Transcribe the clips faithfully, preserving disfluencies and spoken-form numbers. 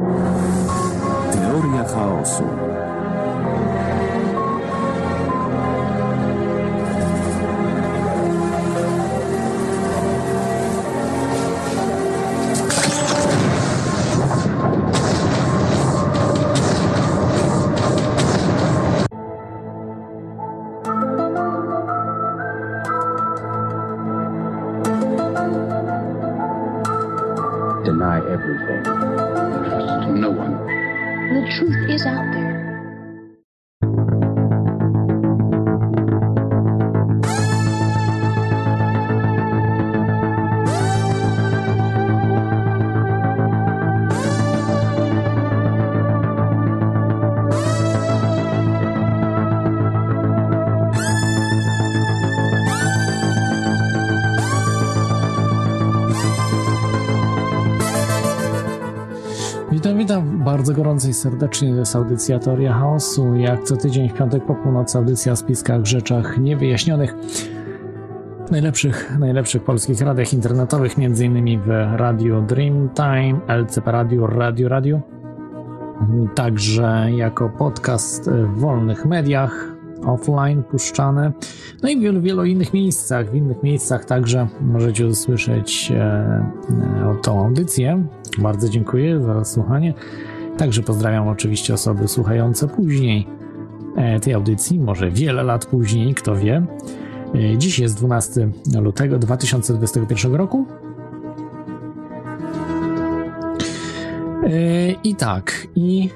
Teoria chaosu. Deny everything. Trust no one. The truth is out there. Witam, witam bardzo gorąco i serdecznie. To jest audycja Teoria Chaosu. Jak co tydzień w piątek po północy audycja o spiskach, rzeczach niewyjaśnionych. Najlepszych, najlepszych polskich radiach internetowych, między innymi w Radiu Dreamtime, L C P Radio, Radio Radio. Także jako podcast w wolnych mediach, offline puszczane. No i w wielu, wielu innych miejscach. W innych miejscach także możecie usłyszeć e, e, tą audycję. Bardzo dziękuję za słuchanie. Także pozdrawiam oczywiście osoby słuchające później e, tej audycji, może wiele lat później, kto wie. E, dziś jest dwunastego lutego dwa tysiące dwudziestego pierwszego roku. E, I tak, i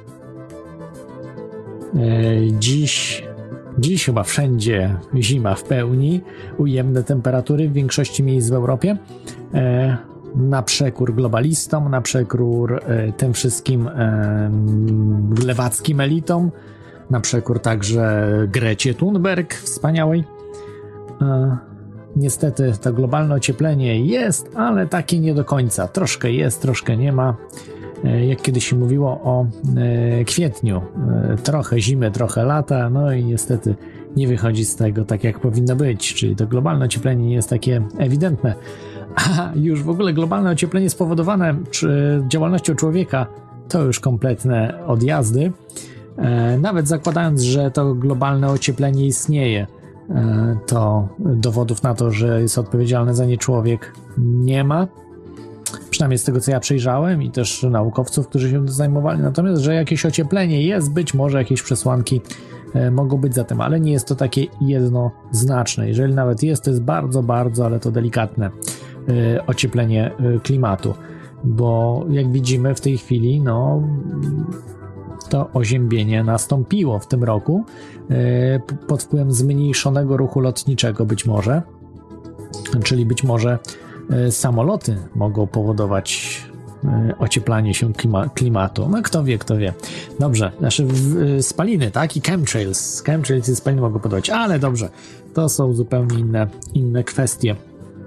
e, dziś Dziś chyba wszędzie zima w pełni, ujemne temperatury w większości miejsc w Europie, e, na przekór globalistom, na przekór e, tym wszystkim e, lewackim elitom, na przekór także Grecie Thunberg wspaniałej. E, niestety to globalne ocieplenie jest, ale takie nie do końca. Troszkę jest, troszkę nie ma. Jak kiedyś się mówiło o e, kwietniu, e, trochę zimy, trochę lata, no i niestety nie wychodzi z tego tak, jak powinno być, czyli to globalne ocieplenie nie jest takie ewidentne. A już w ogóle globalne ocieplenie spowodowane czy działalnością człowieka to już kompletne odjazdy. E, nawet zakładając, że to globalne ocieplenie istnieje, e, to dowodów na to, że jest odpowiedzialny za nie człowiek, nie ma. Przynajmniej z tego, co ja przejrzałem i też naukowców, którzy się tym zajmowali. Natomiast, że jakieś ocieplenie jest, być może jakieś przesłanki e, mogą być za tym, ale nie jest to takie jednoznaczne. Jeżeli nawet jest, to jest bardzo, bardzo, ale to delikatne e, ocieplenie e, klimatu. Bo jak widzimy w tej chwili, no to oziębienie nastąpiło w tym roku e, pod wpływem zmniejszonego ruchu lotniczego być może, czyli być może samoloty mogą powodować ocieplanie się klima, klimatu. No kto wie, kto wie. Dobrze, znaczy spaliny, tak? I chemtrails. Chemtrails i spaliny mogą powodować, ale dobrze, to są zupełnie inne, inne kwestie.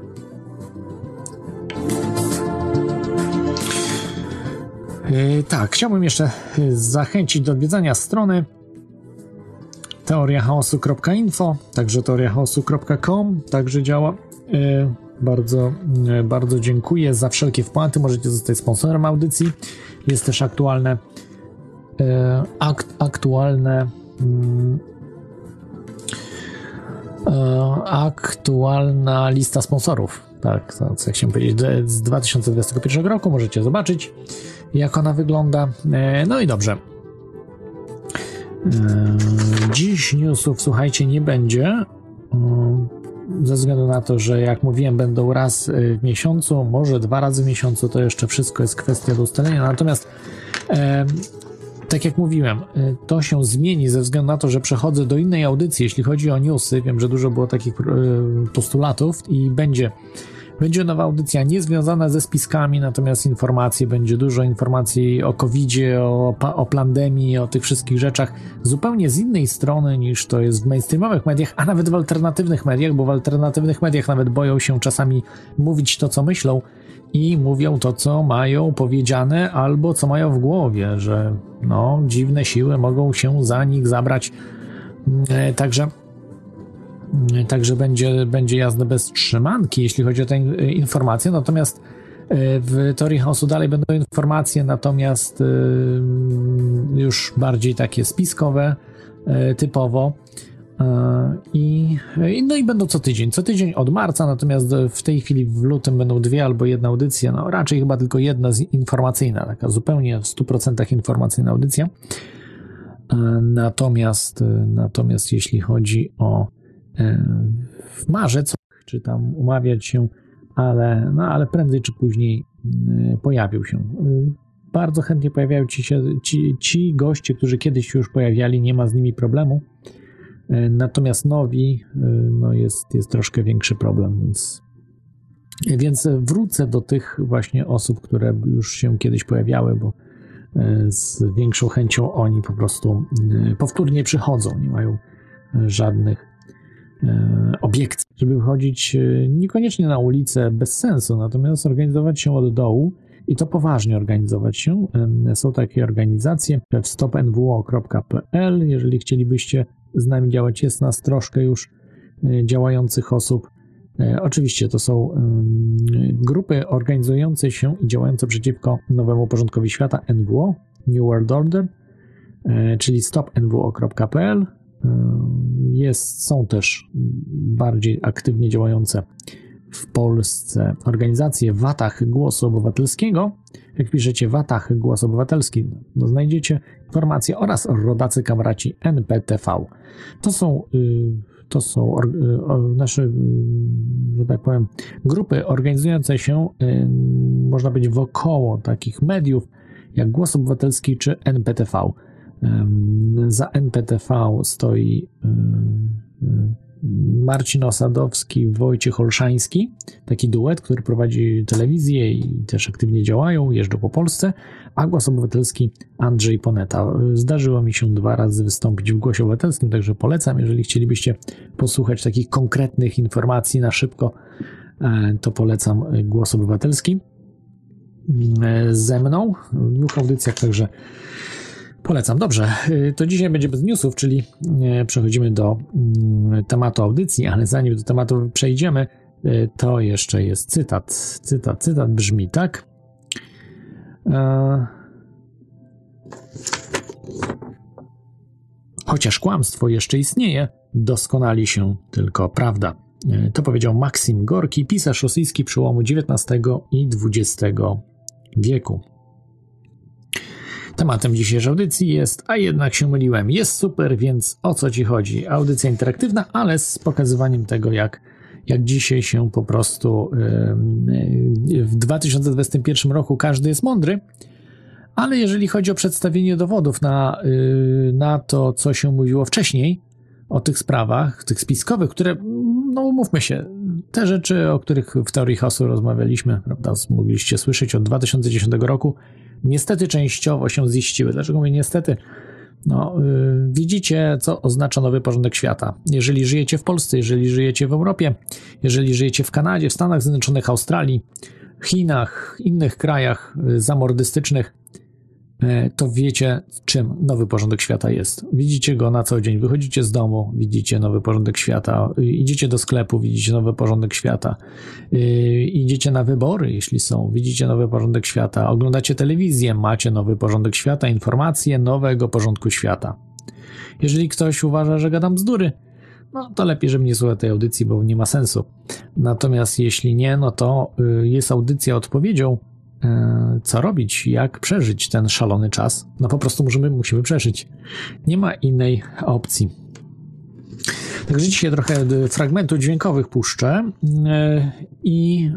Yy, tak, chciałbym jeszcze zachęcić do odwiedzania strony teoria chaosu kropka info, także teoria chaosu kropka com także działa. Yy, Bardzo, bardzo dziękuję za wszelkie wpłaty. Możecie zostać sponsorem audycji. Jest też aktualne akt, aktualne aktualna lista sponsorów. Tak, to co chciałem powiedzieć. Z dwa tysiące dwudziestego pierwszego roku możecie zobaczyć, jak ona wygląda. No i dobrze. Dziś newsów, słuchajcie, nie będzie. Ze względu na to, że jak mówiłem, będą raz w miesiącu, może dwa razy w miesiącu, to jeszcze wszystko jest kwestia do ustalenia. Natomiast e, tak jak mówiłem, to się zmieni ze względu na to, że przechodzę do innej audycji, jeśli chodzi o newsy. Wiem, że dużo było takich e, postulatów i będzie Będzie nowa audycja niezwiązana ze spiskami, natomiast informacje, będzie dużo informacji o kowidzie, o, o pandemii, o tych wszystkich rzeczach zupełnie z innej strony niż to jest w mainstreamowych mediach, a nawet w alternatywnych mediach, bo w alternatywnych mediach nawet boją się czasami mówić to, co myślą i mówią to, co mają powiedziane albo co mają w głowie, że no, dziwne siły mogą się za nich zabrać. Także Także będzie, będzie jazda bez trzymanki, jeśli chodzi o tę informację. Natomiast W teorii chaosu dalej będą informacje, natomiast już bardziej takie spiskowe typowo. I, no i będą co tydzień, co tydzień od marca, natomiast w tej chwili w lutym będą dwie albo jedna audycja, no raczej chyba tylko jedna informacyjna, taka zupełnie w stu procentach informacyjna audycja. Natomiast, natomiast jeśli chodzi o w marzec, czy tam umawiać się, ale, no, ale prędzej czy później pojawił się. Bardzo chętnie pojawiają ci się ci, ci goście, którzy kiedyś się już pojawiali, nie ma z nimi problemu. Natomiast nowi, no jest, jest troszkę większy problem, więc, więc wrócę do tych właśnie osób, które już się kiedyś pojawiały, bo z większą chęcią oni po prostu powtórnie przychodzą, nie mają żadnych obiekcji, żeby wychodzić niekoniecznie na ulicę bez sensu, natomiast organizować się od dołu i to poważnie organizować się. Są takie organizacje w stop n w o kropka p l, jeżeli chcielibyście z nami działać, jest nas troszkę już działających osób. Oczywiście to są grupy organizujące się i działające przeciwko nowemu porządkowi świata N W O, New World Order, czyli stop n w o kropka p l. Jest, są też bardziej aktywnie działające w Polsce organizacje Watach Głosu Obywatelskiego. Jak piszecie Watach Głos Obywatelski, no znajdziecie informacje, oraz Rodacy Kamraci N P T V. To są, to są nasze, że tak powiem, grupy organizujące się, można powiedzieć, wokoło takich mediów jak Głos Obywatelski czy N P T V. Za N P T V stoi Marcin Osadowski, Wojciech Olszański, taki duet, który prowadzi telewizję i też aktywnie działają, jeżdżą po Polsce, a Głos Obywatelski Andrzej Poneta. Zdarzyło mi się dwa razy wystąpić w Głosie Obywatelskim, także polecam, jeżeli chcielibyście posłuchać takich konkretnych informacji na szybko, to polecam Głos Obywatelski. Ze mną w dwóch audycjach, także polecam. Dobrze, to dzisiaj będzie bez newsów, czyli przechodzimy do tematu audycji, ale zanim do tematu przejdziemy, to jeszcze jest cytat. Cytat, cytat brzmi tak. Chociaż kłamstwo jeszcze istnieje, doskonali się tylko prawda. To powiedział Maksim Gorki, pisarz rosyjski przełomu dziewiętnastego i dwudziestego wieku. Tematem dzisiejszej audycji jest, a jednak się myliłem, jest super, więc o co ci chodzi? Audycja interaktywna, ale z pokazywaniem tego, jak, jak dzisiaj się po prostu yy, w dwa tysiące dwudziestym pierwszym roku każdy jest mądry, ale jeżeli chodzi o przedstawienie dowodów na, yy, na to, co się mówiło wcześniej o tych sprawach, tych spiskowych, które, no umówmy się, te rzeczy, o których w teorii chaosu rozmawialiśmy, prawda, mogliście słyszeć od dwa tysiące dziesiątego roku, niestety częściowo się ziściły. Dlaczego mówię niestety? No, yy, widzicie, co oznacza nowy porządek świata. Jeżeli żyjecie w Polsce, jeżeli żyjecie w Europie, jeżeli żyjecie w Kanadzie, w Stanach Zjednoczonych, Australii, Chinach, innych krajach yy, zamordystycznych, yy, to wiecie, czym nowy porządek świata jest. Widzicie go na co dzień. Wychodzicie z domu, widzicie nowy porządek świata. Yy, idziecie do sklepu, widzicie nowy porządek świata. Yy, idziecie na wybory, jeśli są, widzicie nowy porządek świata. Oglądacie telewizję, macie nowy porządek świata, informacje nowego porządku świata. Jeżeli ktoś uważa, że gadam bzdury, no to lepiej, żeby nie słuchał tej audycji, bo nie ma sensu. Natomiast jeśli nie, no to yy, jest audycja odpowiedzią, co robić, jak przeżyć ten szalony czas. No po prostu musimy, musimy przeżyć. Nie ma innej opcji. Także dzisiaj trochę fragmentów dźwiękowych puszczę i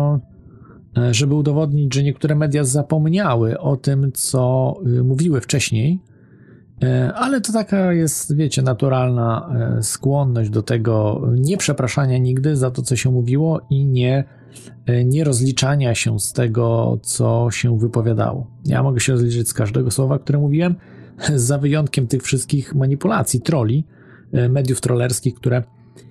żeby udowodnić, że niektóre media zapomniały o tym, co mówiły wcześniej, ale to taka jest, wiecie, naturalna skłonność do tego nieprzepraszania nigdy za to, co się mówiło i nie nie rozliczania się z tego, co się wypowiadało. Ja mogę się rozliczyć z każdego słowa, które mówiłem, za wyjątkiem tych wszystkich manipulacji, trolli, mediów trollerskich, które,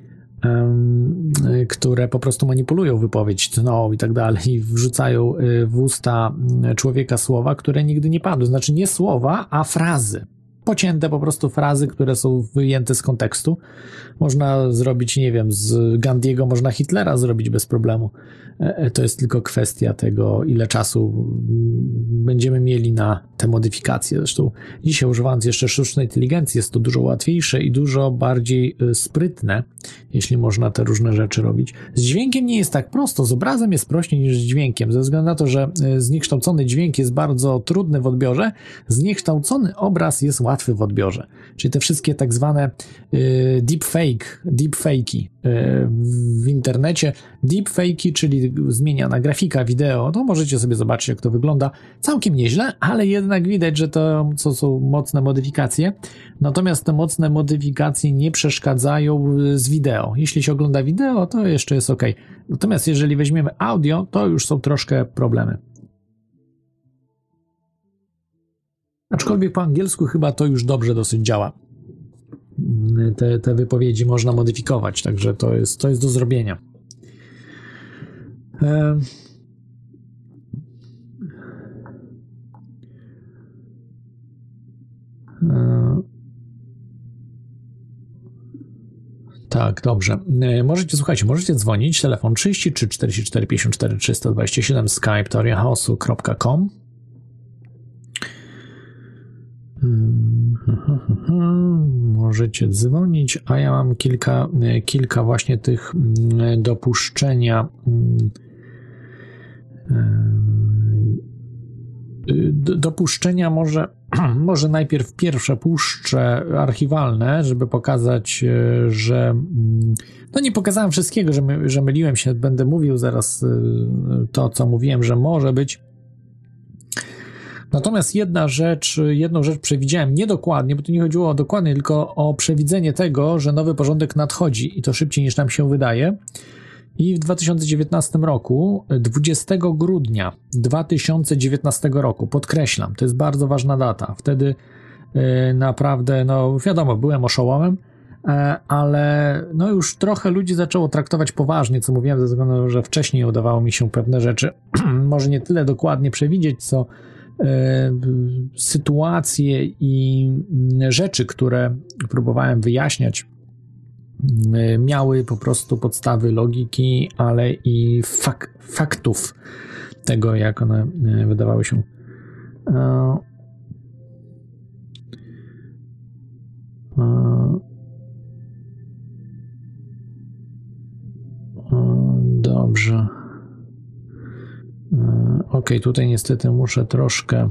um, które po prostu manipulują wypowiedź, tną i tak dalej, i wrzucają w usta człowieka słowa, które nigdy nie padły. Znaczy nie słowa, a frazy. pocięte po prostu frazy, które są wyjęte z kontekstu. Można zrobić, nie wiem, z Gandiego można Hitlera zrobić bez problemu. To jest tylko kwestia tego, ile czasu będziemy mieli na te modyfikacje. Zresztą dzisiaj, używając jeszcze sztucznej inteligencji, jest to dużo łatwiejsze i dużo bardziej sprytne, jeśli można te różne rzeczy robić. Z dźwiękiem nie jest tak prosto, z obrazem jest prościej niż z dźwiękiem, ze względu na to, że zniekształcony dźwięk jest bardzo trudny w odbiorze, zniekształcony obraz jest łatwy w odbiorze. Czyli te wszystkie tak zwane deepfake, deepfake'i w internecie, deepfake'i, czyli zmieniana grafika, wideo, to możecie sobie zobaczyć, jak to wygląda. Całkiem nieźle, ale jednak widać, że to, to są mocne modyfikacje. Natomiast te mocne modyfikacje nie przeszkadzają z wideo. Jeśli się ogląda wideo, to jeszcze jest ok. Natomiast jeżeli weźmiemy audio, to już są troszkę problemy. Aczkolwiek po angielsku chyba to już dobrze dosyć działa. Te, te wypowiedzi można modyfikować, także to jest, to jest do zrobienia. E... E... Tak, dobrze. E, możecie, słuchajcie, możecie dzwonić, telefon trzydzieści trzy czterdzieści cztery pięćdziesiąt cztery trzysta dwadzieścia siedem, skype teoria chaosu kropka com. Możecie dzwonić, a ja mam kilka, kilka właśnie tych dopuszczenia dopuszczenia może, może najpierw pierwsze puszczę archiwalne, żeby pokazać, że no nie pokazałem wszystkiego, że, my, że myliłem się, będę mówił zaraz to, co mówiłem, że może być. Natomiast jedna rzecz, jedną rzecz przewidziałem niedokładnie, bo tu nie chodziło o dokładnie, tylko o przewidzenie tego, że nowy porządek nadchodzi i to szybciej niż nam się wydaje. I w dwa tysiące dziewiętnastym roku, dwudziestego grudnia dwa tysiące dziewiętnastego roku, podkreślam, to jest bardzo ważna data, wtedy yy, naprawdę, no wiadomo, byłem oszołomem, yy, ale no już trochę ludzi zaczęło traktować poważnie, co mówiłem, ze względu na to, że wcześniej udawało mi się pewne rzeczy, może nie tyle dokładnie przewidzieć, co sytuacje i rzeczy, które próbowałem wyjaśniać, miały po prostu podstawy logiki, ale i fak- faktów tego, jak one wydawały się. Dobrze. Ok, tutaj niestety muszę troszkę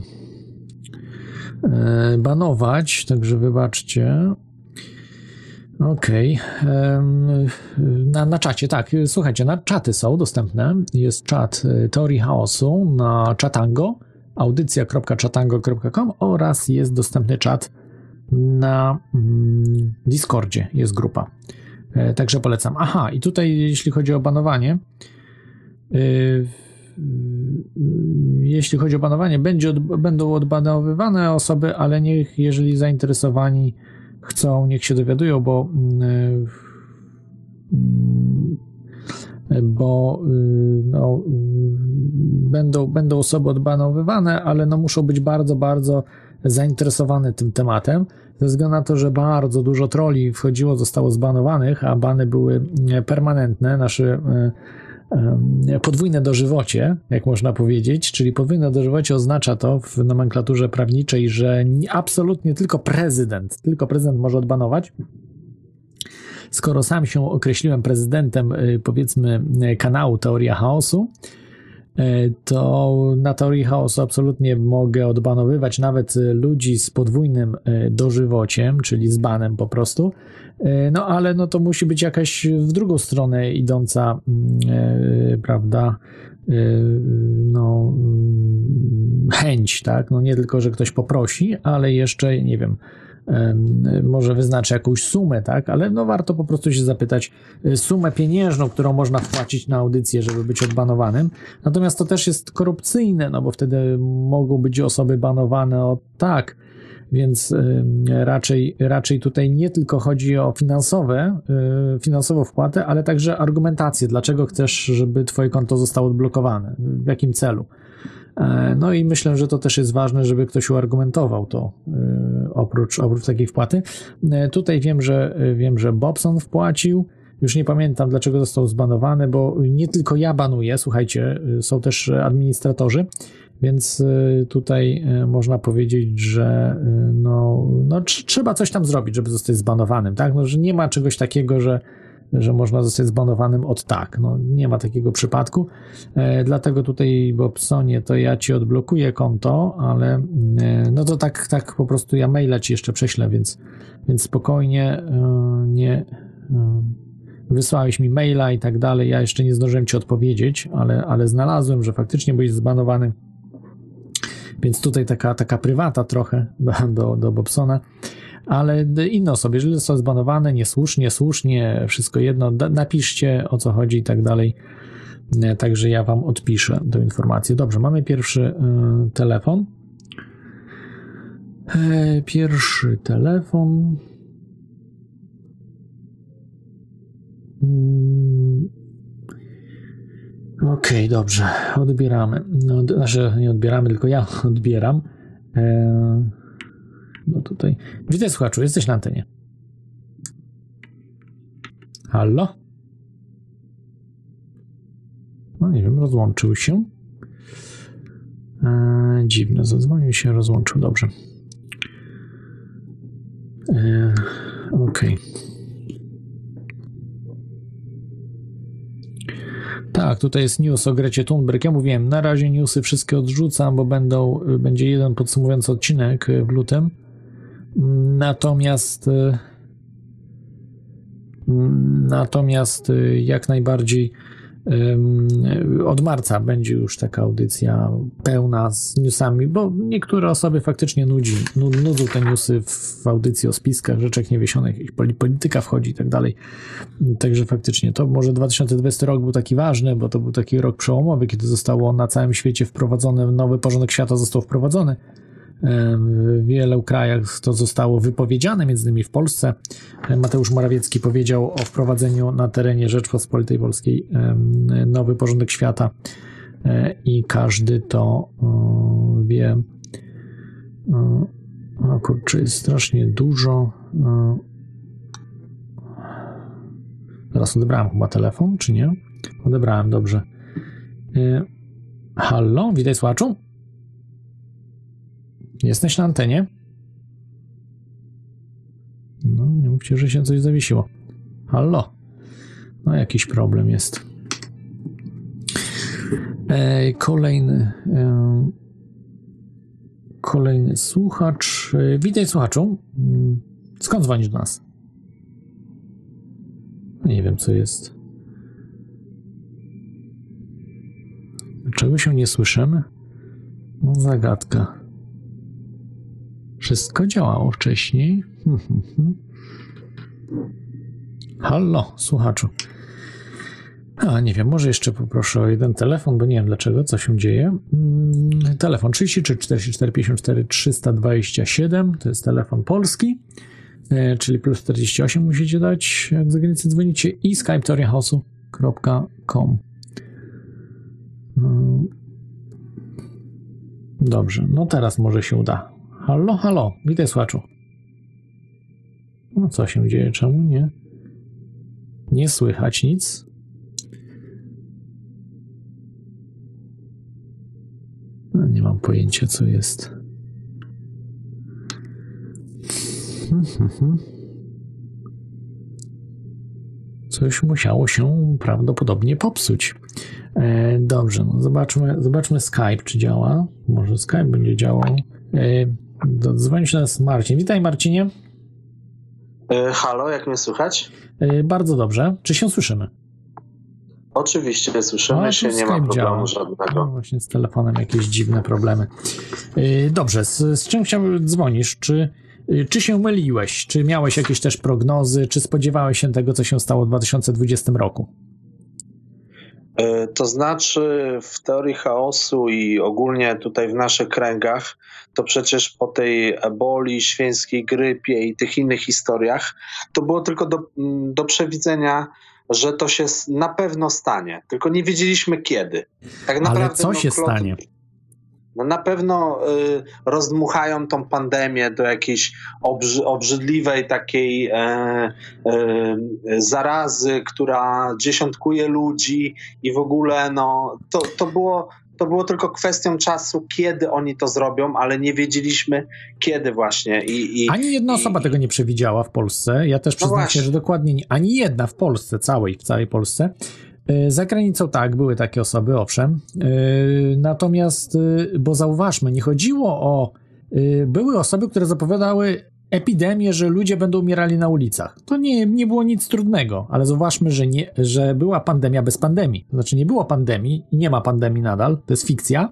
banować, także wybaczcie. Ok. Na, na czacie, tak, słuchajcie, na czaty są dostępne. Jest czat Teorii Chaosu na Chatango, audycja kropka chatango kropka com oraz jest dostępny czat na Discordzie, jest grupa. Także polecam. Aha, i tutaj jeśli chodzi o banowanie, jeśli chodzi o banowanie, będzie od, będą odbanowywane osoby, ale niech, jeżeli zainteresowani chcą, niech się dowiadują, bo bo no, będą, będą osoby odbanowywane, ale no muszą być bardzo, bardzo zainteresowane tym tematem, ze względu na to, że bardzo dużo trolli wchodziło, zostało zbanowanych, a bany były permanentne, nasze podwójne dożywocie, jak można powiedzieć, czyli podwójne dożywocie oznacza to w nomenklaturze prawniczej, że absolutnie tylko prezydent, tylko prezydent może odbanować. Skoro sam się określiłem prezydentem, powiedzmy, kanału Teoria Chaosu, to na Teorii Chaosu absolutnie mogę odbanowywać nawet ludzi z podwójnym dożywociem, czyli z banem po prostu, no ale no to musi być jakaś w drugą stronę idąca, prawda, no chęć, tak, no nie tylko, że ktoś poprosi, ale jeszcze, nie wiem, może wyznaczy jakąś sumę, tak, ale no warto po prostu się zapytać sumę pieniężną, którą można wpłacić na audycję, żeby być odbanowanym. Natomiast to też jest korupcyjne, no bo wtedy mogą być osoby banowane od tak, więc raczej, raczej tutaj nie tylko chodzi o finansowe, finansową wpłatę, ale także argumentację, dlaczego chcesz, żeby twoje konto zostało odblokowane, w jakim celu. No i myślę, że to też jest ważne, żeby ktoś uargumentował to, oprócz, oprócz takiej wpłaty. Tutaj wiem, że wiem, że Bobson wpłacił. Już nie pamiętam, dlaczego został zbanowany, bo nie tylko ja banuję, słuchajcie, są też administratorzy, więc tutaj można powiedzieć, że no, no trzeba coś tam zrobić, żeby zostać zbanowanym, tak? No, że nie ma czegoś takiego, że że można zostać zbanowanym od tak. No, nie ma takiego przypadku. E, dlatego tutaj, Bobsonie, to ja ci odblokuję konto, ale e, no to tak, tak po prostu ja maila ci jeszcze prześlę, więc, więc spokojnie e, nie e, wysłałeś mi maila i tak dalej. Ja jeszcze nie zdążyłem ci odpowiedzieć, ale, ale znalazłem, że faktycznie byłeś zbanowany. Więc tutaj taka, taka prywata trochę do, do, do Bobsona. Ale inne osoby, jeżeli zostały zbanowane niesłusznie, słusznie, wszystko jedno, da, napiszcie, o co chodzi i tak dalej. Także ja wam odpiszę tę informację. Dobrze, mamy pierwszy y, telefon. E, pierwszy telefon. Mm. Okej, okay, dobrze, odbieramy. No, znaczy nie odbieramy, tylko ja odbieram. E, No tutaj. Witaj, słuchaczu, jesteś na antenie. Halo? No nie wiem, rozłączył się. Eee, dziwne, zadzwonił się, rozłączył, dobrze. Eee, Okej. Okay. Tak, tutaj jest news o Grecie Thunberg. Ja mówiłem, na razie newsy wszystkie odrzucam, bo będą, będzie jeden podsumowujący odcinek w lutym. Natomiast natomiast jak najbardziej od marca będzie już taka audycja pełna z newsami, bo niektóre osoby faktycznie nudzi, nudzą te newsy w audycji o spiskach, rzeczach niewyjaśnionych, polityka wchodzi i tak dalej. Także faktycznie to może dwa tysiące dwudziesty rok był taki ważny, bo to był taki rok przełomowy, kiedy zostało na całym świecie wprowadzony, nowy porządek świata został wprowadzony. W wielu krajach to zostało wypowiedziane, między innymi w Polsce. Mateusz Morawiecki powiedział o wprowadzeniu na terenie Rzeczpospolitej Polskiej nowy porządek świata i każdy to wie. O kurczę, jest strasznie dużo. Teraz odebrałem chyba telefon, czy nie? Odebrałem, dobrze. Halo, witaj, słuchaczu? Jesteś na antenie? No, nie mówcie, że się coś zawiesiło. Halo? No, jakiś problem jest. E, kolejny e, kolejny słuchacz. E, witaj, słuchaczu. Skąd dzwonisz do nas? Nie wiem, co jest. Dlaczego się nie słyszymy? No, zagadka. Wszystko działało wcześniej. Halo, słuchaczu. A, nie wiem, może jeszcze poproszę o jeden telefon, bo nie wiem dlaczego, co się dzieje. Hmm, telefon trzydzieści trzy czterdzieści cztery pięćdziesiąt cztery trzysta dwadzieścia siedem, to jest telefon polski, e, czyli plus czterdzieści osiem musicie dać, jak za granicę dzwonicie, i skype teoria chaosu kropka com. Hmm. Dobrze, no teraz może się uda. Halo, halo, witaj, słuchaczu. No co się dzieje, czemu nie? Nie słychać nic. No, nie mam pojęcia, co jest. Coś musiało się prawdopodobnie popsuć. E, dobrze, no zobaczmy, zobaczmy Skype, czy działa. Może Skype będzie działał. E, Dzwoni się nas Marcin. Witaj, Marcinie. E, halo, jak mnie słychać? E, bardzo dobrze. Czy się słyszymy? Oczywiście słyszymy no, się, nie Skype ma problemu działa. Żadnego. No, właśnie z telefonem jakieś dziwne problemy. E, dobrze, z, z czym chciałbym dzwonisz? Czy, czy się myliłeś? Czy miałeś jakieś też prognozy? Czy spodziewałeś się tego, co się stało w dwa tysiące dwudziestym roku? To znaczy w teorii chaosu i ogólnie tutaj w naszych kręgach, to przecież po tej eboli, świńskiej grypie i tych innych historiach, to było tylko do, do przewidzenia, że to się na pewno stanie. Tylko nie wiedzieliśmy kiedy. Tak naprawdę, ale co no, się klot... stanie? No na pewno y, rozdmuchają tą pandemię do jakiejś obrzy, obrzydliwej takiej e, e, zarazy, która dziesiątkuje ludzi i w ogóle no to, to było to było tylko kwestią czasu, kiedy oni to zrobią, ale nie wiedzieliśmy kiedy właśnie. I, i, ani jedna i, osoba tego nie przewidziała w Polsce. Ja też przyznam no się, że dokładnie nie, ani jedna w Polsce, całej, w całej Polsce. Za granicą tak, były takie osoby, owszem. Natomiast, bo zauważmy, nie chodziło o... Były osoby, które zapowiadały epidemię, że ludzie będą umierali na ulicach. To nie, nie było nic trudnego, ale zauważmy, że, nie, że była pandemia bez pandemii. To znaczy nie było pandemii i nie ma pandemii nadal, to jest fikcja.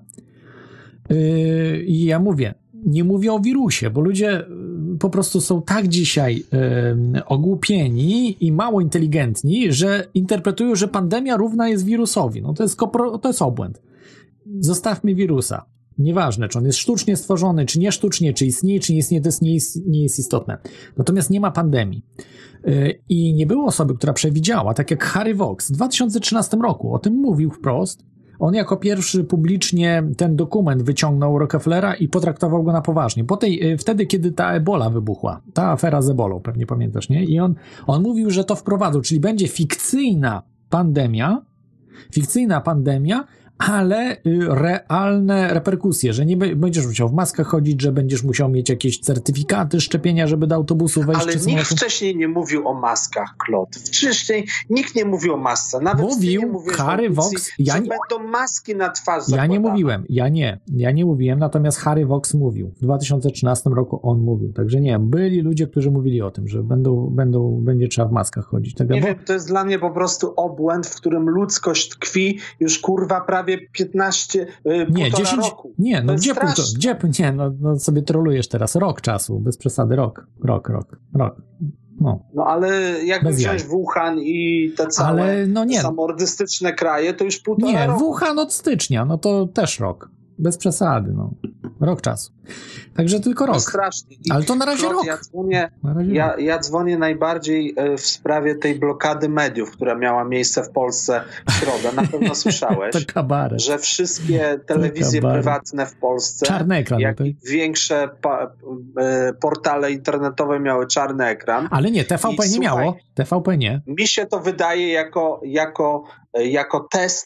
I ja mówię, nie mówię o wirusie, bo ludzie po prostu są tak dzisiaj y, ogłupieni i mało inteligentni, że interpretują, że pandemia równa jest wirusowi. No to jest, kopro, to jest obłęd. Zostawmy wirusa. Nieważne, czy on jest sztucznie stworzony, czy nie sztucznie, czy istnieje, czy nie istnieje, to jest, nie, jest, nie jest istotne. Natomiast nie ma pandemii. Y, I nie było osoby, która przewidziała, tak jak Harry Vox w dwa tysiące trzynastym roku o tym mówił wprost. On jako pierwszy publicznie ten dokument wyciągnął Rockefellera i potraktował go na poważnie. Po tej, wtedy, kiedy ta ebola wybuchła, ta afera z ebolą, pewnie pamiętasz, nie? I on, on mówił, że to wprowadzą, czyli będzie fikcyjna pandemia, fikcyjna pandemia, ale realne reperkusje, że nie będziesz musiał w maskach chodzić, że będziesz musiał mieć jakieś certyfikaty szczepienia, żeby do autobusu wejść. Ale nikt wcześniej nie mówił o maskach, Claude. Wcześniej nikt nie mówił o masce. Nawet mówił ty nie mówisz Harry Vox. Ja że nie, będą maski na twarz Ja zakładane. nie mówiłem, ja nie. Ja nie mówiłem, natomiast Harry Vox mówił. W dwa tysiące trzynastym roku on mówił. Także nie, byli ludzie, którzy mówili o tym, że będą, będą, będzie trzeba w maskach chodzić. Tak, nie bo... wiem, to jest dla mnie po prostu obłęd, w którym ludzkość tkwi już kurwa prawie piętnaście, yy, nie, dziesięć, roku. Nie, no gdzie, półtora, gdzie, nie, no, no sobie trolujesz teraz. Rok czasu, bez przesady, rok, rok, rok, rok. No, no ale jakby bez wziąć jaj. Wuhan i te całe ale, no nie. samordystyczne kraje, to już półtora nie, roku. Nie, Wuhan od stycznia, no to też rok. Bez przesady, no. Rok czasu. Także tylko rok. No strasznie. I ale to na razie Claude, rok. Ja dzwonię, razie ja, rok. ja dzwonię najbardziej w sprawie tej blokady mediów, która miała miejsce w Polsce w środę. Na pewno słyszałeś, to kabaret. że wszystkie telewizje prywatne w Polsce, czarny ekran, jak no i większe pa, portale internetowe miały czarny ekran. Ale nie, T V P I, nie słuchaj, miało. T V P nie. Mi się to wydaje jako, jako, jako test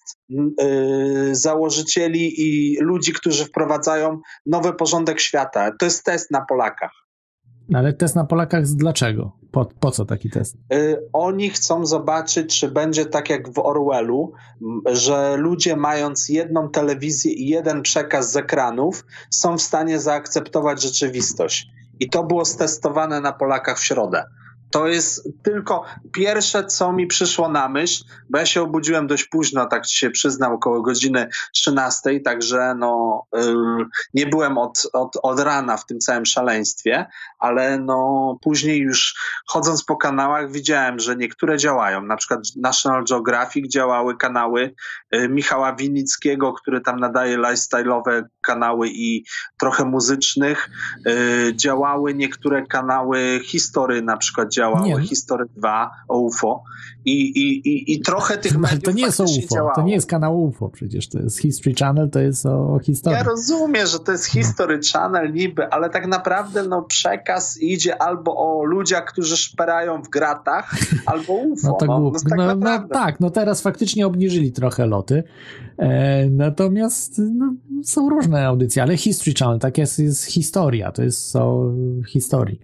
yy, założycieli i ludzi, którzy wprowadzają nowy porządek świata. To jest test na Polakach. Ale test na Polakach dlaczego? Po, po co taki test? Yy, oni chcą zobaczyć, czy będzie tak jak w Orwellu, że ludzie mając jedną telewizję i jeden przekaz z ekranów są w stanie zaakceptować rzeczywistość. I to było stestowane na Polakach w środę. To jest tylko pierwsze, co mi przyszło na myśl, bo ja się obudziłem dość późno, tak ci się przyznam, około godziny trzynastej, także no, yy, nie byłem od, od, od rana w tym całym szaleństwie, ale no, później już chodząc po kanałach widziałem, że niektóre działają, na przykład National Geographic działały kanały yy, Michała Winnickiego, który tam nadaje lifestyle'owe kanały i trochę muzycznych, yy, działały niektóre kanały History, na przykład działały działały, History dwa o U F O i, i, i, i trochę tych mediów to nie jest o U F O, działało. To nie jest kanał U F O przecież, to jest History Channel, to jest o, o historii. Ja rozumiem, że to jest History Channel niby, ale tak naprawdę no, przekaz idzie albo o ludziach, którzy szperają w gratach, albo U F O. No to no, głup. no, tak, no, no tak, no teraz faktycznie obniżyli trochę loty, e, natomiast no, są różne audycje, ale History Channel, tak jest, jest historia, to jest o historii.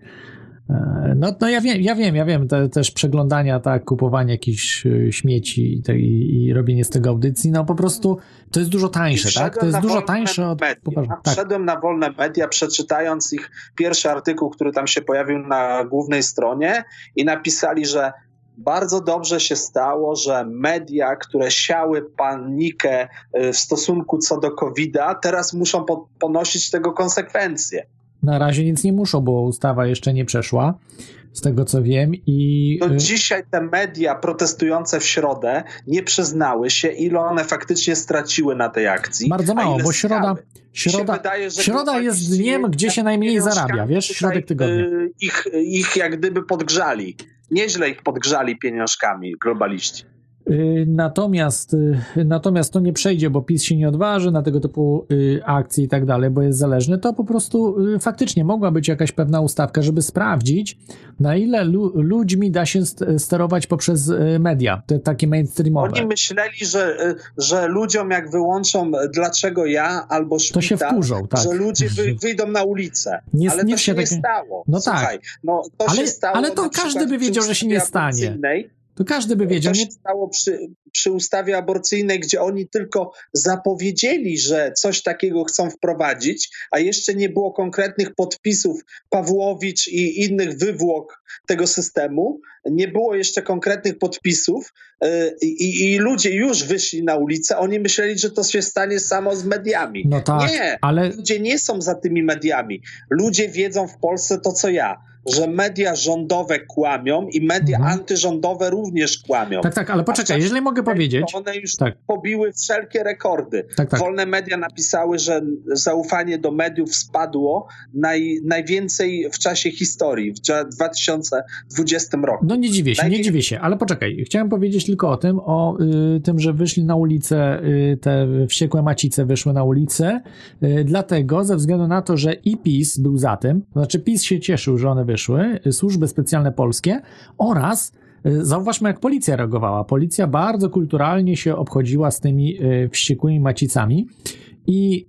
No, no ja wiem, ja wiem, ja wiem, te, też przeglądania, tak, kupowanie jakichś śmieci i, te, i, i robienie z tego audycji, no po prostu to jest dużo tańsze, tak? To jest dużo tańsze od... Media. Tak. Wszedłem na wolne media, przeczytając ich pierwszy artykuł, który tam się pojawił na głównej stronie i napisali, że bardzo dobrze się stało, że media, które siały panikę w stosunku co do kowida, teraz muszą po- ponosić tego konsekwencje. Na razie nic nie muszą, bo ustawa jeszcze nie przeszła, z tego co wiem. I no dzisiaj te media protestujące w środę nie przyznały się, ile one faktycznie straciły na tej akcji. Bardzo mało, bo środa, środa, wydaje, środa jest dniem, gdzie się najmniej zarabia, wiesz, środek tygodnia. Ich, ich jak gdyby podgrzali. Nieźle ich podgrzali pieniążkami globaliści. Natomiast, natomiast to nie przejdzie, bo PiS się nie odważy na tego typu akcje i tak dalej, bo jest zależny. To po prostu faktycznie mogła być jakaś pewna ustawka, żeby sprawdzić, na ile lu- ludźmi da się sterować poprzez media, te takie mainstreamowe. Oni myśleli, że, że ludziom jak wyłączą dlaczego ja albo szpital, to się wkurzą, tak. że ludzie wy, wyjdą na ulicę. Nie, ale nie to się takie... nie stało. No Słuchaj, tak, no, to ale, się stało ale to każdy by wiedział, że się nie stanie. To każdy by wiedział. To się nie... stało przy, przy ustawie aborcyjnej, gdzie oni tylko zapowiedzieli, że coś takiego chcą wprowadzić, a jeszcze nie było konkretnych podpisów Pawłowicz i innych wywłok tego systemu. Nie było jeszcze konkretnych podpisów yy, i, i ludzie już wyszli na ulicę. Oni myśleli, że to się stanie samo z mediami. No tak, nie, ale... ludzie nie są za tymi mediami. Ludzie wiedzą w Polsce to, co ja, że media rządowe kłamią i media mhm. antyrządowe również kłamią. Tak, tak, ale poczekaj, jeżeli mogę powiedzieć... One już tak. pobiły wszelkie rekordy. Tak, tak. Wolne media napisały, że zaufanie do mediów spadło naj, najwięcej w czasie historii, w dwa tysiące dwudziestym roku. No nie dziwię się, Najwię... nie dziwię się, ale poczekaj, chciałem powiedzieć tylko o tym, o y, tym, że wyszli na ulicę, y, te wściekłe macice wyszły na ulicę, y, dlatego, ze względu na to, że i PiS był za tym, to znaczy PiS się cieszył, że one wyszły, służby specjalne polskie oraz zauważmy, jak policja reagowała. Policja bardzo kulturalnie się obchodziła z tymi wściekłymi macicami i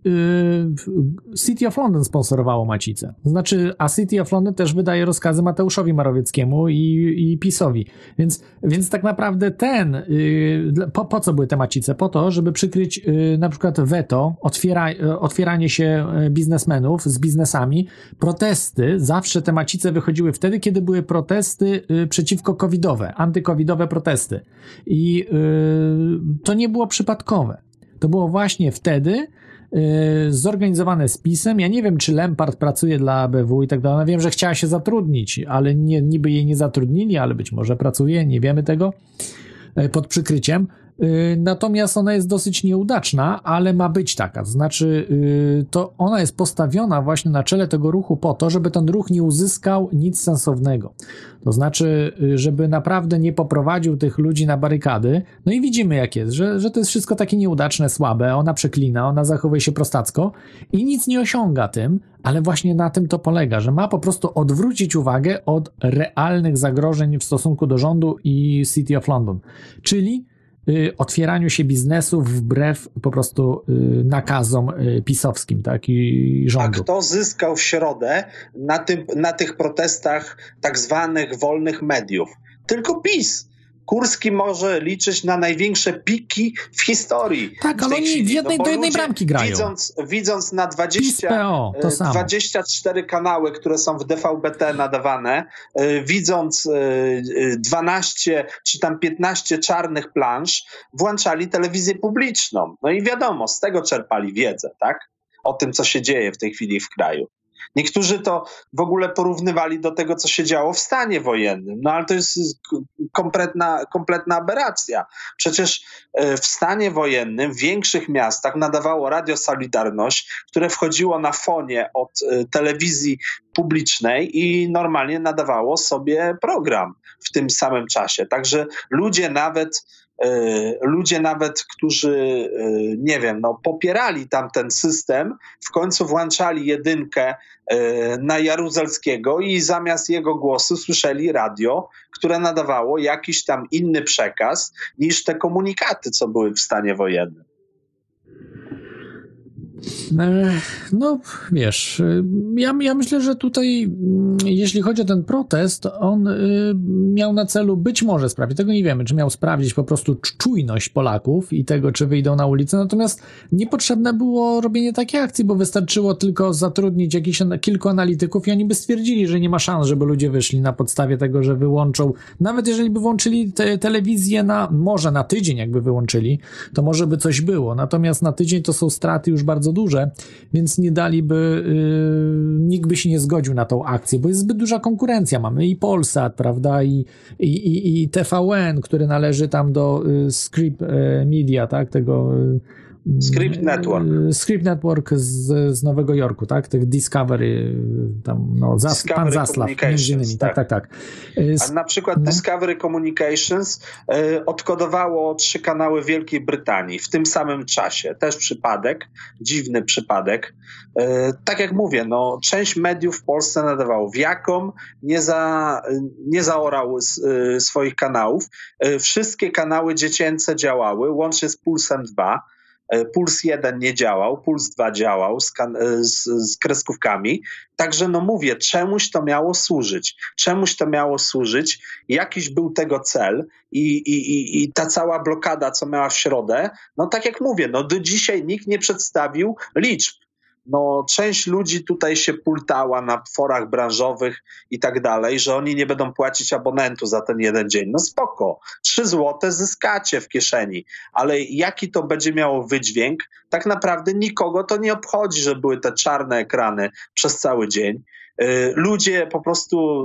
y, City of London sponsorowało macicę. Znaczy, a City of London też wydaje rozkazy Mateuszowi Morawieckiemu i, i PiS-owi. Więc, więc tak naprawdę ten, y, po, po co były te macice? Po to, żeby przykryć y, na przykład weto, otwiera, y, otwieranie się biznesmenów z biznesami, protesty. Zawsze te macice wychodziły wtedy, kiedy były protesty y, przeciwko covidowe, antykowidowe protesty. I y, to nie było przypadkowe. To było właśnie wtedy yy, zorganizowane z PiS-em. Ja nie wiem, czy Lempart pracuje dla A B W i tak dalej. Ja wiem, że chciała się zatrudnić, ale nie, niby jej nie zatrudnili, ale być może pracuje, nie wiemy tego, yy, pod przykryciem. Yy, natomiast ona jest dosyć nieudaczna, ale ma być taka. To znaczy, yy, to ona jest postawiona właśnie na czele tego ruchu po to, żeby ten ruch nie uzyskał nic sensownego. To znaczy, żeby naprawdę nie poprowadził tych ludzi na barykady. No i widzimy, jak jest, że, że to jest wszystko takie nieudaczne, słabe. Ona przeklina, ona zachowuje się prostacko i nic nie osiąga tym, ale właśnie na tym to polega, że ma po prostu odwrócić uwagę od realnych zagrożeń w stosunku do rządu i City of London. Czyli y, otwieraniu się biznesów wbrew po prostu y, nakazom y, pisowskim, tak, i rządu. A kto zyskał w środę na, tym, na tych protestach tak zwanych wolnych mediów? Tylko PiS. Kurski może liczyć na największe piki w historii. Tak, ale oni w jednej, no do jednej bramki grają. Widząc, widząc na dwadzieścia, dwadzieścia cztery kanały, które są w D V B T nadawane, widząc dwanaście czy tam piętnaście czarnych plansz, włączali telewizję publiczną. No i wiadomo, z tego czerpali wiedzę, tak? O tym, co się dzieje w tej chwili w kraju. Niektórzy to w ogóle porównywali do tego, co się działo w stanie wojennym. No ale to jest kompletna, kompletna aberracja. Przecież w stanie wojennym w większych miastach nadawało Radio Solidarność, które wchodziło na fonie od telewizji publicznej i normalnie nadawało sobie program w tym samym czasie. Także ludzie nawet Ludzie nawet, którzy, nie wiem, no, popierali tamten system, w końcu włączali jedynkę na Jaruzelskiego i zamiast jego głosu słyszeli radio, które nadawało jakiś tam inny przekaz niż te komunikaty, co były w stanie wojennym. No, wiesz, ja, ja myślę, że tutaj, jeśli chodzi o ten protest, on y, miał na celu być może sprawdzić, tego nie wiemy, czy miał sprawdzić po prostu czujność Polaków i tego, czy wyjdą na ulicę, natomiast niepotrzebne było robienie takiej akcji, bo wystarczyło tylko zatrudnić jakichś kilku analityków i oni by stwierdzili, że nie ma szans, żeby ludzie wyszli na podstawie tego, że wyłączą, nawet jeżeli by włączyli te, telewizję na, może na tydzień jakby wyłączyli, to może by coś było, natomiast na tydzień to są straty już bardzo duże, więc nie daliby, yy, nikt by się nie zgodził na tą akcję, bo jest zbyt duża konkurencja. Mamy i Polsat, prawda, i, i, i, i T V N, który należy tam do y, Script y, Media, tak, tego y, Script Network. Script Network z, z Nowego Jorku, tak? Tych Discovery, tam, no, Zas, Discovery pan Zaslaw, między innymi, tak, tak, tak. tak. A na przykład no. Discovery Communications y, odkodowało trzy kanały Wielkiej Brytanii w tym samym czasie. Też przypadek, dziwny przypadek. Y, tak jak mówię, no, część mediów w Polsce nadawało. Viacom nie, za, nie zaorał y, swoich kanałów. Y, wszystkie kanały dziecięce działały, łącznie z Pulsem dwa. Puls jeden nie działał, Puls dwa działał z, z, z kreskówkami. Także no mówię, czemuś to miało służyć. Czemuś to miało służyć. Jakiś był tego cel i, i, i, i ta cała blokada, co miała w środę, no tak jak mówię, no do dzisiaj nikt nie przedstawił liczb. No, część ludzi tutaj się pultała na forach branżowych i tak dalej, że oni nie będą płacić abonentu za ten jeden dzień. No spoko, trzy złote zyskacie w kieszeni, ale jaki to będzie miało wydźwięk, tak naprawdę nikogo to nie obchodzi, że były te czarne ekrany przez cały dzień. Yy, ludzie po prostu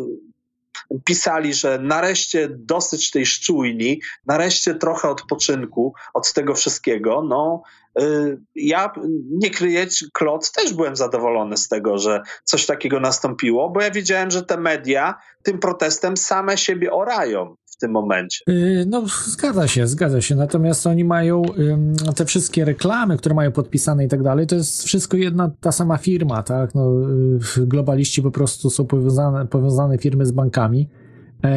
pisali, że nareszcie dosyć tej szczujni, nareszcie trochę odpoczynku od tego wszystkiego. No, yy, ja nie kryję, Klot, też byłem zadowolony z tego, że coś takiego nastąpiło, bo ja wiedziałem, że te media tym protestem same siebie orają w tym momencie. Yy, no zgadza się, zgadza się. Natomiast oni mają yy, te wszystkie reklamy, które mają podpisane i tak dalej, to jest wszystko jedna ta sama firma, tak? No, yy, globaliści po prostu są powiązane, powiązane firmy z bankami yy,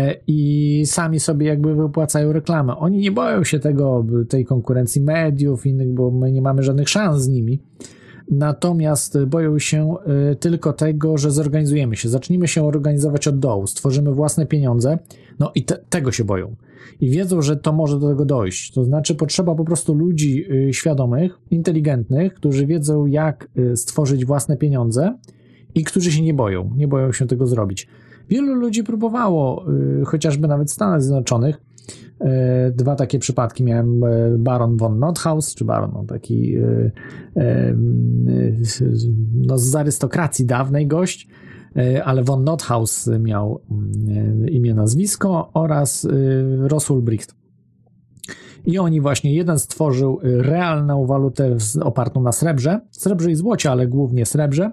i sami sobie jakby wypłacają reklamę. Oni nie boją się tego, tej konkurencji mediów innych, bo my nie mamy żadnych szans z nimi. Natomiast boją się y, tylko tego, że zorganizujemy się. Zacznijmy się organizować od dołu, stworzymy własne pieniądze, no i te, tego się boją. I wiedzą, że to może do tego dojść. To znaczy potrzeba po prostu ludzi y, świadomych, inteligentnych, którzy wiedzą, jak y, stworzyć własne pieniądze i którzy się nie boją. Nie boją się tego zrobić. Wielu ludzi próbowało, y, chociażby nawet w Stanach Zjednoczonych. Dwa takie przypadki miałem, baron von Nothaus, czy baron, no taki no z arystokracji dawnej gość, ale von Nothaus miał imię, nazwisko, oraz Ross Ulbricht. I oni właśnie, jeden stworzył realną walutę opartą na srebrze, srebrze i złocie, ale głównie srebrze,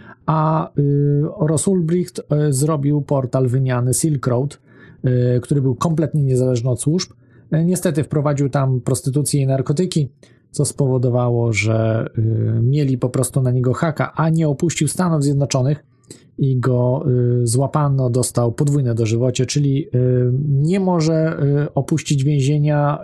a Ross Ulbricht zrobił portal wymiany Silk Road, który był kompletnie niezależny od służb. Niestety wprowadził tam prostytucję i narkotyki, co spowodowało, że mieli po prostu na niego haka, a nie opuścił Stanów Zjednoczonych i go złapano, dostał podwójne dożywocie, czyli nie może opuścić więzienia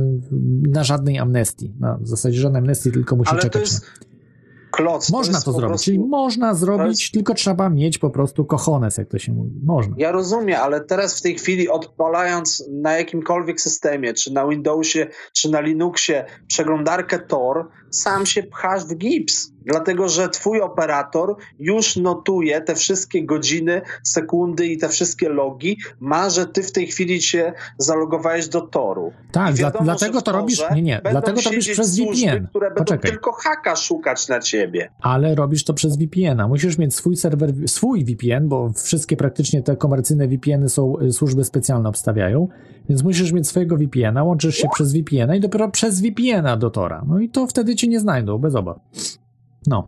na żadnej amnestii. Na w zasadzie żadnej amnestii, tylko musi Ale czekać. To jest... Kloc, można to, to zrobić, prostu... czyli można zrobić, jest... tylko trzeba mieć po prostu cojones, jak to się mówi. Można. Ja rozumiem, ale teraz w tej chwili odpalając na jakimkolwiek systemie, czy na Windowsie, czy na Linuxie przeglądarkę Tor, sam się pchasz w gips. Dlatego, że twój operator już notuje te wszystkie godziny, sekundy i te wszystkie logi, ma, że ty w tej chwili się zalogowałeś do Toru. Tak, wiadomo, dla, dlatego to robisz, nie, nie, dlatego to robisz przez V P N. Które Poczekaj. będą tylko haka szukać na ciebie. Ale robisz to przez V P N a. Musisz mieć swój serwer, swój V P N, bo wszystkie praktycznie te komercyjne V P N y są, służby specjalne obstawiają, więc musisz mieć swojego V P N a, łączysz się przez V P N a i dopiero przez V P N a do Tora. No i to wtedy cię nie znajdą, bez obaw. No.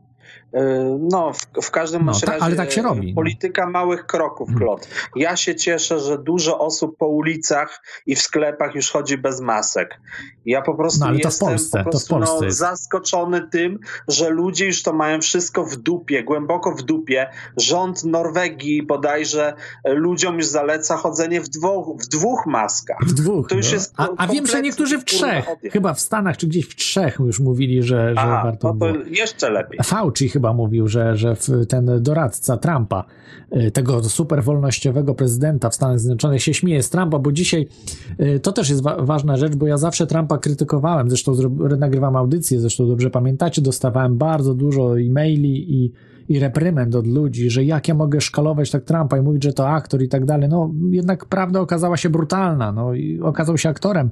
No, w, w każdym no, razie ta, ale tak się robi. Polityka no. małych kroków, Klot. Ja się cieszę, że dużo osób po ulicach i w sklepach już chodzi bez masek. Ja po prostu no, ale to jestem w Polsce, po prostu to w Polsce no, zaskoczony tym, że ludzie już to mają wszystko w dupie, głęboko w dupie. Rząd Norwegii bodajże ludziom już zaleca chodzenie w dwóch, w dwóch maskach. W dwóch. To już no. jest a, a wiem, że niektórzy w trzech. Chyba w Stanach czy gdzieś w trzech już mówili, że, że a, warto no to było. jeszcze lepiej. Fauci chyba mówił, że, że ten doradca Trumpa, tego super wolnościowego prezydenta w Stanach Zjednoczonych, się śmieje z Trumpa, bo dzisiaj to też jest wa- ważna rzecz, bo ja zawsze Trumpa krytykowałem, zresztą zro- nagrywam audycję, zresztą dobrze pamiętacie, dostawałem bardzo dużo e-maili i, i reprymend od ludzi, że jak ja mogę szkalować tak Trumpa i mówić, że to aktor i tak dalej. No jednak prawda okazała się brutalna, no i okazał się aktorem.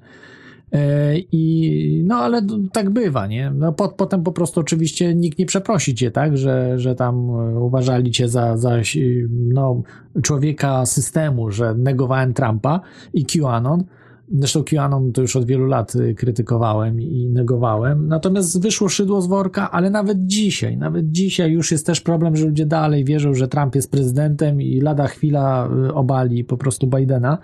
I no ale tak bywa, nie? No, po, potem po prostu oczywiście nikt nie przeprosi cię, tak? Że, że tam uważali cię za, za no, człowieka systemu, że negowałem Trumpa i QAnon, Zresztą QAnon to już od wielu lat krytykowałem i negowałem. Natomiast wyszło szydło z worka, ale nawet dzisiaj, nawet dzisiaj już jest też problem, że ludzie dalej wierzą, że Trump jest prezydentem i lada chwila obali po prostu Bidena.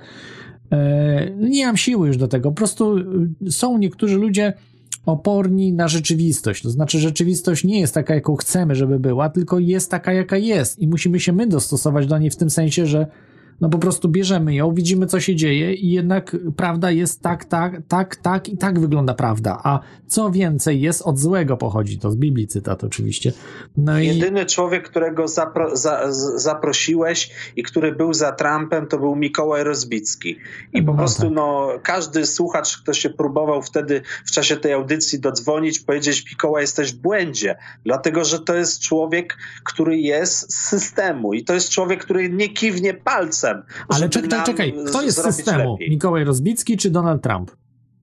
Nie mam siły już do tego. Po prostu są niektórzy ludzie oporni na rzeczywistość. To znaczy rzeczywistość nie jest taka, jaką chcemy, żeby była, tylko jest taka, jaka jest i musimy się my dostosować do niej w tym sensie, że no po prostu bierzemy ją, widzimy, co się dzieje i jednak prawda jest tak, tak, tak, tak i tak wygląda prawda. A co więcej jest, od złego pochodzi. To z Biblii cytat oczywiście. No i... Jedyny człowiek, którego zapro, za, z, zaprosiłeś i który był za Trumpem, to był Mikołaj Rozbicki. I po no prostu tak. no, każdy słuchacz, kto się próbował wtedy w czasie tej audycji dodzwonić, powiedzieć: Mikołaj, jesteś w błędzie. Dlatego, że to jest człowiek, który jest z systemu i to jest człowiek, który nie kiwnie palcem. Ale czekaj, czekaj, kto jest z systemu? Lepiej. Mikołaj Rozbicki czy Donald Trump?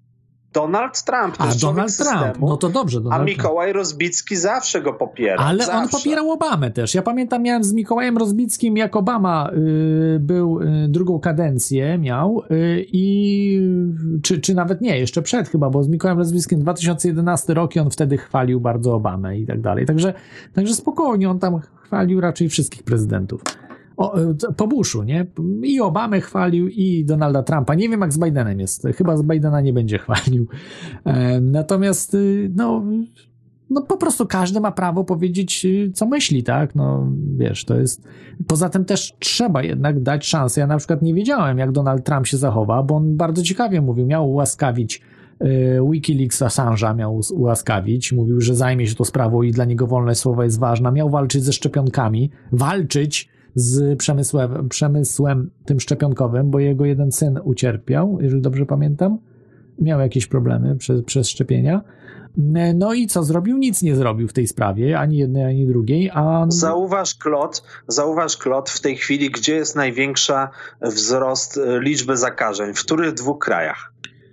Donald Trump. To A, jest Donald Trump. Systemu, no to dobrze. Donald a Mikołaj Rozbicki zawsze go popiera. Ale zawsze. on popierał Obamę też. Ja pamiętam, miałem z Mikołajem Rozbickim, jak Obama y, był, y, drugą kadencję miał y, i czy, czy nawet nie, jeszcze przed chyba, bo z Mikołajem Rozbickim dwa tysiące jedenasty rok i on wtedy chwalił bardzo Obamę i tak dalej. Także, także spokojnie, on tam chwalił raczej wszystkich prezydentów. O, po Bushu, nie? I Obamę chwalił, i Donalda Trumpa. Nie wiem, jak z Bidenem jest. Chyba z Bidena nie będzie chwalił. E, natomiast, no, no po prostu każdy ma prawo powiedzieć, co myśli, tak? No, wiesz, to jest... Poza tym też trzeba jednak dać szansę. Ja na przykład nie wiedziałem, jak Donald Trump się zachowa, bo on bardzo ciekawie mówił. Miał ułaskawić e, Wikileaks Assange'a, miał ułaskawić. Mówił, że zajmie się tą sprawą i dla niego wolność słowa jest ważna. Miał walczyć ze szczepionkami. Walczyć z przemysłem, przemysłem tym szczepionkowym, bo jego jeden syn ucierpiał, jeżeli dobrze pamiętam. Miał jakieś problemy przez, przez szczepienia. No i co zrobił? Nic nie zrobił w tej sprawie, ani jednej, ani drugiej. A... Zauważ, Klot, zauważ, Klot, w tej chwili, gdzie jest największa wzrost liczby zakażeń? W których dwóch krajach?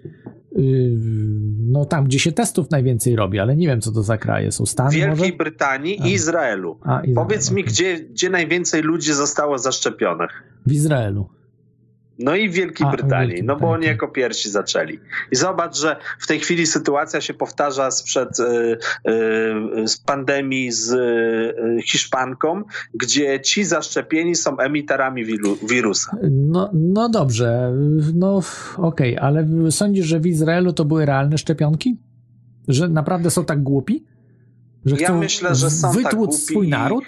No tam, gdzie się testów najwięcej robi, ale nie wiem, co to za kraje są. Stany W Wielkiej może? Brytanii i Izraelu. A, Izrael, Powiedz mi, okay. gdzie, gdzie najwięcej ludzi zostało zaszczepionych? W Izraelu. No i w Wielkiej A, Brytanii, Wielkiej no bo oni Brytanii. jako pierwsi zaczęli. I zobacz, że w tej chwili sytuacja się powtarza sprzed y, y, z pandemii z y, Hiszpanką, gdzie ci zaszczepieni są emiterami wiru, wirusa. No, no dobrze, no okej, okay, ale sądzisz, że w Izraelu to były realne szczepionki? Że naprawdę są tak głupi? Że Ja chcą myślę, że są wytłuc tak głupi swój naród?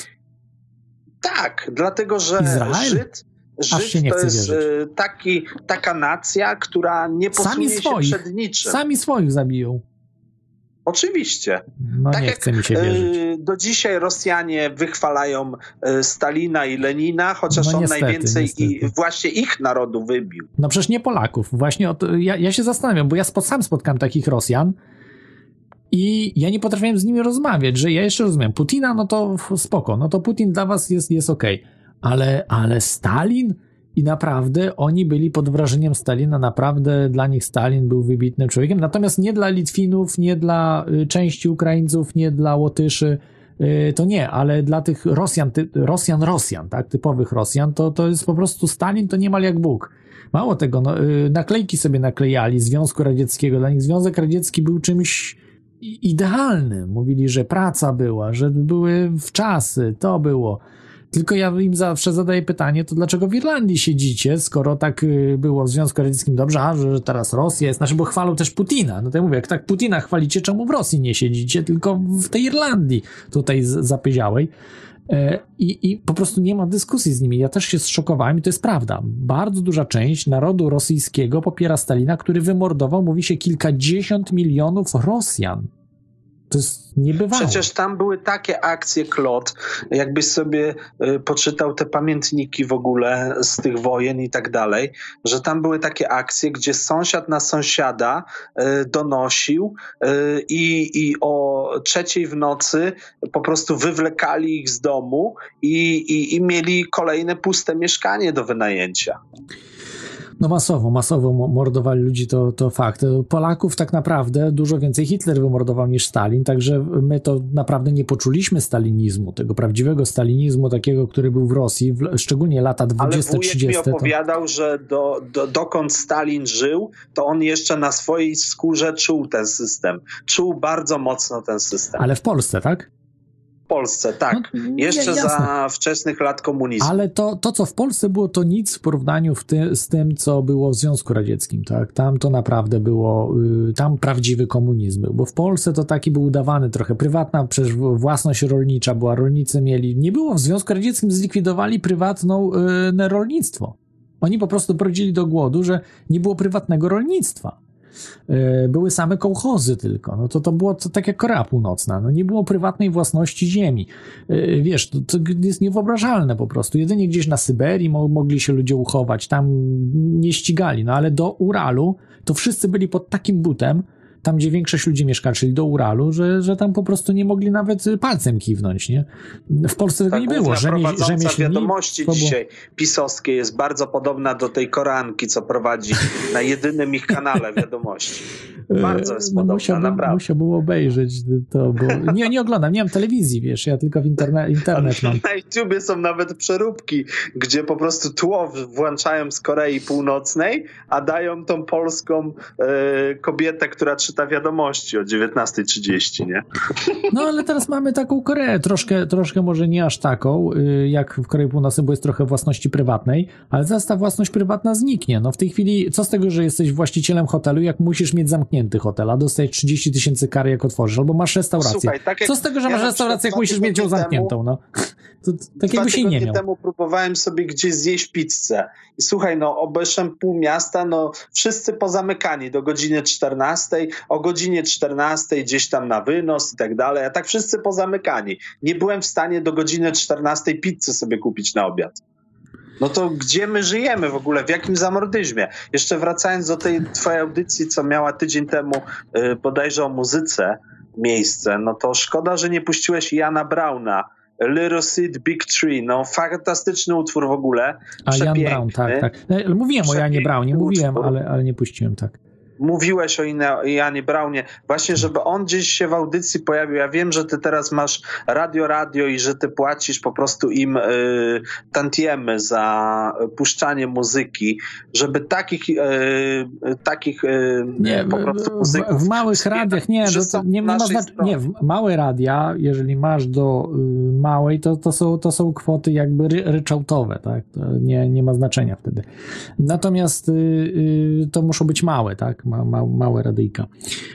Tak, dlatego że Izrael? Żyd, Żyd to jest wierzyć. taki, taka nacja, która nie posunie się swoich, przed niczym. Sami swoich zabiją. Oczywiście. No tak nie jak chce mi się wierzyć. Do dzisiaj Rosjanie wychwalają Stalina i Lenina, chociaż no on niestety, najwięcej niestety. i właśnie ich narodu wybił. No przecież nie Polaków. Właśnie od, ja, ja się zastanawiam, bo ja spod, sam spotkałem takich Rosjan i ja nie potrafiłem z nimi rozmawiać, że ja jeszcze rozumiem. Putina, no to spoko, no to Putin dla was jest, jest okej. Okay. Ale, ale Stalin? I naprawdę oni byli pod wrażeniem Stalina, naprawdę dla nich Stalin był wybitnym człowiekiem, natomiast nie dla Litwinów, nie dla y, części Ukraińców, nie dla Łotyszy, y, to nie, ale dla tych Rosjan, ty, Rosjan, Rosjan, tak, typowych Rosjan, to, to jest po prostu Stalin, to niemal jak Bóg. Mało tego, no, y, naklejki sobie naklejali Związku Radzieckiego, dla nich Związek Radziecki był czymś idealnym. Mówili, że praca była, że były wczasy, to było. Tylko ja im zawsze zadaję pytanie, to dlaczego w Irlandii siedzicie, skoro tak było w Związku Radzieckim dobrze, a że teraz Rosja jest, znaczy, bo chwalą też Putina. No to ja mówię, jak tak Putina chwalicie, czemu w Rosji nie siedzicie, tylko w tej Irlandii tutaj zapyziałej. I, I po prostu nie ma dyskusji z nimi. Ja też się zszokowałem i to jest prawda. Bardzo duża część narodu rosyjskiego popiera Stalina, który wymordował, mówi się, kilkadziesiąt milionów Rosjan. To jest niebywałe. Przecież tam były takie akcje, Klot, jakbyś sobie y, poczytał te pamiętniki w ogóle z tych wojen i tak dalej, że tam były takie akcje, gdzie sąsiad na sąsiada y, donosił y, i o trzeciej w nocy po prostu wywlekali ich z domu i, i, i mieli kolejne puste mieszkanie do wynajęcia. No masowo, masowo mordowali ludzi, to, to fakt. Polaków tak naprawdę dużo więcej Hitler wymordował niż Stalin, także my to naprawdę nie poczuliśmy stalinizmu, tego prawdziwego stalinizmu, takiego, który był w Rosji, w, szczególnie lata dwudzieste trzydzieste. Ale wujek mi opowiadał, to... że do, do, dokąd Stalin żył, to on jeszcze na swojej skórze czuł ten system. Czuł bardzo mocno ten system. Ale w Polsce, tak? W Polsce, tak. No, jeszcze nie, za wczesnych lat komunizmu. Ale to, to, co w Polsce było, to nic w porównaniu w ty, z tym, co było w Związku Radzieckim, tak? Tam to naprawdę było, y, tam prawdziwy komunizm był, bo w Polsce to taki był udawany trochę, prywatna przecież własność rolnicza była, rolnicy mieli, nie było w Związku Radzieckim, zlikwidowali prywatną y, rolnictwo. Oni po prostu prowadzili do głodu, że nie było prywatnego rolnictwa. Były same kołchozy tylko, no to to było to tak jak Korea Północna, no nie było prywatnej własności ziemi, wiesz, to, to jest niewyobrażalne po prostu, jedynie gdzieś na Syberii mo- mogli się ludzie uchować, tam nie ścigali, no ale do Uralu to wszyscy byli pod takim butem, tam gdzie większość ludzi mieszka, czyli do Uralu, że, że tam po prostu nie mogli nawet palcem kiwnąć, nie? W Polsce tego Ta nie było. Rzemie, rzemieślni... wiadomości było... dzisiaj pisowskie jest bardzo podobna do tej koranki, co prowadzi na jedynym ich kanale wiadomości. Bardzo jest no, podobna, musiałbym, naprawdę. Musiałbym obejrzeć to, bo nie, nie oglądam, nie mam telewizji, wiesz, ja tylko w interne, internet mam. Na YouTubie są nawet przeróbki, gdzie po prostu tło włączają z Korei Północnej, a dają tą polską e, kobietę, która czyta wiadomości o dziewiętnasta trzydzieści, nie? No ale teraz mamy taką Koreę, troszkę, troszkę może nie aż taką, jak w Korei Północnej, bo jest trochę własności prywatnej, ale zaraz ta własność prywatna zniknie. No w tej chwili, co z tego, że jesteś właścicielem hotelu, jak musisz mieć zamknięty hotel, a dostajesz trzydzieści tysięcy kary, jak otworzysz, albo masz restaurację. Słuchaj, tak jak, co z tego, że ja masz restaurację, jak musisz mieć ją zamkniętą, no? To, tak jakby się nie miał. temu próbowałem sobie gdzieś zjeść pizzę i słuchaj, no obeszłem pół miasta, no wszyscy pozamykani do godziny czternastej, o godzinie czternastej gdzieś tam na wynos i tak dalej, a tak wszyscy pozamykani. Nie byłem w stanie do godziny czternastej pizzy sobie kupić na obiad. No to gdzie my żyjemy w ogóle? W jakim zamordyzmie? Jeszcze wracając do tej twojej audycji, co miała tydzień temu yy, bodajże o muzyce miejsce, no to szkoda, że nie puściłeś Jana Brauna. Little Seed, Big Tree, no fantastyczny utwór w ogóle. A Jan Braun, tak, tak. No, mówiłem o Janie Braunie, mówiłem, ale, ale nie puściłem, tak. Mówiłeś o Janie Braunie, właśnie żeby on gdzieś się w audycji pojawił. Ja wiem, że ty teraz masz radio, radio i że ty płacisz po prostu im y, tantiemy za puszczanie muzyki, żeby takich y, takich y, nie, po prostu muzyków... W, w małych radiach, nie, to, to, nie, nie, ma znac- nie, w małe radia, jeżeli masz do y, małej, to, to, są, to są kwoty jakby ry, ryczałtowe, tak? To nie, nie ma znaczenia wtedy. Natomiast y, y, to muszą być małe, tak? Ma, ma, małe radyjka,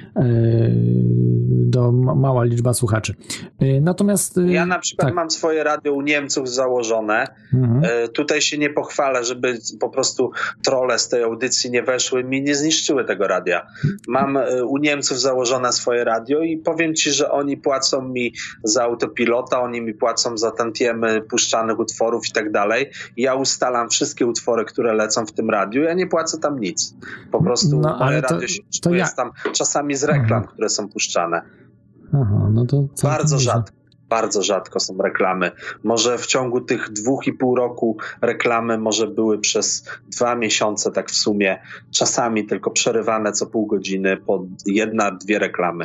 do ma, mała liczba słuchaczy. Natomiast ja na przykład tak. mam swoje radio u Niemców założone. Mhm. Tutaj się nie pochwalę, żeby po prostu trolle z tej audycji nie weszły, mi nie zniszczyły tego radia. Mam u Niemców założone swoje radio i powiem ci, że oni płacą mi za autopilota, oni mi płacą za tantiemy puszczanych utworów i tak dalej. Ja ustalam wszystkie utwory, które lecą w tym radiu, ja nie płacę tam nic. Po prostu no, moje radio się to jest ja... tam czasami z reklam, Aha. które są puszczane. Aha, no to bardzo rzadko, bardzo rzadko są reklamy. Może w ciągu tych dwóch i pół roku reklamy może były przez dwa miesiące tak w sumie, czasami tylko przerywane co pół godziny po jedna, dwie reklamy.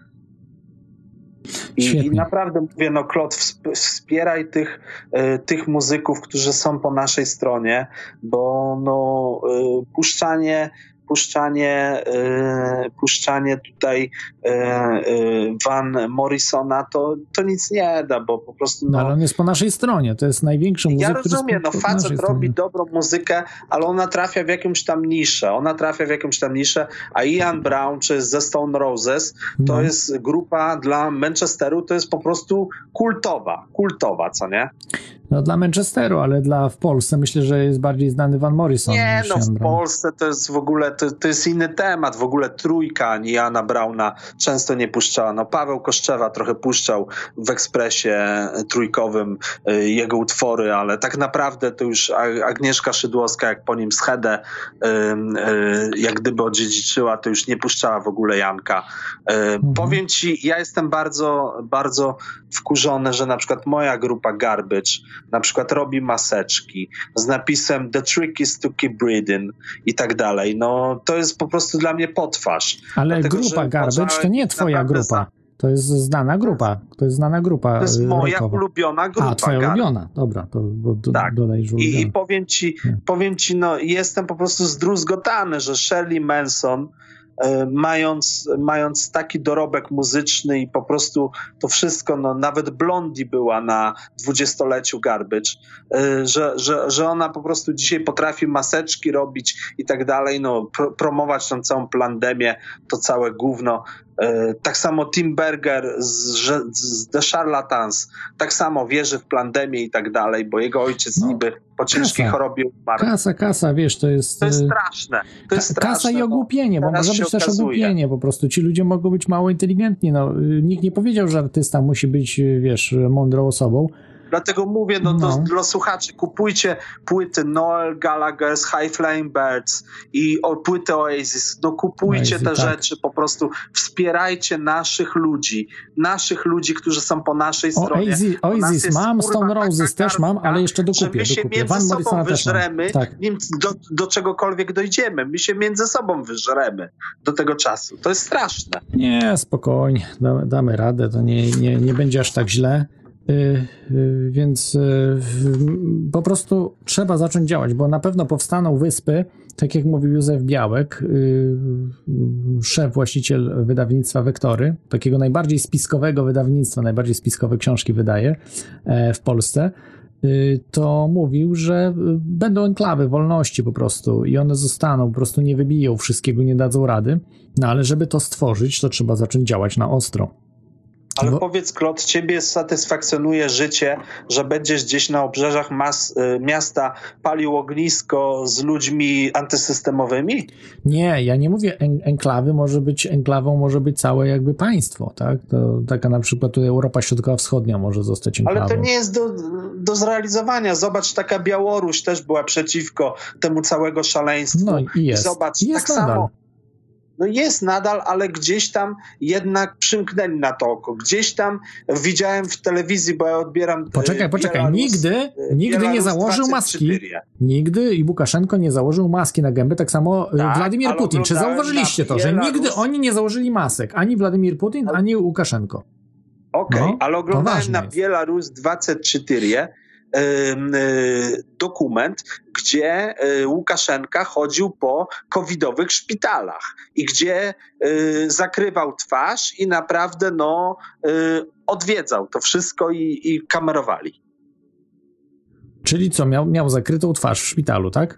I, I naprawdę mówię, no Klot, wspieraj tych, y, tych muzyków, którzy są po naszej stronie, bo no y, puszczanie puszczanie, yy, puszczanie tutaj yy, yy, Van Morrisona to, to nic nie da, bo po prostu... No, no ale on jest po naszej stronie, to jest największy muzyk, ja rozumiem, no facet robi stronie. dobrą muzykę, ale ona trafia w jakąś tam niszę, ona trafia w jakąś tam niszę, a Ian Brown czy The Stone Roses to no. jest grupa dla Manchesteru, to jest po prostu kultowa, kultowa, co nie? No dla Manchesteru, ale dla w Polsce myślę, że jest bardziej znany Van Morrison. Nie, no w Polsce to jest w ogóle, to, to jest inny temat, w ogóle trójka Jana Brauna często nie puszczała. No Paweł Koszczewa trochę puszczał w Ekspresie trójkowym y, jego utwory, ale tak naprawdę to już Agnieszka Szydłowska, jak po nim schedę, y, y, jak gdyby odziedziczyła, to już nie puszczała w ogóle Janka. Y, mhm. Powiem ci, ja jestem bardzo, bardzo wkurzony, że na przykład moja grupa Garbage na przykład robi maseczki z napisem "The trick is to keep breathing" i tak dalej. No to jest po prostu dla mnie potwarz. Ale Dlatego, grupa Garbage to nie twoja grupa. Za... To jest znana grupa. To jest znana grupa. To jest moja rockowa. ulubiona grupa. A, twoja Garbage. ulubiona. Dobra, to bo, do, tak. dodaj, że ulubiona. I, I powiem ci, powiem ci, no jestem po prostu zdruzgotany, że Shirley Manson Mając, mając taki dorobek muzyczny i po prostu to wszystko, no nawet Blondie była na dwudziestoleciu Garbage, że, że, że ona po prostu dzisiaj potrafi maseczki robić i tak dalej, no pro, promować tą całą plandemię, to całe gówno. Tak samo Tim Berger z, z The Charlatans tak samo wierzy w plandemię i tak dalej, bo jego ojciec no, niby po ciężkiej kasa, chorobie umarł. Kasa, kasa, wiesz, to jest... To jest straszne. To jest straszne, kasa i ogłupienie, bo może być też ogłupienie po prostu. Ci ludzie mogą być mało inteligentni. No, nikt nie powiedział, że artysta musi być, wiesz, mądrą osobą. Dlatego mówię no, no. Do, do słuchaczy, kupujcie płyty Noel Gallagher's High Flying Birds i o, płyty Oasis. No kupujcie Oasis, te tak. rzeczy, po prostu wspierajcie naszych ludzi. Naszych ludzi, którzy są po naszej stronie. Oasis, Oasis mam, Stone Roses też mam, ale jeszcze dokupię. Że my się dokupię. między Van sobą Morrisona wyżremy, tak. nim do, do czegokolwiek dojdziemy. My się między sobą wyżremy do tego czasu. To jest straszne. Nie, spokojnie. Damy, damy radę. To nie, nie, nie będzie aż tak źle. Yy, yy, więc yy, po prostu trzeba zacząć działać, bo na pewno powstaną wyspy, tak jak mówił Józef Białek, yy, szef, właściciel wydawnictwa Wektory, takiego najbardziej spiskowego wydawnictwa, najbardziej spiskowe książki wydaje e, w Polsce, yy, to mówił, że będą enklawy wolności po prostu i one zostaną, po prostu nie wybiją wszystkiego, nie dadzą rady, no ale żeby to stworzyć, to trzeba zacząć działać na ostro. Ale Bo... powiedz, Klot, ciebie satysfakcjonuje życie, że będziesz gdzieś na obrzeżach mas, miasta palił ognisko z ludźmi antysystemowymi? Nie, ja nie mówię en- enklawy, może być enklawą, może być całe jakby państwo, tak? To taka na przykład tutaj Europa Środkowo-Wschodnia może zostać enklawą. Ale to nie jest do, do zrealizowania. Zobacz, taka Białoruś też była przeciwko temu całego szaleństwu. No i jest. I zobacz, jest tak nadal. samo. No jest nadal, ale gdzieś tam jednak przymknęli na to oko. Gdzieś tam widziałem w telewizji, bo ja odbieram... Poczekaj, poczekaj. Bialarus, nigdy, nigdy nie założył maski. Nigdy i Łukaszenko nie założył maski na gębę. Tak samo tak, Władimir Putin. Czy zauważyliście to, że nigdy oni nie założyli masek? Ani Władimir Putin, ale... ani Łukaszenko. Okej, okay, no, ale oglądałem na jest. Bialarus dwadzieścia cztery dokument, gdzie Łukaszenka chodził po covidowych szpitalach i gdzie zakrywał twarz i naprawdę no, odwiedzał to wszystko i, i kamerowali. Czyli co, miał, miał zakrytą twarz w szpitalu, tak?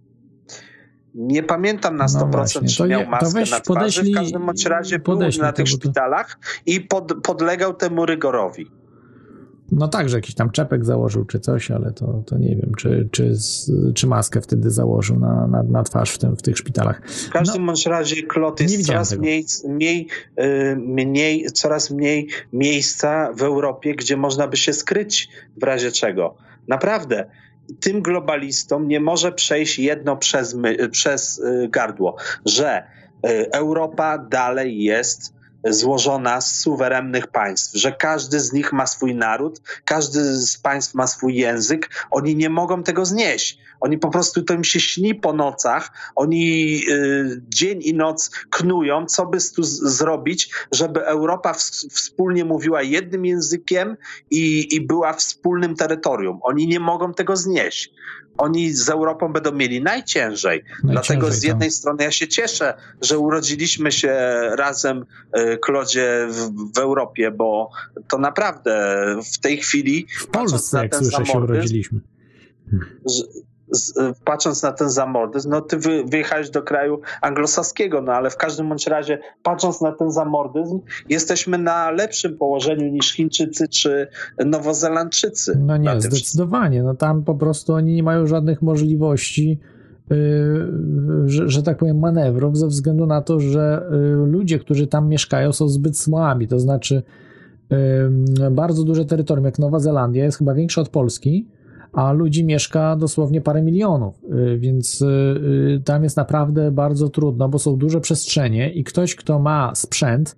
Nie pamiętam na sto procent, no czy miał maskę weź, na twarzy. podeślij, w każdym bądź razie był na tych szpitalach i pod, podlegał temu rygorowi. No tak, że jakiś tam czepek założył czy coś, ale to, to nie wiem, czy, czy, czy maskę wtedy założył na, na, na twarz w, tym, w tych szpitalach. W każdym no, bądź razie Klot jest coraz mniej, mniej, mniej, coraz mniej miejsca w Europie, gdzie można by się skryć w razie czego. Naprawdę. Tym globalistom nie może przejść jedno przez, my, przez gardło, że Europa dalej jest złożona z suwerennych państw, że każdy z nich ma swój naród, każdy z państw ma swój język, oni nie mogą tego znieść. Oni po prostu, to im się śni po nocach, oni y, dzień i noc knują, co by tu z- zrobić, żeby Europa w, wspólnie mówiła jednym językiem i, i była wspólnym terytorium. Oni nie mogą tego znieść. Oni z Europą będą mieli najciężej. najciężej Dlatego z jednej to. strony ja się cieszę, że urodziliśmy się razem, Klodzie, w, w Europie, bo to naprawdę w tej chwili... W Polsce, jak słyszę, się urodziliśmy. Z, z, patrząc na ten zamordyzm, no ty wy, wyjechałeś do kraju anglosaskiego, no ale w każdym bądź razie, patrząc na ten zamordyzm, jesteśmy na lepszym położeniu niż Chińczycy czy Nowozelandczycy. No nie, zdecydowanie. No tam po prostu oni nie mają żadnych możliwości, yy, że, że tak powiem, manewrów, ze względu na to, że yy, ludzie, którzy tam mieszkają, są zbyt słabi. To znaczy yy, bardzo duże terytorium, jak Nowa Zelandia, jest chyba większe od Polski, a ludzi mieszka dosłownie parę milionów, więc tam jest naprawdę bardzo trudno, bo są duże przestrzenie i ktoś, kto ma sprzęt,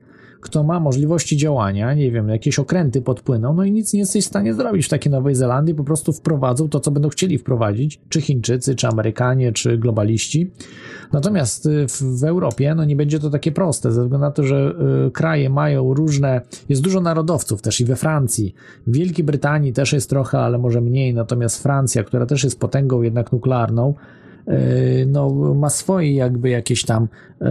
kto ma możliwości działania, nie wiem, jakieś okręty podpłyną, no i nic nie jesteś w stanie zrobić w takiej Nowej Zelandii, po prostu wprowadzą to, co będą chcieli wprowadzić, czy Chińczycy, czy Amerykanie, czy globaliści. Natomiast w, w Europie, no nie będzie to takie proste, ze względu na to, że y, kraje mają różne, jest dużo narodowców też i we Francji, w Wielkiej Brytanii też jest trochę, ale może mniej, natomiast Francja, która też jest potęgą jednak nuklearną, no, ma swoje jakby jakieś tam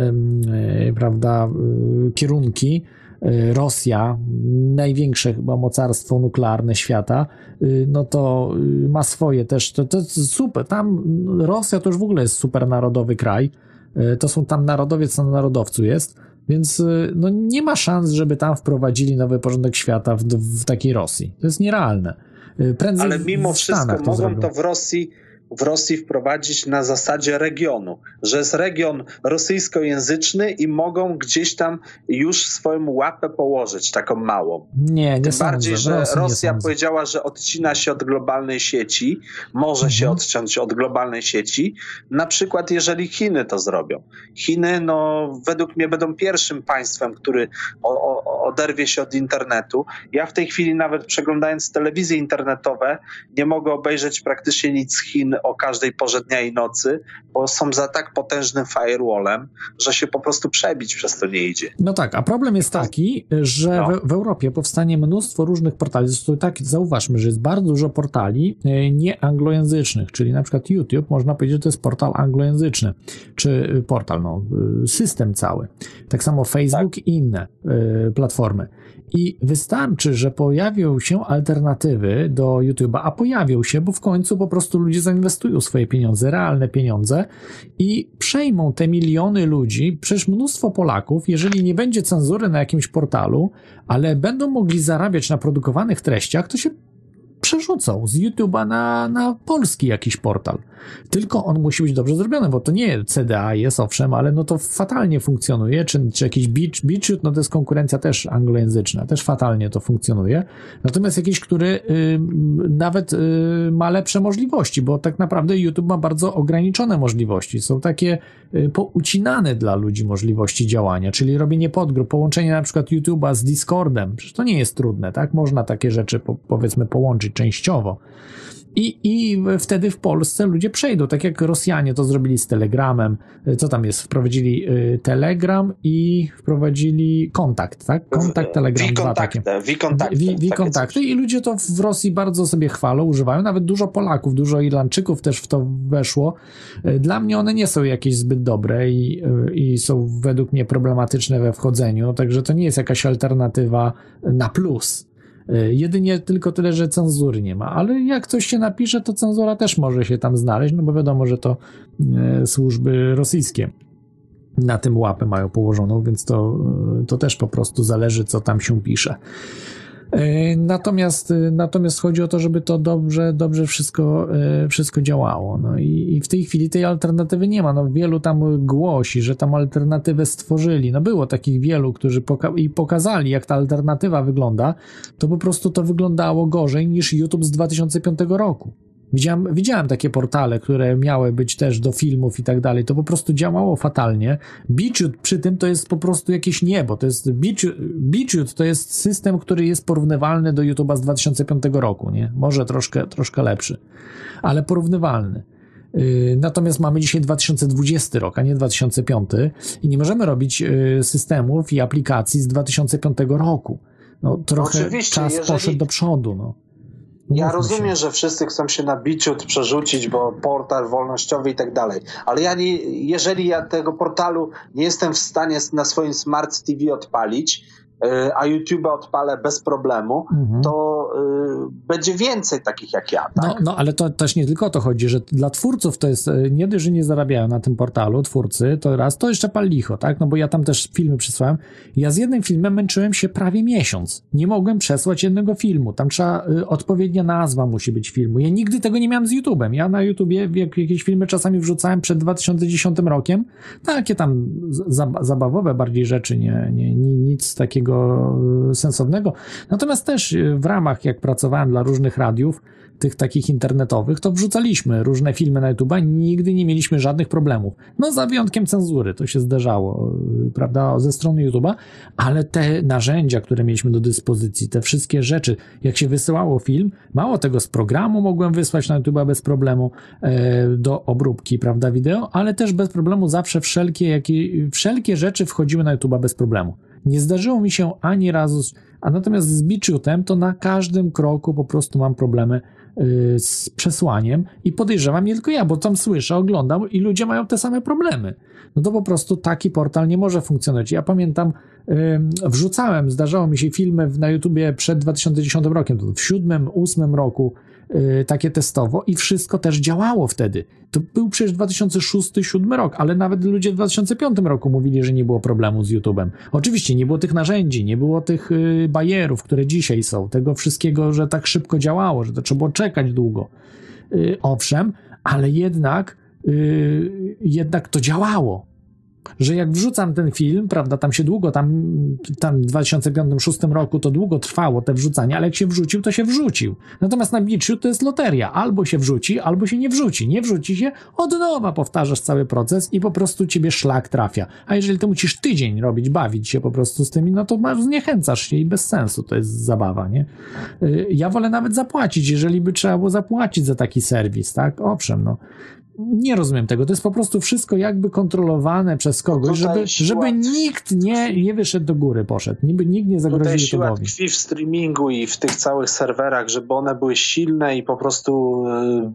yy, prawda, yy, kierunki. Yy, Rosja, największe chyba mocarstwo nuklearne świata, yy, no to yy, ma swoje też, to, to jest super, tam Rosja to już w ogóle jest super narodowy kraj, yy, to są tam narodowiec na narodowcu jest, więc yy, no nie ma szans, żeby tam wprowadzili nowy porządek świata w, w takiej Rosji, to jest nierealne. Yy, prędzej ale mimo w wszystko Stanach to mogą zrobią. to w Rosji w Rosji wprowadzić na zasadzie regionu, że jest region rosyjskojęzyczny i mogą gdzieś tam już swoją łapę położyć, taką małą. Nie, nie Tym sądzę. bardziej, że Rosji Rosja powiedziała, że odcina się od globalnej sieci, może mhm. się odciąć od globalnej sieci, na przykład jeżeli Chiny to zrobią. Chiny, no według mnie będą pierwszym państwem, który o, o, oderwie się od internetu. Ja w tej chwili nawet przeglądając telewizje internetowe nie mogę obejrzeć praktycznie nic z Chin o każdej porze dnia i nocy, bo są za tak potężnym firewallem, że się po prostu przebić przez to nie idzie. No tak, a problem jest taki, że no. w, w Europie powstanie mnóstwo różnych portali. Zresztą tak zauważmy, że jest bardzo dużo portali nieanglojęzycznych, czyli na przykład YouTube, można powiedzieć, że to jest portal anglojęzyczny, czy portal, no, system cały. Tak samo Facebook tak. i inne y, platformy. I wystarczy, że pojawią się alternatywy do YouTube'a, a pojawią się, bo w końcu po prostu ludzie zainwestują swoje pieniądze, realne pieniądze i przejmą te miliony ludzi, przecież mnóstwo Polaków, jeżeli nie będzie cenzury na jakimś portalu, ale będą mogli zarabiać na produkowanych treściach, to się przerzucą z YouTube'a na, na polski jakiś portal. Tylko on musi być dobrze zrobiony, bo to nie C D A jest, owszem, ale no to fatalnie funkcjonuje, czy, czy jakiś BitChute, no to jest konkurencja też anglojęzyczna, też fatalnie to funkcjonuje. Natomiast jakiś, który y, nawet y, ma lepsze możliwości, bo tak naprawdę YouTube ma bardzo ograniczone możliwości. Są takie y, poucinane dla ludzi możliwości działania, czyli robienie podgrup, połączenie na przykład YouTube'a z Discordem. Przecież to nie jest trudne, tak? Można takie rzeczy po, powiedzmy połączyć częściowo. I, I wtedy w Polsce ludzie przejdą, tak jak Rosjanie to zrobili z Telegramem. Co tam jest? Wprowadzili y, Telegram i wprowadzili Kontakt, tak? Kontakt, Telegram, dwa takie. Wikontakty. Wi, wi, kontakty i ludzie to w Rosji bardzo sobie chwalą, używają. Nawet dużo Polaków, dużo Irlandczyków też w to weszło. Dla mnie one nie są jakieś zbyt dobre i, i są według mnie problematyczne we wchodzeniu, także to nie jest jakaś alternatywa na plus. Jedynie tylko tyle, że cenzury nie ma, ale jak coś się napisze, to cenzura też może się tam znaleźć, no bo wiadomo, że to e, służby rosyjskie na tym łapę mają położoną, więc to, to też po prostu zależy, co tam się pisze. E, natomiast, natomiast chodzi o to, żeby to dobrze, dobrze wszystko, e, wszystko działało. No i, i w tej chwili tej alternatywy nie ma. No wielu tam głosi, że tam alternatywę stworzyli. No było takich wielu, którzy poka- i pokazali, jak ta alternatywa wygląda, to po prostu to wyglądało gorzej niż YouTube z dwa tysiące piątego roku. Widziałem, widziałem takie portale, które miały być też do filmów i tak dalej, to po prostu działało fatalnie. BitChute przy tym to jest po prostu jakieś niebo, to jest BitChute, BitChute to jest system, który jest porównywalny do YouTube'a z dwa tysiące piątego roku, nie? Może troszkę, troszkę lepszy, ale porównywalny. Yy, natomiast mamy dzisiaj dwa tysiące dwudziesty rok, a nie dwa tysiące piąty i nie możemy robić yy, systemów i aplikacji z dwa tysiące piątego roku. No trochę Oczywiście, czas jeżeli... poszedł do przodu, no. Ja rozumiem, się. że wszyscy chcą się na BitChute przerzucić, bo portal wolnościowy i tak dalej, ale ja nie, jeżeli ja tego portalu nie jestem w stanie na swoim Smart T V odpalić, a YouTube'a odpalę bez problemu, mhm. to y, będzie więcej takich jak ja. Tak? No, no, ale to też nie tylko o to chodzi, że dla twórców to jest, nie dość, że nie zarabiają na tym portalu, twórcy, to raz, to jeszcze pal licho, tak? No bo ja tam też filmy przesłałem. Ja z jednym filmem męczyłem się prawie miesiąc. Nie mogłem przesłać jednego filmu. Tam trzeba, y, odpowiednia nazwa musi być filmu. Ja nigdy tego nie miałem z YouTube'em. Ja na YouTubie jak, jakieś filmy czasami wrzucałem przed dwa tysiące dziesiątym rokiem. Takie tam zab- zabawowe bardziej rzeczy, nie, nie, nie, nic takiego sensownego. Natomiast też w ramach, jak pracowałem dla różnych radiów, tych takich internetowych, to wrzucaliśmy różne filmy na YouTube'a, nigdy nie mieliśmy żadnych problemów. No za wyjątkiem cenzury, to się zdarzało, prawda, ze strony YouTube'a, ale te narzędzia, które mieliśmy do dyspozycji, te wszystkie rzeczy, jak się wysyłało film, mało tego, z programu mogłem wysłać na YouTube'a bez problemu e, do obróbki, prawda, wideo, ale też bez problemu zawsze wszelkie, jakie, wszelkie rzeczy wchodziły na YouTube'a bez problemu. Nie zdarzyło mi się ani razu, a natomiast z BitChute'em to na każdym kroku po prostu mam problemy yy, z przesłaniem i podejrzewam nie tylko ja, bo tam słyszę, oglądam i ludzie mają te same problemy. No to po prostu taki portal nie może funkcjonować. Ja pamiętam, yy, wrzucałem, zdarzało mi się filmy na YouTubie przed dwa tysiące dziesiątym rokiem, to w siódmym, ósmym roku, Yy, takie testowo i wszystko też działało wtedy. To był przecież dwa tysiące szósty, dwa tysiące siódmy rok, ale nawet ludzie w dwa tysiące piątym roku mówili, że nie było problemu z YouTube'em. Oczywiście nie było tych narzędzi, nie było tych yy, barierów, które dzisiaj są, tego wszystkiego, że tak szybko działało, że to trzeba było czekać długo. Yy, owszem, ale jednak yy, jednak to działało. Że jak wrzucam ten film, prawda, tam się długo, tam, tam w dwa tysiące piątym, dwa tysiące szóstym roku to długo trwało te wrzucanie, ale jak się wrzucił, to się wrzucił. Natomiast na BitChute to jest loteria. Albo się wrzuci, albo się nie wrzuci. Nie wrzuci się, od nowa powtarzasz cały proces i po prostu ciebie szlak trafia. A jeżeli ty musisz tydzień robić, bawić się po prostu z tymi, no to masz, zniechęcasz się i bez sensu to jest zabawa, nie? Ja wolę nawet zapłacić, jeżeli by trzeba było zapłacić za taki serwis, tak? Owszem, no. Nie rozumiem tego. To jest po prostu wszystko jakby kontrolowane przez kogoś, żeby, żeby nikt nie, nie wyszedł do góry, poszedł. Niby nikt nie zagroził Tutaj siła YouTube'owi. tkwi w streamingu i w tych całych serwerach, żeby one były silne i po prostu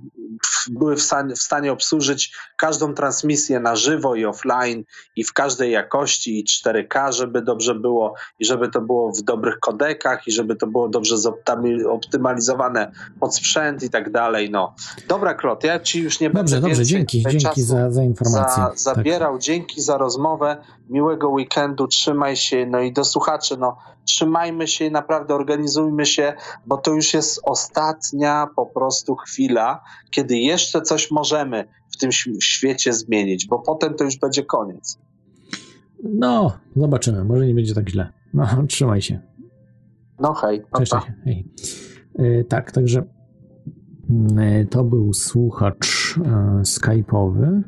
y, były w stanie, w stanie obsłużyć każdą transmisję na żywo i offline i w każdej jakości i cztery K, żeby dobrze było i żeby to było w dobrych kodekach i żeby to było dobrze zoptymalizowane pod sprzęt i tak dalej. No. Dobra, Klot, ja ci już nie dobrze, będę Dobrze, dzięki, dzięki za, za informację. Za, zabierał, tak. Dzięki za rozmowę, miłego weekendu, trzymaj się, no i do słuchaczy, no trzymajmy się, naprawdę organizujmy się, bo to już jest ostatnia po prostu chwila, kiedy jeszcze coś możemy w tym świecie zmienić, bo potem to już będzie koniec. No, zobaczymy, może nie będzie tak źle. No, trzymaj się. No hej, pa, Cześć, pa. hej. Yy, tak, także to był słuchacz e, skype'owy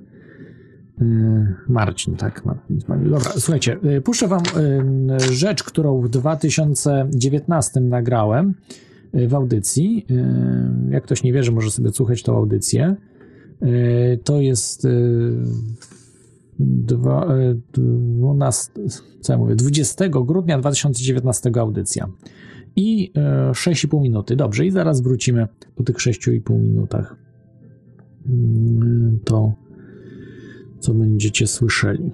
e, Marcin, tak? Marcin. Dobra, słuchajcie, e, puszczę wam e, rzecz, którą w dwa tysiące dziewiętnastym nagrałem e, w audycji. E, jak ktoś nie wierzy, może sobie słuchać tą audycję. E, to jest e, dwa, e, dwunastego, co ja mówię, dwudziestego grudnia dwa tysiące dziewiętnastego audycja. I e, sześć i pół minuty. Dobrze, i zaraz wrócimy po tych sześciu i pół minutach. To, co będziecie słyszeli.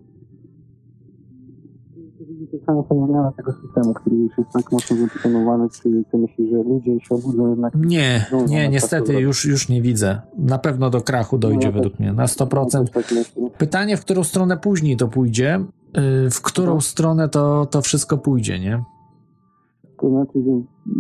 Sama fenomenalna tego systemu, który już jest tak mocno zaproponowany, czy ty myślisz, że ludzie się obudzą jednak... Nie, nie, niestety już, już nie widzę. Na pewno do krachu dojdzie no, według tak, mnie, na sto procent. Tak pytanie, w którą stronę później to pójdzie, w którą no. stronę to, to wszystko pójdzie, nie? To znaczy, że...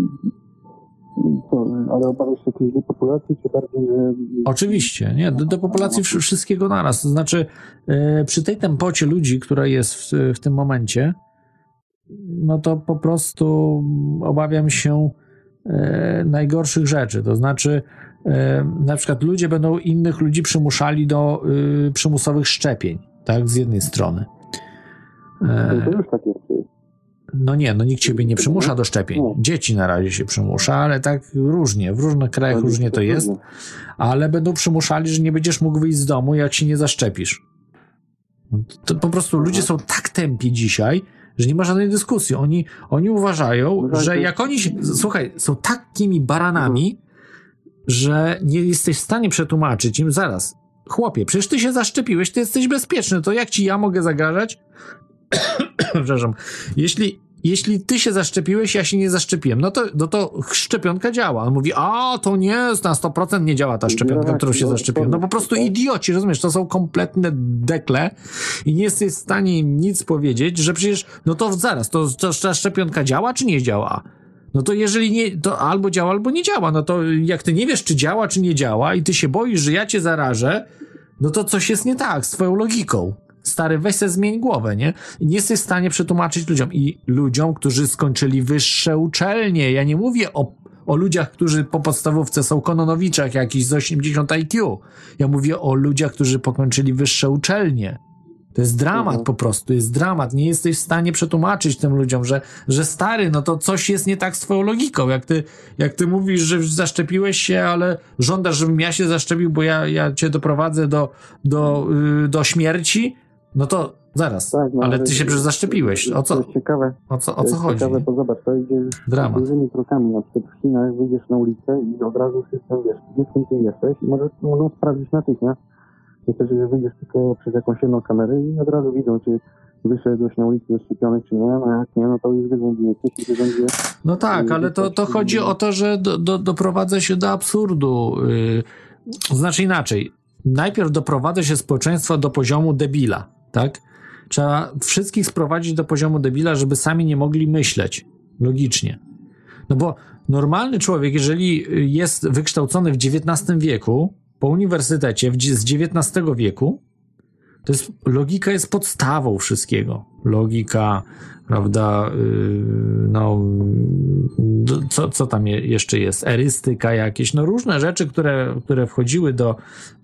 To, ale obawiasz się jakiejś depopulacji, czy bardziej, że... Oczywiście, nie, do depopulacji wszystkiego naraz. To znaczy, yy, przy tej tempocie ludzi, która jest w, w tym momencie, no to po prostu obawiam się yy, najgorszych rzeczy. To znaczy, yy, na przykład ludzie będą innych ludzi przymuszali do yy, przymusowych szczepień, tak, z jednej strony. Yy, to już tak jest. No nie, no nikt ciebie nie przymusza do szczepień. Dzieci na razie się przymusza, ale tak różnie. W różnych krajach różnie to jest. Ale będą przymuszali, że nie będziesz mógł wyjść z domu, jak się nie zaszczepisz. To po prostu ludzie są tak tępi dzisiaj, że nie ma żadnej dyskusji. Oni, oni uważają, że jak oni się... Słuchaj, są takimi baranami, że nie jesteś w stanie przetłumaczyć im zaraz. Chłopie, przecież ty się zaszczepiłeś, ty jesteś bezpieczny, to jak ci ja mogę zagrażać? Przepraszam. Jeśli, jeśli ty się zaszczepiłeś, ja się nie zaszczepiłem, no to, no to szczepionka działa. On mówi, a to nie, na sto procent nie działa ta szczepionka, którą się zaszczepiłem. No po prostu idioci, rozumiesz, to są kompletne dekle i nie jesteś w stanie im nic powiedzieć, że przecież, no to zaraz, to, to ta szczepionka działa, czy nie działa? No to jeżeli nie, to albo działa, albo nie działa. No to jak ty nie wiesz, czy działa, czy nie działa i ty się boisz, że ja cię zarażę, no to coś jest nie tak z twoją logiką. Stary, weź se zmień głowę, nie? I nie jesteś w stanie przetłumaczyć ludziom. I ludziom, którzy skończyli wyższe uczelnie. Ja nie mówię o, o ludziach, którzy po podstawówce są kononowiczach jakiś z osiemdziesiąt I Q. Ja mówię o ludziach, którzy pokończyli wyższe uczelnie. To jest dramat mhm. po prostu, jest dramat. Nie jesteś w stanie przetłumaczyć tym ludziom, że, że stary, no to coś jest nie tak z twoją logiką. Jak ty, jak ty mówisz, że zaszczepiłeś się, ale żądasz, żebym ja się zaszczepił, bo ja, ja cię doprowadzę do, do, yy, do śmierci, no to zaraz, tak, no, ale ty się przecież zaszczepiłeś. O co, to jest ciekawe, o co, o co chodzi? Ciekawe, to zobacz, to idzie dramat. Dużymi krokami. Na przykład w Chinach wyjdziesz na ulicę i od razu system, wiesz, gdzie kim ty jesteś i możesz, mogą sprawdzić natychmiast. Wystarczy, że wyjdziesz tylko przez jakąś jedną kamerę i od razu widzą, czy wyszedłeś na ulicę zaszczepiony, czy nie, no jak nie, no to już wiedzą, gdzie jesteś i wiedzą, gdzie... No tak, ale to, to chodzi o to, że do, do, doprowadza się do absurdu. Yy, znaczy inaczej. Najpierw doprowadza się społeczeństwo do poziomu debila, tak? Trzeba wszystkich sprowadzić do poziomu debila, żeby sami nie mogli myśleć logicznie. No bo normalny człowiek, jeżeli jest wykształcony w dziewiętnastym wieku, po uniwersytecie w, z dziewiętnastego wieku, to jest, logika jest podstawą wszystkiego. Logika, prawda, yy, no, co, co tam je, jeszcze jest? Erystyka jakieś, no różne rzeczy, które, które wchodziły do,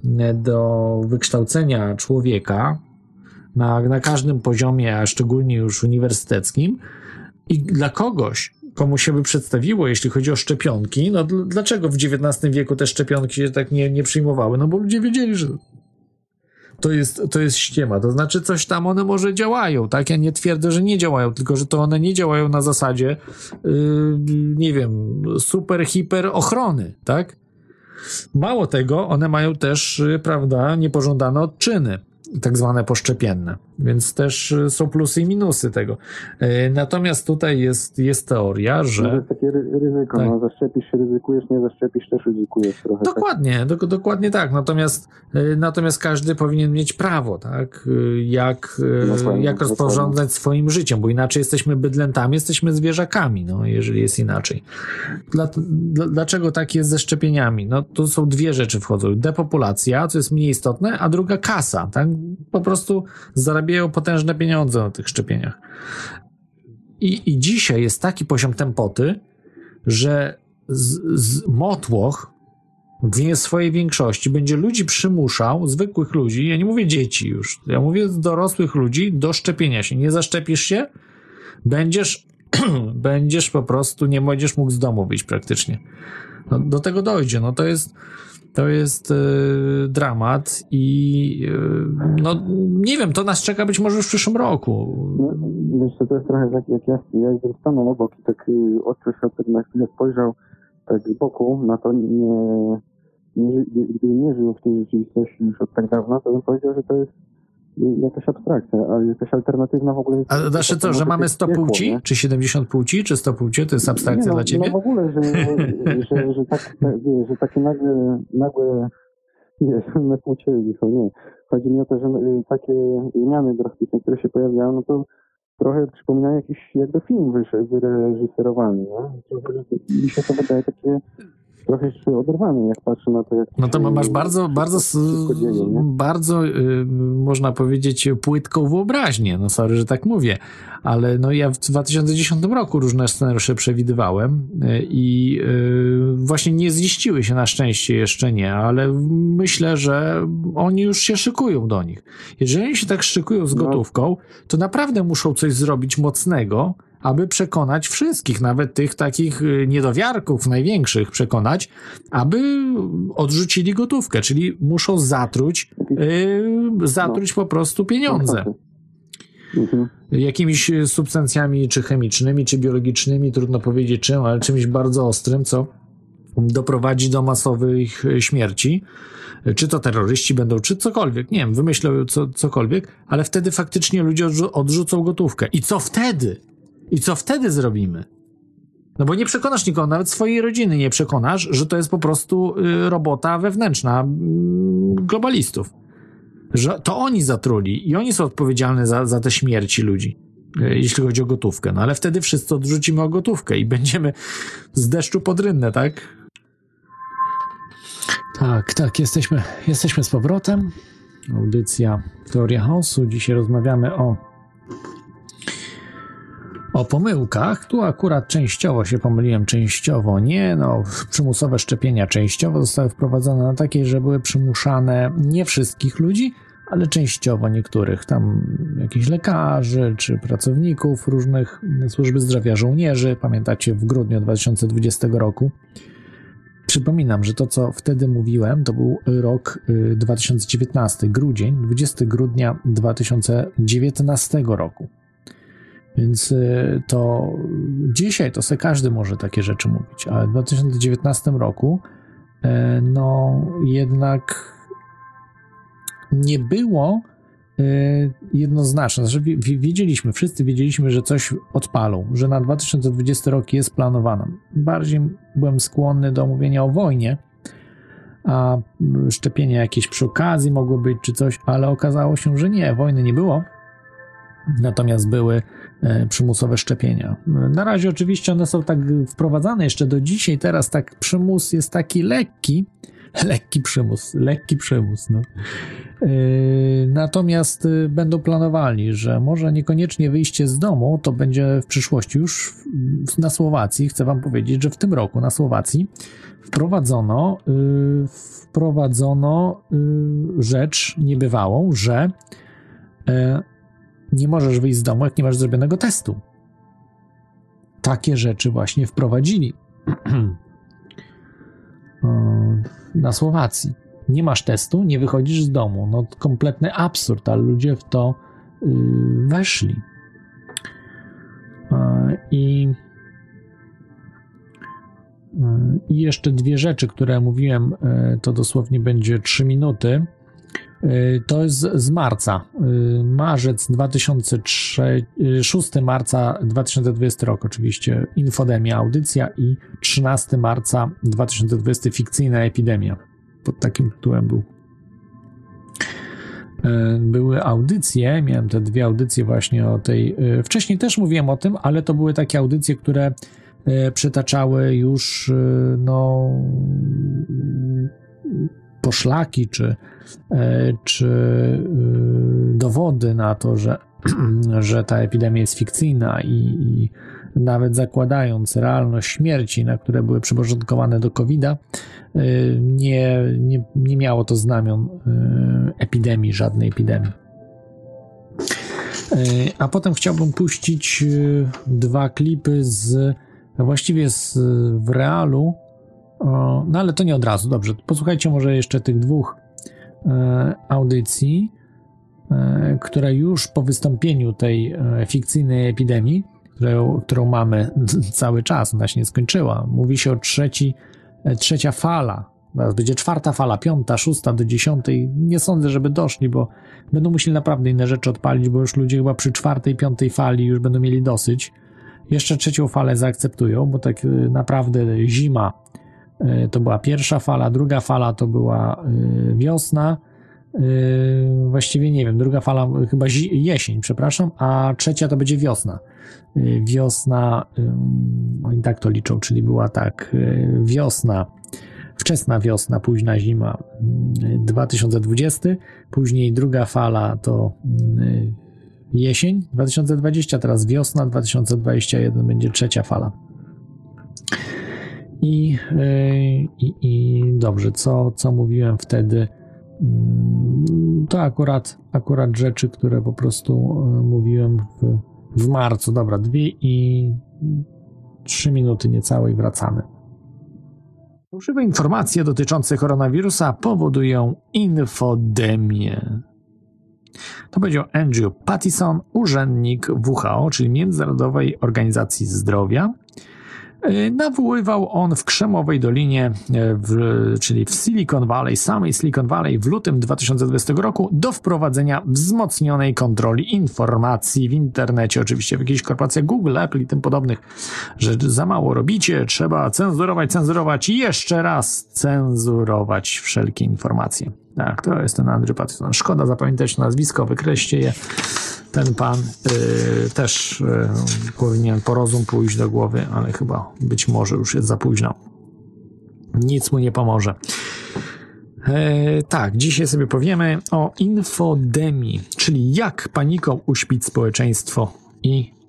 do wykształcenia człowieka na, na każdym poziomie, a szczególnie już uniwersyteckim. I dla kogoś, komu się by przedstawiło, jeśli chodzi o szczepionki, no dl- dlaczego w dziewiętnastym wieku te szczepionki się tak nie, nie przyjmowały? No bo ludzie wiedzieli, że to jest, to jest ściema, to znaczy coś tam one może działają, tak? Ja nie twierdzę, że nie działają, tylko że to one nie działają na zasadzie yy, nie wiem, super, hiper ochrony, tak? Mało tego, one mają też, yy, prawda, niepożądane odczyny, tak zwane poszczepienne, więc też są plusy i minusy tego. Natomiast tutaj jest, jest teoria, że... To jest takie ryzyko, tak. No zaszczepisz się, ryzykujesz, nie zaszczepisz, też ryzykujesz trochę. Dokładnie, tak? do, dokładnie tak, natomiast, natomiast każdy powinien mieć prawo, tak, jak, dokładnie, jak rozporządzać dokładnie. swoim życiem, bo inaczej jesteśmy bydlętami, jesteśmy zwierzakami, no, jeżeli jest inaczej. Dla, dla, dlaczego tak jest ze szczepieniami? No, tu są dwie rzeczy wchodzą. Depopulacja, co jest mniej istotne, a druga kasa, tak? Po prostu zarabiają potężne pieniądze na tych szczepieniach. I, i dzisiaj jest taki poziom tempoty, że z, z motłoch w swojej większości będzie ludzi przymuszał, zwykłych ludzi, ja nie mówię dzieci już, ja mówię dorosłych ludzi do szczepienia się. Nie zaszczepisz się, będziesz będziesz po prostu, nie będziesz mógł z domu wyjść praktycznie. No, do tego dojdzie. No to jest To jest y, dramat i y, no nie wiem, to nas czeka być może już w przyszłym roku. No, wiesz, to jest trochę tak, jak ja, ja jakbym stanął obok i tak y, odczuł się, tak na chwilę spojrzał tak z boku na to, nie, nie, gdybym nie żył w tej rzeczywistości już od tak dawna, to bym powiedział, że to jest jakaś abstrakcja, ale jakaś alternatywna w ogóle... A znaczy to, że mamy sto płci? Nie? Czy siedemdziesiąt płci? Czy sto płci? To jest abstrakcja nie, no, dla ciebie? No w ogóle, że, że, że, tak, wie, że takie nagle, nagłe nie, na płcie, nie. Chodzi mi o to, że takie zmiany drastyczne, które się pojawiają, no to trochę przypomina jakiś jakby film wyreżyserowany, nie? Trochę, mi się to wydaje takie trochę jeszcze oderwany, jak patrzę na to, jak... No to masz bardzo, bardzo, dzieje, bardzo, yy, można powiedzieć, płytką wyobraźnię. No sorry, że tak mówię, ale no ja w dwa tysiące dziesiątym roku różne scenariusze przewidywałem i yy, właśnie nie ziściły się, na szczęście jeszcze nie, ale myślę, że oni już się szykują do nich. Jeżeli oni się tak szykują z gotówką, to naprawdę muszą coś zrobić mocnego, aby przekonać wszystkich, nawet tych takich niedowiarków największych przekonać, aby odrzucili gotówkę, czyli muszą zatruć, yy, zatruć po prostu pieniądze. Mhm. Jakimiś substancjami, czy chemicznymi, czy biologicznymi, trudno powiedzieć czym, ale czymś bardzo ostrym, co doprowadzi do masowych śmierci. Czy to terroryści będą, czy cokolwiek, nie wiem, wymyślą co, cokolwiek, ale wtedy faktycznie ludzie odrzu- odrzucą gotówkę. I co wtedy? I co wtedy zrobimy? No bo nie przekonasz nikogo, nawet swojej rodziny nie przekonasz, że to jest po prostu y, robota wewnętrzna y, globalistów. Że to oni zatruli i oni są odpowiedzialni za, za te śmierci ludzi, y, jeśli chodzi o gotówkę. No ale wtedy wszyscy odrzucimy o gotówkę i będziemy z deszczu pod rynnę, tak? Tak, tak, jesteśmy, jesteśmy z powrotem. Audycja Teoria Chaosu. Dzisiaj rozmawiamy o O o pomyłkach. Tu akurat częściowo się pomyliłem, częściowo nie. No, przymusowe szczepienia częściowo zostały wprowadzone na takiej, że były przymuszane nie wszystkich ludzi, ale częściowo niektórych. Tam jakichś lekarzy czy pracowników różnych służby zdrowia, żołnierzy. Pamiętacie, w grudniu dwa tysiące dwudziestego roku. Przypominam, że to, co wtedy mówiłem, to był rok dwa tysiące dziewiętnasty, grudzień, dwudziestego grudnia dwa tysiące dziewiętnastego roku. Więc to dzisiaj to se każdy może takie rzeczy mówić, ale w dwa tysiące dziewiętnastym roku no jednak nie było jednoznaczne. Znaczy, wiedzieliśmy, wszyscy wiedzieliśmy, że coś odpalą, że na dwa tysiące dwudziesty rok jest planowana. Bardziej byłem skłonny do mówienia o wojnie, a szczepienia jakieś przy okazji mogły być czy coś, ale okazało się, że nie, wojny nie było. Natomiast były e, przymusowe szczepienia. Na razie oczywiście one są tak wprowadzane jeszcze do dzisiaj, teraz tak przymus jest taki lekki, lekki przymus, lekki przymus, no. E, natomiast e, będą planowali, że może niekoniecznie wyjście z domu, to będzie w przyszłości już w, na Słowacji, chcę wam powiedzieć, że w tym roku na Słowacji wprowadzono, e, wprowadzono e, rzecz niebywałą, że e, nie możesz wyjść z domu, jak nie masz zrobionego testu. Takie rzeczy właśnie wprowadzili na Słowacji. Nie masz testu, nie wychodzisz z domu. No kompletny absurd, ale ludzie w to yy, weszli. Yy, I yy, i jeszcze dwie rzeczy, które mówiłem, yy, to dosłownie będzie trzy minuty. To jest z marca, marzec dwa tysiące szóstego marca dwa tysiące dwudziestego rok oczywiście Infodemia audycja i trzynastego marca dwa tysiące dwudziestego fikcyjna epidemia. Pod takim tytułem był. Były audycje, miałem te dwie audycje właśnie o tej, wcześniej też mówiłem o tym, ale to były takie audycje, które przytaczały już no poszlaki czy, czy dowody na to, że, że ta epidemia jest fikcyjna i, i nawet zakładając realność śmierci, na które były przyporządkowane do kowida, nie, nie, nie miało to znamion epidemii, żadnej epidemii. A potem chciałbym puścić dwa klipy z właściwie z, w realu. O, no ale to nie od razu, dobrze. Posłuchajcie może jeszcze tych dwóch e, audycji, e, które już po wystąpieniu tej e, fikcyjnej epidemii, którą, którą mamy cały czas, ona się nie skończyła. Mówi się o trzeci, e, trzecia fala. Teraz będzie czwarta fala, piąta, szósta do dziesiątej. Nie sądzę, żeby doszli, bo będą musieli naprawdę inne rzeczy odpalić, bo już ludzie chyba przy czwartej, piątej fali już będą mieli dosyć. Jeszcze trzecią falę zaakceptują, bo tak e, naprawdę zima to była pierwsza fala, druga fala to była wiosna, właściwie nie wiem, druga fala chyba jesień, przepraszam, a trzecia to będzie wiosna. Wiosna, oni tak to liczą, czyli była tak, wiosna, wczesna wiosna, późna zima dwa tysiące dwudziesty, później druga fala to jesień dwa tysiące dwudziesty, teraz wiosna dwa tysiące dwudziesty jeden będzie trzecia fala. I, i, i dobrze, co, co mówiłem wtedy, to akurat, akurat rzeczy, które po prostu mówiłem w, w marcu. Dobra, dwie i trzy minuty niecałe i wracamy. Fałszywe informacje dotyczące koronawirusa powodują infodemię. To powiedział Andrew Pattison, urzędnik W H O, czyli Międzynarodowej Organizacji Zdrowia. Nawoływał on w Krzemowej Dolinie, w, czyli w Silicon Valley, samej Silicon Valley w lutym dwa tysiące dwudziestego roku do wprowadzenia wzmocnionej kontroli informacji w internecie, oczywiście w jakichś korporacjach Google, Apple i tym podobnych, że za mało robicie, trzeba cenzurować, cenzurować i jeszcze raz cenzurować wszelkie informacje. Tak, to jest ten Andrew Pattison. Szkoda zapamiętać to nazwisko, wykreślcie je. Ten pan y, też y, powinien po rozum pójść do głowy, ale chyba być może już jest za późno. Nic mu nie pomoże. E, tak, dzisiaj sobie powiemy o infodemii, czyli jak paniką uśpić społeczeństwo i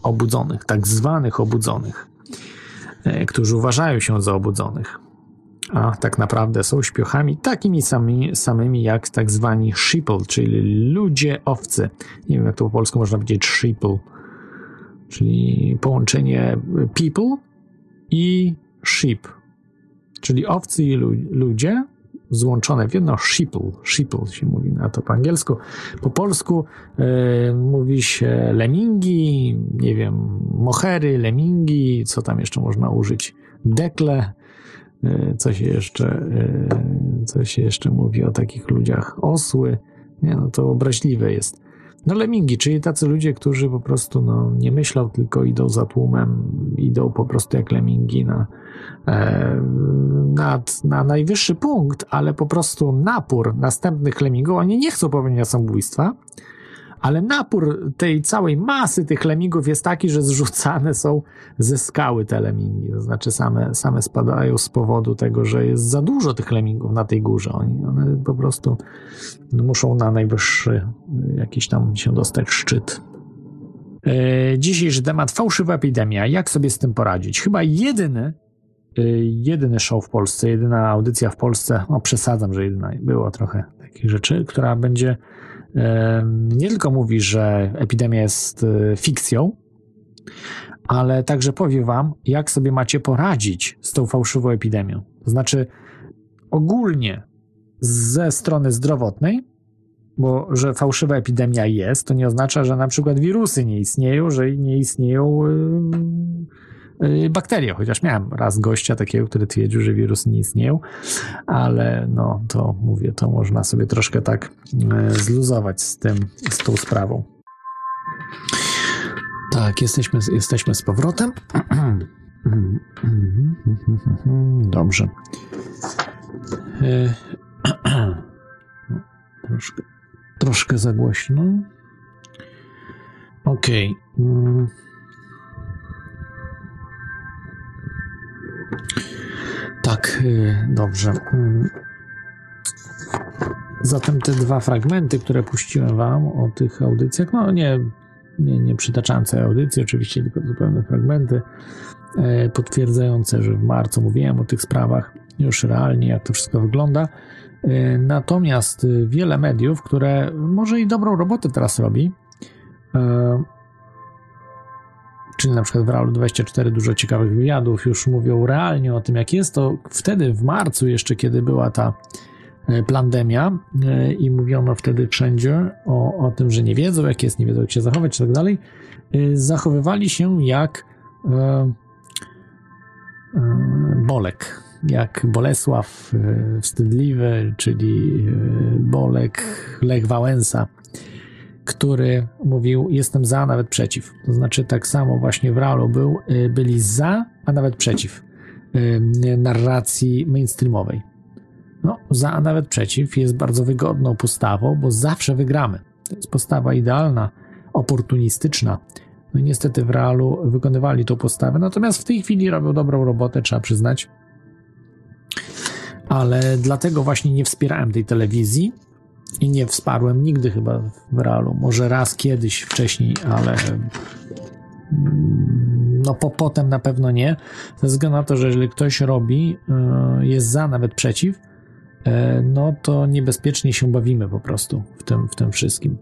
obudzonych, tak zwanych obudzonych, którzy uważają się za obudzonych, a tak naprawdę są śpiochami takimi samymi, samymi jak tak zwani sheeple, czyli ludzie owcy. Nie wiem, jak to po polsku można powiedzieć sheeple, czyli połączenie people i sheep, czyli owcy i lu- ludzie złączone w jedno. Sheeple, sheeple się mówi na to po angielsku. Po polsku yy, mówi się lemingi, nie wiem, mohery, lemingi, co tam jeszcze można użyć? Dekle, yy, co się jeszcze, yy, co się jeszcze mówi o takich ludziach? Osły, nie, no to obraźliwe jest. No lemingi, czyli tacy ludzie, którzy po prostu no, nie myślą, tylko idą za tłumem, idą po prostu jak lemingi na, e, na, na najwyższy punkt, ale po prostu napór następnych lemingów, oni nie chcą popełnienia samobójstwa, ale napór tej całej masy tych lemingów jest taki, że zrzucane są ze skały te lemingi, to znaczy same, same spadają z powodu tego, że jest za dużo tych lemingów na tej górze. Oni, one po prostu muszą na najwyższy jakiś tam się dostać szczyt. Yy, dzisiejszy temat: fałszywa epidemia. Jak sobie z tym poradzić? Chyba jedyny yy, jedyny show w Polsce, jedyna audycja w Polsce, no przesadzam, że jedyna, było trochę takich rzeczy, która będzie nie tylko mówi, że epidemia jest fikcją, ale także powie wam, jak sobie macie poradzić z tą fałszywą epidemią. To znaczy ogólnie ze strony zdrowotnej, bo że fałszywa epidemia jest, to nie oznacza, że na przykład wirusy nie istnieją, że nie istnieją yy, yy, bakterie, chociaż miałem raz gościa takiego, który twierdził, że wirusy nie istnieją, ale no to mówię, to można sobie troszkę tak yy, zluzować z tym, z tą sprawą. Tak, jesteśmy, jesteśmy z powrotem. Dobrze. Yy. Troszkę, troszkę za głośno. Okej. Okay. Mm. Tak, yy, dobrze. Yy. Zatem te dwa fragmenty, które puściłem wam o tych audycjach, no nie, nie, nie przytaczałem całej audycji, oczywiście tylko zupełne fragmenty yy, potwierdzające, że w marcu mówiłem o tych sprawach już realnie, jak to wszystko wygląda. Natomiast wiele mediów, które może i dobrą robotę teraz robi, e, czyli na przykład w Realu dwadzieścia cztery dużo ciekawych wywiadów, już mówią realnie o tym, jak jest, to wtedy w marcu jeszcze, kiedy była ta pandemia e, i mówiono wtedy wszędzie o, o tym, że nie wiedzą jak jest, nie wiedzą jak się zachować i tak dalej, e, zachowywali się jak e, e, Bolek. Jak Bolesław e, Wstydliwy, czyli e, Bolek, Lech Wałęsa, który mówił: jestem za, nawet przeciw. To znaczy tak samo właśnie w Realu był, e, byli za, a nawet przeciw e, narracji mainstreamowej. No, za, a nawet przeciw jest bardzo wygodną postawą, bo zawsze wygramy. To jest postawa idealna, oportunistyczna. No i niestety w Realu wykonywali tą postawę, natomiast w tej chwili robią dobrą robotę, trzeba przyznać. Ale dlatego właśnie nie wspierałem tej telewizji i nie wsparłem nigdy chyba w Realu. Może raz kiedyś wcześniej, ale no po, potem na pewno nie. Ze względu na to, że jeżeli ktoś robi, jest za, nawet przeciw, no to niebezpiecznie się bawimy po prostu w tym, w tym wszystkim.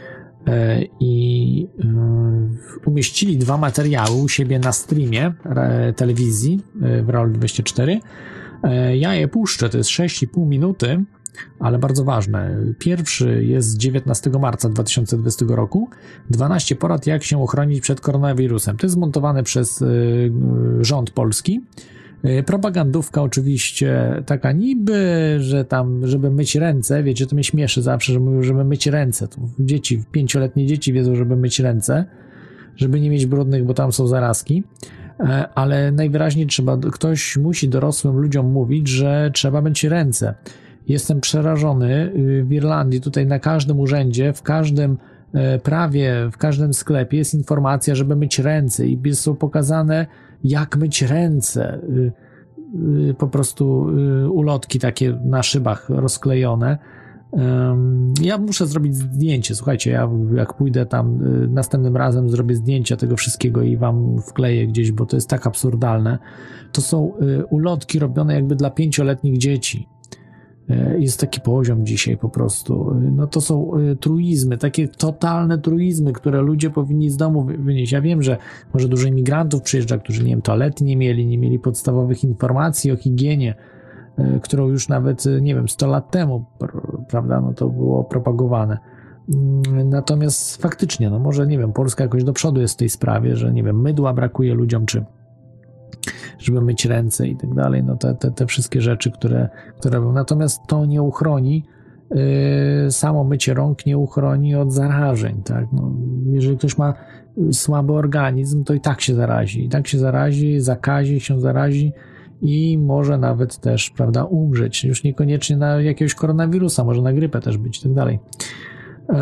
I umieścili dwa materiały u siebie na streamie telewizji w Realu dwadzieścia cztery. Ja je puszczę, to jest sześć i pół minuty, ale bardzo ważne. Pierwszy jest z dziewiętnastego marca dwa tysiące dwudziestego roku. dwanaście porad, jak się ochronić przed koronawirusem. To jest zmontowane przez y, rząd polski. Y, propagandówka oczywiście taka niby, że tam, żeby myć ręce. Wiecie, to mnie śmieszy zawsze, że mówią, żeby myć ręce. To dzieci, pięcioletnie dzieci wiedzą, żeby myć ręce, żeby nie mieć brudnych, bo tam są zarazki. Ale najwyraźniej trzeba, ktoś musi dorosłym ludziom mówić, że trzeba myć ręce. Jestem przerażony. W Irlandii tutaj na każdym urzędzie, w każdym prawie, w każdym sklepie jest informacja, żeby myć ręce i są pokazane, jak myć ręce. Po prostu ulotki takie na szybach rozklejone. Ja muszę zrobić zdjęcie, słuchajcie, ja jak pójdę tam następnym razem zrobię zdjęcia tego wszystkiego i wam wkleję gdzieś, bo to jest tak absurdalne. To są ulotki robione jakby dla pięcioletnich dzieci. Jest taki poziom dzisiaj po prostu. No to są truizmy, takie totalne truizmy, które ludzie powinni z domu wynieść. Ja wiem, że może dużo imigrantów przyjeżdża, którzy, nie wiem, toalety nie mieli, nie mieli podstawowych informacji o higienie, którą już nawet, nie wiem, sto lat temu, prawda, no to było propagowane. Natomiast faktycznie, no może, nie wiem, Polska jakoś do przodu jest w tej sprawie, że, nie wiem, mydła brakuje ludziom, czy żeby myć ręce i tak dalej, no te, te, te wszystkie rzeczy, które, które robią. Natomiast to nie uchroni, yy, samo mycie rąk nie uchroni od zarażeń, tak? No, jeżeli ktoś ma słaby organizm, to i tak się zarazi, i tak się zarazi, zakazi się zarazi i może nawet też, prawda, umrzeć. Już niekoniecznie na jakiegoś koronawirusa, może na grypę też być i tak dalej. Yy.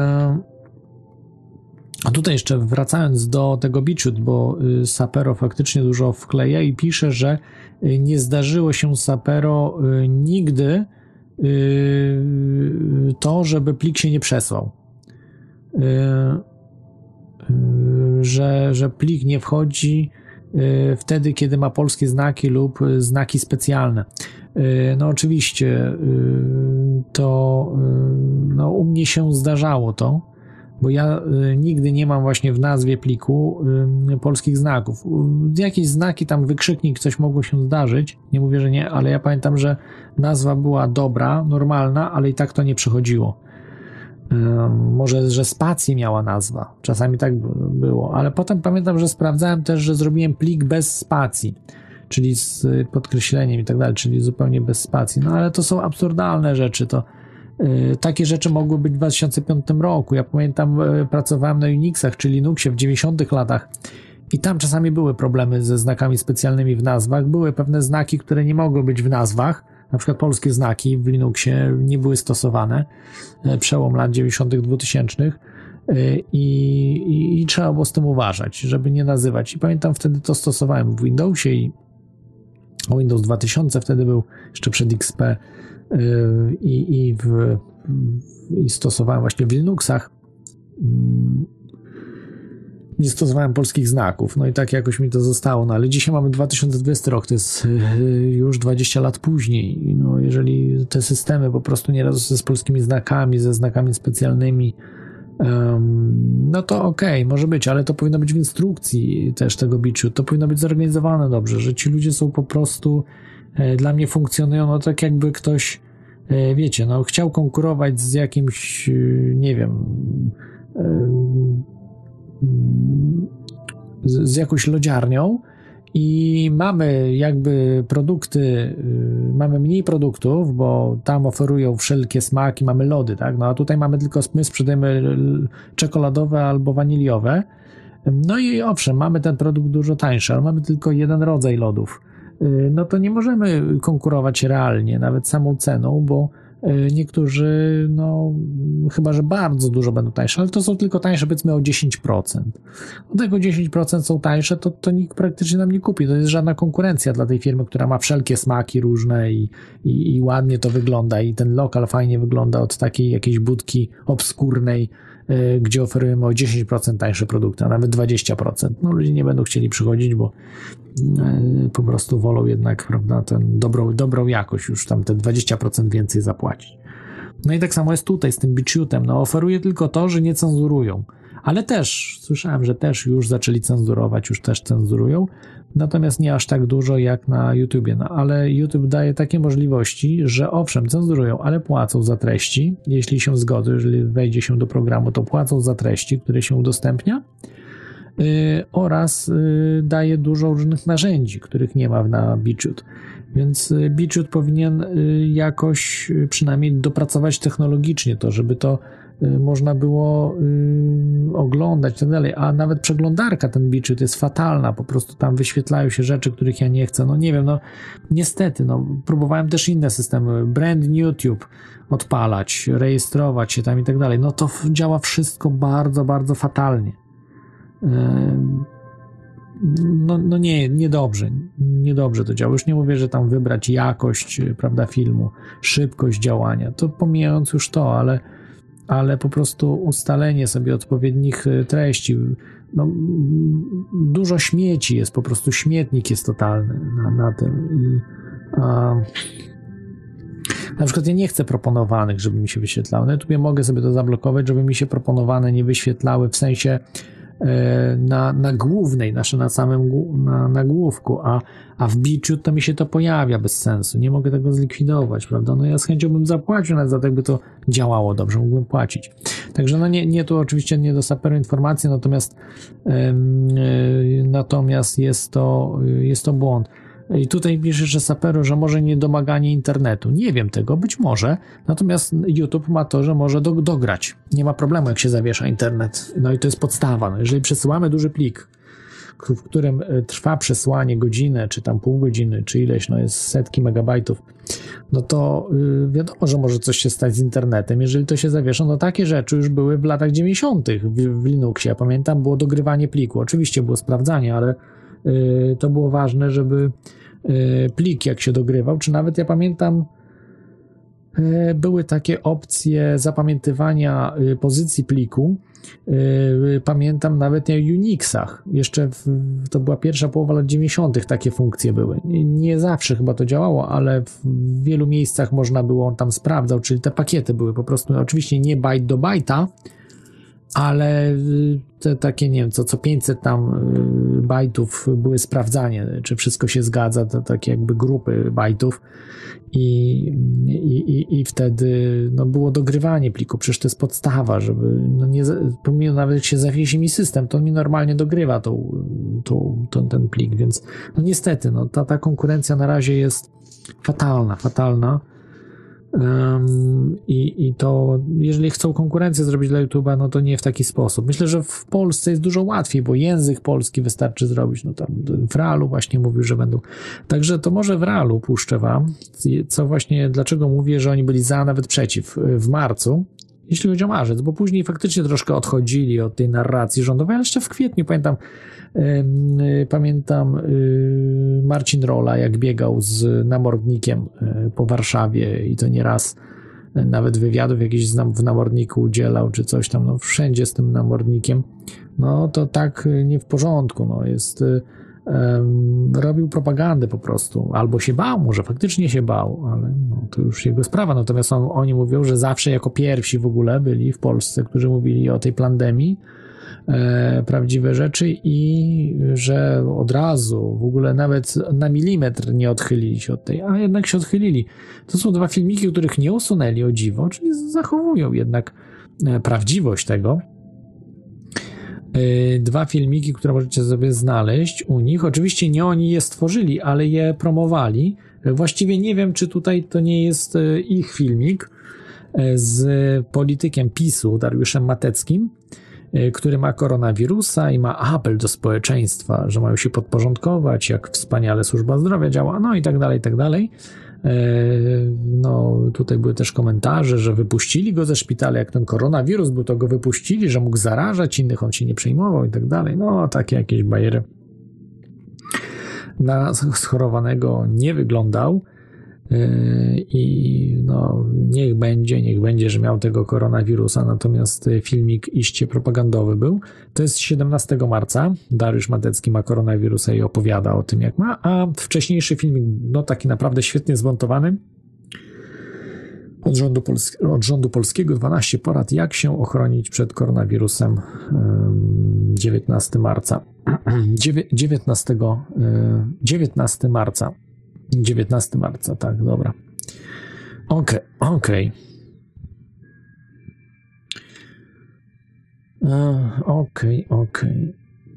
A tutaj jeszcze wracając do tego Bichut, bo Sapero faktycznie dużo wkleja i pisze, że nie zdarzyło się Sapero nigdy to, żeby plik się nie przesłał. Że, że plik nie wchodzi wtedy, kiedy ma polskie znaki lub znaki specjalne. No oczywiście to no, u mnie się zdarzało to, bo ja y, nigdy nie mam właśnie w nazwie pliku y, polskich znaków. Y, jakieś znaki, tam wykrzyknik, coś mogło się zdarzyć, nie mówię, że nie, ale ja pamiętam, że nazwa była dobra, normalna, ale i tak to nie przychodziło. Y, może, że spacji miała nazwa, czasami tak było, ale potem pamiętam, że sprawdzałem też, że zrobiłem plik bez spacji, czyli z podkreśleniem i tak dalej, czyli zupełnie bez spacji, no ale to są absurdalne rzeczy, to takie rzeczy mogły być w dwa tysiące piątym roku. Ja pamiętam, pracowałem na Unixach czy Linuxie w dziewięćdziesiątych latach i tam czasami były problemy ze znakami specjalnymi w nazwach. Były pewne znaki, które nie mogły być w nazwach. Na przykład polskie znaki w Linuxie nie były stosowane. Przełom lat dziewięćdziesiątych, dwutysięcznych i, i, i trzeba było z tym uważać, żeby nie nazywać. I pamiętam, wtedy to stosowałem w Windowsie i Windows dwa tysiące wtedy był jeszcze przed X P i, i, w, i stosowałem właśnie w Linuxach. Nie stosowałem polskich znaków, no i tak jakoś mi to zostało, no ale dzisiaj mamy dwa tysiące dwudziesty rok, to jest już dwadzieścia lat później, no jeżeli te systemy po prostu nie radzą z polskimi znakami, ze znakami specjalnymi, um, no to okej, okay, może być, ale to powinno być w instrukcji też tego Bichut, to powinno być zorganizowane dobrze, że ci ludzie są po prostu, e, dla mnie funkcjonują, no tak jakby ktoś, e, wiecie, no chciał konkurować z jakimś, e, nie wiem, e, z, z jakąś lodziarnią i mamy jakby produkty, mamy mniej produktów, bo tam oferują wszelkie smaki, mamy lody, tak? No a tutaj mamy tylko, my sprzedajemy czekoladowe albo waniliowe. No i owszem, mamy ten produkt dużo tańszy, ale mamy tylko jeden rodzaj lodów. No to nie możemy konkurować realnie, nawet samą ceną, bo niektórzy, no chyba, że bardzo dużo będą tańsze, ale to są tylko tańsze, powiedzmy o dziesięć procent. Od tego dziesięć procent są tańsze, to, to nikt praktycznie nam nie kupi. To jest żadna konkurencja dla tej firmy, która ma wszelkie smaki różne i, i, i ładnie to wygląda i ten lokal fajnie wygląda od takiej jakiejś budki obskurnej, yy, gdzie oferujemy o dziesięć procent tańsze produkty, a nawet dwadzieścia procent. No ludzie nie będą chcieli przychodzić, bo yy, po prostu wolą jednak, prawda, ten dobrą, dobrą jakość, już tam te dwadzieścia procent więcej zapłacić. No i tak samo jest tutaj z tym Bichutem. No oferuje tylko to, że nie cenzurują. Ale też, słyszałem, że też już zaczęli cenzurować, już też cenzurują. Natomiast nie aż tak dużo jak na YouTubie. No ale YouTube daje takie możliwości, że owszem, cenzurują, ale płacą za treści. Jeśli się zgodzą, jeżeli wejdzie się do programu, to płacą za treści, które się udostępnia. Yy, oraz yy, daje dużo różnych narzędzi, których nie ma na Bichut. Więc Bichut powinien jakoś przynajmniej dopracować technologicznie to, żeby to można było oglądać i tak dalej, a nawet przeglądarka ten Bichut jest fatalna, po prostu tam wyświetlają się rzeczy, których ja nie chcę, no nie wiem, no niestety, no próbowałem też inne systemy, brand YouTube odpalać, rejestrować się tam i tak dalej, no to działa wszystko bardzo, bardzo fatalnie. no, no nie, niedobrze, niedobrze to działa. Już nie mówię, że tam wybrać jakość, prawda, filmu, szybkość działania, to pomijając już to, ale, ale po prostu ustalenie sobie odpowiednich treści. No, dużo śmieci jest, po prostu śmietnik jest totalny na, na tym i a, na przykład ja nie chcę proponowanych, żeby mi się wyświetlały. Na YouTubie mogę sobie to zablokować, żeby mi się proponowane nie wyświetlały w sensie e, na, na głównej, znaczy na samym na, na główku, a, a w biciu to mi się to pojawia bez sensu. Nie mogę tego zlikwidować, prawda? No ja z chęcią bym zapłacił nawet za to, jakby to działało dobrze, mógłbym płacić. Także no nie, nie tu oczywiście nie do Saperu informacji, natomiast e, e, natomiast jest to, jest to błąd. I tutaj pisze, że Saperu, że może niedomaganie internetu. Nie wiem tego, być może. Natomiast YouTube ma to, że może do, dograć. Nie ma problemu, jak się zawiesza internet. No i to jest podstawa. No jeżeli przesyłamy duży plik, w którym trwa przesłanie godzinę, czy tam pół godziny, czy ileś, no jest setki megabajtów, no to yy, wiadomo, że może coś się stać z internetem. Jeżeli to się zawiesza, no takie rzeczy już były w latach dziewięćdziesiątych w, w Linuxie. Ja pamiętam, było dogrywanie pliku. Oczywiście było sprawdzanie, ale yy, to było ważne, żeby plik jak się dogrywał, czy nawet ja pamiętam były takie opcje zapamiętywania pozycji pliku, pamiętam nawet na Unixach, jeszcze w, to była pierwsza połowa lat dziewięćdziesiątych takie funkcje były, nie zawsze chyba to działało, ale w wielu miejscach można było, on tam sprawdzał, czyli te pakiety były po prostu, oczywiście nie bajt do bajta, ale te takie, nie wiem, co, co pięćset tam bajtów były sprawdzanie, czy wszystko się zgadza, to takie jakby grupy bajtów i, i, i wtedy no, było dogrywanie pliku, przecież to jest podstawa, żeby, no nie, pomimo nawet jak się zawiesi mi system, to on mi normalnie dogrywa tą, tą, tą, ten plik, więc no niestety, no, ta, ta konkurencja na razie jest fatalna, fatalna. Um, i, I to, jeżeli chcą konkurencję zrobić dla YouTube'a, no to nie w taki sposób. Myślę, że w Polsce jest dużo łatwiej, bo język polski wystarczy zrobić. No tam w realu właśnie mówił, że będą. Także to może w realu puszczę wam, co właśnie, dlaczego mówię, że oni byli za, nawet przeciw w marcu, jeśli chodzi o marzec, bo później faktycznie troszkę odchodzili od tej narracji rządowej, ale jeszcze w kwietniu pamiętam, yy, pamiętam yy, Marcin Rola, jak biegał z namordnikiem yy, po Warszawie i to nieraz yy, nawet wywiadów jakichś w namordniku udzielał, czy coś tam, no wszędzie z tym namordnikiem, no to tak yy, nie w porządku, no jest... Yy, robił propagandę po prostu, albo się bał, może faktycznie się bał, ale no, to już jego sprawa, natomiast on, oni mówią, że zawsze jako pierwsi w ogóle byli w Polsce, którzy mówili o tej pandemii, e, prawdziwe rzeczy i że od razu w ogóle nawet na milimetr nie odchylili się od tej, a jednak się odchylili. To są dwa filmiki, których nie usunęli, o dziwo, czyli zachowują jednak e, prawdziwość tego. Dwa filmiki, które możecie sobie znaleźć u nich. Oczywiście nie oni je stworzyli, ale je promowali. Właściwie nie wiem, czy tutaj to nie jest ich filmik z politykiem PiSu, Dariuszem Mateckim, który ma koronawirusa i ma apel do społeczeństwa, że mają się podporządkować, jak wspaniale służba zdrowia działa, no i tak dalej, i tak dalej. No tutaj były też komentarze, że wypuścili go ze szpitala, jak ten koronawirus był, to go wypuścili, że mógł zarażać innych, on się nie przejmował i tak dalej, no takie jakieś bajery. Na schorowanego nie wyglądał i no niech będzie, niech będzie, że miał tego koronawirusa, natomiast filmik iście propagandowy był. To jest siedemnastego marca, Dariusz Matecki ma koronawirusa i opowiada o tym, jak ma, a wcześniejszy filmik, no taki naprawdę świetnie zmontowany, od rządu, Pols- od rządu polskiego, dwanaście porad, jak się ochronić przed koronawirusem, dziewiętnastego marca. dziewiętnastego, dziewiętnastego marca. dziewiętnastego marca, tak, dobra. Okej, okay, okej. Okay. Okej, okay, okej. Okay.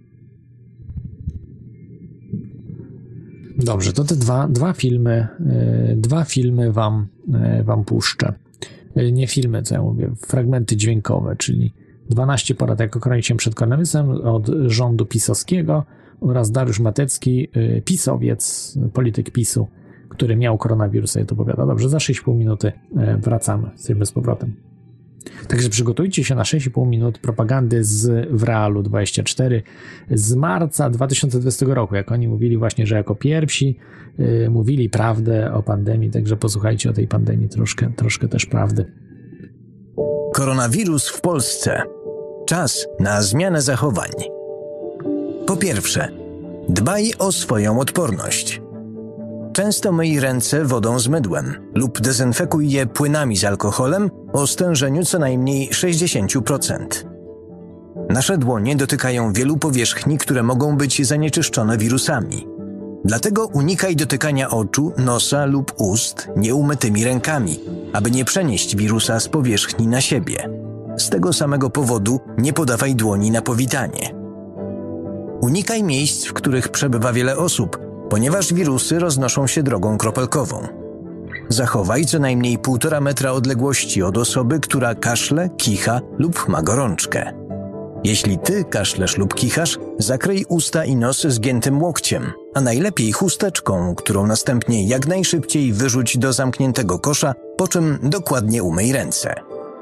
Dobrze, to te dwa, dwa filmy, yy, dwa filmy wam, yy, wam puszczę. Yy, nie filmy, co ja mówię, fragmenty dźwiękowe, czyli dwanaście porad, jak ochronić się przed koronawirusem od rządu pisowskiego oraz Dariusz Matecki, yy, pisowiec, polityk PiSu, który miał koronawirusa i to opowiada. Dobrze, za sześć i pół minuty yy, wracamy. Jesteśmy z powrotem. Tak. Także przygotujcie się na sześć i pół minut propagandy z, w Realu dwadzieścia cztery z marca dwa tysiące dwudziestego roku, jak oni mówili właśnie, że jako pierwsi yy, mówili prawdę o pandemii, także posłuchajcie o tej pandemii troszkę, troszkę też prawdy. Koronawirus w Polsce. Czas na zmianę zachowań. Po pierwsze, dbaj o swoją odporność. Często myj ręce wodą z mydłem lub dezynfekuj je płynami z alkoholem o stężeniu co najmniej sześćdziesiąt procent. Nasze dłonie dotykają wielu powierzchni, które mogą być zanieczyszczone wirusami. Dlatego unikaj dotykania oczu, nosa lub ust nieumytymi rękami, aby nie przenieść wirusa z powierzchni na siebie. Z tego samego powodu nie podawaj dłoni na powitanie. Unikaj miejsc, w których przebywa wiele osób, ponieważ wirusy roznoszą się drogą kropelkową. Zachowaj co najmniej półtora metra odległości od osoby, która kaszle, kicha lub ma gorączkę. Jeśli ty kaszlesz lub kichasz, zakryj usta i nos zgiętym łokciem, a najlepiej chusteczką, którą następnie jak najszybciej wyrzuć do zamkniętego kosza, po czym dokładnie umyj ręce.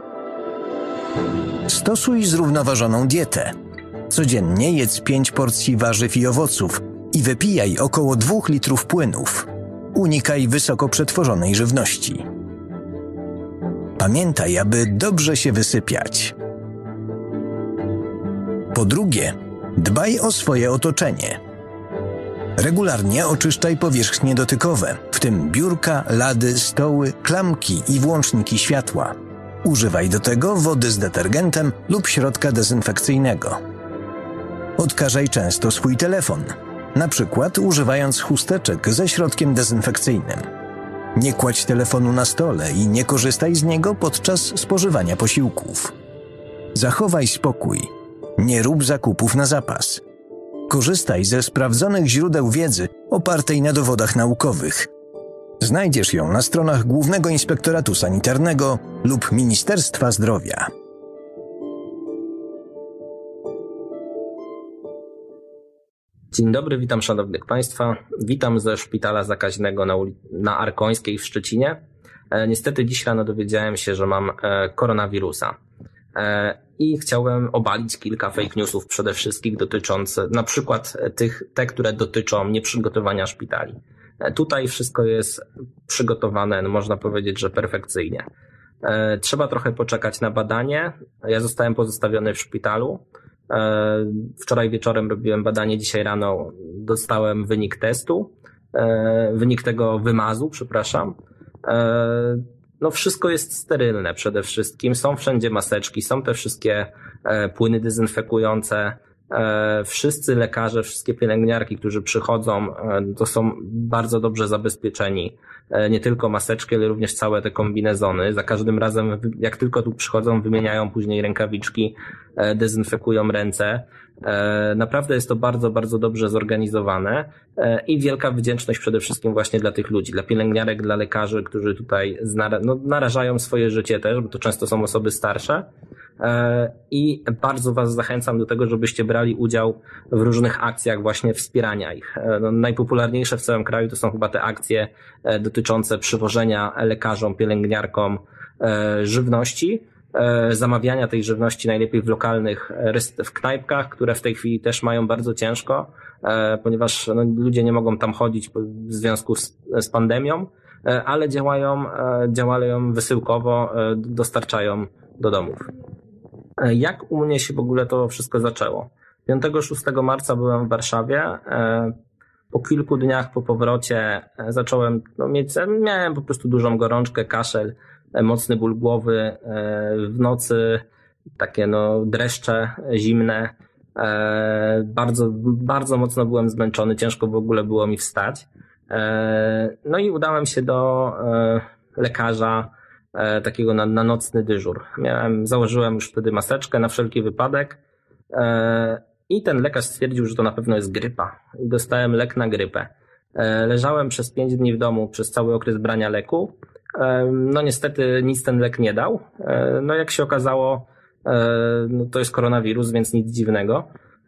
Stosuj zrównoważoną dietę. Codziennie jedz pięć porcji warzyw i owoców i wypijaj około dwóch litrów płynów. Unikaj wysoko przetworzonej żywności. Pamiętaj, aby dobrze się wysypiać. Po drugie, dbaj o swoje otoczenie. Regularnie oczyszczaj powierzchnie dotykowe, w tym biurka, lady, stoły, klamki i włączniki światła. Używaj do tego wody z detergentem lub środka dezynfekcyjnego. Odkażaj często swój telefon, na przykład używając chusteczek ze środkiem dezynfekcyjnym. Nie kładź telefonu na stole i nie korzystaj z niego podczas spożywania posiłków. Zachowaj spokój. Nie rób zakupów na zapas. Korzystaj ze sprawdzonych źródeł wiedzy opartej na dowodach naukowych. Znajdziesz ją na stronach Głównego Inspektoratu Sanitarnego lub Ministerstwa Zdrowia. Dzień dobry, witam szanownych Państwa. Witam ze szpitala zakaźnego na, ul- na Arkońskiej w Szczecinie. E, niestety dziś rano dowiedziałem się, że mam e, koronawirusa. E, I chciałem obalić kilka fake newsów przede wszystkim dotyczących, na przykład tych, te, które dotyczą nieprzygotowania szpitali. E, tutaj wszystko jest przygotowane, no można powiedzieć, że perfekcyjnie. E, trzeba trochę poczekać na badanie. Ja zostałem pozostawiony w szpitalu. Wczoraj wieczorem robiłem badanie, dzisiaj rano dostałem wynik testu, wynik tego wymazu, przepraszam. No wszystko jest sterylne przede wszystkim, są wszędzie maseczki, są te wszystkie płyny dezynfekujące. Wszyscy lekarze, wszystkie pielęgniarki, którzy przychodzą, to są bardzo dobrze zabezpieczeni. Nie tylko maseczki, ale również całe te kombinezony. Za każdym razem, jak tylko tu przychodzą, wymieniają później rękawiczki, dezynfekują ręce. Naprawdę jest to bardzo, bardzo dobrze zorganizowane i wielka wdzięczność przede wszystkim właśnie dla tych ludzi, dla pielęgniarek, dla lekarzy, którzy tutaj no, narażają swoje życie też, bo to często są osoby starsze. I bardzo Was zachęcam do tego, żebyście brali udział w różnych akcjach właśnie wspierania ich. No, najpopularniejsze w całym kraju to są chyba te akcje dotyczące przywożenia lekarzom, pielęgniarkom żywności, zamawiania tej żywności najlepiej w lokalnych, w knajpkach, które w tej chwili też mają bardzo ciężko, ponieważ no, ludzie nie mogą tam chodzić w związku z, z pandemią, ale działają, działają wysyłkowo, dostarczają do domów. Jak u mnie się w ogóle to wszystko zaczęło? piątego szóstego marca byłem w Warszawie. Po kilku dniach po powrocie zacząłem no, mieć, miałem po prostu dużą gorączkę, kaszel, mocny ból głowy, w nocy takie no dreszcze zimne. Bardzo, bardzo mocno byłem zmęczony, ciężko w ogóle było mi wstać. No i udałem się do lekarza, takiego na, na nocny dyżur. Miałem, założyłem już wtedy maseczkę na wszelki wypadek i ten lekarz stwierdził, że to na pewno jest grypa i dostałem lek na grypę. Leżałem przez pięć dni w domu przez cały okres brania leku. No niestety nic ten lek nie dał. No jak się okazało, no to jest koronawirus, więc nic dziwnego.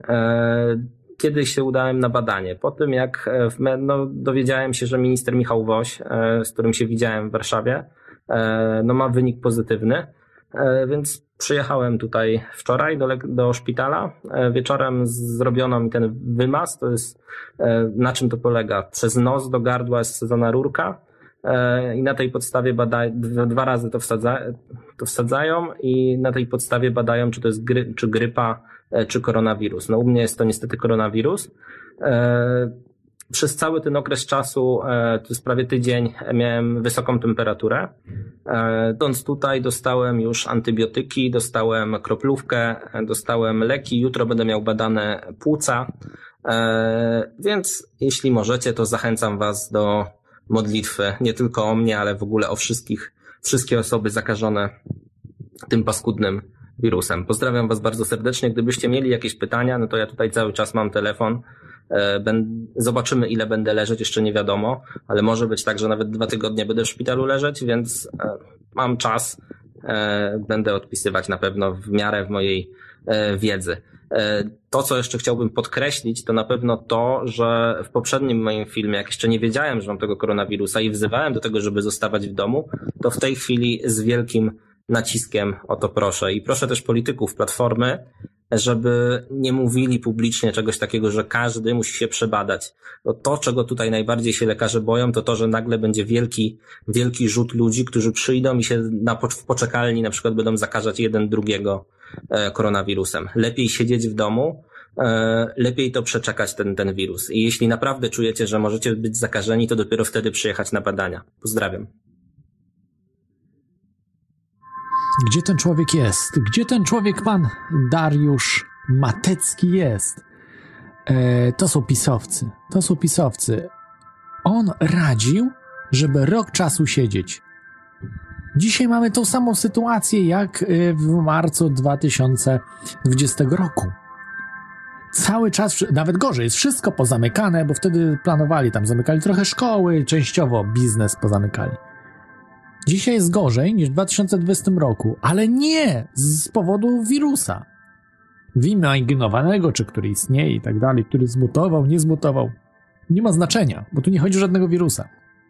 Kiedyś się udałem na badanie. Po tym jak no, dowiedziałem się, że minister Michał Woś, z którym się widziałem w Warszawie, no ma wynik pozytywny, więc przyjechałem tutaj wczoraj do, do szpitala. Wieczorem zrobiono mi ten wymaz. To jest, na czym to polega? Przez nos do gardła jest wsadzona rurka i na tej podstawie badają, dwa razy to, wsadza, to wsadzają i na tej podstawie badają, czy to jest gry, czy grypa, czy koronawirus. No u mnie jest to niestety koronawirus. Przez cały ten okres czasu, to jest prawie tydzień, miałem wysoką temperaturę. Idąc tutaj dostałem już antybiotyki, dostałem kroplówkę, dostałem leki, jutro będę miał badane płuca, więc jeśli możecie, to zachęcam was do modlitwy, nie tylko o mnie, ale w ogóle o wszystkich, wszystkie osoby zakażone tym paskudnym wirusem. Pozdrawiam was bardzo serdecznie. Gdybyście mieli jakieś pytania, no to ja tutaj cały czas mam telefon. Zobaczymy, ile będę leżeć, jeszcze nie wiadomo, ale może być tak, że nawet dwa tygodnie będę w szpitalu leżeć, więc mam czas, będę odpisywać na pewno w miarę w mojej wiedzy. To, co jeszcze chciałbym podkreślić, to na pewno to, że w poprzednim moim filmie, jak jeszcze nie wiedziałem, że mam tego koronawirusa i wzywałem do tego, żeby zostawać w domu, to w tej chwili z wielkim naciskiem o to proszę. I proszę też polityków Platformy, żeby nie mówili publicznie czegoś takiego, że każdy musi się przebadać. Bo to, czego tutaj najbardziej się lekarze boją, to to, że nagle będzie wielki, wielki rzut ludzi, którzy przyjdą i się na, w poczekalni na przykład będą zakażać jeden drugiego e, koronawirusem. Lepiej siedzieć w domu, e, lepiej to przeczekać ten, ten wirus. I jeśli naprawdę czujecie, że możecie być zakażeni, to dopiero wtedy przyjechać na badania. Pozdrawiam. Gdzie ten człowiek jest? Gdzie ten człowiek, pan Dariusz Matecki jest? E, to są pisowcy. To są pisowcy. On radził, żeby rok czasu siedzieć. Dzisiaj mamy tą samą sytuację jak w marcu dwa tysiące dwudziestego roku. Cały czas, nawet gorzej, jest wszystko pozamykane, bo wtedy planowali, tam zamykali trochę szkoły, częściowo biznes pozamykali. Dzisiaj jest gorzej niż w dwa tysiące dwudziestym roku, ale nie z powodu wirusa. Wyimaginowanego, czy który istnieje i tak dalej, który zmutował, nie zmutował. Nie ma znaczenia, bo tu nie chodzi o żadnego wirusa.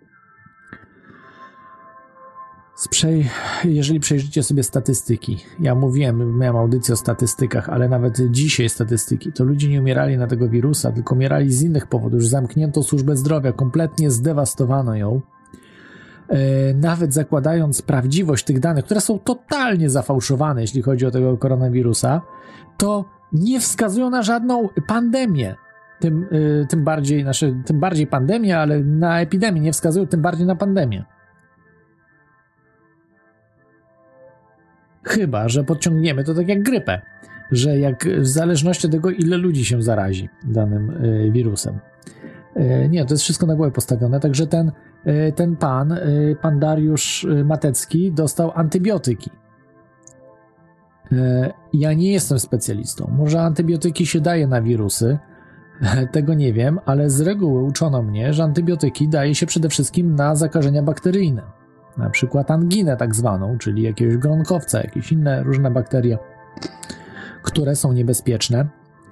Sprzej, jeżeli przejrzycie sobie statystyki, ja mówiłem, miałem audycję o statystykach, ale nawet dzisiaj statystyki, to ludzie nie umierali na tego wirusa, tylko umierali z innych powodów. Już zamknięto służbę zdrowia, kompletnie zdewastowano ją. Nawet zakładając prawdziwość tych danych, które są totalnie zafałszowane, jeśli chodzi o tego koronawirusa, to nie wskazują na żadną pandemię. Tym, tym, bardziej, znaczy, tym bardziej pandemię, ale na epidemię nie wskazują, tym bardziej na pandemię. Chyba że podciągniemy to tak jak grypę, że jak w zależności od tego, ile ludzi się zarazi danym y, wirusem. Y, nie, to jest wszystko na głowę postawione, także ten, y, ten pan, y, pan Dariusz Matecki dostał antybiotyki. Y, ja nie jestem specjalistą, może antybiotyki się daje na wirusy, tego nie wiem, ale z reguły uczono mnie, że antybiotyki daje się przede wszystkim na zakażenia bakteryjne. Na przykład anginę tak zwaną, czyli jakiegoś gronkowca, jakieś inne różne bakterie, które są niebezpieczne.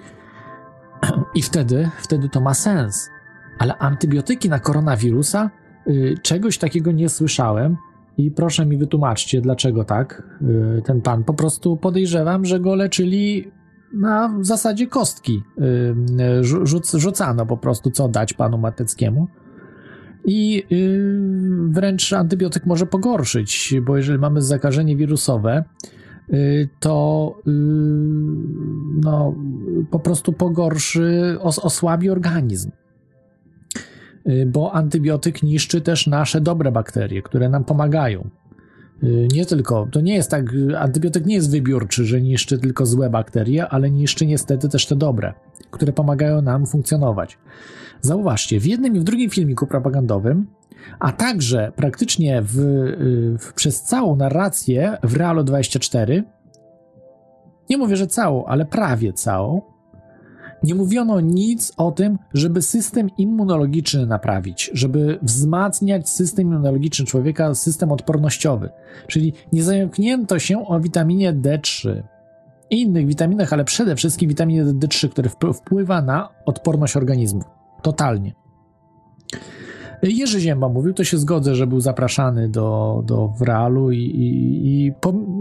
I wtedy, wtedy to ma sens. Ale antybiotyki na koronawirusa? Yy, czegoś takiego nie słyszałem i proszę mi wytłumaczcie, dlaczego tak. Yy, ten pan, po prostu podejrzewam, że go leczyli na zasadzie kostki. Yy, rzuc, rzucano po prostu, co dać panu Mateckiemu. I yy, wręcz antybiotyk może pogorszyć, bo jeżeli mamy zakażenie wirusowe, yy, to yy, no, po prostu pogorszy, os, osłabi organizm. Yy, bo antybiotyk niszczy też nasze dobre bakterie, które nam pomagają. Yy, nie tylko, to nie jest tak, antybiotyk nie jest wybiórczy, że niszczy tylko złe bakterie, ale niszczy niestety też te dobre, które pomagają nam funkcjonować. Zauważcie, w jednym i w drugim filmiku propagandowym, a także praktycznie w, w, przez całą narrację w Realu dwadzieścia cztery, nie mówię, że całą, ale prawie całą, nie mówiono nic o tym, żeby system immunologiczny naprawić, żeby wzmacniać system immunologiczny człowieka, system odpornościowy. Czyli nie zająknięto się o witaminie D trzy i innych witaminach, ale przede wszystkim witaminie D trzy, który wpływa na odporność organizmu. Totalnie. Jerzy Zięba mówił, to się zgodzę, że był zapraszany do, do w Realu i, i, i po,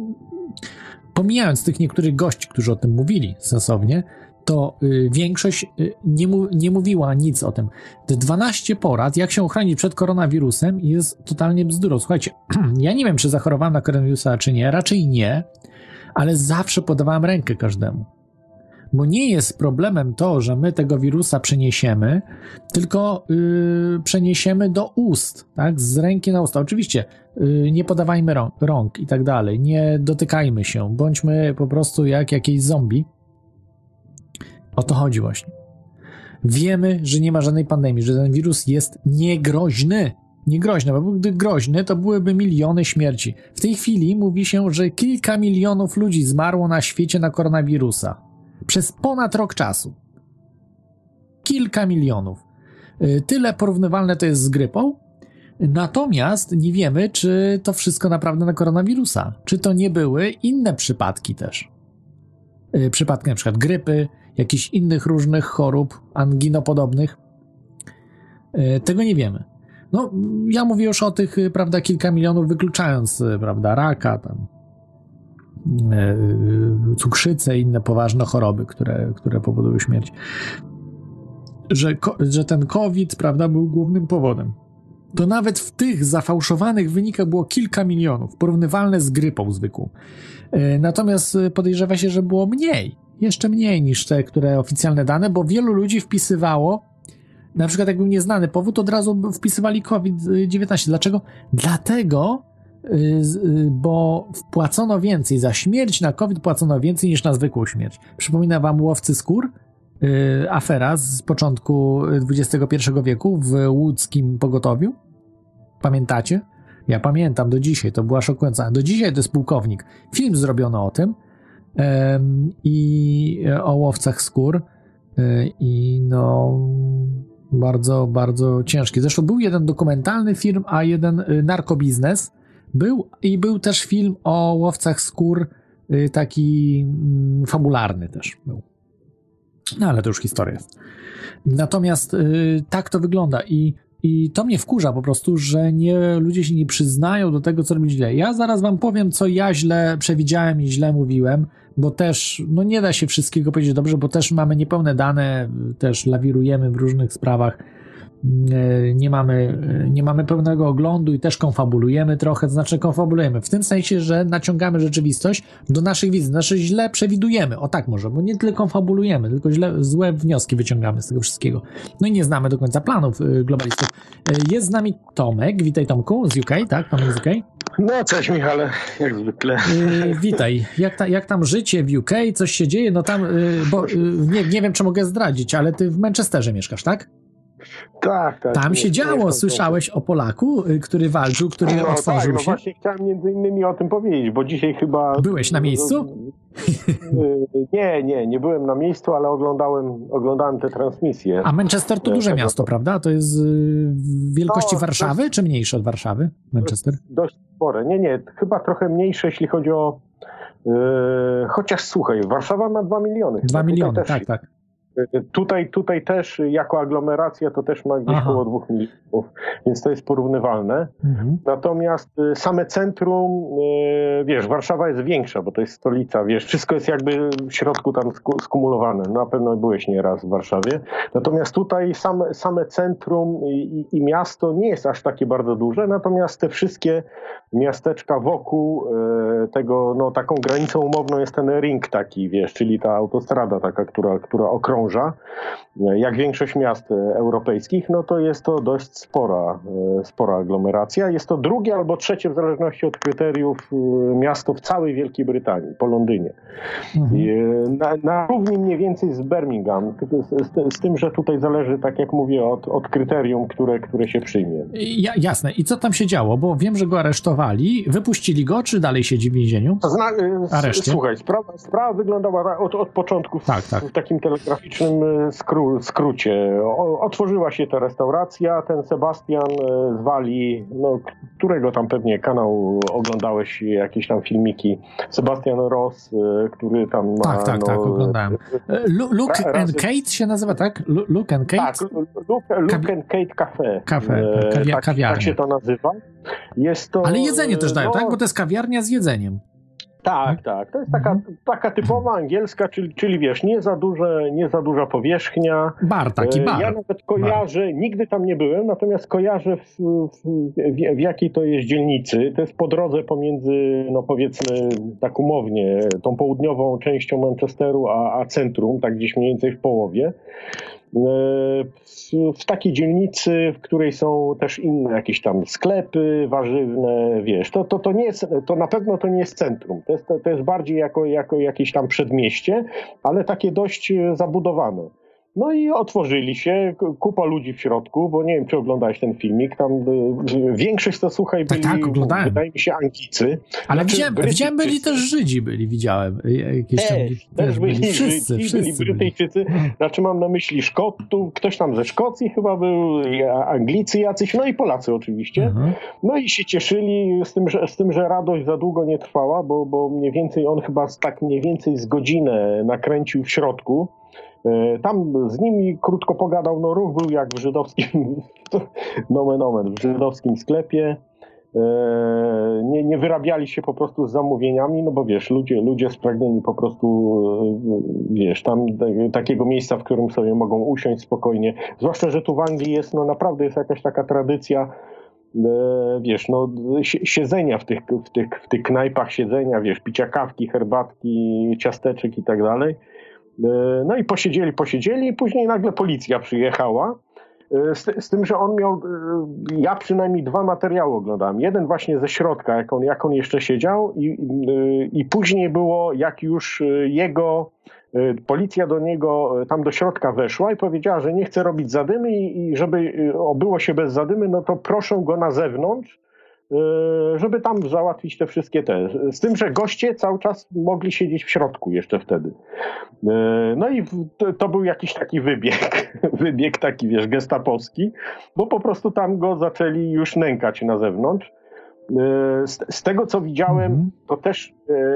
pomijając tych niektórych gości, którzy o tym mówili sensownie, to y, większość y, nie, mu, nie mówiła nic o tym. Te dwanaście porad, jak się ochronić przed koronawirusem, jest totalnie bzdurą. Słuchajcie, ja nie wiem, czy zachorowałem na koronawirusa, czy nie, raczej nie, ale zawsze podawałem rękę każdemu. Bo nie jest problemem to, że my tego wirusa przeniesiemy, tylko yy, przeniesiemy do ust, tak, z ręki na usta. Oczywiście yy, nie podawajmy rąk, rąk i tak dalej, nie dotykajmy się, bądźmy po prostu jak jakieś zombie. O to chodzi właśnie. Wiemy, że nie ma żadnej pandemii, że ten wirus jest niegroźny. Niegroźny, bo gdy groźny, to byłyby miliony śmierci. W tej chwili mówi się, że kilka milionów ludzi zmarło na świecie na koronawirusa. Przez ponad rok czasu. Kilka milionów. Tyle porównywalne to jest z grypą. Natomiast nie wiemy, czy to wszystko naprawdę na koronawirusa. Czy to nie były inne przypadki też. Przypadki na przykład grypy, jakichś innych różnych chorób anginopodobnych. Tego nie wiemy. No, ja mówię już o tych, prawda, kilka milionów, wykluczając, prawda, raka, tam, cukrzycę i inne poważne choroby, które, które powodują śmierć. Że, że ten COVID, prawda, był głównym powodem. To nawet w tych zafałszowanych wynikach było kilka milionów, porównywalne z grypą zwykłą. Natomiast podejrzewa się, że było mniej, jeszcze mniej niż te, które oficjalne dane, bo wielu ludzi wpisywało, na przykład jak był nieznany powód, od razu wpisywali COVID dziewiętnaście. Dlaczego? Dlatego, bo wpłacono więcej, za śmierć na COVID płacono więcej niż na zwykłą śmierć. Przypomina wam łowcy skór? Afera z początku dwudziestego pierwszego wieku w łódzkim pogotowiu. Pamiętacie? Ja pamiętam do dzisiaj, to była szokująca. Do dzisiaj to jest pułkownik. Film zrobiono o tym i o łowcach skór i no bardzo, bardzo ciężki. Zresztą był jeden dokumentalny film, a jeden narkobiznes był i był też film o łowcach skór, taki fabularny też był. No ale to już historia jest. Natomiast y, tak to wygląda i, i to mnie wkurza po prostu, że nie, ludzie się nie przyznają do tego, co robić źle. Ja zaraz wam powiem, co ja źle przewidziałem i źle mówiłem, bo też, no nie da się wszystkiego powiedzieć dobrze, bo też mamy niepełne dane, też lawirujemy w różnych sprawach, nie mamy, nie mamy pełnego oglądu i też konfabulujemy trochę, to znaczy konfabulujemy w tym sensie, że naciągamy rzeczywistość do naszych widzów, znaczy źle przewidujemy, o tak może, bo nie tyle konfabulujemy, tylko źle, złe wnioski wyciągamy z tego wszystkiego. No i nie znamy do końca planów globalistów. Jest z nami Tomek, witaj Tomku, z U K, tak? Tomek z U K? No cześć Michale, jak zwykle. Yy, witaj, jak, ta, jak tam życie w U K, coś się dzieje, no tam, yy, bo yy, nie, nie wiem, czy mogę zdradzić, ale ty w Manchesterze mieszkasz, tak? Tak, tak. Tam się działo, słyszałeś o Polaku, który walczył, który no, otworzył tak, no się? właśnie chciałem między innymi o tym powiedzieć, bo dzisiaj chyba... Byłeś na miejscu? Nie, nie, nie byłem na miejscu, ale oglądałem, oglądałem te transmisje. A Manchester to duże tego, miasto, prawda? To jest wielkości no, Warszawy, czy mniejsze od Warszawy, Manchester? Dość spore. Nie, nie, chyba trochę mniejsze, jeśli chodzi o... Yy, chociaż słuchaj, Warszawa ma dwa miliony. Dwa miliony, też, tak, tak. Tutaj, tutaj też jako aglomeracja to też ma gdzieś Aha. około dwóch milionów, więc to jest porównywalne. Mhm. Natomiast same centrum, wiesz, Warszawa jest większa, bo to jest stolica, wiesz, wszystko jest jakby w środku tam skumulowane. Na pewno byłeś nieraz w Warszawie. Natomiast tutaj same, same centrum i, i miasto nie jest aż takie bardzo duże, natomiast te wszystkie miasteczka wokół tego, no taką granicą umowną jest ten ring taki, wiesz, czyli ta autostrada taka, która, która okrąża. Jak większość miast europejskich, no to jest to dość spora, spora aglomeracja. Jest to drugie albo trzecie, w zależności od kryteriów, miasto w całej Wielkiej Brytanii, po Londynie. Mhm. Na, na równi mniej więcej z Birmingham, z, z, z tym, że tutaj zależy, tak jak mówię, od, od kryterium, które, które się przyjmie. Ja, jasne. I co tam się działo? Bo wiem, że go aresztowali. Wypuścili go, czy dalej siedzi w więzieniu? Zna, Areszcie? Słuchaj, sprawa, sprawa wyglądała od, od początku w, tak, tak. w takim telegraficznym skró, skrócie. O, otworzyła się ta restauracja, ten Sebastian z Walii, no, którego tam pewnie kanał oglądałeś, jakieś tam filmiki. Sebastian Ross, który tam ma... Tak, tak, no, tak, oglądałem. Luke ra, and Kate się nazywa, tak? Luke and Kate? Tak, Luke, Luke Kawi- and Kate Cafe. Cafe, kawia, tak, kawiarnia. tak się to nazywa. Jest to... Ale jedzenie też dają, no, tak? Bo to jest kawiarnia z jedzeniem. Tak, tak. To jest taka, Mhm. taka typowa angielska, czyli, czyli wiesz, nie za, duże, nie za duża powierzchnia. Bar, taki bar. Ja nawet kojarzę, bar. Nigdy tam nie byłem, natomiast kojarzę w, w, w, w jakiej to jest dzielnicy. To jest po drodze pomiędzy, no powiedzmy tak umownie, tą południową częścią Manchesteru, a, a centrum, tak gdzieś mniej więcej w połowie. W, w takiej dzielnicy, w której są też inne jakieś tam sklepy warzywne, wiesz, to, to, to nie jest, to na pewno to nie jest centrum, to jest, to, to jest bardziej jako, jako jakieś tam przedmieście, ale takie dość zabudowane. No i otworzyli się, kupa ludzi w środku, bo nie wiem, czy oglądałeś ten filmik, tam większość to, słuchaj, byli, tak, tak, oglądałem. Wydaje mi się, Anglicy. Ale znaczy, widziałem, widziałem byli wszyscy. też Żydzi, byli, widziałem. Jakieś tam, też, też, też byli, byli wszyscy, Żydzi, wszyscy byli Brytyjczycy, byli. znaczy mam na myśli Szkotów, ktoś tam ze Szkocji chyba był, Anglicy jacyś, no i Polacy oczywiście. Mhm. No i się cieszyli z tym, że, z tym, że radość za długo nie trwała, bo, bo mniej więcej on chyba tak mniej więcej z godzinę nakręcił w środku. Tam z nimi krótko pogadał, no ruch był jak w żydowskim, nomen omen, w żydowskim sklepie. Nie, nie wyrabiali się po prostu z zamówieniami, no bo wiesz, ludzie, ludzie spragnieni po prostu, wiesz, tam takiego miejsca, w którym sobie mogą usiąść spokojnie. Zwłaszcza, że tu w Anglii jest, no naprawdę jest jakaś taka tradycja, wiesz, no siedzenia w tych, w tych, w tych knajpach, siedzenia, wiesz, picia kawki, herbatki, ciasteczek i tak dalej. No i posiedzieli, posiedzieli i później nagle policja przyjechała. Z, z tym, że on miał, ja przynajmniej dwa materiały oglądałem. Jeden właśnie ze środka, jak on, jak on jeszcze siedział i, i później było, jak już jego, policja do niego tam do środka weszła i powiedziała, że nie chce robić zadymy i, i żeby obyło się bez zadymy, no to proszą go na zewnątrz, żeby tam załatwić te wszystkie te. Z tym, że goście cały czas mogli siedzieć w środku jeszcze wtedy. No i to, to był jakiś taki wybieg, wybieg taki, wiesz, gestapowski, bo po prostu tam go zaczęli już nękać na zewnątrz. Z, z tego, co widziałem, mm-hmm. to też,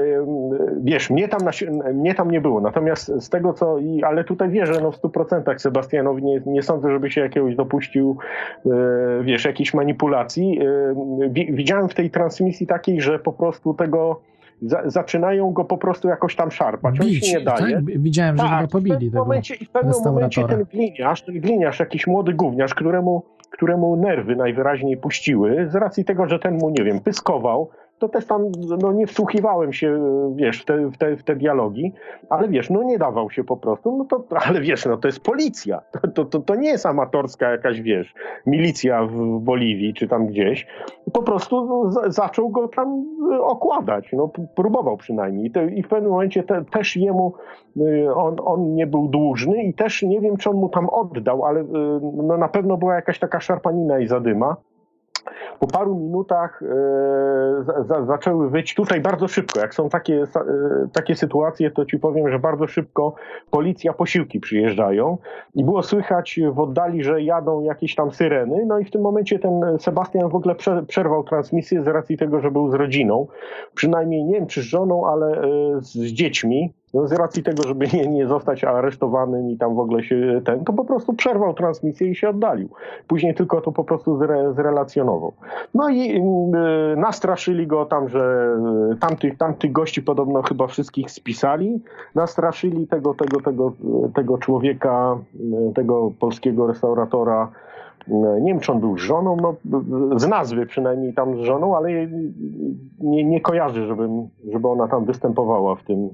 wiesz, mnie tam, na, mnie tam nie było, natomiast z tego, co, ale tutaj wierzę, no w stu procentach Sebastianowi, nie, nie sądzę, żeby się jakiegoś dopuścił, wiesz, jakiejś manipulacji. Widziałem w tej transmisji takiej, że po prostu tego Za, zaczynają go po prostu jakoś tam szarpać. On Bić, się nie daje. Tak? Widziałem, że tak, go pobili. W pewnym, momencie, w pewnym momencie ten gliniarz, ten gliniarz, jakiś młody gówniarz, któremu, któremu nerwy najwyraźniej puściły, z racji tego, że ten mu, nie wiem, pyskował, to też tam no, nie wsłuchiwałem się, wiesz, w te, w, te, w te dialogi, ale wiesz, no nie dawał się po prostu, no to, ale wiesz, no to jest policja, to, to, to, to nie jest amatorska jakaś, wiesz, milicja w Boliwii czy tam gdzieś, po prostu no, z, zaczął go tam okładać, no próbował przynajmniej. I, te, i w pewnym momencie te, też jemu, on, on nie był dłużny i też nie wiem, czy on mu tam oddał, ale no, na pewno była jakaś taka szarpanina i zadyma. Po paru minutach e, za, za, zaczęły wyć tutaj bardzo szybko. Jak są takie, e, takie sytuacje, to ci powiem, że bardzo szybko policja, posiłki przyjeżdżają i było słychać w oddali, że jadą jakieś tam syreny. No i w tym momencie ten Sebastian w ogóle prze, przerwał transmisję z racji tego, że był z rodziną. Przynajmniej nie wiem, czy z żoną, ale e, z, z dziećmi. No z racji tego, żeby nie, nie zostać aresztowanym i tam w ogóle się ten, to po prostu przerwał transmisję i się oddalił. Później tylko to po prostu zre, zrelacjonował. No i y, nastraszyli go tam, że tamtych, tamtych gości podobno chyba wszystkich spisali. Nastraszyli tego, tego, tego, tego człowieka, tego polskiego restauratora. Nie wiem, czy on był z żoną, no, z nazwy przynajmniej tam z żoną, ale nie, nie kojarzę, żebym, żeby ona tam występowała w tym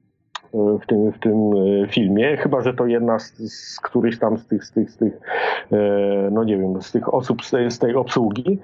w tym, w tym filmie, chyba że to jedna z, z którychś tam z tych, z tych, z tych no nie wiem, z tych osób z tej, z tej obsługi.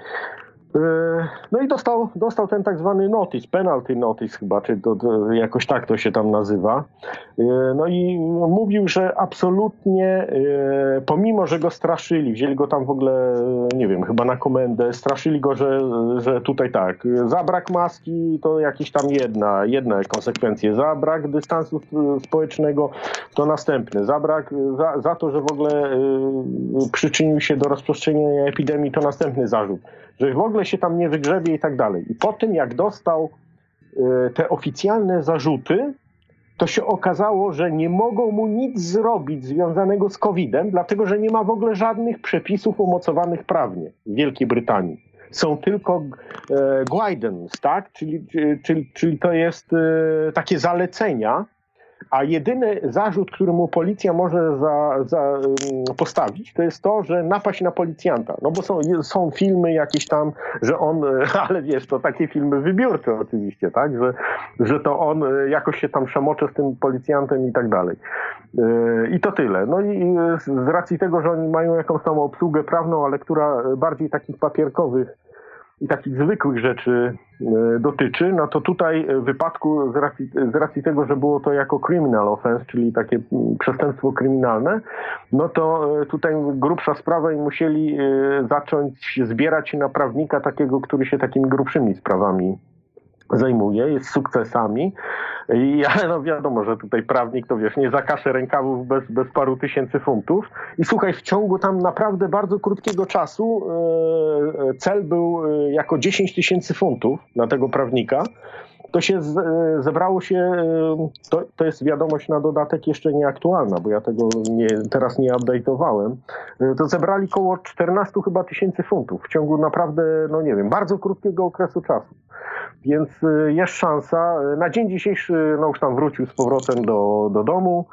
No i dostał, dostał ten tak zwany notice, penalty notice chyba, czy to, to jakoś tak to się tam nazywa. No i mówił, że absolutnie, pomimo, że go straszyli, wzięli go tam w ogóle, nie wiem, chyba na komendę, straszyli go, że, że tutaj tak, za brak maski to jakieś tam jedna, jedne konsekwencje, za brak dystansu społecznego to następny, za brak, za, za to, że w ogóle przyczynił się do rozprzestrzenienia epidemii to następny zarzut, że w ogóle się tam nie wygrzebie i tak dalej. I po tym, jak dostał y, te oficjalne zarzuty, to się okazało, że nie mogą mu nic zrobić związanego z kowidem, dlatego że nie ma w ogóle żadnych przepisów umocowanych prawnie w Wielkiej Brytanii. są tylko e, guidance, tak? Czyli, czyli, czyli to jest e, takie zalecenia, a jedyny zarzut, który mu policja może za, za, postawić, to jest to, że napaść na policjanta. No bo są, są filmy jakieś tam, że on, ale wiesz, to takie filmy wybiórcze oczywiście, tak? Że, że to on jakoś się tam szamocze z tym policjantem i tak dalej. I to tyle. No i z racji tego, że oni mają jakąś tam obsługę prawną, ale która bardziej takich papierkowych i takich zwykłych rzeczy dotyczy, no to tutaj w wypadku z racji, z racji tego, że było to jako criminal offense, czyli takie przestępstwo kryminalne, no to tutaj grubsza sprawa i musieli zacząć zbierać się na prawnika takiego, który się takimi grubszymi sprawami zajmuje, jest sukcesami. I ale no wiadomo, że tutaj prawnik to wiesz, nie zakasze rękawów bez, bez paru tysięcy funtów. I słuchaj, w ciągu tam naprawdę bardzo krótkiego czasu e, cel był e, jako dziesięć tysięcy funtów na tego prawnika. To się z, e, zebrało się, e, to, to jest wiadomość na dodatek jeszcze nieaktualna, bo ja tego nie, teraz nie update'owałem. E, to zebrali koło czternaście chyba tysięcy funtów w ciągu naprawdę, no nie wiem, bardzo krótkiego okresu czasu. Więc jest szansa. Na dzień dzisiejszy no już tam wrócił z powrotem do, do domu.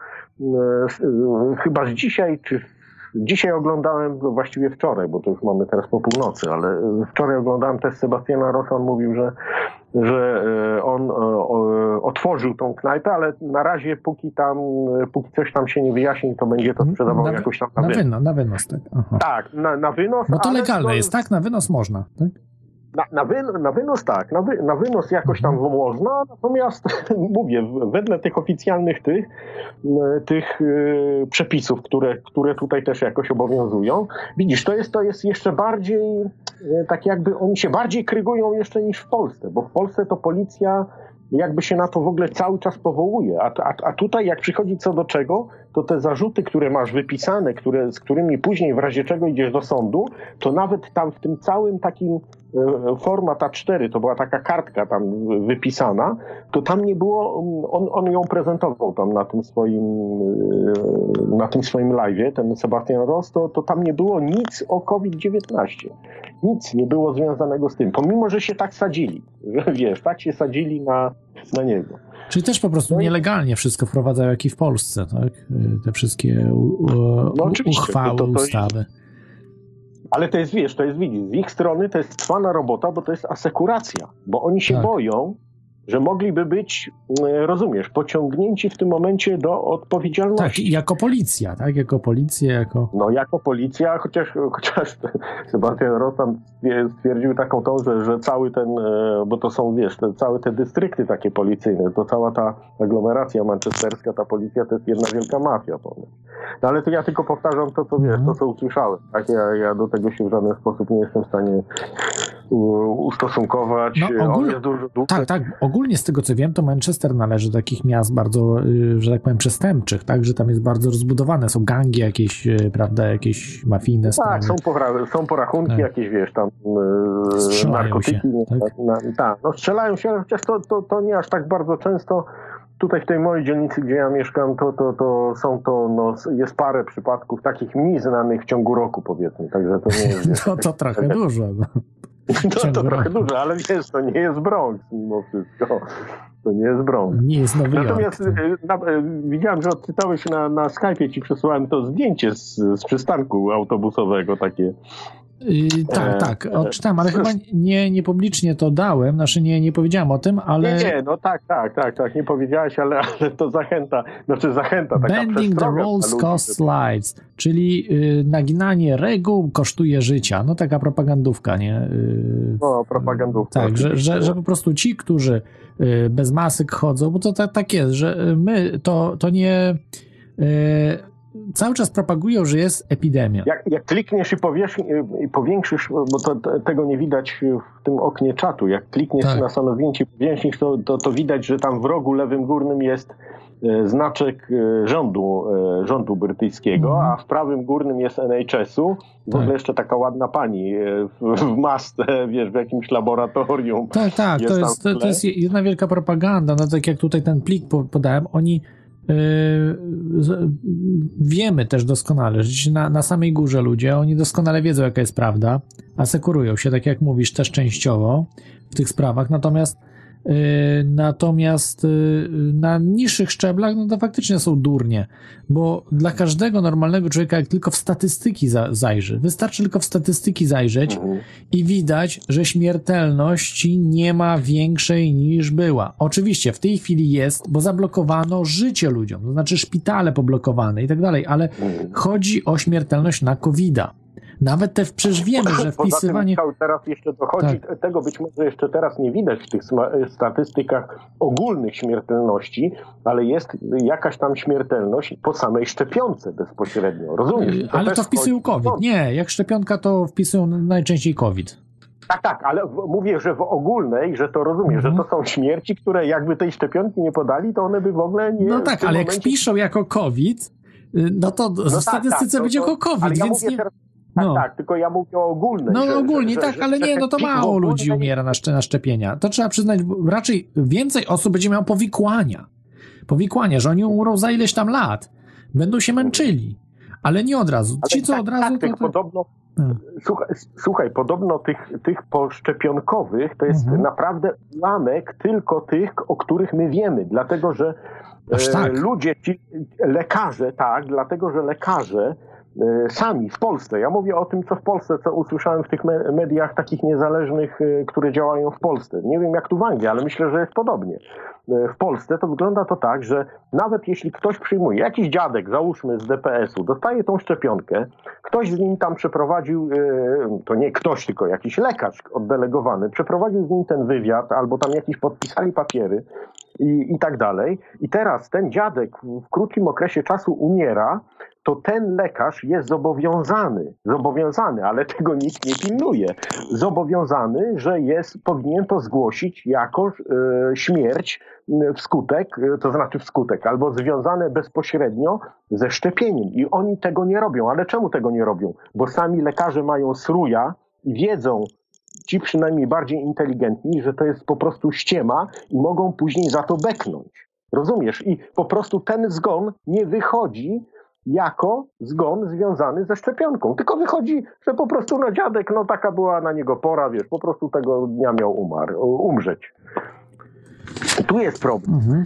Chyba z dzisiaj, czy dzisiaj oglądałem, no właściwie wczoraj, bo to już mamy teraz po północy, ale wczoraj oglądałem też Sebastiana Rossa, on mówił, że, że on otworzył tą knajpę, ale na razie póki tam, póki coś tam się nie wyjaśni, to będzie to sprzedawał na, jakoś tam na, na wynos. wynos. Na wynos, tak. Aha. Tak, na, na wynos. Bo to ale legalne to jest, tak? Na wynos można, tak? Na, na, wy, na wynos tak, na, wy, na wynos jakoś tam można, natomiast mówię, wedle tych oficjalnych tych, tych yy, przepisów, które, które tutaj też jakoś obowiązują, widzisz, to jest, to jest jeszcze bardziej, yy, tak jakby oni się bardziej krygują jeszcze niż w Polsce, bo w Polsce to policja jakby się na to w ogóle cały czas powołuje, a, a, a tutaj jak przychodzi co do czego, to te zarzuty, które masz wypisane, które, z którymi później w razie czego idziesz do sądu, to nawet tam w tym całym takim e, format A cztery, to była taka kartka tam wypisana, to tam nie było, on, on ją prezentował tam na tym swoim e, na tym swoim live'ie, ten Sebastian Ross, to, to tam nie było nic o COVID dziewiętnaście. Nic nie było związanego z tym, pomimo, że się tak sadzili, wiesz, tak się sadzili na, na niego. Czyli też po prostu nielegalnie wszystko wprowadzają, jak i w Polsce, tak? Te wszystkie u, u, no uchwały, to, to, to ustawy. Ale to jest, wiesz, to jest, widzisz, z ich strony to jest trwana robota, bo to jest asekuracja, bo oni się tak. boją, że mogliby być, rozumiesz, pociągnięci w tym momencie do odpowiedzialności. Tak, jako policja, tak? Jako policja, jako... No jako policja, chociaż, chociaż Sebastian Ross tam stwierdził taką tą, że, że cały ten, bo to są, wiesz, te, całe te dystrykty takie policyjne, to cała ta aglomeracja manchesterska, ta policja to jest jedna wielka mafia. No ale to ja tylko powtarzam to, co wiesz, to co usłyszałem. Tak? Ja, ja do tego się w żaden sposób nie jestem w stanie ustosunkować. No, ogól... On jest dużo, dużo... Tak, tak. Ogólnie z tego co wiem, to Manchester należy do takich miast bardzo, że tak powiem, przestępczych, tak, że tam jest bardzo rozbudowane. Są gangi jakieś, prawda, jakieś mafijne sprawy. Tak, są, pora- są porachunki tak. jakieś, wiesz, tam e, narkotyki. Się, tak? Tak, na, tak, no strzelają się, chociaż to, to, to nie aż tak bardzo często. Tutaj w tej mojej dzielnicy, gdzie ja mieszkam, to, to, to są to, no, jest parę przypadków takich mniej znanych w ciągu roku, powiedzmy, także to nie jest... Wiesz, no to trochę tak, dużo, no. To, to trochę dużo, ale wiesz, to nie jest Bronx mimo wszystko. To nie jest Bronx. Nie jest Nowy Natomiast Jork, na, widziałem, że odczytałeś na, na Skype'ie, ci przesyłałem to zdjęcie z, z przystanku autobusowego takie. Yy, tak, tak, odczytałem, ale chyba nie, nie publicznie to dałem, znaczy nie, nie powiedziałem o tym, ale... Nie, nie, no tak, tak, tak, tak, nie powiedziałeś, ale, ale to zachęta, znaczy zachęta taka Bending the rules costs lives, czyli yy, naginanie reguł kosztuje życia, no taka propagandówka, nie? Yy, no, propagandówka. Tak, że, że, że po prostu ci, którzy yy, bez masek chodzą, bo to tak, tak jest, że my to, to nie... Yy, cały czas propagują, że jest epidemia. Jak, jak klikniesz i, powiesz, i powiększysz, bo to, to, tego nie widać w tym oknie czatu, jak klikniesz tak. na samo zdjęcie i powiększysz, to, to, to widać, że tam w rogu lewym górnym jest e, znaczek e, rządu, e, rządu brytyjskiego, mm. a w prawym górnym jest N H S-u. W tak. ogóle jeszcze taka ładna pani e, w, w masce, wiesz, w jakimś laboratorium. Tak, tak, jest to, jest, to, to jest jedna wielka propaganda. No tak jak tutaj ten plik podałem, oni wiemy też doskonale, że na, na samej górze ludzie, oni doskonale wiedzą, jaka jest prawda, asekurują się, tak jak mówisz, też częściowo w tych sprawach, natomiast Yy, natomiast yy, na niższych szczeblach no to faktycznie są durnie, bo dla każdego normalnego człowieka, jak tylko w statystyki za, zajrzy, wystarczy tylko w statystyki zajrzeć i widać, że śmiertelności nie ma większej niż była. Oczywiście w tej chwili jest, bo zablokowano życie ludziom, to znaczy szpitale poblokowane i tak dalej, ale chodzi o śmiertelność na kowida. Nawet też przecież wiemy, że wpisywanie... Poza tym, teraz jeszcze dochodzi, tak. Tego być może jeszcze teraz nie widać w tych statystykach ogólnych śmiertelności, ale jest jakaś tam śmiertelność po samej szczepionce bezpośrednio, rozumiesz? To ale to wpisują COVID. Nie, jak szczepionka, to wpisują najczęściej COVID. Tak, tak, ale w, mówię, że w ogólnej, że to rozumiesz, mhm. że to są śmierci, które jakby tej szczepionki nie podali, to one by w ogóle nie... No tak, ale momencie... jak wpiszą jako COVID, no to no w statystyce tak, tak, będzie jako COVID, ja więc nie... Teraz... Tak, no. tak, tylko ja mówię o ogólnej. No że, ogólnie, że, tak, że, ale że, nie, no to mało ludzi ogólnej... umiera na, szcz- na szczepienia. To trzeba przyznać, bo raczej więcej osób będzie miało powikłania. Powikłania, że oni umrą za ileś tam lat. Będą się męczyli. Ale nie od razu. Ci, ale co tak, od razu... Tak, to, to... to... Podobno, hmm. słuchaj, słuchaj, podobno tych, tych poszczepionkowych to jest mhm. naprawdę ułamek tylko tych, o których my wiemy. Dlatego, że Aż tak. e, ludzie, ci lekarze, tak, dlatego, że lekarze sami w Polsce, ja mówię o tym, co w Polsce, co usłyszałem w tych mediach takich niezależnych, które działają w Polsce. Nie wiem jak tu w Anglii, ale myślę, że jest podobnie. W Polsce to wygląda to tak, że nawet jeśli ktoś przyjmuje, jakiś dziadek, załóżmy z D P S-u, dostaje tą szczepionkę, ktoś z nim tam przeprowadził, to nie ktoś, tylko jakiś lekarz oddelegowany, przeprowadził z nim ten wywiad, albo tam jakiś podpisali papiery i, i tak dalej. I teraz ten dziadek w krótkim okresie czasu umiera, to ten lekarz jest zobowiązany, zobowiązany, ale tego nikt nie pilnuje, zobowiązany, że jest, powinien to zgłosić jako e, śmierć wskutek, to znaczy wskutek, albo związane bezpośrednio ze szczepieniem. I oni tego nie robią. Ale czemu tego nie robią? Bo sami lekarze mają sruja i wiedzą, ci przynajmniej bardziej inteligentni, że to jest po prostu ściema i mogą później za to beknąć. Rozumiesz? I po prostu ten zgon nie wychodzi jako zgon związany ze szczepionką. Tylko wychodzi, że po prostu no dziadek, no taka była na niego pora, wiesz, po prostu tego dnia miał umar, umrzeć. Tu jest problem. Mhm.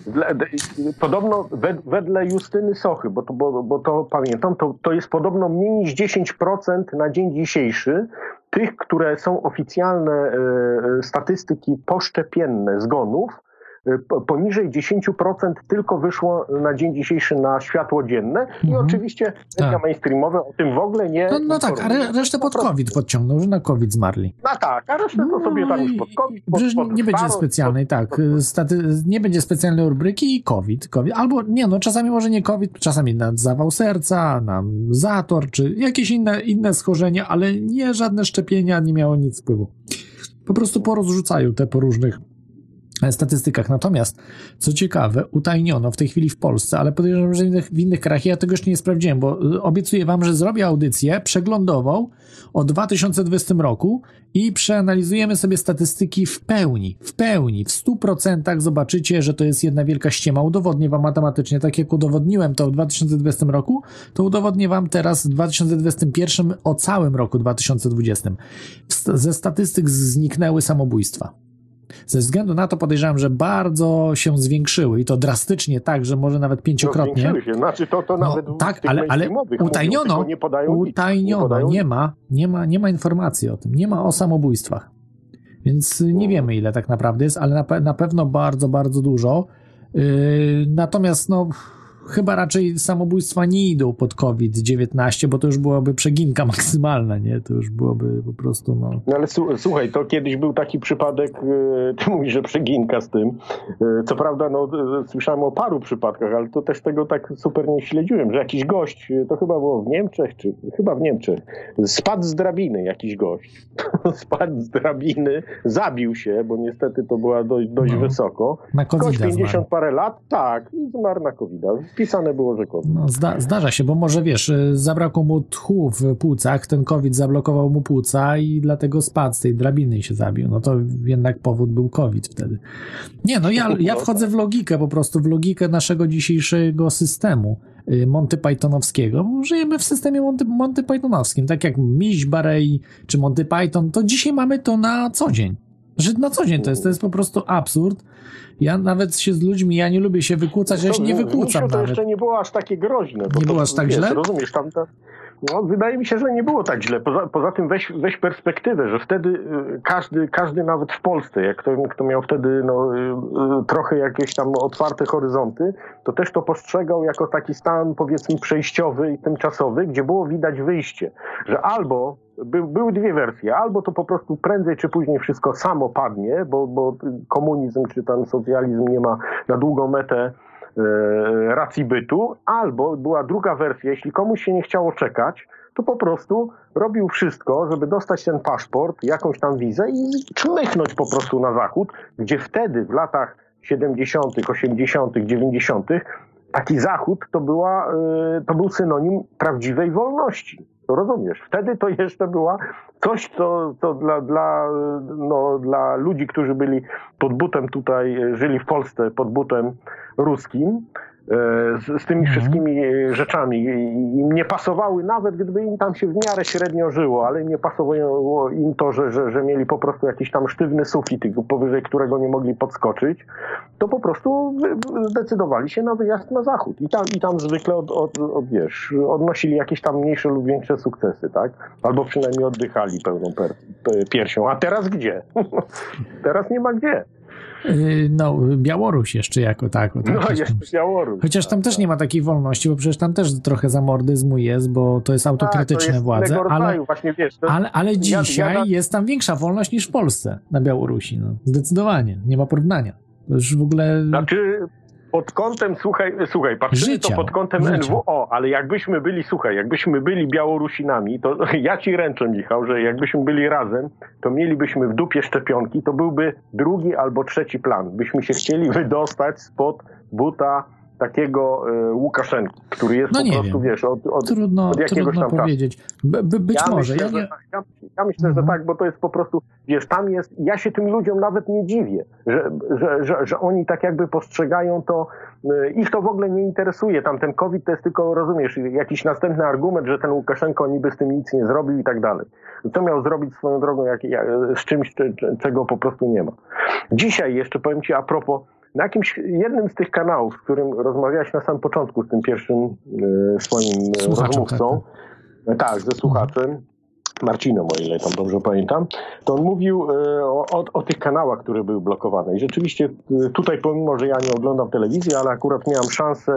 Podobno wedle Justyny Sochy, bo to, bo, bo to pamiętam, to, to jest podobno mniej niż dziesięć procent na dzień dzisiejszy tych, które są oficjalne e, statystyki poszczepienne zgonów, poniżej dziesięć procent tylko wyszło na dzień dzisiejszy na światło dzienne i mhm. oczywiście media tak. mainstreamowe o tym w ogóle nie... No, no tak, a re, resztę pod COVID podciągnął, że na COVID zmarli. No tak, a resztę to sobie tam już pod COVID... Pod, pod nie będzie specjalnej, tak, staty, nie będzie specjalnej rubryki i COVID, COVID. Albo nie, no czasami może nie COVID, czasami na zawał serca, na zator, czy jakieś inne, inne schorzenia, ale nie żadne szczepienia nie miało nic wpływu. Po prostu porozrzucają te po różnych statystykach. Natomiast, co ciekawe, utajniono w tej chwili w Polsce, ale podejrzewam, że w innych, w innych krajach, ja tego jeszcze nie sprawdziłem, bo obiecuję wam, że zrobię audycję przeglądową o dwa tysiące dwudziestym roku i przeanalizujemy sobie statystyki w pełni, w pełni, w stu procentach zobaczycie, że to jest jedna wielka ściema. Udowodnię wam matematycznie, tak jak udowodniłem to w dwa tysiące dwudziestym roku, to udowodnię wam teraz w dwa tysiące dwudziestym pierwszym o całym roku dwa tysiące dwudziestym. Ze statystyk zniknęły samobójstwa. Ze względu na to podejrzewam, że bardzo się zwiększyły i to drastycznie tak, że może nawet pięciokrotnie. No, się. Znaczy to, to no, nawet tak, ale, ale utajniono, mówią, nie podają utajniono, nie, podają nie ma, nie ma, nie ma informacji o tym, nie ma o samobójstwach. Więc nie wiemy, ile tak naprawdę jest, ale na, pe- na pewno bardzo, bardzo dużo. Yy, natomiast no chyba raczej samobójstwa nie idą pod COVID dziewiętnaście, bo to już byłaby przeginka maksymalna, nie? To już byłoby po prostu, no... No ale słuchaj, to kiedyś był taki przypadek, ty mówisz, że przeginka z tym. Co prawda, no, słyszałem o paru przypadkach, ale to też tego tak super nie śledziłem, że jakiś gość, to chyba było w Niemczech, czy chyba w Niemczech, spadł z drabiny jakiś gość. Spadł z drabiny, zabił się, bo niestety to była dość, dość no. wysoko. Na kowida gość pięćdziesiąt zmarł. parę lat, tak, i zmarł na kowida. Wpisane było, że COVID. No, zda, zdarza się, bo może wiesz, zabrakło mu tchu w płucach, ten COVID zablokował mu płuca i dlatego spadł z tej drabiny i się zabił. No to jednak powód był COVID wtedy. Nie, no ja, ja wchodzę w logikę, po prostu w logikę naszego dzisiejszego systemu Monty Pythonowskiego. Żyjemy w systemie Monty, Monty Pythonowskim, tak jak Miś Barei czy Monty Python, to dzisiaj mamy to na co dzień. Że na co dzień to jest, to jest po prostu absurd. Ja nawet się z ludźmi, ja nie lubię się wykłócać, ja się nie wykłócam to nawet. jeszcze nie było aż takie groźne. Nie to, było aż tak wiesz, źle? Rozumiesz, tam ta, no, wydaje mi się, że nie było tak źle. Poza, poza tym weź, weź perspektywę, że wtedy y, każdy, każdy nawet w Polsce, jak kto, kto miał wtedy no, y, y, trochę jakieś tam otwarte horyzonty, to też to postrzegał jako taki stan, powiedzmy, przejściowy i tymczasowy, gdzie było widać wyjście. Że albo By, były dwie wersje. Albo to po prostu prędzej czy później wszystko samo padnie, bo, bo komunizm czy tam socjalizm nie ma na długą metę e, racji bytu, albo była druga wersja, jeśli komuś się nie chciało czekać, to po prostu robił wszystko, żeby dostać ten paszport, jakąś tam wizę i czmychnąć po prostu na zachód, gdzie wtedy w latach siedemdziesiątych, osiemdziesiątych, dziewięćdziesiątych taki zachód to, była, e, to był synonim prawdziwej wolności. Rozumiesz? Wtedy to jeszcze była coś, co, co dla, dla, no, dla ludzi, którzy byli pod butem tutaj, żyli w Polsce pod butem ruskim, z, z tymi mhm. wszystkimi rzeczami. Im nie pasowały, nawet gdyby im tam się w miarę średnio żyło, ale nie pasowało im to, że, że, że mieli po prostu jakiś tam sztywny sufit, powyżej którego nie mogli podskoczyć, to po prostu zdecydowali się na wyjazd na zachód. I tam, i tam zwykle od, od, od, wiesz, odnosili jakieś tam mniejsze lub większe sukcesy, tak? Albo przynajmniej oddychali pełną per, piersią. A teraz gdzie? Teraz nie ma gdzie. No, Białoruś jeszcze jako tako. Tak? No, jeszcze Białoruś. Chociaż tam tak, też tak. nie ma takiej wolności, bo przecież tam też trochę zamordyzmu jest, bo to jest autokratyczne tak, władze, ale, właśnie, wiesz, to... ale, ale dzisiaj ja, ja... jest tam większa wolność niż w Polsce na Białorusi. No. Zdecydowanie, nie ma porównania. To już w ogóle... Znaczy... Pod kątem, słuchaj, słuchaj, patrzymy życia, to pod kątem życia. N W O, ale jakbyśmy byli, słuchaj, jakbyśmy byli Białorusinami, to ja ci ręczę, Michał, że jakbyśmy byli razem, to mielibyśmy w dupie szczepionki, to byłby drugi albo trzeci plan. Byśmy się chcieli wydostać spod buta takiego y, Łukaszenki, który jest no po prostu, wiem. wiesz, od, od, trudno, od jakiegoś trudno tam powiedzieć. By, by, być ja może. Myślę, ja, nie... że, ja, ja myślę, mhm. że tak, bo to jest po prostu, wiesz, tam jest, ja się tym ludziom nawet nie dziwię, że, że, że, że oni tak jakby postrzegają to, y, ich to w ogóle nie interesuje, tam ten COVID to jest tylko, rozumiesz, jakiś następny argument, że ten Łukaszenko niby z tym nic nie zrobił i tak dalej. Co miał zrobić swoją drogą jak, jak, z czymś, czego po prostu nie ma. Dzisiaj jeszcze powiem ci a propos, na jakimś jednym z tych kanałów, z którym rozmawiałeś na samym początku z tym pierwszym e, swoim Słuchaczem, rozmówcą, tak, tak ze słuchaczem, Marcinem, o ile tam dobrze pamiętam, to on mówił e, o, o, o tych kanałach, które były blokowane. I rzeczywiście e, tutaj, pomimo że ja nie oglądam telewizji, ale akurat miałem szansę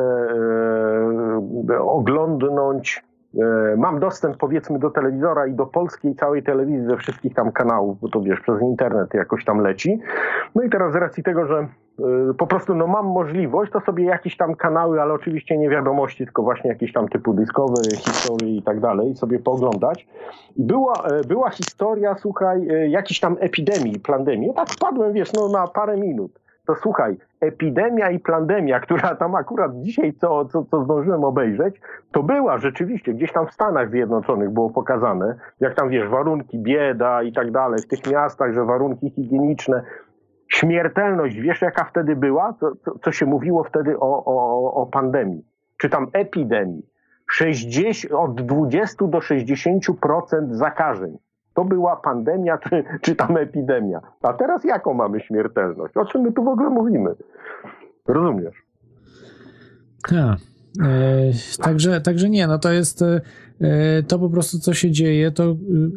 e, oglądnąć, e, mam dostęp powiedzmy do telewizora i do polskiej całej telewizji ze wszystkich tam kanałów, bo to wiesz, przez internet jakoś tam leci. No i teraz z racji tego, że po prostu no mam możliwość, to sobie jakieś tam kanały, ale oczywiście nie wiadomości, tylko właśnie jakieś tam typu Discovery, History i tak dalej, sobie pooglądać. I była, była historia, słuchaj, jakiejś tam epidemii, pandemii. Tak wpadłem, wiesz, no na parę minut. To słuchaj, epidemia i pandemia, która tam akurat dzisiaj, co, co, co zdążyłem obejrzeć, to była rzeczywiście, gdzieś tam w Stanach Zjednoczonych było pokazane, jak tam, wiesz, warunki, bieda i tak dalej, w tych miastach, że warunki higieniczne, śmiertelność, wiesz jaka wtedy była? Co, co, co się mówiło wtedy o, o, o pandemii? Czy tam epidemii? sześćdziesiąt, od dwudziestu do sześćdziesięciu procent zakażeń. To była pandemia, czy, czy tam epidemia. A teraz jaką mamy śmiertelność? O czym my tu w ogóle mówimy? Rozumiesz? Ja. E, także, także nie, no to jest e, to po prostu co się dzieje, to... E,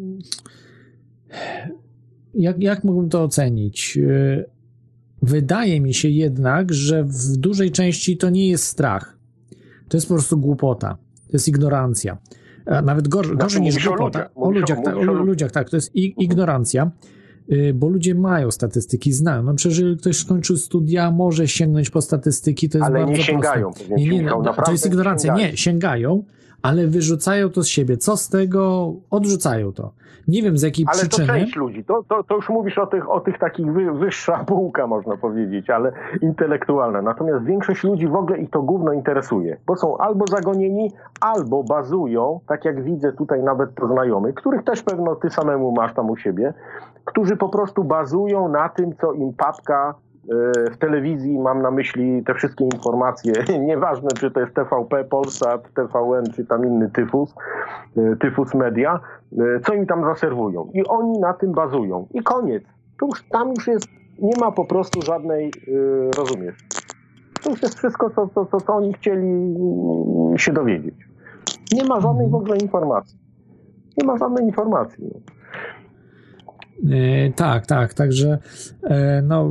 Jak, jak mógłbym to ocenić? Wydaje mi się jednak, że w dużej części to nie jest strach. To jest po prostu głupota. To jest ignorancja. Nawet gorzej, gorzej niż głupota. O ludziach, o, ludziach, o, o ludziach, tak. To jest ignorancja, bo ludzie mają statystyki, znają. No przecież jeżeli ktoś skończył studia, może sięgnąć po statystyki, to jest ale bardzo nie sięgają. proste. Nie, nie, no, to jest ignorancja. Nie, sięgają, ale wyrzucają to z siebie. Co z tego? Odrzucają to. Nie wiem z jakiej ale przyczyny. Ale to część ludzi. To, to, to już mówisz o tych, o tych takich wy, wyższa półka, można powiedzieć, ale intelektualna. Natomiast większość ludzi w ogóle ich to gówno interesuje. Bo są albo zagonieni, albo bazują, tak jak widzę tutaj nawet to znajomych, których też pewno ty samemu masz tam u siebie, którzy po prostu bazują na tym, co im papka w telewizji, mam na myśli te wszystkie informacje, nieważne czy to jest T V P, Polsat, T V N, czy tam inny Tyfus, Tyfus Media, co im tam zaserwują. I oni na tym bazują. I koniec. To już, tam już jest, nie ma po prostu żadnej, rozumiesz, to już jest wszystko, co, co, co, co oni chcieli się dowiedzieć. Nie ma żadnej w ogóle informacji. Nie ma żadnej informacji. No. Yy, tak, tak, także yy, no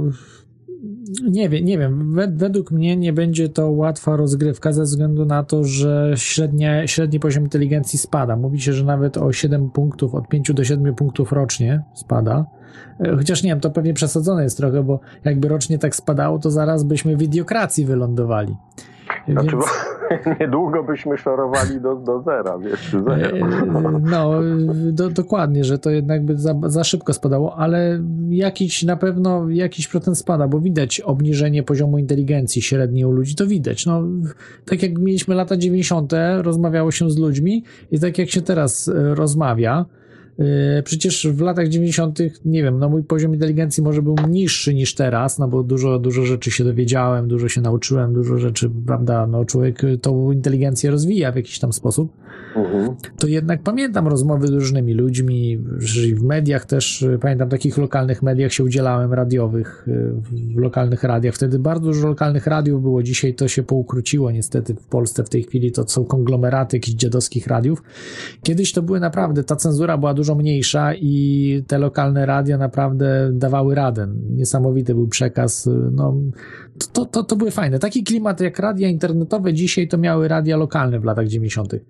nie wiem, nie wiem, według mnie nie będzie to łatwa rozgrywka ze względu na to, że średnia, średni poziom inteligencji spada. Mówi się, że nawet o siedem punktów, od pięciu do siedmiu punktów rocznie spada. Chociaż nie wiem, to pewnie przesadzone jest trochę, bo jakby rocznie tak spadało, to zaraz byśmy w idiokracji wylądowali. Znaczy, Więc... bo niedługo byśmy szorowali do, do zera, wiesz, zero. No, do, dokładnie, że to jednak by za, za szybko spadało, ale jakiś na pewno jakiś procent spada, bo widać obniżenie poziomu inteligencji średniej u ludzi, to widać. No, tak jak mieliśmy lata dziewięćdziesiąte, rozmawiało się z ludźmi i tak jak się teraz rozmawia, przecież w latach dziewięćdziesiątych, nie wiem, no mój poziom inteligencji może był niższy niż teraz, no bo dużo, dużo rzeczy się dowiedziałem, dużo się nauczyłem, dużo rzeczy, prawda, no człowiek tą inteligencję rozwija w jakiś tam sposób, uh-huh. To jednak pamiętam rozmowy z różnymi ludźmi, w mediach też, pamiętam takich lokalnych mediach się udzielałem, radiowych, w lokalnych radiach, wtedy bardzo dużo lokalnych radiów było, dzisiaj to się poukróciło niestety w Polsce w tej chwili, to są konglomeraty jakichś dziadowskich radiów, kiedyś to były naprawdę, ta cenzura była dużo mniejsza i te lokalne radia naprawdę dawały radę. Niesamowity był przekaz. No, to, to, to były fajne. Taki klimat jak radia internetowe dzisiaj to miały radia lokalne w latach dziewięćdziesiątych.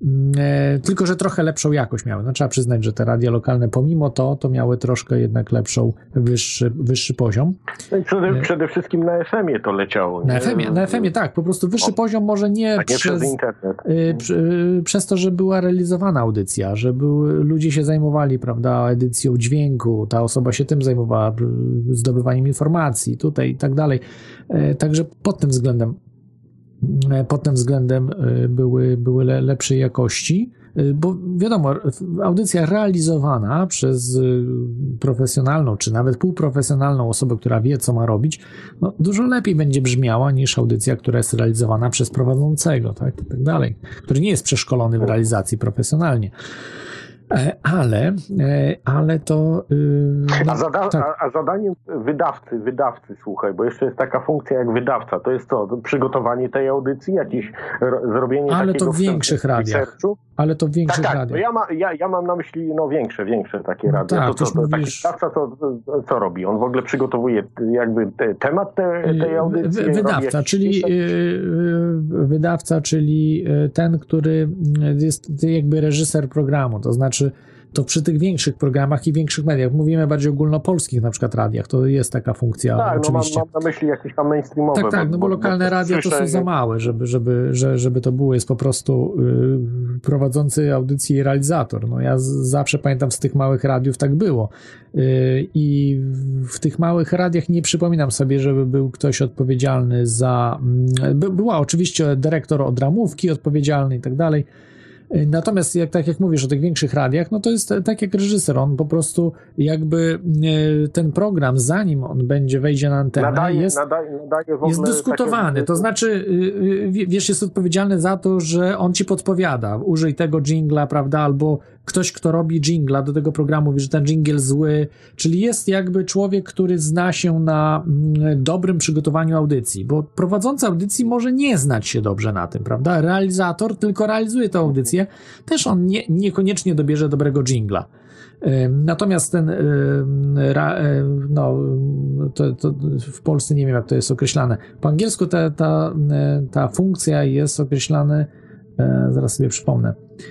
E, tylko, że trochę lepszą jakość miały. No, trzeba przyznać, że te radia lokalne pomimo to, to miały troszkę jednak lepszą, wyższy, wyższy poziom. No i przede, przede wszystkim na F M ie to leciało. Na F M ie, na F M ie tak, po prostu wyższy o, poziom może nie, nie przez, przez internet. Y, przy, y, przez to, że była realizowana audycja, że były, ludzie się zajmowali, prawda, edycją dźwięku, ta osoba się tym zajmowała, zdobywaniem informacji, tutaj i tak dalej. Y, także pod tym względem pod tym względem były, były lepszej jakości, bo wiadomo, audycja realizowana przez profesjonalną, czy nawet półprofesjonalną osobę, która wie, co ma robić, no, dużo lepiej będzie brzmiała niż audycja, która jest realizowana przez prowadzącego, tak, i tak dalej, który nie jest przeszkolony w realizacji profesjonalnie. Ale, ale to... No, a, zada- tak. a, a zadaniem wydawcy, wydawcy, słuchaj, bo jeszcze jest taka funkcja jak wydawca, to jest co? Przygotowanie tej audycji, jakieś ro- zrobienie ale takiego... To w większych radiach. Ale to w większych tak, tak, radiach. Ja, ma, ja, ja mam na myśli no, większe, większe takie radia. Tak, to, to, to, mówisz... Taki wydawca co, co robi? On w ogóle przygotowuje jakby te, temat te, tej audycji? Wydawca, czyli wydawca, czyli ten, który jest jakby reżyser programu, to znaczy to przy tych większych programach i większych mediach, mówimy bardziej ogólnopolskich na przykład radiach, to jest taka funkcja tak, oczywiście. No mam, mam na myśli jakieś tam mainstreamowe. Tak, tak, bo, no bo lokalne bo radia to są za małe, żeby, żeby, że, żeby to było, jest po prostu yy, prowadzący audycję i realizator. No ja z, zawsze pamiętam z tych małych radiów tak było yy, i w tych małych radiach nie przypominam sobie, żeby był ktoś odpowiedzialny za, yy, by, była oczywiście dyrektor od ramówki odpowiedzialny i tak dalej. Natomiast jak, tak jak mówisz o tych większych radiach, no to jest tak jak reżyser, on po prostu jakby ten program, zanim on będzie wejdzie na antenę, nadaje, jest, nadaje, nadaje jest dyskutowany, takie... to znaczy wiesz, jest odpowiedzialny za to, że on ci podpowiada, użyj tego dżingla, prawda, albo ktoś, kto robi dżingla do tego programu, wie, że ten dżingiel zły, czyli jest jakby człowiek, który zna się na dobrym przygotowaniu audycji, bo prowadzący audycji może nie znać się dobrze na tym, prawda, realizator tylko realizuje tę audycję, też on nie, niekoniecznie dobierze dobrego dżingla. Natomiast ten no, to, to w Polsce nie wiem, jak to jest określane. Po angielsku ta, ta, ta funkcja jest określana, zaraz sobie przypomnę,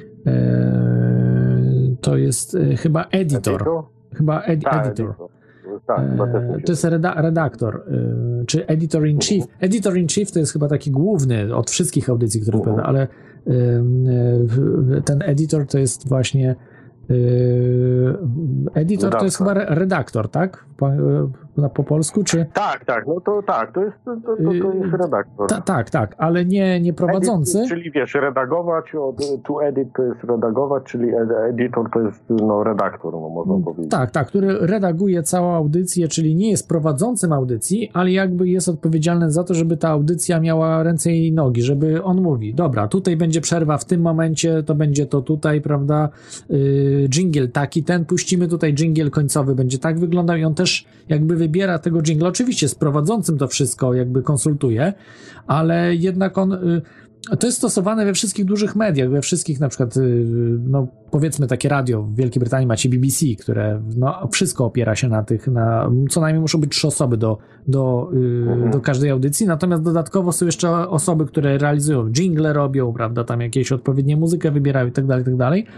to jest chyba editor. Chyba ed, tak, editor. editor. Tak, chyba też to jest reda- redaktor, czy editor in chief. Editor in chief to jest chyba taki główny od wszystkich audycji, które uh-huh. pewne, ale ten editor to jest właśnie editor to jest chyba redaktor, tak? Po, po polsku, czy? Tak, tak, no to tak, to jest, to, to, to jest redaktor. Ta, tak, tak, ale nie, nie prowadzący. Edit, czyli wiesz, redagować, od, to edit to jest redagować, czyli editor to jest no, redaktor, no, można powiedzieć. Tak, tak, który redaguje całą audycję, czyli nie jest prowadzącym audycji, ale jakby jest odpowiedzialny za to, żeby ta audycja miała ręce i nogi, żeby on mówi, dobra, tutaj będzie przerwa w tym momencie, to będzie to tutaj, prawda, yy, dżingiel taki, ten puścimy tutaj, dżingiel końcowy będzie tak wyglądał i on też jakby wybiera tego dżingla. Oczywiście z prowadzącym to wszystko jakby konsultuje, ale jednak on... Yy, to jest stosowane we wszystkich dużych mediach, we wszystkich na przykład, no powiedzmy takie radio, w Wielkiej Brytanii macie B B C, które no, wszystko opiera się na tych, na, co najmniej muszą być trzy osoby do, do, yy, do każdej audycji, natomiast dodatkowo są jeszcze osoby, które realizują, jingle robią, prawda, tam jakieś odpowiednie muzykę wybierają i tak dalej, i tak dalej,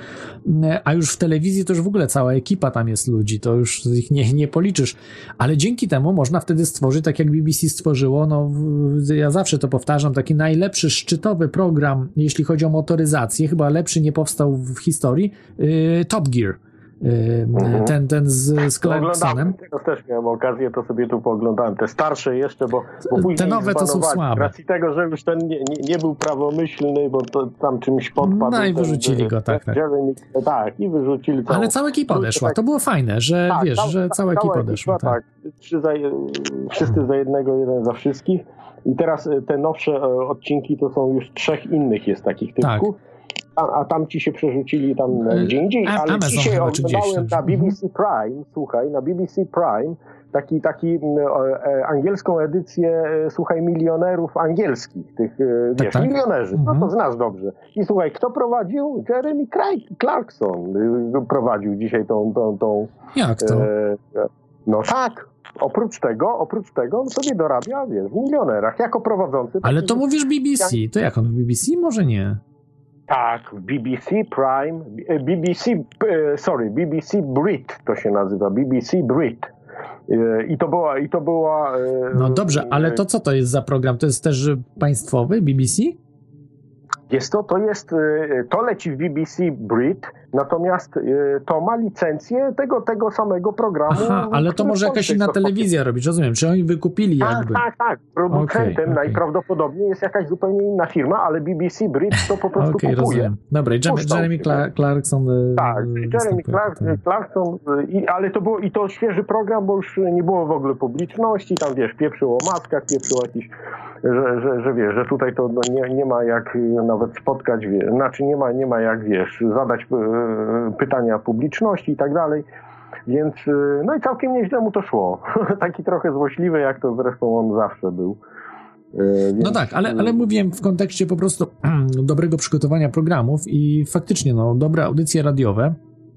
a już w telewizji to już w ogóle cała ekipa tam jest ludzi, to już ich nie, nie policzysz, ale dzięki temu można wtedy stworzyć, tak jak B B C stworzyło, no ja zawsze to powtarzam, taki najlepszy, szczytowy program, jeśli chodzi o motoryzację, chyba lepszy nie powstał w historii, yy, Top Gear. Yy, mhm. Ten, ten z, z Clarksonem. Teraz też miałem okazję, to sobie tu pooglądałem. Te starsze jeszcze, bo, bo później te nowe to są słabe. Z racji tego, że już ten nie, nie, nie był prawomyślny, bo to tam czymś podpadł. No i wyrzucili ten, go, tak, tak. Jeremy, tak, i wyrzucili całą... Ale cała ekipa odeszła. To było fajne, że tak, wiesz, cała, że cała ekipa odeszła. Tak, tak. Trzy za, wszyscy za jednego, jeden za wszystkich. I teraz te nowsze odcinki to są już trzech innych jest takich typków. Tak. A, a tam ci się przerzucili tam gdzie indziej, ale Amazon dzisiaj oglądałem na B B C Prime, słuchaj, na B B C Prime taki, taki e, angielską edycję, słuchaj, milionerów angielskich, tych, tak, wiesz, tak? milionerzy, mhm. no to znasz dobrze. I słuchaj, kto prowadził? Jeremy Clarkson prowadził dzisiaj tą... tą, tą Jak to? E, no tak. Oprócz tego, oprócz tego on sobie dorabia, wiesz, w milionerach, jako prowadzący. Ale to mówisz B B C, to jak on w B B C? Może nie. Tak, B B C Prime, B B C, sorry, B B C Brit to się nazywa, B B C Brit. I to była, i to była... No dobrze, ale to co to jest za program? To jest też państwowy B B C? Jest to, to jest, to leci w B B C Brit, natomiast to ma licencję tego, tego samego programu. Aha, ale to może jakaś inna telewizja robić, rozumiem, czy oni wykupili tak, jakby... Tak, tak, producentem okay, okay. najprawdopodobniej jest jakaś zupełnie inna firma, ale B B C Brit to po prostu okay, kupuje. Rozumiem. Dobra, i Jeremy Cla- Clarkson... Tak, Jeremy Clark, Clarkson, i, ale to było, i to świeży program, bo już nie było w ogóle publiczności, tam wiesz, pieprzył o maskach, pieprzył jakiś, że, że, że wiesz, że tutaj to no, nie, nie ma jak nawet spotkać, wiesz, znaczy nie ma, nie ma jak, wiesz, zadać pytania publiczności i tak dalej, więc no i całkiem nieźle mu to szło. Taki trochę złośliwy, jak to zresztą on zawsze był. Więc... No tak, ale, ale mówiłem w kontekście po prostu dobrego przygotowania programów i faktycznie no, dobre audycje radiowe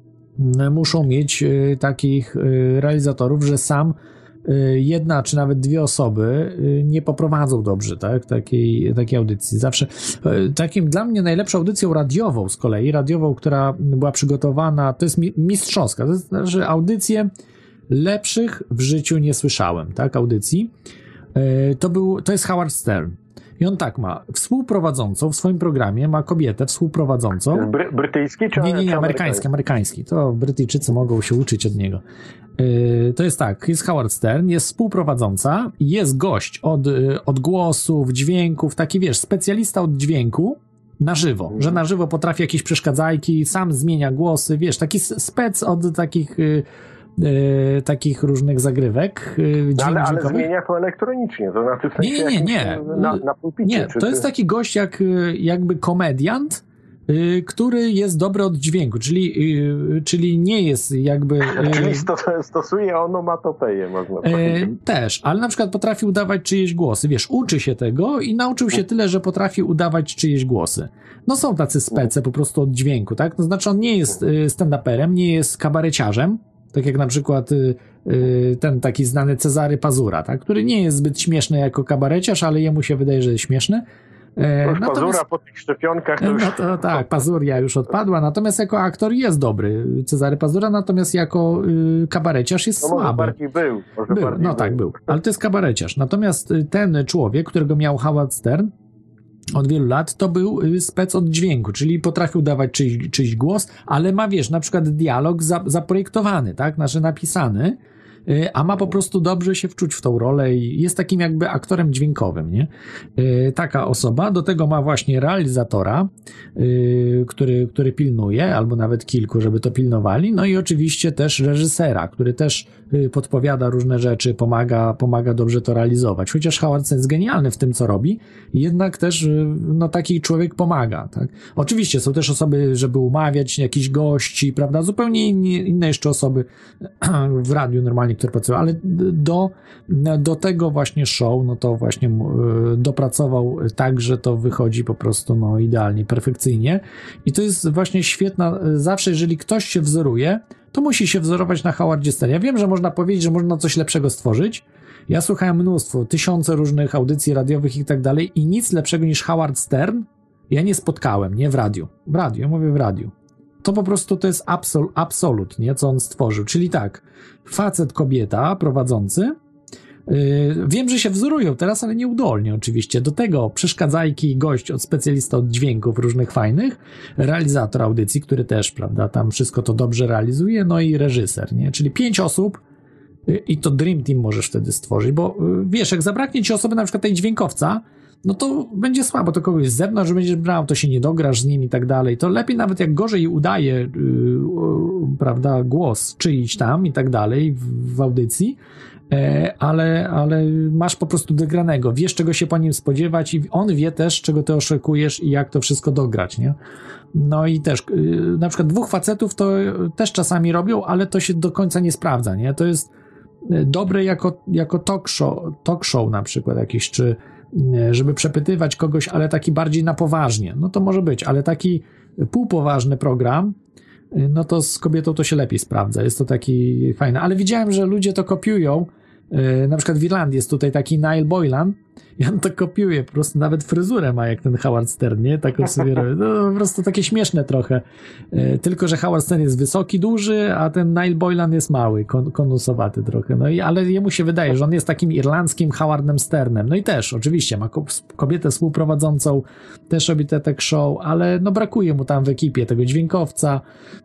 muszą mieć takich realizatorów, że sam jedna czy nawet dwie osoby nie poprowadzą dobrze, tak, takiej, takiej audycji. Zawsze takim dla mnie najlepszą audycją radiową z kolei, radiową, która była przygotowana, to jest mistrzowska, to znaczy audycje lepszych w życiu nie słyszałem, tak, audycji. To był, to jest Howard Stern. I on tak ma, współprowadzącą w swoim programie, ma kobietę współprowadzącą. Bry- brytyjski czy Nie, nie, nie, amerykański, amerykański. To Brytyjczycy mogą się uczyć od niego. Yy, to jest tak, jest Howard Stern, jest współprowadząca, jest gość od, od głosów, dźwięków, taki wiesz, specjalista od dźwięku na żywo, mm. że na żywo potrafi jakieś przeszkadzajki, sam zmienia głosy, wiesz, taki spec od takich... Yy, Yy, takich różnych zagrywek yy, no, ale, ale zmienia to elektronicznie, to znaczy w sensie nie, nie, nie, na, na pulpicie, nie, czy to ty... jest taki gość jak jakby komediant, yy, który jest dobry od dźwięku, czyli, yy, czyli nie jest jakby... Yy, czyli stosuje onomatopeję, można powiedzieć. Yy, też, ale na przykład potrafi udawać czyjeś głosy, wiesz, uczy się tego i nauczył się tyle, że potrafi udawać czyjeś głosy. No są tacy spece po prostu od dźwięku, tak? To znaczy on nie jest stand-uperem, nie jest kabareciarzem, tak jak na przykład y, y, ten taki znany Cezary Pazura, tak? Który nie jest zbyt śmieszny jako kabareciarz, ale jemu się wydaje, że jest śmieszny. E, już Pazura po tych szczepionkach to już... No to tak, Pazuria już odpadła, natomiast jako aktor jest dobry. Cezary Pazura, natomiast jako y, kabareciarz jest no słaby. Może bardziej był. Może był. Bardziej no był. tak, był. Ale to jest kabareciarz. Natomiast ten człowiek, którego miał Howard Stern, od wielu lat, to był spec od dźwięku, czyli potrafił dawać czyjś, czyjś głos, ale ma, wiesz, na przykład dialog za, zaprojektowany, tak, znaczy napisany, a ma po prostu dobrze się wczuć w tą rolę i jest takim jakby aktorem dźwiękowym, nie? Taka osoba, do tego ma właśnie realizatora, który, który pilnuje, albo nawet kilku, żeby to pilnowali, no i oczywiście też reżysera, który też podpowiada różne rzeczy, pomaga, pomaga dobrze to realizować, chociaż Howard jest genialny w tym, co robi, jednak też no taki człowiek pomaga, tak? Oczywiście są też osoby, żeby umawiać jakichś gości, prawda, zupełnie inne, inne jeszcze osoby w radiu normalnie, które pracują, ale do, do tego właśnie show, no to właśnie dopracował tak, że to wychodzi po prostu no idealnie, perfekcyjnie i to jest właśnie świetna, zawsze jeżeli ktoś się wzoruje, to musi się wzorować na Howardzie Stern. Ja wiem, że można powiedzieć, że można coś lepszego stworzyć. Ja słuchałem mnóstwo, tysiące różnych audycji radiowych i tak dalej i nic lepszego niż Howard Stern ja nie spotkałem, nie w radiu. W radiu, ja mówię w radiu. To po prostu to jest absol, absolut, nie, co on stworzył. Czyli tak, facet, kobieta, prowadzący, yy, wiem, że się wzorują teraz, ale nieudolnie oczywiście. Do tego przeszkadzajki, gość od specjalista od dźwięków różnych fajnych, realizator audycji, który też, prawda, tam wszystko to dobrze realizuje, no i reżyser, nie, czyli pięć osób yy, i to Dream Team możesz wtedy stworzyć, bo yy, wiesz, jak zabraknie ci osoby, na przykład tej dźwiękowca, no to będzie słabo, to kogoś z zewnątrz, że będziesz brał, to się nie dograsz z nim i tak dalej, to lepiej nawet jak gorzej udaje, yy, yy, prawda, głos czyjś tam i tak dalej w, w audycji, yy, ale, ale masz po prostu dogranego, wiesz czego się po nim spodziewać i on wie też czego ty oczekujesz i jak to wszystko dograć, nie? No i też yy, na przykład dwóch facetów to też czasami robią, ale to się do końca nie sprawdza, nie? To jest dobre jako, jako talk show, talk show na przykład jakiś, czy żeby przepytywać kogoś, ale taki bardziej na poważnie, no to może być, ale taki półpoważny program, no to z kobietą to się lepiej sprawdza, jest to taki fajny, ale widziałem, że ludzie to kopiują, na przykład w Irlandii jest tutaj taki Niall Boylan i on to kopiuje, po prostu nawet fryzurę ma jak ten Howard Stern, nie? Taką sobie robi. No po prostu takie śmieszne trochę, tylko że Howard Stern jest wysoki, duży, a ten Niall Boylan jest mały, kon- konusowaty trochę, no i ale jemu się wydaje, że on jest takim irlandzkim Howardem Sternem, no i też oczywiście ma kobietę współprowadzącą, też robi te talk show, ale no brakuje mu tam w ekipie tego dźwiękowca,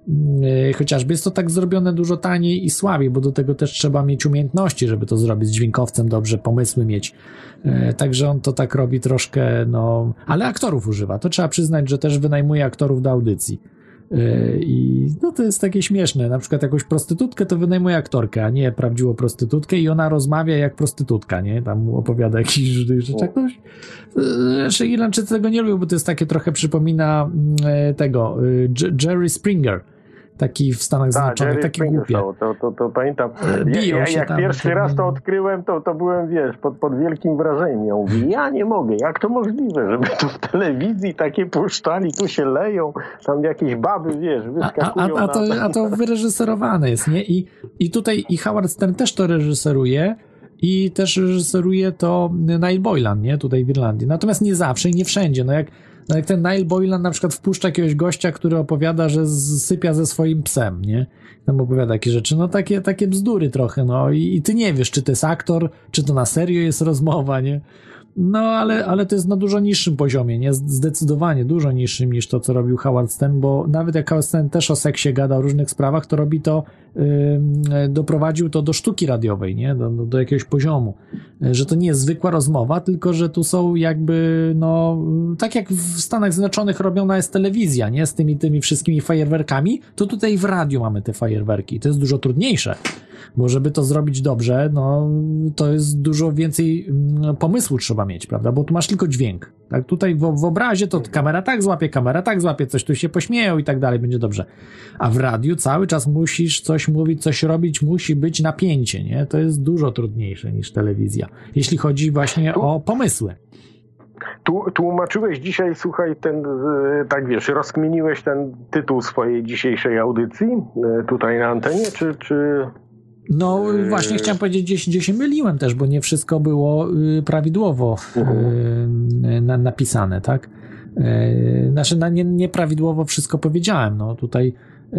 yy, chociażby jest to tak zrobione dużo taniej i słabiej, bo do tego też trzeba mieć umiejętności, żeby to zrobić z dźwiękowcem dobrze, pomysły mieć. Także on to tak robi troszkę, no, ale aktorów używa, to trzeba przyznać, że też wynajmuje aktorów do audycji i no to jest takie śmieszne, na przykład jakąś prostytutkę to wynajmuje aktorkę, a nie prawdziwą prostytutkę i ona rozmawia jak prostytutka, nie, tam opowiada jakieś rzeczy, ktoś, znaczy Irlandczycy tego nie lubią, bo to jest takie trochę przypomina tego, Jerry Springer, taki w Stanach Zjednoczonych, taki głupie. To, to, to pamiętam. Ja, ja, jak tam, pierwszy to... raz to odkryłem, to, to byłem, wiesz, pod, pod wielkim wrażeniem. Ja mówię, ja nie mogę, jak to możliwe, żeby tu w telewizji takie puszczali, tu się leją, tam jakieś baby, wiesz, wyskakują. A, a, a, to, a to wyreżyserowane jest, nie? I, i tutaj i Howard Stern też to reżyseruje i też reżyseruje to Niall Boylan, nie? Tutaj w Irlandii. Natomiast nie zawsze i nie wszędzie. No jak No jak ten Niall Boylan na przykład wpuszcza jakiegoś gościa, który opowiada, że sypia ze swoim psem, nie? Tam opowiada takie rzeczy, no takie, takie bzdury trochę, no i, i ty nie wiesz, czy to jest aktor, czy to na serio jest rozmowa, nie? No ale, ale to jest na dużo niższym poziomie, nie? Zdecydowanie dużo niższym niż to, co robił Howard Stern, bo nawet jak Howard Stern też o seksie gada, o różnych sprawach, to robi to, yy, doprowadził to do sztuki radiowej, nie? Do, do, do jakiegoś poziomu, że to nie jest zwykła rozmowa, tylko że tu są jakby, no, tak jak w Stanach Zjednoczonych robiona jest telewizja, nie? Z tymi, tymi wszystkimi fajerwerkami, to tutaj w radiu mamy te fajerwerki, to jest dużo trudniejsze. Bo żeby to zrobić dobrze, no to jest dużo więcej pomysłu trzeba mieć, prawda? Bo tu masz tylko dźwięk. Tak? Tutaj w, w obrazie to kamera tak złapie, kamera tak złapie, coś tu się pośmieją i tak dalej, będzie dobrze. A w radiu cały czas musisz coś mówić, coś robić, musi być napięcie, nie? To jest dużo trudniejsze niż telewizja, jeśli chodzi właśnie o pomysły. Tu, tłumaczyłeś dzisiaj, słuchaj, ten, tak wiesz, rozkminiłeś ten tytuł swojej dzisiejszej audycji tutaj na antenie, czy... czy... No właśnie chciałem powiedzieć, gdzieś, gdzieś się myliłem też, bo nie wszystko było y, prawidłowo y, na, napisane, tak? Y, znaczy na, nie, nieprawidłowo wszystko powiedziałem, no tutaj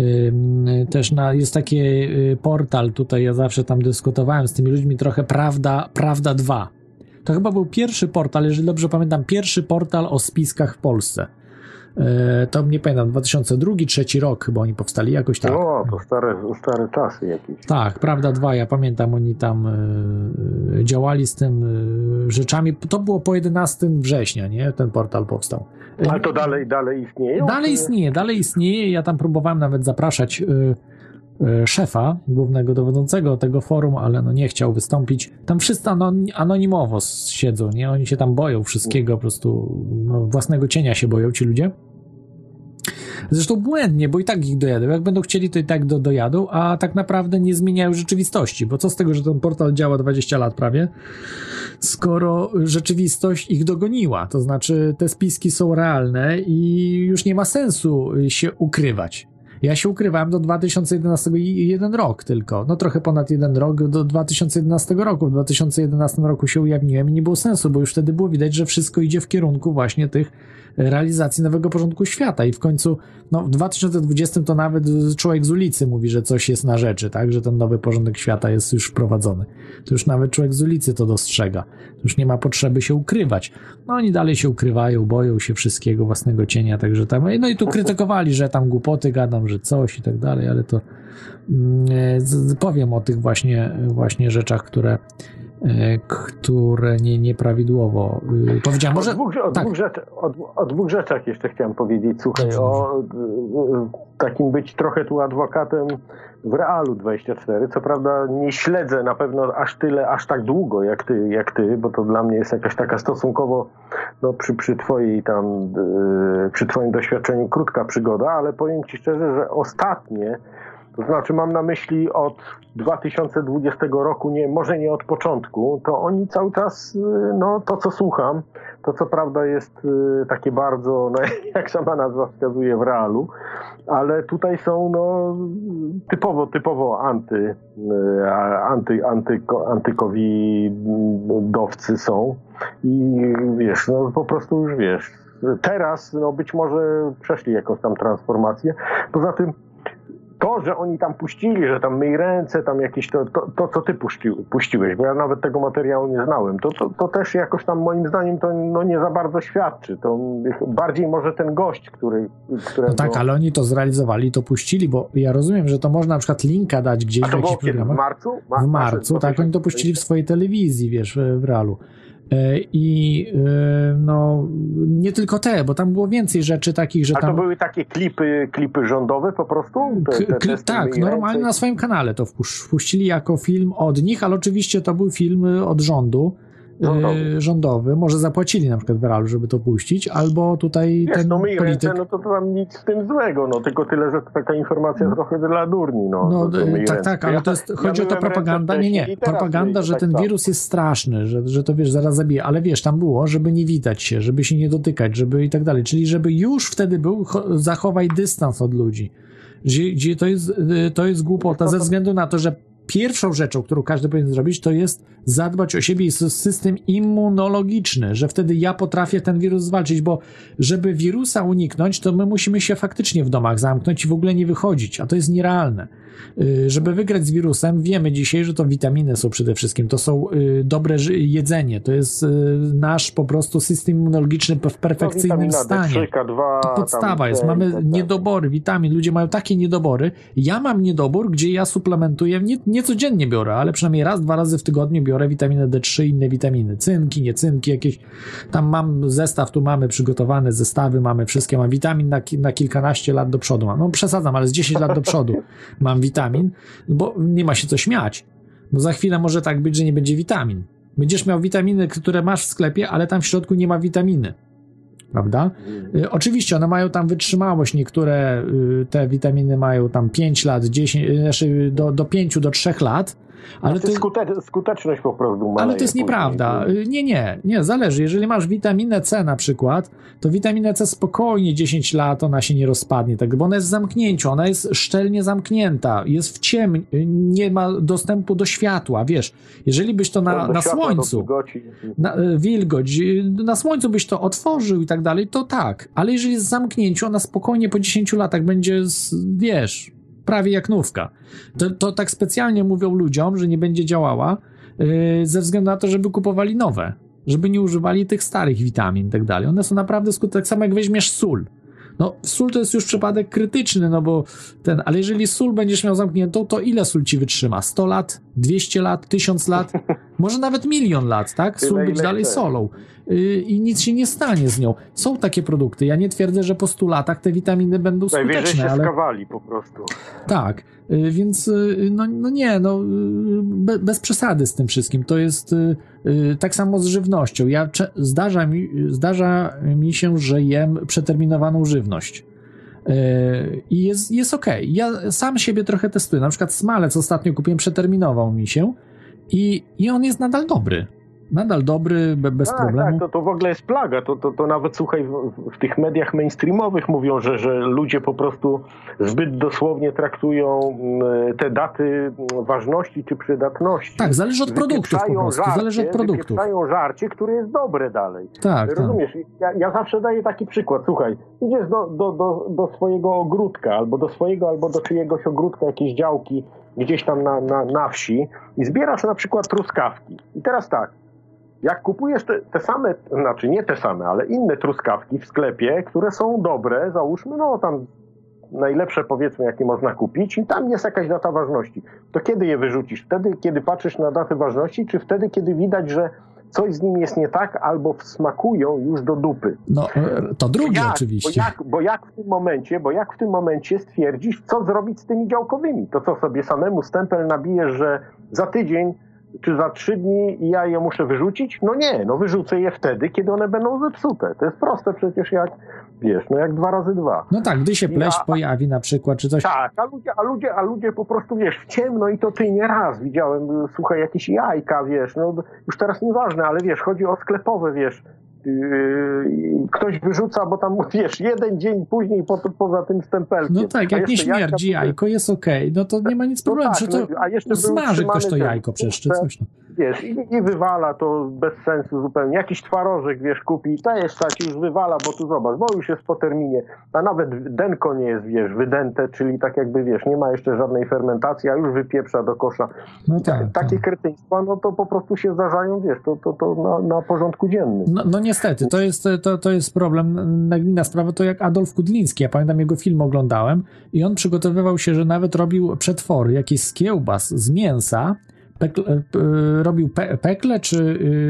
y, też na, jest taki y, portal, tutaj ja zawsze tam dyskutowałem z tymi ludźmi trochę Prawda, Prawda dwa. To chyba był pierwszy portal, jeżeli dobrze pamiętam, pierwszy portal o spiskach w Polsce. To nie pamiętam, dwa tysiące drugi, trzeci rok chyba oni powstali jakoś tak. No, to stare, stare czasy jakieś. Tak, Prawda dwa, ja pamiętam, oni tam y, działali z tym y, rzeczami. To było po jedenastego września, nie? Ten portal powstał. Ale to dalej, dalej istnieje? Dalej istnieje, dalej istnieje. Ja tam próbowałem nawet zapraszać y, y, szefa, głównego dowodzącego tego forum, ale no nie chciał wystąpić. Tam wszyscy anonimowo siedzą, nie? Oni się tam boją wszystkiego, po prostu no, własnego cienia się boją ci ludzie. Zresztą błędnie, bo i tak ich dojadą. Jak będą chcieli, to i tak do, dojadą, a tak naprawdę nie zmieniają rzeczywistości, bo co z tego, że ten portal działa dwadzieścia lat prawie, skoro rzeczywistość ich dogoniła. To znaczy te spiski są realne i już nie ma sensu się ukrywać. Ja się ukrywałem do dwa tysiące jedenastego, jeden rok tylko, no trochę ponad jeden rok, do dwa tysiące jedenastego roku. W dwa tysiące jedenastym roku się ujawniłem i nie było sensu, bo już wtedy było widać, że wszystko idzie w kierunku właśnie tych realizacji nowego porządku świata i w końcu, no w dwa tysiące dwudziestym to nawet człowiek z ulicy mówi, że coś jest na rzeczy, tak, że ten nowy porządek świata jest już wprowadzony. To już nawet człowiek z ulicy to dostrzega. To już nie ma potrzeby się ukrywać. No oni dalej się ukrywają, boją się wszystkiego, własnego cienia, także tam, no i tu krytykowali, że tam głupoty gadam, że coś i tak dalej, ale to mm, powiem o tych właśnie, właśnie rzeczach, które które nie, nieprawidłowo yy, powiedziałem. Może, o, dwóch, o, tak. dwóch rzecz, o, o dwóch rzeczach jeszcze chciałem powiedzieć. Słuchaj, dobrze, o dobrze. Takim być trochę tu adwokatem w Realu dwadzieścia cztery. Co prawda nie śledzę na pewno aż tyle, aż tak długo jak ty, jak ty, bo to dla mnie jest jakaś taka stosunkowo no, przy, przy twojej tam, yy, przy twoim doświadczeniu krótka przygoda, ale powiem ci szczerze, że ostatnie, to znaczy mam na myśli od dwa tysiące dwudziestego roku, nie, może nie od początku, to oni cały czas, no to co słucham, to co prawda jest takie bardzo, no jak sama nazwa wskazuje, w realu, ale tutaj są no typowo, typowo anty, anty, anty, antykowidowcy są i wiesz, no po prostu już wiesz, teraz no być może przeszli jakąś tam transformację, poza tym to, że oni tam puścili, że tam myj ręce, tam jakieś to, to, to co ty puści, puściłeś, bo ja nawet tego materiału nie znałem, to, to, to też jakoś tam moim zdaniem to no nie za bardzo świadczy. To bardziej może ten gość, który... Którego... No tak, ale oni to zrealizowali, to puścili, bo ja rozumiem, że to można na przykład linka dać gdzieś A to w jakichś było programach. W marcu? Ma- w marcu, tak, oni to puścili w swojej telewizji, wiesz, w realu. I no nie tylko te, bo tam było więcej rzeczy takich, że A tam... to były takie klipy, klipy rządowe po prostu? Te, te, te tak, normalnie na swoim kanale to wpuścili jako film od nich, ale oczywiście to był film od rządu. Rządowy. rządowy. Może zapłacili na przykład w realu, żeby to puścić, albo tutaj Wiesz, ten no myj polityk... ręce, no to tam nic z tym złego, no tylko tyle, że to taka informacja no. trochę dla durni, no. No to, tak, ręce. tak, ale to jest, ja, chodzi ja o to propaganda, nie, nie, propaganda, że tak ten wirus samo. jest straszny, że, że to wiesz, zaraz zabije, ale wiesz, tam było, żeby nie witać się, żeby się nie dotykać, żeby i tak dalej, czyli żeby już wtedy był, zachowaj dystans od ludzi. Gdzie to jest, to jest głupota ze względu na to, że pierwszą rzeczą, którą każdy powinien zrobić, to jest zadbać o siebie i system immunologiczny, że wtedy ja potrafię ten wirus zwalczyć, bo żeby wirusa uniknąć, to my musimy się faktycznie w domach zamknąć i w ogóle nie wychodzić, a to jest nierealne. Żeby wygrać z wirusem, wiemy dzisiaj, że to witaminy są przede wszystkim, to są dobre jedzenie, to jest nasz po prostu system immunologiczny w perfekcyjnym no, stanie. D trzy, K dwa, to podstawa jest, mamy tak niedobory witamin, ludzie mają takie niedobory, ja mam niedobór, gdzie ja suplementuję, nie, nie codziennie biorę, ale przynajmniej raz, dwa razy w tygodniu biorę witaminę D trzy i inne witaminy, cynki, nie cynki, jakieś, tam mam zestaw, tu mamy przygotowane zestawy, mamy wszystkie, mam witamin na, na kilkanaście lat do przodu, no przesadzam, ale z dziesięć lat do przodu mam witamin, bo nie ma się co śmiać, bo za chwilę może tak być, że nie będzie witamin. Będziesz miał witaminy, które masz w sklepie, ale tam w środku nie ma witaminy. Prawda? Y, oczywiście one mają tam wytrzymałość, niektóre y, te witaminy mają tam pięć lat, dziesięć, znaczy do, do pięć do trzech lat, ale to, skute- skuteczność po prostu ma. Ale to jest nieprawda. Nie, nie, nie, zależy. Jeżeli masz witaminę C na przykład, to witaminę C spokojnie dziesięć lat ona się nie rozpadnie, tak, bo ona jest w zamknięciu, ona jest szczelnie zamknięta, jest w ciemni, nie ma dostępu do światła, wiesz. Jeżeli byś to na, na słońcu, na, wilgoć, na słońcu byś to otworzył i tak dalej, to tak. Ale jeżeli jest w zamknięciu, ona spokojnie po dziesięciu latach będzie, wiesz, prawie jak nówka. To, to tak specjalnie mówią ludziom, że nie będzie działała, yy, ze względu na to, żeby kupowali nowe. żeby nie używali tych starych witamin i tak dalej. One są naprawdę skuteczne, tak samo jak weźmiesz sól. No, sól to jest już przypadek krytyczny, no bo ten, ale jeżeli sól będziesz miał zamkniętą, to ile sól ci wytrzyma? sto lat? dwieście lat? tysiąc lat? Może nawet milion lat, tak? Sól być dalej solą. Yy, I nic się nie stanie z nią. Są takie produkty. Ja nie twierdzę, że po stu latach te witaminy będą skuteczne. Najwyżej się ale... skawali po prostu. Tak, yy, więc yy, no, no nie, no yy, be, bez przesady z tym wszystkim. To jest yy, tak samo z żywnością. Ja cze- zdarza, mi, zdarza mi się, że jem przeterminowaną żywność. Yy, I jest, jest okej. Okay. Ja sam siebie trochę testuję. Na przykład smalec ostatnio kupiłem, przeterminował mi się i, i on jest nadal dobry. Nadal dobry, be, bez tak, problemu. Tak, to, to w ogóle jest plaga. To, to, to nawet, słuchaj, w, w tych mediach mainstreamowych mówią, że, że ludzie po prostu zbyt dosłownie traktują te daty ważności czy przydatności. Tak, zależy od produktów po prostu. Żarcie, zależy od produktów. Wypieprzają żarcie, które jest dobre dalej. Tak, Rozumiesz? tak. Ja, ja zawsze daję taki przykład. Słuchaj, idziesz do, do, do, do swojego ogródka, albo do swojego, albo do czyjegoś ogródka, jakieś działki gdzieś tam na, na, na wsi i zbierasz na przykład truskawki. I teraz tak, jak kupujesz te, te same, znaczy nie te same, ale inne truskawki w sklepie, które są dobre, załóżmy, no tam najlepsze powiedzmy, jakie można kupić i tam jest jakaś data ważności, to kiedy je wyrzucisz? Wtedy, kiedy patrzysz na datę ważności, czy wtedy, kiedy widać, że coś z nim jest nie tak, albo smakują już do dupy? No, to drugie jak, oczywiście. Bo jak, bo jak w tym momencie, bo jak w tym momencie stwierdzisz, co zrobić z tymi działkowymi? To co sobie samemu stempel nabijesz, że za tydzień czy za trzy dni ja je muszę wyrzucić? No nie, no wyrzucę je wtedy, kiedy one będą zepsute. To jest proste przecież jak, wiesz, no jak dwa razy dwa. No tak, gdy się pleść a, pojawi na przykład, czy coś. Tak, a ludzie, a ludzie, a ludzie po prostu, wiesz, w ciemno i to ty nie raz widziałem, słuchaj, jakieś jajka, wiesz, no już teraz nieważne, ale wiesz, chodzi o sklepowe, wiesz, Yy, ktoś wyrzuca, bo tam, wiesz, jeden dzień później po, poza tym stempelkiem. No tak, jak nie śmierdzi jajka, jajko, jest okej, okay. No to nie ma nic no problemu, tak, że to no, a jeszcze smaży ktoś to jajko przecież, czy coś. No. Wiesz, i, i wywala to bez sensu zupełnie. Jakiś twarożek, wiesz, kupi, to jest tak, już wywala, bo tu zobacz, bo już jest po terminie, a nawet denko nie jest, wiesz, wydęte, czyli tak jakby, wiesz, nie ma jeszcze żadnej fermentacji, a już wypieprza do kosza. No tak, Takie tak. kretyństwa, no to po prostu się zdarzają, wiesz, to, to, to na, na porządku dziennym. No, no niestety, to jest, to, to jest problem. Nagminna sprawa to jak Adolf Kudliński, ja pamiętam jego film oglądałem i on przygotowywał się, że nawet robił przetwory, jakieś z kiełbas, z mięsa, pekle, e, robił pe, pekle, czy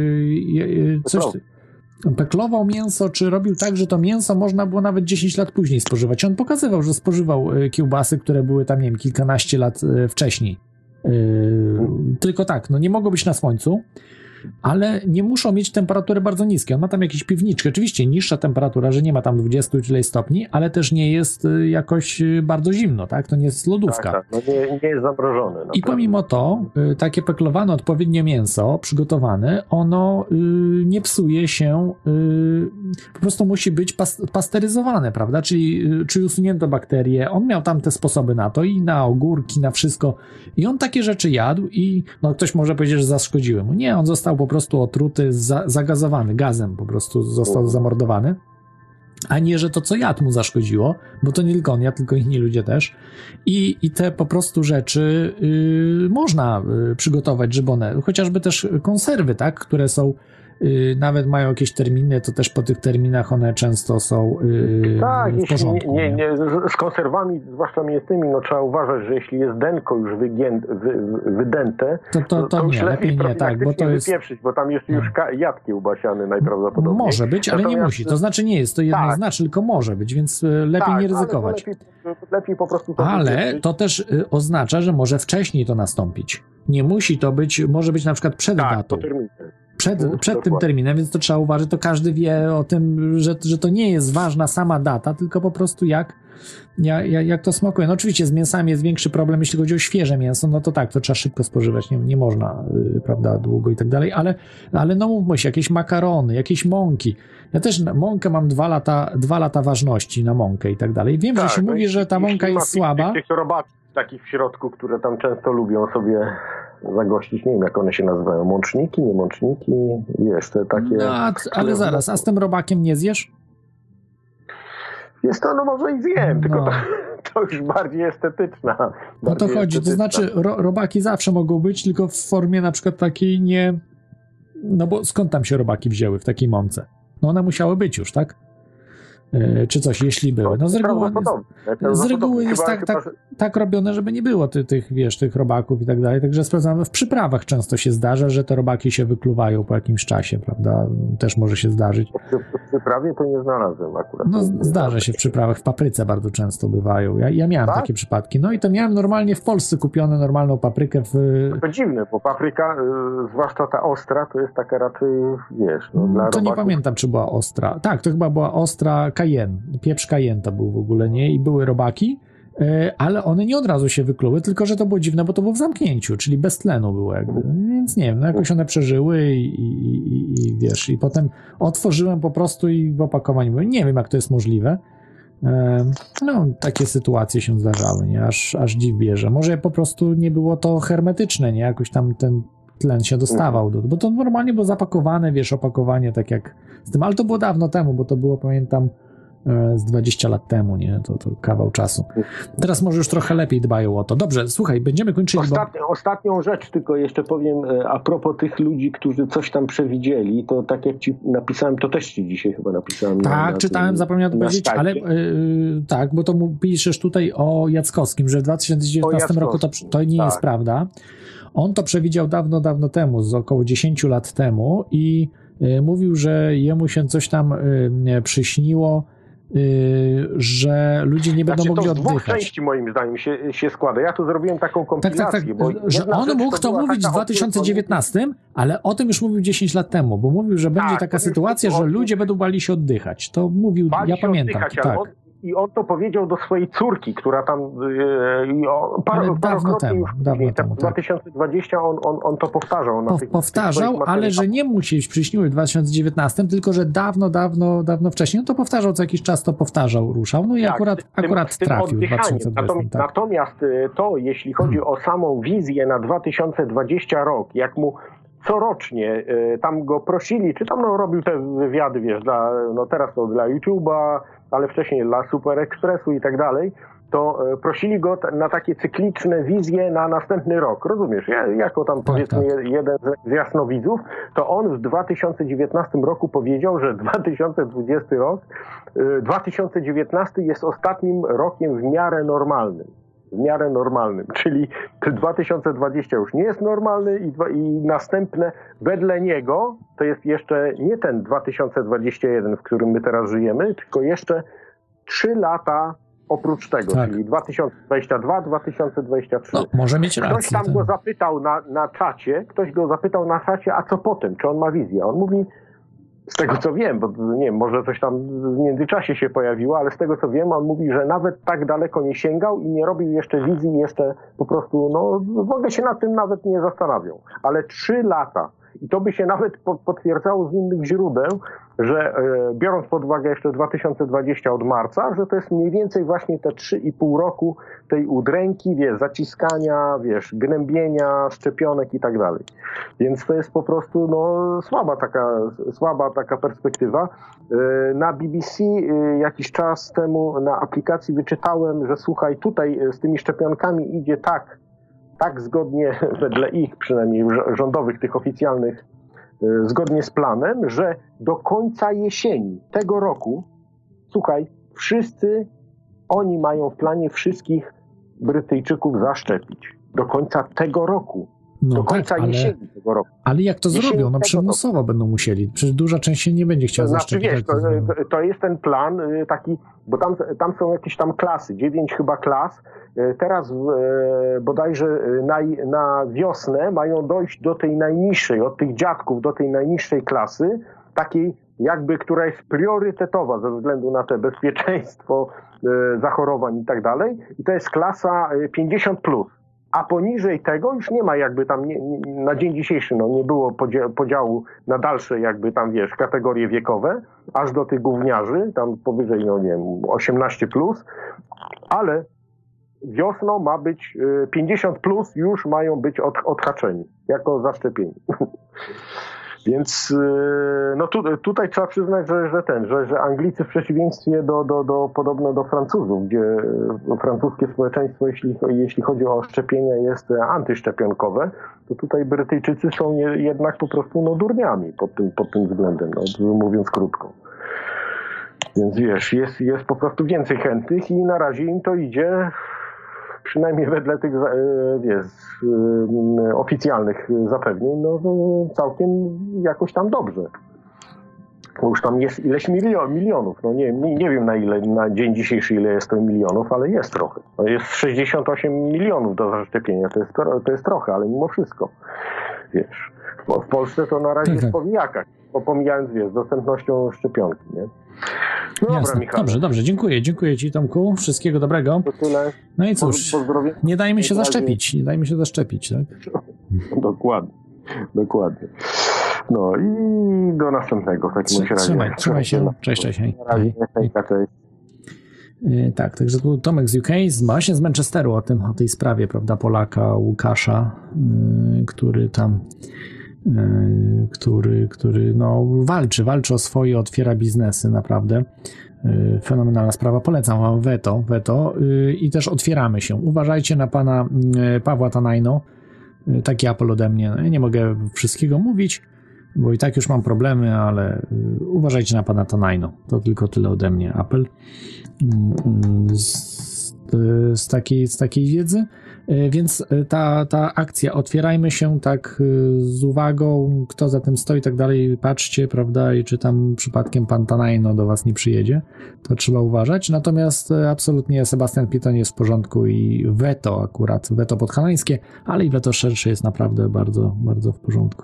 e, coś... Peklował mięso, czy robił tak, że to mięso można było nawet dziesięć lat później spożywać. On pokazywał, że spożywał kiełbasy, które były tam, nie wiem, kilkanaście lat wcześniej. Yy, tylko tak, no nie mogło być na słońcu, ale nie muszą mieć temperatury bardzo niskie. On ma tam jakieś piwniczki. Oczywiście niższa temperatura, że nie ma tam dwudziestu ileś stopni, ale też nie jest jakoś bardzo zimno, tak? To nie jest lodówka. Tak, tak. No nie, nie jest zamrożone. I pomimo to, takie peklowane odpowiednio mięso, przygotowane, ono y, nie psuje się, y, po prostu musi być pas, pasteryzowane, prawda? Czyli, y, czyli usunięto bakterie. On miał tam te sposoby na to i na ogórki, na wszystko. I on takie rzeczy jadł i no ktoś może powiedzieć, że zaszkodziły mu. Nie, on został po prostu otruty, za, zagazowany gazem, po prostu został uh. zamordowany. A nie, że to, co jadł, mu zaszkodziło, bo to nie tylko on jadł, tylko inni ludzie też. I, i te po prostu rzeczy yy, można yy, przygotować, żeby one, chociażby też konserwy, tak, które są, yy, nawet mają jakieś terminy, to też po tych terminach one często są yy, tak, w porządku. Nie, nie, nie, z konserwami, zwłaszcza mięsnymi, no trzeba uważać, że jeśli jest denko już wygię, wy, wydęte, to, to, to, to nie, lepiej nie, tak, bo to jest... wypieprzyć, bo tam jest już ka- jad kiełbasiany najprawdopodobniej. Może być, ale Natomiast... nie musi. To znaczy nie jest to jednoznaczne, tak. Tylko może być, więc lepiej tak, nie ryzykować. Ale lepiej, lepiej po prostu to Ale wypieprzyć. to też oznacza, że może wcześniej to nastąpić. Nie musi to być, może być na przykład przed tak, datą. Przed, Mhm, przed tym terminem, więc to trzeba uważać, to każdy wie o tym, że, że to nie jest ważna sama data, tylko po prostu jak, jak, jak to smakuje. No oczywiście z mięsami jest większy problem, jeśli chodzi o świeże mięso, no to tak, to trzeba szybko spożywać, nie, nie można, yy, prawda, długo i tak dalej, ale, ale no mówmy się, jakieś makarony, jakieś mąki. Ja też na mąkę mam dwa lata, dwa lata ważności na mąkę i tak dalej. Wiem, tak, że się no mówi, że ta mąka jest słaba. Tych robaków takich w środku, które tam często lubią sobie zagościć, nie wiem jak one się nazywają, mączniki, nie mączniki, wiesz, te takie... No, a, ale zaraz, a z tym robakiem nie zjesz? Jest to, no może i zjem, no. tylko to, to już bardziej estetyczna. Bardziej no to chodzi, estetyczna. To znaczy ro, robaki zawsze mogą być, tylko w formie na przykład takiej nie... no bo skąd tam się robaki wzięły w takiej mące? No one musiały być już, tak? Czy coś, jeśli były. No z reguły, z reguły jest tak, tak, tak robione, żeby nie było ty, tych, wiesz, tych robaków i tak dalej, także sprawdzamy, w przyprawach często się zdarza, że te robaki się wykluwają po jakimś czasie, prawda, też może się zdarzyć. W przyprawie to nie znalazłem akurat. No zdarza się w przyprawach, w papryce bardzo często bywają, ja, ja miałem tak? takie przypadki, no i to miałem normalnie w Polsce kupione normalną paprykę w... To dziwne, bo papryka, y, zwłaszcza ta ostra, to jest taka raczej, wiesz, no, dla to robaków. Nie pamiętam, czy była ostra, tak, to chyba była ostra Cayenne, pieprz Cayenne to był w ogóle, nie? I były robaki, yy, ale one nie od razu się wykluły, tylko że to było dziwne, bo to było w zamknięciu, czyli bez tlenu było jakby, więc nie wiem, no jakoś one przeżyły i, i, i, i wiesz, i potem otworzyłem po prostu i w opakowaniu mówię, nie wiem jak to jest możliwe, yy, no takie sytuacje się zdarzały, nie? Aż, aż dziw bierze, może po prostu nie było to hermetyczne, nie? Jakoś tam ten tlen się dostawał, do, bo to normalnie było zapakowane, wiesz, opakowanie tak jak z tym, ale to było dawno temu, bo to było, pamiętam, z dwadzieścia lat temu, nie? To, to kawał czasu. Teraz może już trochę lepiej dbają o to. Dobrze, słuchaj, będziemy kończyć, Ostatni, bo... Ostatnią rzecz tylko jeszcze powiem a propos tych ludzi, którzy coś tam przewidzieli, to tak jak ci napisałem, to też ci dzisiaj chyba napisałem. Tak, na, na czytałem, tym, zapomniałem to powiedzieć, ale yy, tak, bo to mu piszesz tutaj o Jackowskim, że w dwa tysiące dziewiętnastym roku to, to nie tak. jest prawda. On to przewidział dawno, dawno temu, z około dziesięć lat temu i yy, mówił, że jemu się coś tam yy, przyśniło, Yy, że ludzie nie będą znaczy, mogli to oddychać. To z dwóch części moim zdaniem się, się składa. Ja tu zrobiłem taką kompilację. Tak, tak, tak. Bo że on mógł to mówić w dwa tysiące dziewiętnastym, ale o tym już mówił dziesięć lat temu, bo mówił, że będzie tak, taka sytuacja, że ludzie będą bali się oddychać. To mówił, ja pamiętam. Oddychać, tak. on, I on to powiedział do swojej córki, która tam yy, o, par, ale dawno temu, już dawno temu, dwa tysiące dwudziestym on, on, on to powtarzał. Na po, tych, powtarzał, tych ale że nie mu się przyśniły w dwa tysiące dziewiętnastym, tylko że dawno, dawno, dawno wcześniej. No to powtarzał, co jakiś czas to powtarzał, ruszał. No i tak, akurat, tym, akurat tym trafił w dwa tysiące dwudziestym. Natomiast, tak. natomiast to, jeśli chodzi hmm. o samą wizję na dwa tysiące dwudziesty rok, jak mu corocznie y, tam go prosili, czy tam no, robił te wywiady, wiesz, dla, no teraz to dla YouTube'a, ale wcześniej dla Super Expressu i tak dalej, to y, prosili go t- na takie cykliczne wizje na następny rok. Rozumiesz? Ja, jako tam powiedzmy tak, tak. jeden z, z jasnowidzów, to on w dwa tysiące dziewiętnastym roku powiedział, że dwa tysiące dwudziesty rok, y, dwa tysiące dziewiętnasty jest ostatnim rokiem w miarę normalnym. W miarę normalnym, czyli dwa tysiące dwudziesty już nie jest normalny i, dwa, i następne wedle niego to jest jeszcze nie ten dwa tysiące dwudziesty pierwszy, w którym my teraz żyjemy, tylko jeszcze trzy lata oprócz tego, tak. czyli dwa tysiące dwudziesty drugi, dwa tysiące dwudziesty trzeci. No, może mieć rację. Ktoś tam ten... go zapytał na, na czacie, ktoś go zapytał na czacie, a co potem, czy on ma wizję? On mówi, z tego co wiem, bo nie wiem, może coś tam w międzyczasie się pojawiło, ale z tego co wiem, on mówi, że nawet tak daleko nie sięgał i nie robił jeszcze wizji, jeszcze po prostu, no w ogóle się nad tym nawet nie zastanawiał. Ale trzy lata. I to by się nawet potwierdzało z innych źródeł, że e, biorąc pod uwagę jeszcze dwa tysiące dwudziesty od marca, że to jest mniej więcej właśnie te trzy i pół roku tej udręki, wiesz, zaciskania, wiesz, gnębienia, szczepionek i tak dalej. Więc to jest po prostu no, słaba taka, słaba taka perspektywa. E, na B B C e, jakiś czas temu na aplikacji wyczytałem, że słuchaj, tutaj z tymi szczepionkami idzie tak, tak zgodnie, wedle ich przynajmniej rządowych, tych oficjalnych, zgodnie z planem, że do końca jesieni tego roku, słuchaj, wszyscy oni mają w planie wszystkich Brytyjczyków zaszczepić. Do końca tego roku. No do tak, końca ale, jesieni tego roku. Ale jak to jesieni zrobią? No przymusowo roku. Będą musieli. Przecież duża część się nie będzie chciała znaczy, zaszczepić. Wiesz, to, to jest ten plan taki, bo tam, tam są jakieś tam klasy, dziewięć chyba klas. Teraz e, bodajże na, na wiosnę mają dojść do tej najniższej, od tych dziadków do tej najniższej klasy, takiej jakby, która jest priorytetowa ze względu na te bezpieczeństwo e, zachorowań i tak dalej. I to jest klasa pięćdziesiąt plus. A poniżej tego już nie ma jakby tam, nie, nie, na dzień dzisiejszy no, nie było podzia- podziału na dalsze jakby tam, wiesz, kategorie wiekowe, aż do tych gówniarzy, tam powyżej, no nie wiem, osiemnaście plus, ale wiosną ma być pięćdziesiąt plus, już mają być od, odhaczeni, jako zaszczepieni. Więc no tu, tutaj trzeba przyznać, że, że ten, że, że Anglicy w przeciwieństwie do, do, do podobno do Francuzów, gdzie francuskie społeczeństwo, jeśli, jeśli chodzi o szczepienia, jest antyszczepionkowe, to tutaj Brytyjczycy są je, jednak po prostu no, durniami pod tym, pod tym względem, no, mówiąc krótko. Więc wiesz, jest, jest po prostu więcej chętnych i na razie im to idzie, przynajmniej wedle tych wiesz, oficjalnych zapewnień, no całkiem jakoś tam dobrze. Bo już tam jest ileś milio, milionów, no nie, nie, nie wiem na ile, na dzień dzisiejszy ile jest to milionów, ale jest trochę. No jest sześćdziesiąt osiem milionów do zaszczepienia, to jest, to jest trochę, ale mimo wszystko, wiesz. W Polsce to na razie jest pomijakać, pomijając, wiesz, z dostępnością szczepionki, nie? No Jasne. Dobra, Michał. Dobrze, dobrze, dziękuję, dziękuję Ci, Tomku, wszystkiego dobrego. To tyle. No i cóż, nie dajmy się zaszczepić, nie dajmy się zaszczepić, tak? Dokładnie, dokładnie. No i do następnego w takim razie. Trzymaj, trzymaj się, cześć, cześć, hej. Na razie, hej, cześć. Yy, tak, także tu Tomek z U K, z, właśnie z Manchesteru o, tym, o tej sprawie, prawda, Polaka Łukasza, yy, który tam yy, który, który no, walczy, walczy o swoje, otwiera biznesy, naprawdę. Yy, fenomenalna sprawa, polecam wam Veto, Veto yy, i też otwieramy się. Uważajcie na pana yy, Pawła Tanajno, yy, taki apel ode mnie, no, ja nie mogę wszystkiego mówić, bo i tak już mam problemy, ale yy, uważajcie na pana Tanajno, to tylko tyle ode mnie apel. Z, z, takiej, z takiej wiedzy, więc ta, ta akcja otwierajmy się tak z uwagą, kto za tym stoi i tak dalej, patrzcie, prawda, i czy tam przypadkiem pan Tanajno do was nie przyjedzie, to trzeba uważać, natomiast absolutnie Sebastian Piton jest w porządku i Veto akurat, Veto podhalańskie, ale i Veto szersze jest naprawdę bardzo, bardzo w porządku.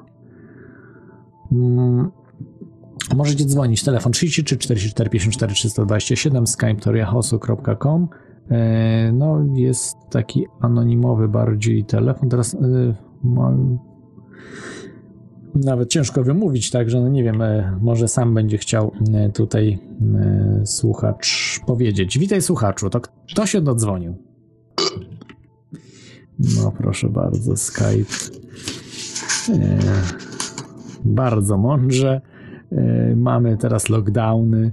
Hmm. Możecie dzwonić, telefon trzydzieści trzy czterdzieści cztery pięćdziesiąt cztery trzysta dwadzieścia siedem, skype toriahosu kropka com. No jest taki anonimowy bardziej telefon, teraz mam... nawet ciężko wymówić, także no nie wiem, może sam będzie chciał tutaj słuchacz powiedzieć. Witaj słuchaczu, to kto się dodzwonił? No proszę bardzo, Skype bardzo mądrze. Mamy teraz lockdowny,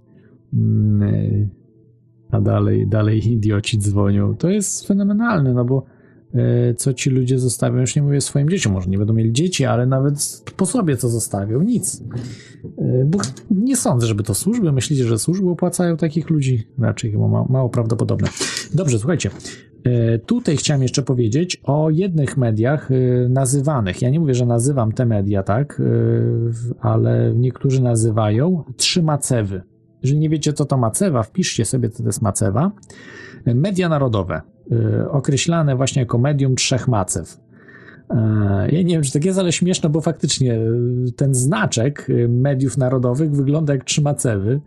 a dalej, dalej idioci dzwonią. To jest fenomenalne, no bo co ci ludzie zostawią, już nie mówię swoim dzieciom, może nie będą mieli dzieci, ale nawet po sobie co zostawią, nic. Bo nie sądzę, żeby to służby, myślicie, że służby opłacają takich ludzi? Raczej chyba mało, mało prawdopodobne. Dobrze, słuchajcie, tutaj chciałem jeszcze powiedzieć o jednych mediach nazywanych, ja nie mówię, że nazywam te media, tak, ale niektórzy nazywają trzy Macewy. Jeżeli nie wiecie, co to Macewa, wpiszcie sobie, co to jest Macewa. Media narodowe, określane właśnie jako medium trzech Macew. Ja nie wiem, czy tak jest, ale śmieszne, bo faktycznie ten znaczek mediów narodowych wygląda jak trzy Macewy.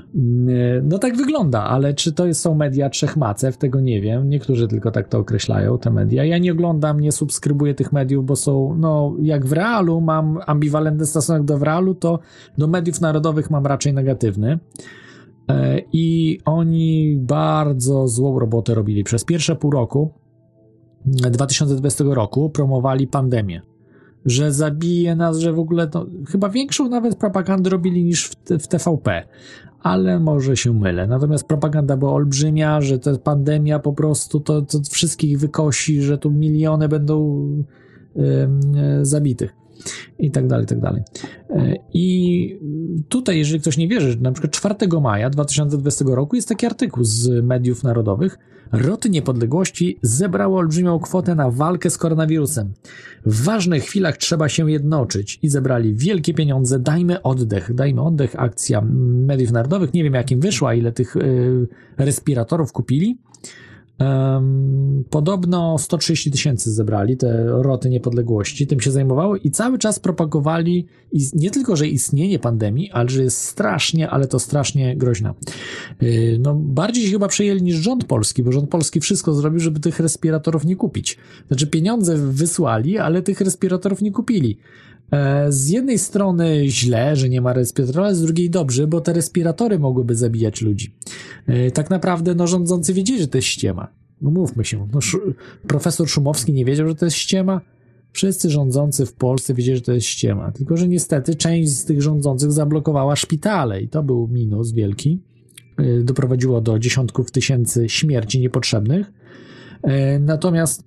No tak wygląda, ale czy to są media trzech Macew, tego nie wiem. Niektórzy tylko tak to określają, te media. Ja nie oglądam, nie subskrybuję tych mediów, bo są, no jak w realu mam ambiwalentny stosunek do w realu, to do mediów narodowych mam raczej negatywny. I oni bardzo złą robotę robili. Przez pierwsze pół roku dwa tysiące dwudziestego roku promowali pandemię. Że zabije nas, że w ogóle to chyba większą nawet propagandę robili niż w, w T V P, ale może się mylę. Natomiast propaganda była olbrzymia, że ta pandemia po prostu to, to wszystkich wykosi, że tu miliony będą yy, yy, zabitych i tak dalej, i tak dalej. I tutaj, jeżeli ktoś nie wierzy, na przykład czwartego maja dwa tysiące dwudziestego roku jest taki artykuł z mediów narodowych. Roty Niepodległości zebrały olbrzymią kwotę na walkę z koronawirusem. W ważnych chwilach trzeba się jednoczyć i zebrali wielkie pieniądze. Dajmy oddech, dajmy oddech. Akcja mediów narodowych. Nie wiem, jakim wyszła, ile tych yy, respiratorów kupili. Um, podobno sto trzydzieści tysięcy zebrali te Roty Niepodległości, tym się zajmowały i cały czas propagowali nie tylko, że istnienie pandemii, ale że jest strasznie, ale to strasznie groźna. Yy, no bardziej się chyba przejęli niż rząd polski, bo rząd polski wszystko zrobił, żeby tych respiratorów nie kupić. Znaczy pieniądze wysłali, ale tych respiratorów nie kupili. Z jednej strony źle, że nie ma respiratora, ale z drugiej dobrze, bo te respiratory mogłyby zabijać ludzi. Tak naprawdę no, rządzący wiedzieli, że to jest ściema. No mówmy się. No, sz- profesor Szumowski nie wiedział, że to jest ściema. Wszyscy rządzący w Polsce wiedzieli, że to jest ściema. Tylko że niestety część z tych rządzących zablokowała szpitale i to był minus wielki. Doprowadziło do dziesiątków tysięcy śmierci niepotrzebnych. Natomiast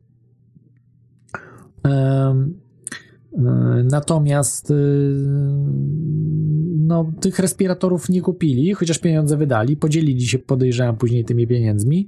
natomiast no, tych respiratorów nie kupili, chociaż pieniądze wydali, podzielili się, podejrzewam, później tymi pieniędzmi.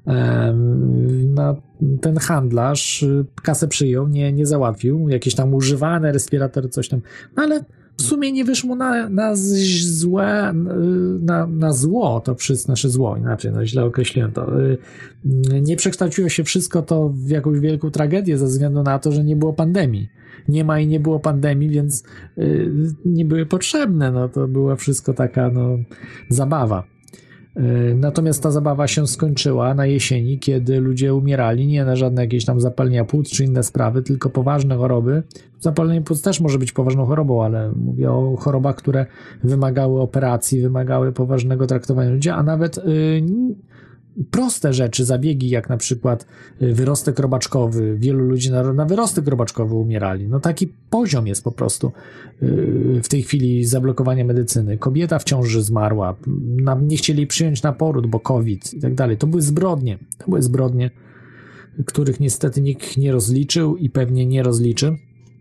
No, ten handlarz kasę przyjął, nie, nie załatwił, jakieś tam używane respiratory, coś tam, no ale w sumie nie wyszło na, na złe, na, na zło, to wszystko, znaczy zło, inaczej, no źle określiłem to. Nie przekształciło się wszystko to w jakąś wielką tragedię ze względu na to, że nie było pandemii. Nie ma i nie było pandemii, więc nie były potrzebne, no to była wszystko taka, no, zabawa. Natomiast ta zabawa się skończyła na jesieni, kiedy ludzie umierali nie na żadne jakieś tam zapalenia płuc czy inne sprawy, tylko poważne choroby. Zapalenie płuc też może być poważną chorobą, ale mówię o chorobach, które wymagały operacji, wymagały poważnego traktowania ludzi, a nawet yy, proste rzeczy, zabiegi, jak na przykład wyrostek robaczkowy. Wielu ludzi na, na wyrostek robaczkowy umierali. No taki poziom jest po prostu yy, w tej chwili zablokowania medycyny. Kobieta w ciąży zmarła, na, nie chcieli przyjąć na poród, bo COVID i tak dalej. To były zbrodnie. To były zbrodnie, których niestety nikt nie rozliczył i pewnie nie rozliczy.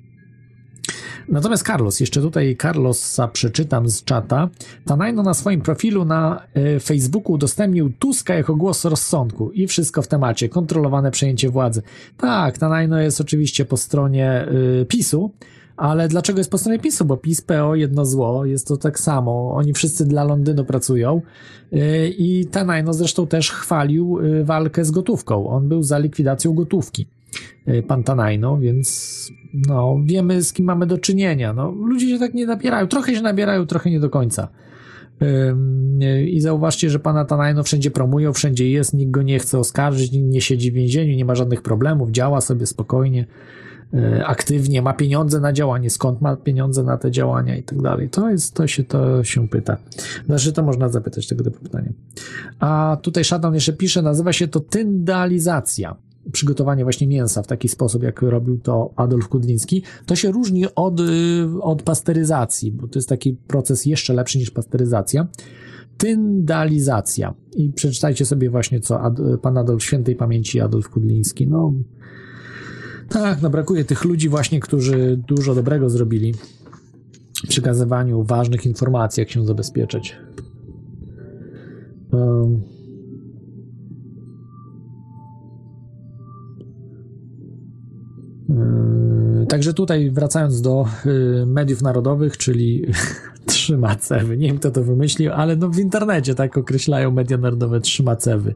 Natomiast Carlos, jeszcze tutaj Carlosa przeczytam z czata. Tanajno na swoim profilu na y, Facebooku udostępnił Tuska jako głos rozsądku i wszystko w temacie, kontrolowane przejęcie władzy. Tak, Tanajno jest oczywiście po stronie y, PiSu, ale dlaczego jest po stronie PiSu? Bo PiS, P O, jedno zło, jest to tak samo, oni wszyscy dla Londynu pracują y, i Tanajno zresztą też chwalił y, walkę z gotówką. On był za likwidacją gotówki. Pan Tanajno, więc no, wiemy, z kim mamy do czynienia. No, ludzie się tak nie nabierają. Trochę się nabierają, trochę nie do końca. Yy, I zauważcie, że pana Tanajno wszędzie promują, wszędzie jest, nikt go nie chce oskarżyć, nikt nie siedzi w więzieniu, nie ma żadnych problemów, działa sobie spokojnie, yy, aktywnie, ma pieniądze na działanie, skąd ma pieniądze na te działania i tak dalej. To jest, to się, to się pyta. Znaczy, to można zapytać tego typu pytania. A tutaj Shadow jeszcze pisze, nazywa się to tyndalizacja. Przygotowanie właśnie mięsa w taki sposób, jak robił to Adolf Kudliński, to się różni od, od pasteryzacji, bo to jest taki proces jeszcze lepszy niż pasteryzacja. Tyndalizacja. I przeczytajcie sobie właśnie, co Ad, pan Adolf, świętej pamięci Adolf Kudliński. No tak, no brakuje tych ludzi właśnie, którzy dużo dobrego zrobili w przekazywaniu ważnych informacji, jak się zabezpieczać. Um. Także tutaj wracając do mediów narodowych, czyli trzymacewy. Nie wiem, kto to wymyślił, ale no w internecie tak określają media narodowe trzymacewy.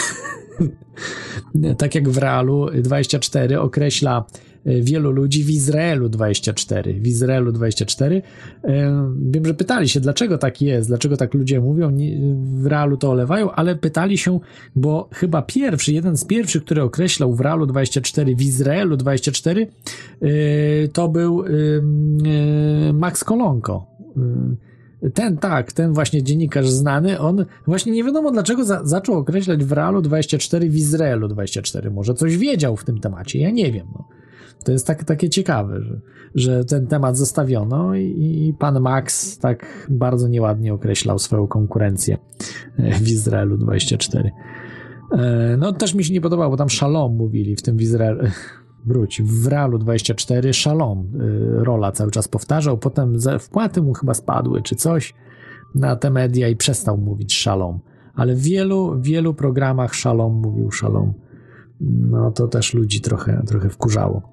Tak jak w Realu dwadzieścia cztery określa wielu ludzi w Izraelu dwadzieścia cztery. W Izraelu dwadzieścia cztery. Wiem, że pytali się, dlaczego tak jest, dlaczego tak ludzie mówią, w Realu to olewają, ale pytali się, bo chyba pierwszy, jeden z pierwszych, który określał w Realu dwadzieścia cztery, w Izraelu dwadzieścia cztery, to był Max Kolonko. Ten, tak, ten właśnie dziennikarz znany, on właśnie nie wiadomo dlaczego za, zaczął określać w Realu dwadzieścia cztery, w Izraelu dwadzieścia cztery. Może coś wiedział w tym temacie, ja nie wiem. No. To jest tak, takie ciekawe, że, że ten temat zostawiono i, i pan Max tak bardzo nieładnie określał swoją konkurencję w Izraelu dwadzieścia cztery. No też mi się nie podobało, bo tam Shalom mówili w tym w Izraelu. Wróć, w Realu dwadzieścia cztery Shalom rola cały czas powtarzał, potem wpłaty mu chyba spadły czy coś na te media i przestał mówić Shalom, ale w wielu, wielu programach Shalom mówił Shalom. No to też ludzi trochę, trochę wkurzało.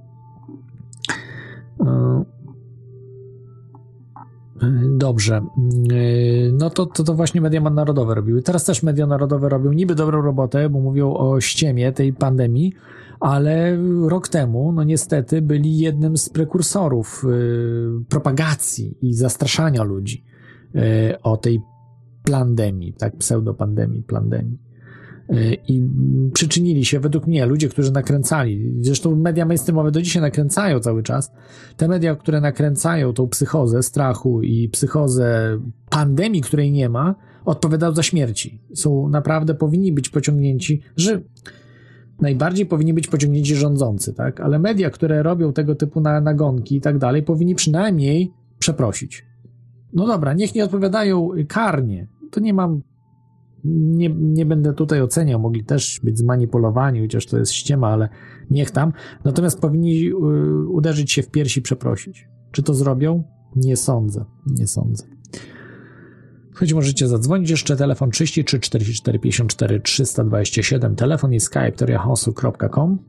Dobrze, no to, to, to właśnie media narodowe robiły. Teraz też media narodowe robią niby dobrą robotę, bo mówią o ściemie tej pandemii, ale rok temu, no niestety, byli jednym z prekursorów y, propagacji i zastraszania ludzi y, o tej plandemii, tak, pseudopandemii, plandemii. Y, I przyczynili się, według mnie, ludzie, którzy nakręcali, zresztą media mainstreamowe do dzisiaj nakręcają cały czas, te media, które nakręcają tą psychozę strachu i psychozę pandemii, której nie ma, odpowiadają za śmierci. Są naprawdę, powinni być pociągnięci, że najbardziej powinni być pociągnięci rządzący, tak? Ale media, które robią tego typu na, nagonki i tak dalej, powinni przynajmniej przeprosić. No dobra, niech nie odpowiadają karnie. To nie mam, nie, nie będę tutaj oceniał, mogli też być zmanipulowani, chociaż to jest ściema, ale niech tam. Natomiast powinni uderzyć się w piersi i przeprosić. Czy to zrobią? Nie sądzę, nie sądzę. Choć możecie zadzwonić jeszcze, telefon trzydzieści trzy czterdzieści cztery pięćdziesiąt cztery trzysta dwadzieścia siedem, telefon i skype teoria chaosu kropka com.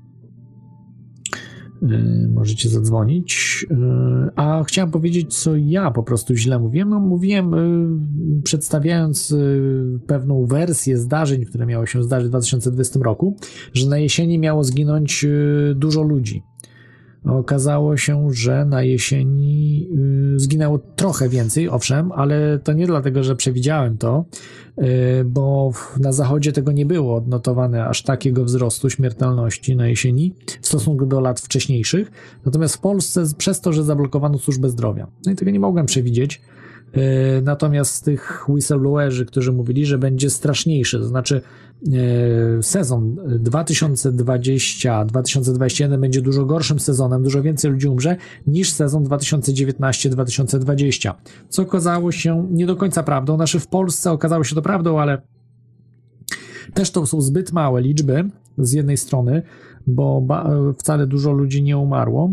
Yy, możecie zadzwonić. Yy, a chciałem powiedzieć, co ja po prostu źle mówiłem. No mówiłem, yy, przedstawiając yy, pewną wersję zdarzeń, które miało się zdarzyć w dwa tysiące dwudziestym roku, że na jesieni miało zginąć yy, dużo ludzi. Okazało się, że na jesieni y, zginęło trochę więcej, owszem, ale to nie dlatego, że przewidziałem to, y, bo na zachodzie tego nie było odnotowane aż takiego wzrostu śmiertelności na jesieni w stosunku do lat wcześniejszych. Natomiast w Polsce przez to, że zablokowano służbę zdrowia. No i tego nie mogłem przewidzieć. Y, natomiast tych whistleblowerzy, którzy mówili, że będzie straszniejszy, to znaczy sezon dwa tysiące dwudziesty dwa tysiące dwudziesty jeden będzie dużo gorszym sezonem, dużo więcej ludzi umrze niż sezon dwa tysiące dziewiętnasty dwa tysiące dwudziesty, co okazało się nie do końca prawdą. Znaczy w Polsce okazało się to prawdą, ale też to są zbyt małe liczby z jednej strony, bo wcale dużo ludzi nie umarło.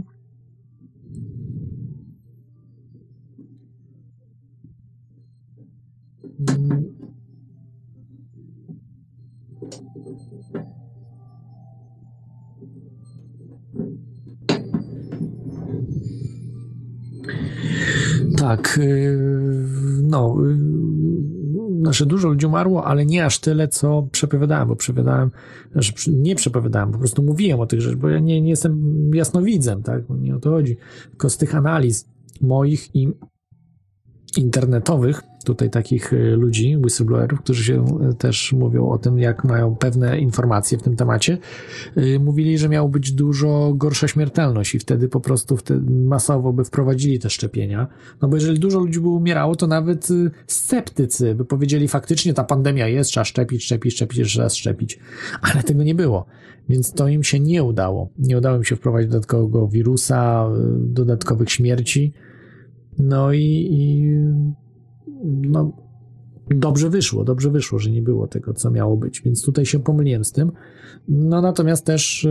Tak, no, znaczy dużo ludzi umarło, ale nie aż tyle, co przepowiadałem, bo przepowiadałem, znaczy nie przepowiadałem, po prostu mówiłem o tych rzeczach, bo ja nie, nie jestem jasnowidzem, tak, nie o to chodzi, tylko z tych analiz moich i internetowych, tutaj takich ludzi, whistleblowerów, którzy się też mówią o tym, jak mają pewne informacje w tym temacie, mówili, że miało być dużo gorsza śmiertelność i wtedy po prostu wtedy masowo by wprowadzili te szczepienia, no bo jeżeli dużo ludzi by umierało, to nawet sceptycy by powiedzieli, faktycznie ta pandemia jest, trzeba szczepić, szczepić, szczepić, jeszcze raz szczepić, ale tego nie było, więc to im się nie udało. Nie udało im się wprowadzić dodatkowego wirusa, dodatkowych śmierci. No i, i no, dobrze wyszło, dobrze wyszło, że nie było tego, co miało być, więc tutaj się pomyliłem z tym. No natomiast też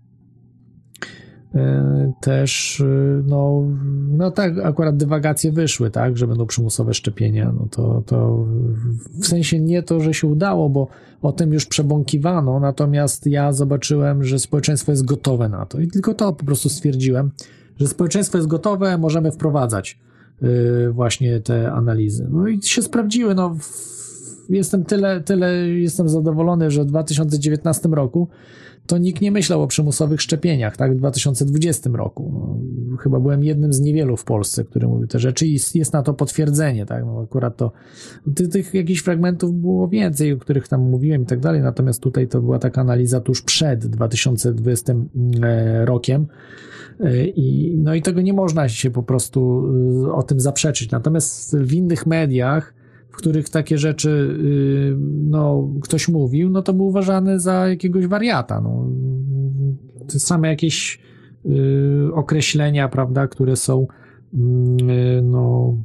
yy, też yy, no, no tak, akurat dywagacje wyszły, tak, że będą przymusowe szczepienia, no to, to w sensie nie to, że się udało, bo o tym już przebąkiwano, natomiast ja zobaczyłem, że społeczeństwo jest gotowe na to i tylko to po prostu stwierdziłem, że społeczeństwo jest gotowe, możemy wprowadzać właśnie te analizy. No i się sprawdziły, no jestem tyle, tyle jestem zadowolony, że w dwa tysiące dziewiętnastym roku to nikt nie myślał o przymusowych szczepieniach, tak, w dwa tysiące dwudziestym roku. No, chyba byłem jednym z niewielu w Polsce, który mówił te rzeczy i jest na to potwierdzenie, tak, no akurat to tych, tych jakichś fragmentów było więcej, o których tam mówiłem i tak dalej, natomiast tutaj to była taka analiza tuż przed dwa tysiące dwudziestym rokiem. I, no i tego nie można się po prostu o tym zaprzeczyć. Natomiast w innych mediach, w których takie rzeczy no, ktoś mówił, no to był uważany za jakiegoś wariata. No. To same jakieś y, określenia, prawda, które są y, no,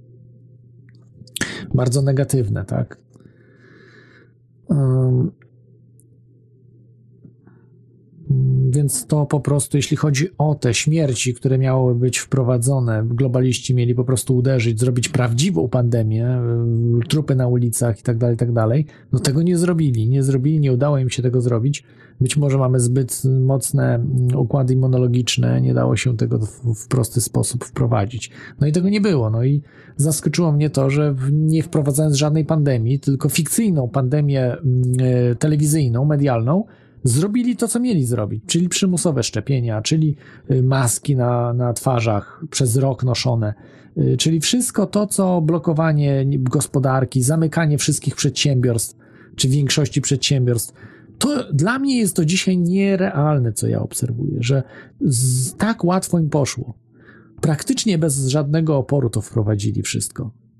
bardzo negatywne, tak. Um, Więc to po prostu, jeśli chodzi o te śmierci, które miały być wprowadzone, globaliści mieli po prostu uderzyć, zrobić prawdziwą pandemię, trupy na ulicach i tak dalej, i tak dalej, no tego nie zrobili, nie zrobili, nie udało im się tego zrobić. Być może mamy zbyt mocne układy immunologiczne, nie dało się tego w prosty sposób wprowadzić. No i tego nie było. No i zaskoczyło mnie to, że nie wprowadzając żadnej pandemii, tylko fikcyjną pandemię telewizyjną, medialną, zrobili to, co mieli zrobić, czyli przymusowe szczepienia, czyli maski na, na twarzach przez rok noszone, czyli wszystko to, co blokowanie gospodarki, zamykanie wszystkich przedsiębiorstw, czy większości przedsiębiorstw. To dla mnie jest to dzisiaj nierealne, co ja obserwuję, że z, tak łatwo im poszło. Praktycznie bez żadnego oporu to wprowadzili wszystko.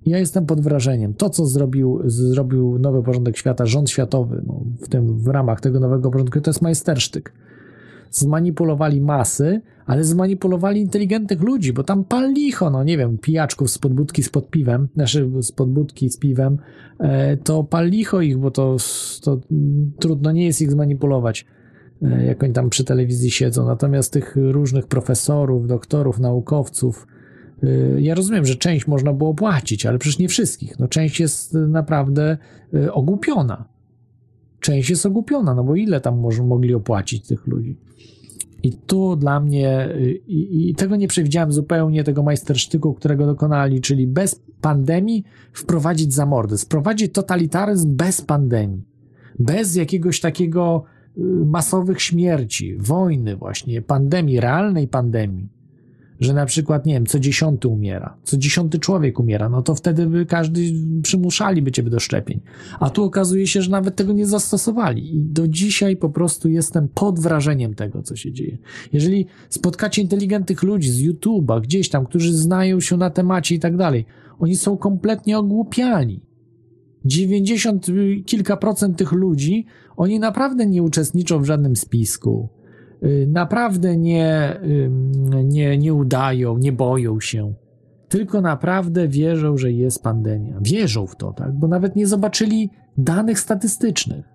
Ja jestem pod wrażeniem. To, co zrobił, zrobił Nowy Porządek Świata, rząd światowy, no, w tym w ramach tego nowego porządku, to jest majstersztyk. Zmanipulowali masy, ale zmanipulowali inteligentnych ludzi, bo tam pal licho, no nie wiem, pijaczków z podbudki z pod piwem, znaczy z podbudki z piwem, e, to pal licho ich, bo to, to trudno nie jest ich zmanipulować, e, jak oni tam przy telewizji siedzą. Natomiast tych różnych profesorów, doktorów, naukowców, e, ja rozumiem, że część można było płacić, ale przecież nie wszystkich. No część jest naprawdę e, ogłupiona. Część jest ogłupiona, no bo ile tam może, mogli opłacić tych ludzi? I tu dla mnie, i, i tego nie przewidziałem zupełnie, tego majstersztyku, którego dokonali, czyli bez pandemii wprowadzić zamordy, wprowadzić totalitaryzm bez pandemii, bez jakiegoś takiego masowych śmierci, wojny właśnie, pandemii, realnej pandemii, że na przykład, nie wiem, co dziesiąty umiera, co dziesiąty człowiek umiera, no to wtedy by każdy przymuszaliby ciebie do szczepień. A tu okazuje się, że nawet tego nie zastosowali. I do dzisiaj po prostu jestem pod wrażeniem tego, co się dzieje. Jeżeli spotkacie inteligentnych ludzi z YouTube'a, gdzieś tam, którzy znają się na temacie i tak dalej, oni są kompletnie ogłupiani. dziewięćdziesiąt kilka procent tych ludzi, oni naprawdę nie uczestniczą w żadnym spisku. Naprawdę nie, nie, nie udają, nie boją się, tylko naprawdę wierzą, że jest pandemia. Wierzą w to, tak? Bo nawet nie zobaczyli danych statystycznych.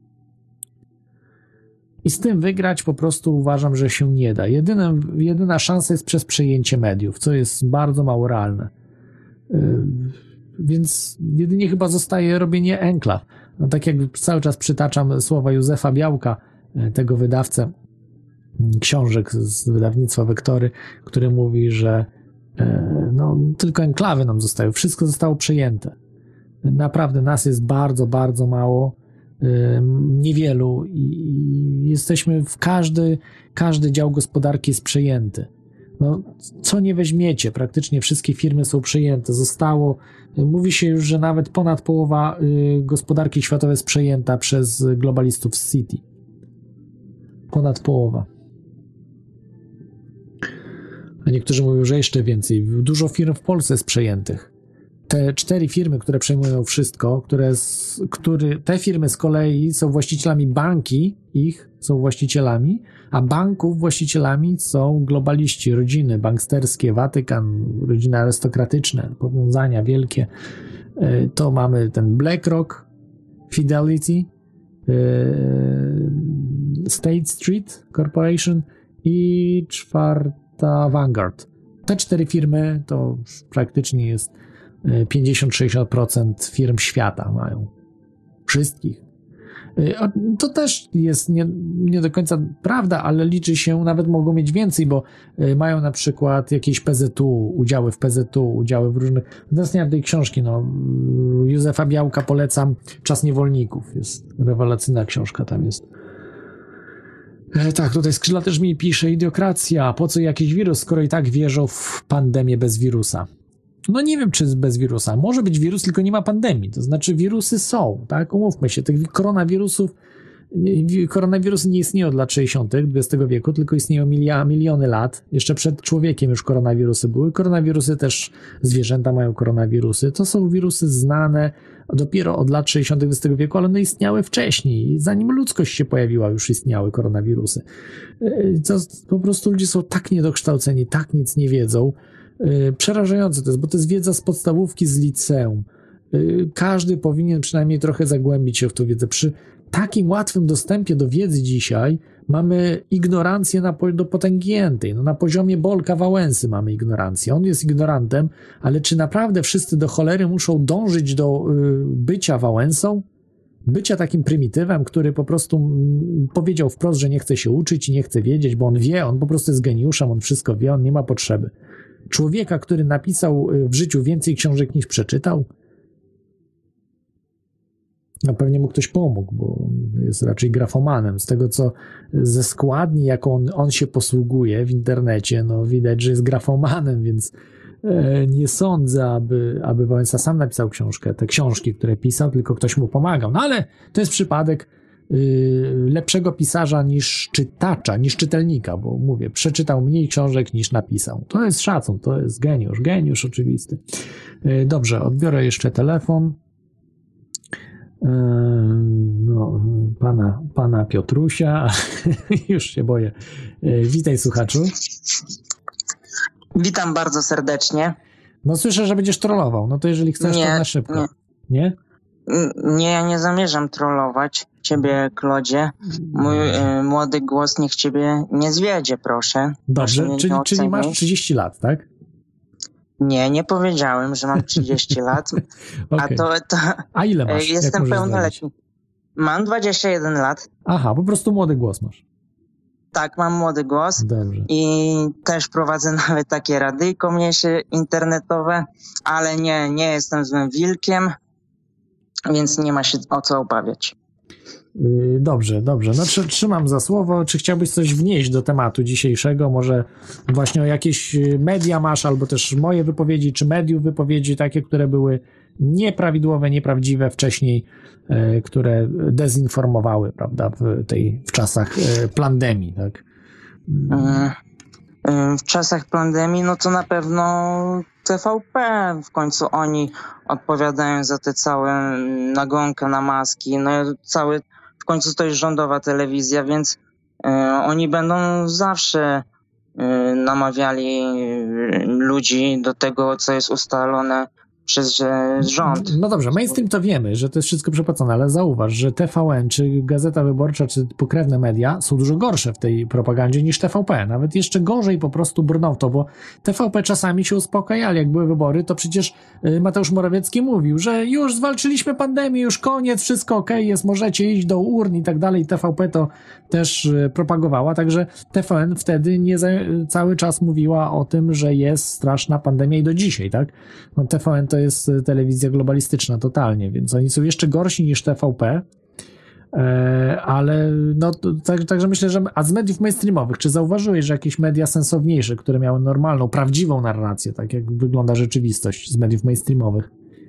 I z tym wygrać po prostu uważam, że się nie da. Jedyna, jedyna szansa jest przez przejęcie mediów, co jest bardzo mało realne. Yy, więc jedynie chyba zostaje robienie enklaw. No, tak jak cały czas przytaczam słowa Józefa Białka, tego wydawcę książek z wydawnictwa Wektory, który mówi, że no, tylko enklawy nam zostają, wszystko zostało przejęte. Naprawdę nas jest bardzo, bardzo mało, niewielu i jesteśmy w każdy, każdy dział gospodarki jest przejęty. No, co nie weźmiecie, praktycznie wszystkie firmy są przejęte. Zostało, mówi się już, że nawet ponad połowa gospodarki światowej jest przejęta przez globalistów z City. Ponad połowa. A niektórzy mówią, że jeszcze więcej. Dużo firm w Polsce jest przejętych. Te cztery firmy, które przejmują wszystko, które, który, te firmy z kolei są właścicielami, banki ich są właścicielami, a banków właścicielami są globaliści, rodziny banksterskie, Watykan, rodziny arystokratyczne, powiązania wielkie. To mamy ten BlackRock, Fidelity, State Street Corporation i czwarta Vanguard. Te cztery firmy to praktycznie jest pięćdziesiąt do sześćdziesięciu procent firm świata mają. Wszystkich. To też jest nie, nie do końca prawda, ale liczy się, nawet mogą mieć więcej, bo mają na przykład jakieś P Z U, udziały w P Z U, udziały w różnych... Teraz nie mam tej książki, no. Józefa Białka polecam, Czas niewolników. Jest rewelacyjna książka, tam jest. E, tak, tutaj Skrzydła też mi pisze, idiokracja, po co jakiś wirus, skoro i tak wierzą w pandemię bez wirusa. No nie wiem, czy bez wirusa. Może być wirus, tylko nie ma pandemii. To znaczy wirusy są, tak? Umówmy się, tych koronawirusów, koronawirusy nie istnieją od lat sześćdziesiątych dwudziestego wieku, tylko istnieją milia, miliony lat. Jeszcze przed człowiekiem już koronawirusy były. Koronawirusy też, zwierzęta mają koronawirusy. To są wirusy znane dopiero od lat sześćdziesiątych dwudziestego wieku, ale one istniały wcześniej. Zanim ludzkość się pojawiła, już istniały koronawirusy. To po prostu ludzie są tak niedokształceni, tak nic nie wiedzą. Przerażające to jest, bo to jest wiedza z podstawówki, z liceum. Każdy powinien przynajmniej trochę zagłębić się w tą wiedzę. Przy takim łatwym dostępie do wiedzy dzisiaj mamy ignorancję na, do potęgiętej. No na poziomie Bolka Wałęsy mamy ignorancję. On jest ignorantem, ale czy naprawdę wszyscy do cholery muszą dążyć do y, bycia Wałęsą? Bycia takim prymitywem, który po prostu powiedział wprost, że nie chce się uczyć i nie chce wiedzieć, bo on wie, on po prostu jest geniuszem, on wszystko wie, on nie ma potrzeby. Człowieka, który napisał w życiu więcej książek niż przeczytał? No pewnie mu ktoś pomógł, bo jest raczej grafomanem. Z tego, co ze składni, jaką on, on się posługuje w internecie, no widać, że jest grafomanem, więc e, nie sądzę, aby, aby Wałęsa sam napisał książkę, te książki, które pisał, tylko ktoś mu pomagał. No ale to jest przypadek lepszego pisarza niż czytacza, niż czytelnika, bo mówię, przeczytał mniej książek niż napisał. To jest szacun, to jest geniusz, geniusz oczywisty. Dobrze, odbiorę jeszcze telefon. No, pana, pana Piotrusia, już się boję. Witaj, słuchaczu. Witam bardzo serdecznie. No słyszę, że będziesz trollował, no to jeżeli chcesz, nie, to na szybko. Nie? Nie, nie ja nie zamierzam trollować ciebie, Klodzie. Mój y, młody głos niech ciebie nie zwiedzie, proszę. Dobrze, proszę czyli, czyli masz trzydzieści lat, tak? Nie, nie powiedziałem, że mam trzydzieści lat. Okay. A to, to. A ile masz? Jestem pełnoletni. Mam dwadzieścia jeden lat. Aha, po prostu młody głos masz. Tak, mam młody głos. Dobrze. I też prowadzę nawet takie radyjko mniejsze internetowe, ale nie, nie jestem złym wilkiem, więc nie ma się o co obawiać. Dobrze, dobrze. No trzymam za słowo. Czy chciałbyś coś wnieść do tematu dzisiejszego? Może właśnie o jakieś media masz, albo też moje wypowiedzi, czy mediów wypowiedzi takie, które były nieprawidłowe, nieprawdziwe wcześniej, e, które dezinformowały, prawda, w tej, w czasach e, pandemii, tak? W czasach pandemii, no to na pewno T V P, w końcu oni odpowiadają za tę całą nagonkę na maski, no cały, w końcu to jest rządowa telewizja, więc y, oni będą zawsze y, namawiali ludzi do tego, co jest ustalone przez rząd. No dobrze, mainstream to wiemy, że to jest wszystko przepłacone, ale zauważ, że T V N, czy Gazeta Wyborcza, czy pokrewne media są dużo gorsze w tej propagandzie niż T V P. Nawet jeszcze gorzej po prostu brną to, bo T V P czasami się uspokajali. Jak były wybory, to przecież Mateusz Morawiecki mówił, że już zwalczyliśmy pandemię, już koniec, wszystko okej jest, możecie iść do urn i tak dalej. T V P to też propagowała, także T V N wtedy nie za, cały czas mówiła o tym, że jest straszna pandemia i do dzisiaj, tak? No, T V N to jest telewizja globalistyczna totalnie, więc oni są jeszcze gorsi niż T V P, e, ale no tak, także myślę, że a z mediów mainstreamowych, czy zauważyłeś, że jakieś media sensowniejsze, które miały normalną, prawdziwą narrację, tak jak wygląda rzeczywistość z mediów mainstreamowych?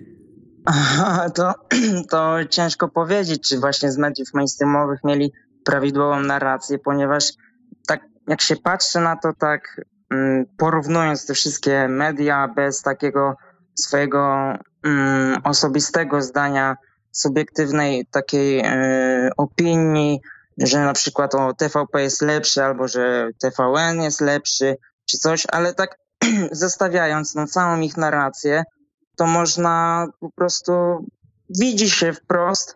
Aha, to, to ciężko powiedzieć, czy właśnie z mediów mainstreamowych mieli prawidłową narrację, ponieważ tak jak się patrzy na to tak mm, porównując te wszystkie media bez takiego swojego mm, osobistego zdania, subiektywnej takiej y, opinii, że na przykład o T V P jest lepszy albo że T V N jest lepszy czy coś, ale tak zestawiając no, całą ich narrację, to można po prostu widzi się wprost,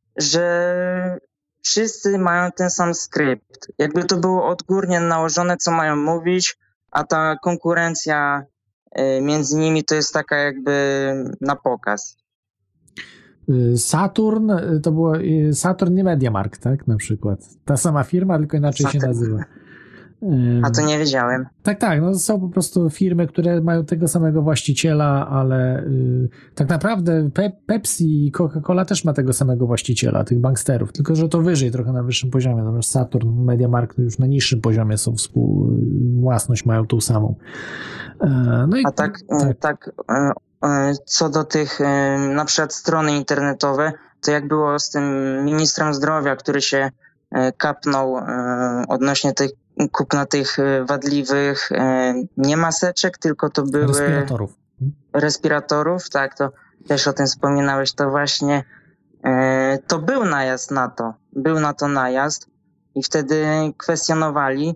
że wszyscy mają ten sam skrypt. Jakby to było odgórnie nałożone, co mają mówić, a ta konkurencja między nimi to jest taka jakby na pokaz. Saturn, to było Saturn nie Mediamarkt, tak? Na przykład. Ta sama firma, tylko inaczej Saturn się nazywa. A to nie wiedziałem. Tak, tak. No są po prostu firmy, które mają tego samego właściciela, ale yy, tak naprawdę Pe- Pepsi i Coca-Cola też ma tego samego właściciela, tych banksterów, tylko że to wyżej, trochę na wyższym poziomie. Natomiast Saturn, Mediamarkt już na niższym poziomie są współ... własność mają tą samą. Yy, no i A tak, tak. tak yy, yy, co do tych yy, na przykład strony internetowe, to jak było z tym ministrem zdrowia, który się yy, kapnął yy, odnośnie tych kupna tych wadliwych, nie maseczek, tylko to były... Respiratorów. Respiratorów, tak, to też o tym wspominałeś, to właśnie to był najazd na to. Był na to najazd i wtedy kwestionowali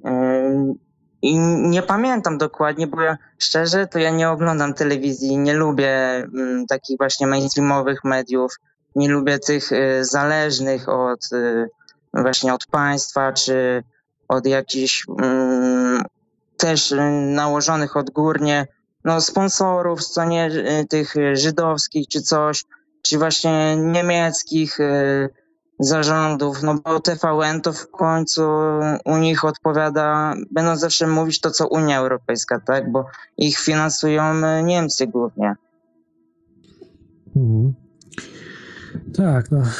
i nie pamiętam dokładnie, bo ja szczerze to ja nie oglądam telewizji, nie lubię takich właśnie mainstreamowych mediów, nie lubię tych zależnych od właśnie od państwa, czy od jakichś mm, też nałożonych odgórnie, no sponsorów, co nie, tych żydowskich czy coś, czy właśnie niemieckich y, zarządów, no bo T V N to w końcu u nich odpowiada, będą zawsze mówić to, co Unia Europejska, tak, bo ich finansują Niemcy głównie. Mhm. Tak, no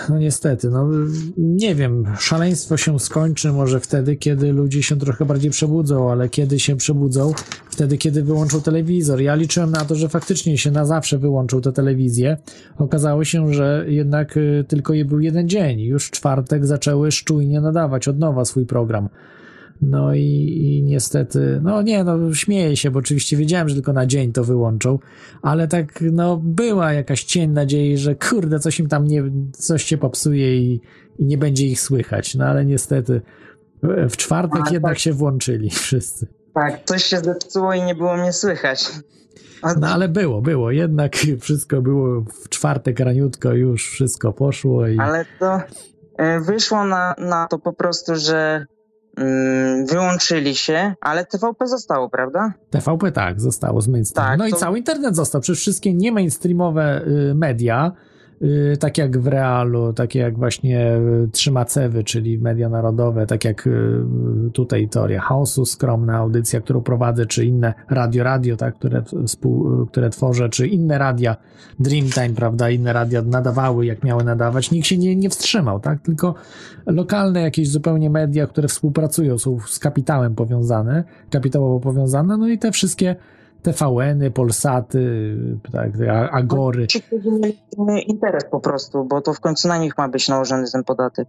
no niestety, no nie wiem, szaleństwo się skończy może wtedy, kiedy ludzie się trochę bardziej przebudzą, ale kiedy się przebudzą? Wtedy, kiedy wyłączą telewizor. Ja liczyłem na to, że faktycznie się na zawsze wyłączą tę telewizję. Okazało się, że jednak y, tylko był jeden dzień. Już w czwartek zaczęły szczujnie nadawać od nowa swój program. No i, i niestety, no nie, no śmieję się, bo oczywiście wiedziałem, że tylko na dzień to wyłączą, ale tak, no była jakaś cień nadziei, że kurde, coś im tam nie, coś się popsuje i, i nie będzie ich słychać, no ale niestety w czwartek A, jednak tak. się włączyli wszyscy. Tak, coś się zepsuło i nie było mnie słychać. A, No ale było, było, jednak wszystko było w czwartek raniutko, już wszystko poszło i... Ale to y, wyszło na, na to po prostu, że y, wyłączyli się, ale T V P zostało, prawda? T V P tak, zostało z mainstreamu. Tak, no to... i cały internet został, przecież wszystkie nie mainstreamowe y, media, y, tak jak w Realu, takie jak właśnie y, Trzymacewy, czyli media narodowe, tak jak y, tutaj Teoria Chaosu, skromna audycja, którą prowadzę, czy inne Radio Radio, tak, które, współ, które tworzę, czy inne radia, Dreamtime, prawda, inne radia nadawały, jak miały nadawać, nikt się nie, nie wstrzymał, tak, tylko lokalne jakieś zupełnie media, które współpracują, są z kapitałem powiązane, kapitałowo powiązane, no i te wszystkie T V N-y, Polsaty, tak, Agory. Ci, którzy mieli interes po prostu, bo to w końcu na nich ma być nałożony ten podatek.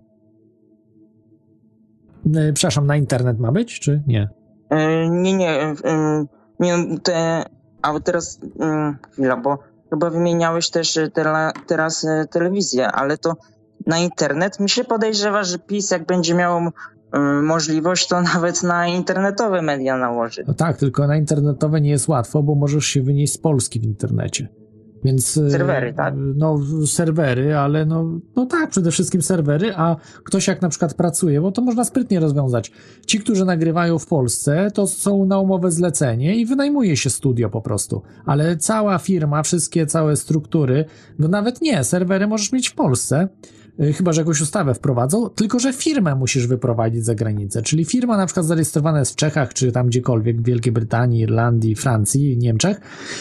Przepraszam, na internet ma być, czy nie? Yy, nie, nie, yy, nie, te, a teraz, yy, chwila, bo chyba wymieniałeś też tele, teraz yy, telewizję, ale to na internet mi się podejrzewa, że PiS jak będzie miał yy, możliwość, to nawet na internetowe media nałoży. No tak, tylko na internetowe nie jest łatwo, bo możesz się wynieść z Polski w internecie. Więc, serwery, tak? No, serwery, ale no, no tak, przede wszystkim serwery, a ktoś jak na przykład pracuje, bo to można sprytnie rozwiązać. Ci, którzy nagrywają w Polsce, to są na umowę zlecenie i wynajmuje się studio po prostu. Ale cała firma, wszystkie, całe struktury, no nawet nie, serwery możesz mieć w Polsce, chyba że jakąś ustawę wprowadzą, tylko że firmę musisz wyprowadzić za granicę. Czyli firma na przykład zarejestrowana jest w Czechach, czy tam gdziekolwiek, w Wielkiej Brytanii, Irlandii, Francji, Niemczech,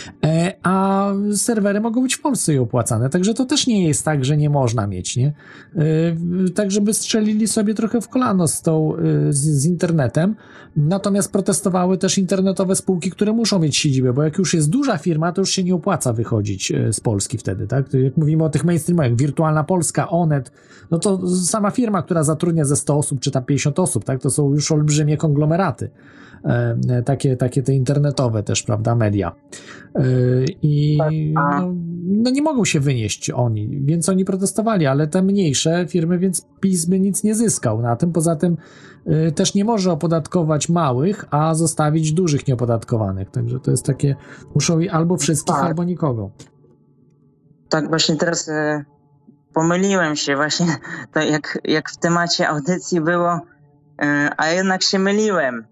a serwery mogą być w Polsce i opłacane. Także to też nie jest tak, że nie można mieć, nie? Tak, żeby strzelili sobie trochę w kolano z, tą, z, z internetem. Natomiast protestowały też internetowe spółki, które muszą mieć siedzibę, bo jak już jest duża firma, to już się nie opłaca wychodzić z Polski wtedy, tak? Jak mówimy o tych mainstreamach, jak Wirtualna Polska, Onet, no to sama firma, która zatrudnia ze sto osób, czy tam pięćdziesiąt osób, tak? To są już olbrzymie konglomeraty. E, takie, takie te internetowe też, prawda, media. E, I no, no nie mogą się wynieść oni, więc oni protestowali, ale te mniejsze firmy, więc PiS by nic nie zyskał na tym. Poza tym e, też nie może opodatkować małych, a zostawić dużych nieopodatkowanych. Także to jest takie, muszą albo wszystkich, tak, albo nikogo. Tak, właśnie teraz e, pomyliłem się właśnie, tak jak, jak w temacie audycji było, e, a jednak się myliłem.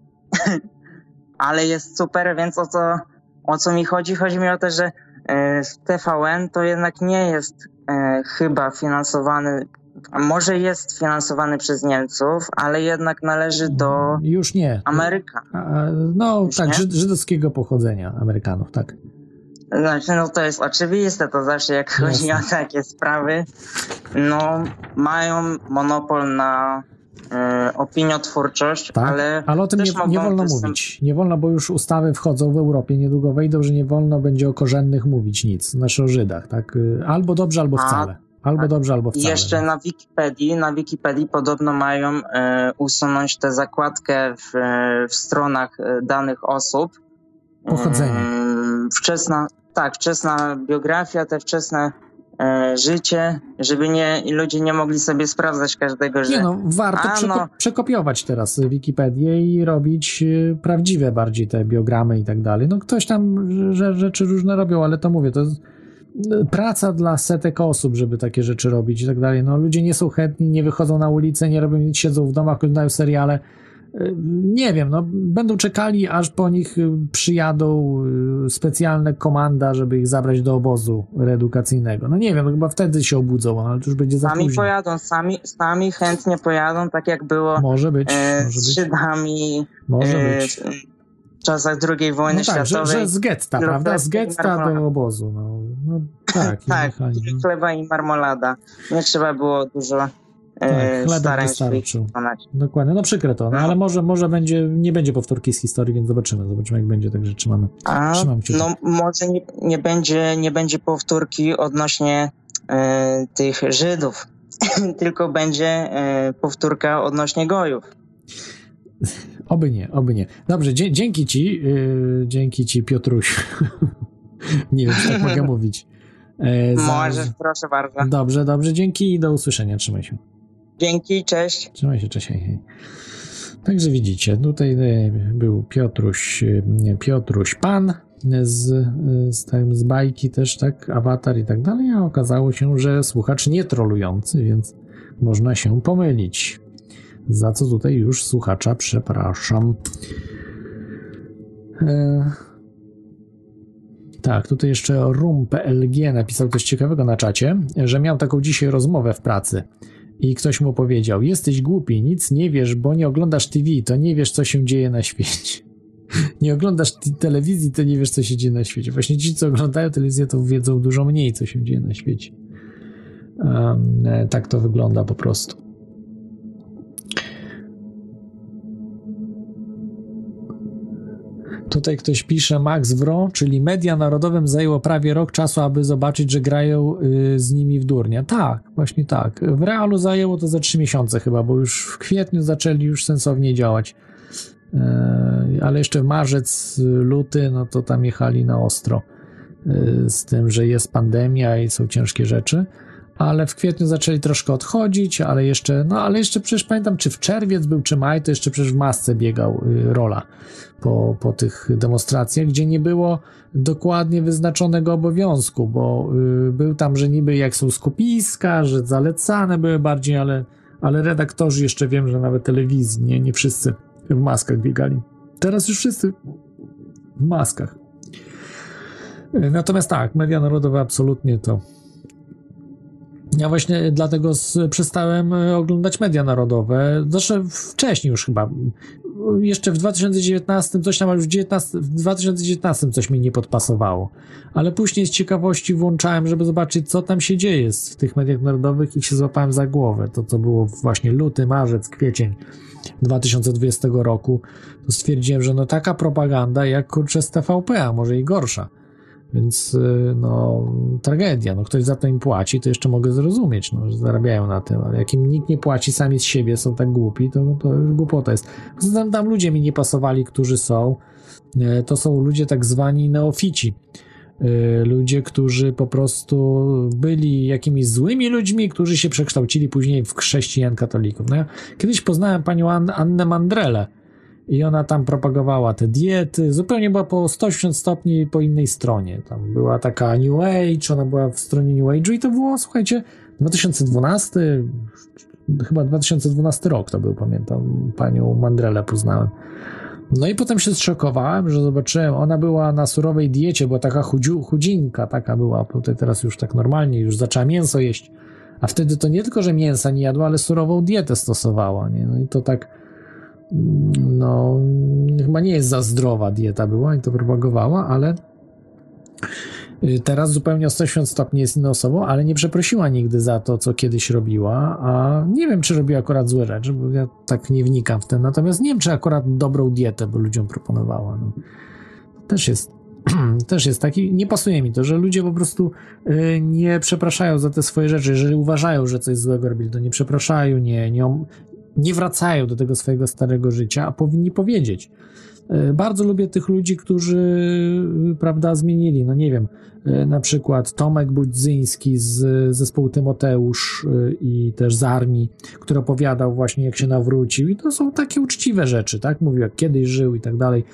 Ale jest super, więc o co, o co mi chodzi? Chodzi mi o to, że T V N to jednak nie jest e, chyba finansowany, a może jest finansowany przez Niemców, ale jednak należy do Już nie. Ameryka. No Już tak, nie? żydowskiego pochodzenia Amerykanów, tak. Znaczy, no to jest oczywiste, to zawsze jak chodzi Jasne. o takie sprawy, no mają monopol na y, opiniotwórczość, tak, ale... ale o tym nie, nie wolno występ... mówić. Nie wolno, bo już ustawy wchodzą w Europie, niedługo wejdą, że nie wolno będzie o korzennych mówić nic, znaczy o Żydach, tak? Albo dobrze, albo wcale. Albo tak. dobrze, albo wcale. Jeszcze na Wikipedii, na Wikipedii podobno mają y, usunąć tę zakładkę w, w stronach danych osób. Pochodzenie. Y, wczesna, tak, wczesna biografia, te wczesne e, życie, żeby nie, ludzie nie mogli sobie sprawdzać każdego, że... Nie no, warto a, przeko- no, przekopiować teraz Wikipedię i robić y, prawdziwe bardziej te biogramy i tak dalej. No ktoś tam że, rzeczy różne robią, ale to mówię, to jest praca dla setek osób, żeby takie rzeczy robić i tak dalej. No ludzie nie są chętni, nie wychodzą na ulicę, nie robią nic, siedzą w domach, oglądają seriale. Nie wiem, no będą czekali, aż po nich przyjadą specjalne komanda, żeby ich zabrać do obozu reedukacyjnego. No nie wiem, no chyba wtedy się obudzą, ale to już będzie za sami późno. pojadą, sami, sami chętnie pojadą, tak jak było może być, e, może z być. Żydami. Może e, być. czasach drugiej wojny no tak, światowej. Że, że z getta, prawda? Z getta do obozu. No, no tak, tak, jechali, no. Chleba i marmolada. Nie trzeba było dużo tak, e, starań wystarczył. wykonać. Dokładnie, no przykre to, no, No. ale może, może będzie, nie będzie powtórki z historii, więc zobaczymy, zobaczymy jak będzie, także trzymamy, A, trzymam kciuki. no może nie, nie, będzie, nie będzie powtórki odnośnie e, tych Żydów, tylko będzie e, powtórka odnośnie Gojów. Oby nie, oby nie. Dobrze, dzie- dzięki ci, yy, dzięki ci Piotruś. Nie wiem, czy tak mogę mówić. E, za... Możesz, proszę bardzo. Dobrze, dobrze, dzięki i do usłyszenia, trzymaj się. Dzięki, cześć. Trzymaj się, cześć, hej, hej. Także widzicie, tutaj był Piotruś, Piotruś Pan z, z, tym, z bajki też, tak, awatar i tak dalej, a okazało się, że słuchacz nie trolujący, więc można się pomylić. Za co tutaj już słuchacza przepraszam. E... Tak, tutaj jeszcze rum kropka p l g napisał coś ciekawego na czacie, że miał taką dzisiaj rozmowę w pracy i ktoś mu powiedział: jesteś głupi, nic nie wiesz, bo nie oglądasz T V, to nie wiesz, co się dzieje na świecie. Nie oglądasz t- telewizji, to nie wiesz, co się dzieje na świecie. Właśnie ci, co oglądają telewizję, to wiedzą dużo mniej, co się dzieje na świecie. Um, tak to wygląda po prostu. Tutaj ktoś pisze, Max Wro, czyli media narodowym zajęło prawie rok czasu, aby zobaczyć, że grają y, z nimi w durnia. Tak, właśnie tak. W realu zajęło to za trzy miesiące chyba, bo już w kwietniu zaczęli już sensownie działać. Y, ale jeszcze marzec, luty, no to tam jechali na ostro y, z tym, że jest pandemia i są ciężkie rzeczy. Ale w kwietniu zaczęli troszkę odchodzić, ale jeszcze, no ale jeszcze przecież pamiętam, czy w czerwiec był, czy maj, to jeszcze przecież w masce biegał y, Rola po, po tych demonstracjach, gdzie nie było dokładnie wyznaczonego obowiązku, bo y, był tam, że niby jak są skupiska, że zalecane były bardziej, ale, ale redaktorzy jeszcze wiem, że nawet telewizji, nie, nie wszyscy w maskach biegali. Teraz już wszyscy w maskach. Y, natomiast tak, media narodowe absolutnie to. Ja właśnie dlatego z, przestałem oglądać media narodowe, zresztą wcześniej już chyba, jeszcze w dwa tysiące dziewiętnastym coś tam, ale już w, dziewiętnastym, w dwa tysiące dziewiętnastym coś mi nie podpasowało, ale później z ciekawości włączałem, żeby zobaczyć, co tam się dzieje w tych mediach narodowych i się złapałem za głowę. To, co było właśnie luty, marzec, kwiecień dwa tysiące dwudziestego roku, to stwierdziłem, że no taka propaganda jak kurczę z T V P, a może i gorsza. Więc no tragedia, no ktoś za to im płaci, to jeszcze mogę zrozumieć, no, że zarabiają na tym, ale jak im nikt nie płaci, sami z siebie są tak głupi, to, to już głupota jest. Tam, tam ludzie mi nie pasowali, którzy są, to są ludzie tak zwani neofici, ludzie, którzy po prostu byli jakimiś złymi ludźmi, którzy się przekształcili później w chrześcijan katolików. No ja kiedyś poznałem panią An- Annę Mandrelę, i ona tam propagowała te diety, zupełnie była po sto osiemdziesiąt stopni po innej stronie. Tam była taka New Age, ona była w stronie New Age'u i to było, słuchajcie, dwa tysiące dwunasty, chyba dwa tysiące dwunasty rok to był, pamiętam, panią Mandrelę poznałem. No i potem się zszokowałem, że zobaczyłem, ona była na surowej diecie, była taka chudziu, chudzinka, taka była, tutaj teraz już tak normalnie, już zaczęła mięso jeść, a wtedy to nie tylko, że mięsa nie jadła, ale surową dietę stosowała, nie? No i to tak no, chyba nie jest za zdrowa dieta była i to propagowała, ale teraz zupełnie o sto osiemdziesiąt stopni jest inną osobą, ale nie przeprosiła nigdy za to, co kiedyś robiła, a nie wiem, czy robiła akurat złe rzeczy, bo ja tak nie wnikam w tym, natomiast nie wiem, czy akurat dobrą dietę by ludziom proponowała. No. Też jest też jest taki, nie pasuje mi to, że ludzie po prostu y, nie przepraszają za te swoje rzeczy, jeżeli uważają, że coś złego robili, to nie przepraszają, nie, nie, nie wracają do tego swojego starego życia, a powinni powiedzieć. Bardzo lubię tych ludzi, którzy, prawda, zmienili, no nie wiem, na przykład Tomek Budzyński z zespołu Tymoteusz i też z Armii, który opowiadał właśnie, jak się nawrócił, i to są takie uczciwe rzeczy, tak, mówił, jak kiedyś żył i tak dalej.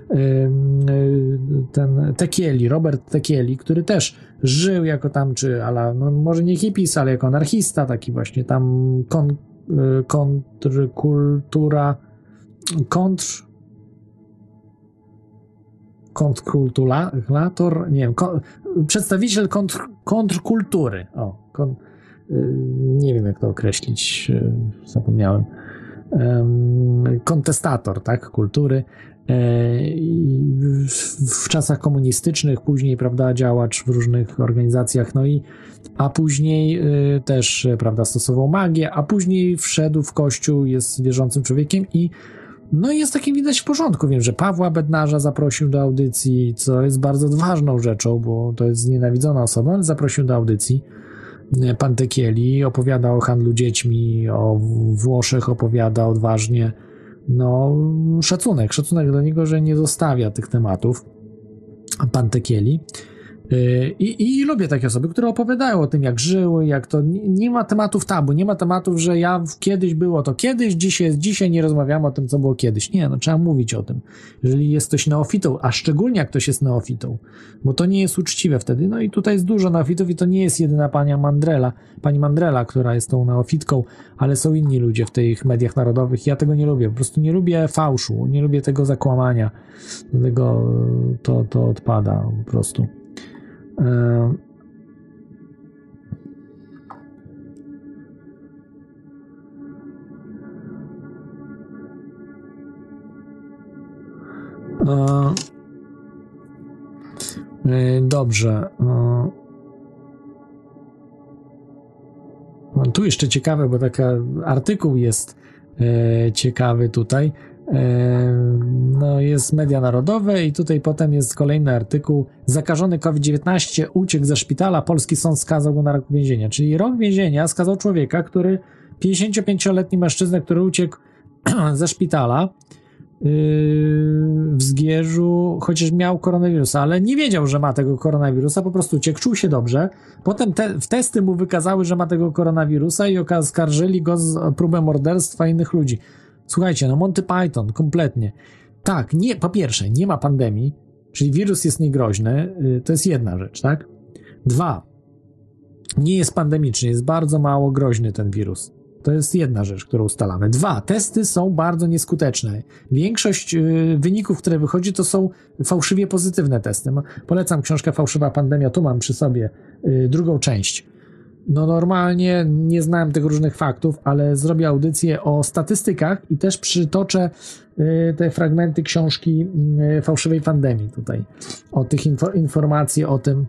Ten Tekieli, Robert Tekieli, który też żył jako tam, czy ala, no może nie hipis, ale jako anarchista, taki właśnie tam kon kontrkultura, kontr, kontrkulturator, nie wiem, kon, przedstawiciel kontr, kontrkultury, o, kon, nie wiem jak to określić, zapomniałem, kontestator, tak, kultury, w czasach komunistycznych, później, prawda, działacz w różnych organizacjach, no i a później też, prawda, stosował magię, a później wszedł w kościół, jest wierzącym człowiekiem i no i jest takim widać w porządku. Wiem, że Pawła Bednarza zaprosił do audycji, co jest bardzo ważną rzeczą, bo to jest znienawidzona osoba, ale zaprosił do audycji. Pan Tekieli opowiada o handlu dziećmi, o Włoszech opowiada odważnie. No, szacunek, szacunek do niego, że nie zostawia tych tematów. Pan Tekieli. I, I lubię takie osoby, które opowiadają o tym, jak żyły, jak to... Nie, nie ma tematów tabu, nie ma tematów, że ja kiedyś było to kiedyś, dzisiaj jest dzisiaj, nie rozmawiamy o tym, co było kiedyś. Nie, no trzeba mówić o tym. Jeżeli jest ktoś neofitą, a szczególnie jak ktoś jest neofitą, bo to nie jest uczciwe wtedy. No i tutaj jest dużo neofitów i to nie jest jedyna pani Mandrela, pani Mandrela, która jest tą neofitką, ale są inni ludzie w tych mediach narodowych. Ja tego nie lubię, po prostu nie lubię fałszu, nie lubię tego zakłamania. Dlatego to, to odpada po prostu. Uh, uh, dobrze. Uh, tu jeszcze ciekawe, bo taki artykuł jest uh, ciekawy tutaj. No jest media narodowe i tutaj potem jest kolejny artykuł. Zakażony COVID dziewiętnaście uciekł ze szpitala, polski sąd skazał go na rok więzienia. Czyli rok więzienia skazał człowieka, który, pięćdziesięciopięcioletni mężczyznę, który uciekł ze szpitala w Zgierzu, chociaż miał koronawirusa, ale nie wiedział, że ma tego koronawirusa, po prostu uciekł, czuł się dobrze. Potem te, w testy mu wykazały, że ma tego koronawirusa i oskarżyli go z próbę morderstwa innych ludzi. Słuchajcie, no Monty Python, kompletnie. Tak, nie, po pierwsze, nie ma pandemii, czyli wirus jest niegroźny, to jest jedna rzecz, tak? Dwa, nie jest pandemiczny, jest bardzo mało groźny ten wirus. To jest jedna rzecz, którą ustalamy. Dwa, testy są bardzo nieskuteczne. Większość y, wyników, które wychodzi, to są fałszywie pozytywne testy. Polecam książkę Fałszywa pandemia, tu mam przy sobie y, drugą część. No normalnie nie znałem tych różnych faktów, ale zrobię audycję o statystykach i też przytoczę y, te fragmenty książki y, Fałszywej pandemii tutaj. O tych info, informacji o tym,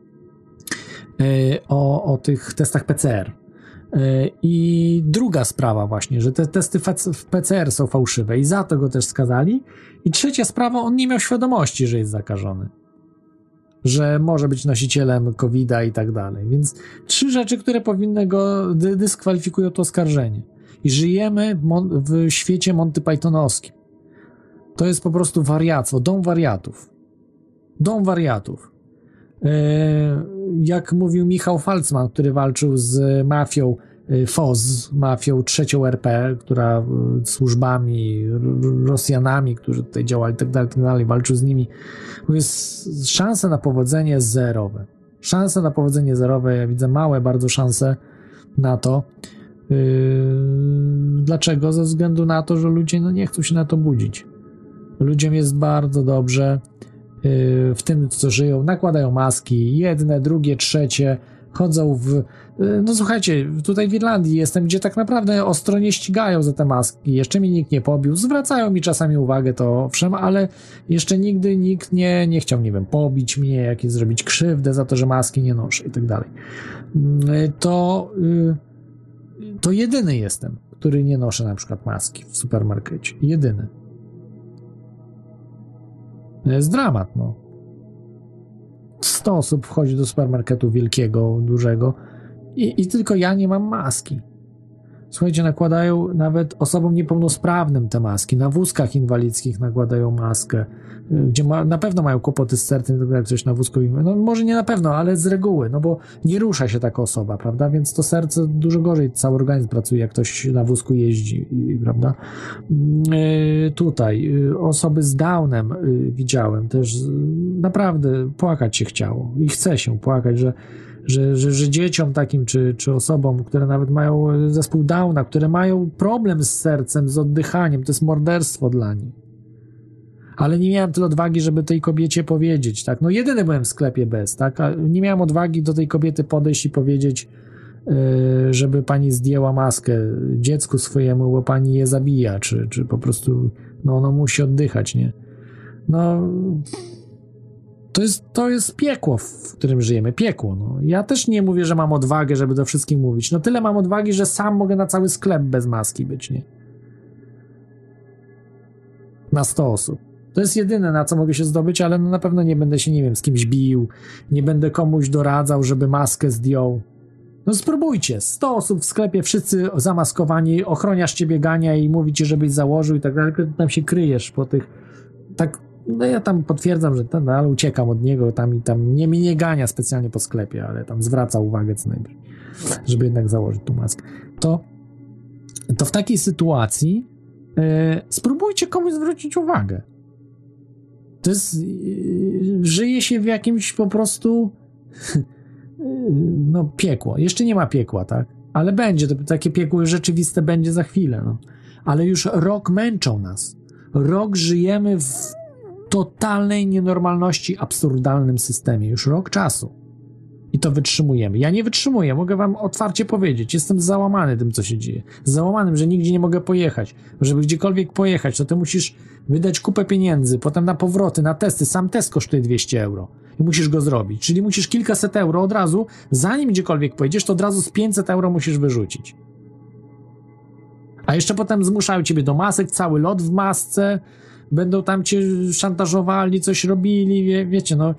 y, o, o tych testach P C R. Y, I druga sprawa właśnie, że te testy w P C R są fałszywe i za to go też skazali. I trzecia sprawa, on nie miał świadomości, że jest zakażony, że może być nosicielem kowida i tak dalej. Więc trzy rzeczy, które powinny go dy- dyskwalifikują to oskarżenie. I żyjemy mon- w świecie Monty Pythonowskim. To jest po prostu wariactwo, dom wariatów. Dom wariatów. Yy, jak mówił Michał Falcman, który walczył z mafią F O Z, mafią trzecią R P, która służbami, Rosjanami, którzy tutaj działali i tak dalej, tak dalej, walczył z nimi. Bo jest szanse na powodzenie zerowe. Szanse na powodzenie zerowe, ja widzę małe bardzo szanse na to. Yy, dlaczego? Ze względu na to, że ludzie no, nie chcą się na to budzić. Ludziom jest bardzo dobrze yy, w tym, co żyją. Nakładają maski, jedne, drugie, trzecie, chodzą w... No słuchajcie, tutaj w Irlandii jestem, gdzie tak naprawdę ostro nie ścigają za te maski. Jeszcze mi nikt nie pobił. Zwracają mi czasami uwagę, to owszem, ale jeszcze nigdy nikt nie, nie chciał, nie wiem, pobić mnie, jakieś zrobić krzywdę za to, że maski nie noszę i tak dalej. To, to jedyny jestem, który nie noszę na przykład maski w supermarkecie. Jedyny. To jest dramat, no. sto osób wchodzi do supermarketu wielkiego, dużego i, i tylko ja nie mam maski. Słuchajcie, nakładają nawet osobom niepełnosprawnym te maski. Na wózkach inwalidzkich nakładają maskę, gdzie ma, na pewno mają kłopoty z sercem, jak coś na wózku. No może nie na pewno, ale z reguły, no bo nie rusza się taka osoba, prawda? Więc to serce dużo gorzej, cały organizm pracuje, jak ktoś na wózku jeździ, prawda? Yy, tutaj yy, osoby z Downem yy, widziałem też, yy, naprawdę płakać się chciało i chce się płakać, że Że, że, że dzieciom takim, czy, czy osobom, które nawet mają zespół Downa, które mają problem z sercem, z oddychaniem, to jest morderstwo dla nich. Ale nie miałem tyle odwagi, żeby tej kobiecie powiedzieć, tak? No jedyny byłem w sklepie bez, tak? A nie miałem odwagi do tej kobiety podejść i powiedzieć, yy, żeby pani zdjęła maskę dziecku swojemu, bo pani je zabija, czy, czy po prostu No ono musi oddychać, nie? No to jest, to jest piekło, w którym żyjemy, piekło. No. Ja też nie mówię, że mam odwagę, żeby do wszystkim mówić. No tyle mam odwagi, że sam mogę na cały sklep bez maski być, nie? Na sto osób. To jest jedyne, na co mogę się zdobyć, ale no na pewno nie będę się, nie wiem, z kimś bił, nie będę komuś doradzał, żeby maskę zdjął. No spróbujcie, sto osób w sklepie, wszyscy zamaskowani, ochroniarz ciebie gania i mówi ci, żebyś założył i tak dalej, tylko tam się kryjesz po tych, tak, no ja tam potwierdzam, że ten, no, ale uciekam od niego, tam i tam nie, mnie nie gania specjalnie po sklepie, ale tam zwraca uwagę co najmniej, żeby jednak założyć tą maskę. To, to w takiej sytuacji yy, spróbujcie komuś zwrócić uwagę. To jest, yy, żyje się w jakimś po prostu no piekło. Jeszcze nie ma piekła, tak? Ale będzie, to takie piekło rzeczywiste będzie za chwilę, no. Ale już rok męczą nas. Rok żyjemy w totalnej nienormalności, absurdalnym systemie. Już rok czasu. I to wytrzymujemy. Ja nie wytrzymuję, mogę wam otwarcie powiedzieć. Jestem załamany tym, co się dzieje. Załamanym, że nigdzie nie mogę pojechać. Żeby gdziekolwiek pojechać, to ty musisz wydać kupę pieniędzy, potem na powroty, na testy. Sam test kosztuje dwieście euro. I musisz go zrobić. Czyli musisz kilkaset euro od razu, zanim gdziekolwiek pojedziesz, to od razu z pięćset euro musisz wyrzucić. A jeszcze potem zmuszają ciebie do masek, cały lot w masce, będą tam cię szantażowali, coś robili, wie, wiecie, no...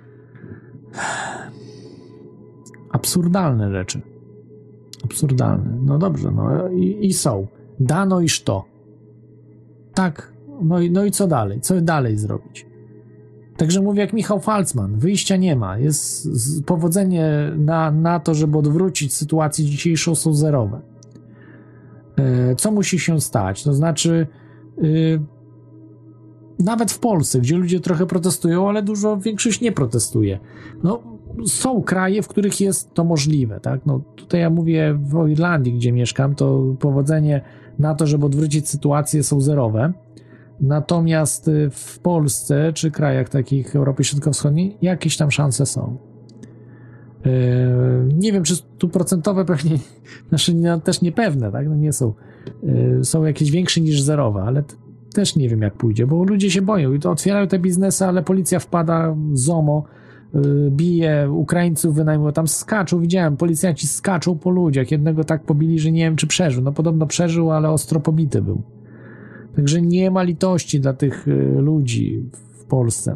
Absurdalne rzeczy. Absurdalne. No dobrze, no i, i są. Dano iż to. Tak, no i, no i co dalej? Co dalej zrobić? Także mówię jak Michał Falcman, wyjścia nie ma. Jest z, powodzenie na, na to, żeby odwrócić sytuację dzisiejszą są zerowe. E, co musi się stać? To znaczy e, nawet w Polsce, gdzie ludzie trochę protestują, ale dużo większość nie protestuje. No są kraje, w których jest to możliwe, tak? No tutaj ja mówię o Irlandii, gdzie mieszkam, to powodzenie na to, żeby odwrócić sytuację są zerowe. Natomiast w Polsce, czy krajach takich Europy Środkowo-Wschodniej, jakieś tam szanse są. Yy, nie wiem, czy stuprocentowe pewnie, znaczy no, też niepewne, tak? No nie są. Yy, są jakieś większe niż zerowe, ale t- też nie wiem, jak pójdzie, bo ludzie się boją i to otwierają te biznesy, ale policja wpada zomo, yy, bije Ukraińców, wynajmują, tam skaczą, widziałem, policjanci skaczą po ludziach, jednego tak pobili, że nie wiem, czy przeżył. No podobno przeżył, ale ostro pobity był. Także nie ma litości dla tych ludzi w Polsce.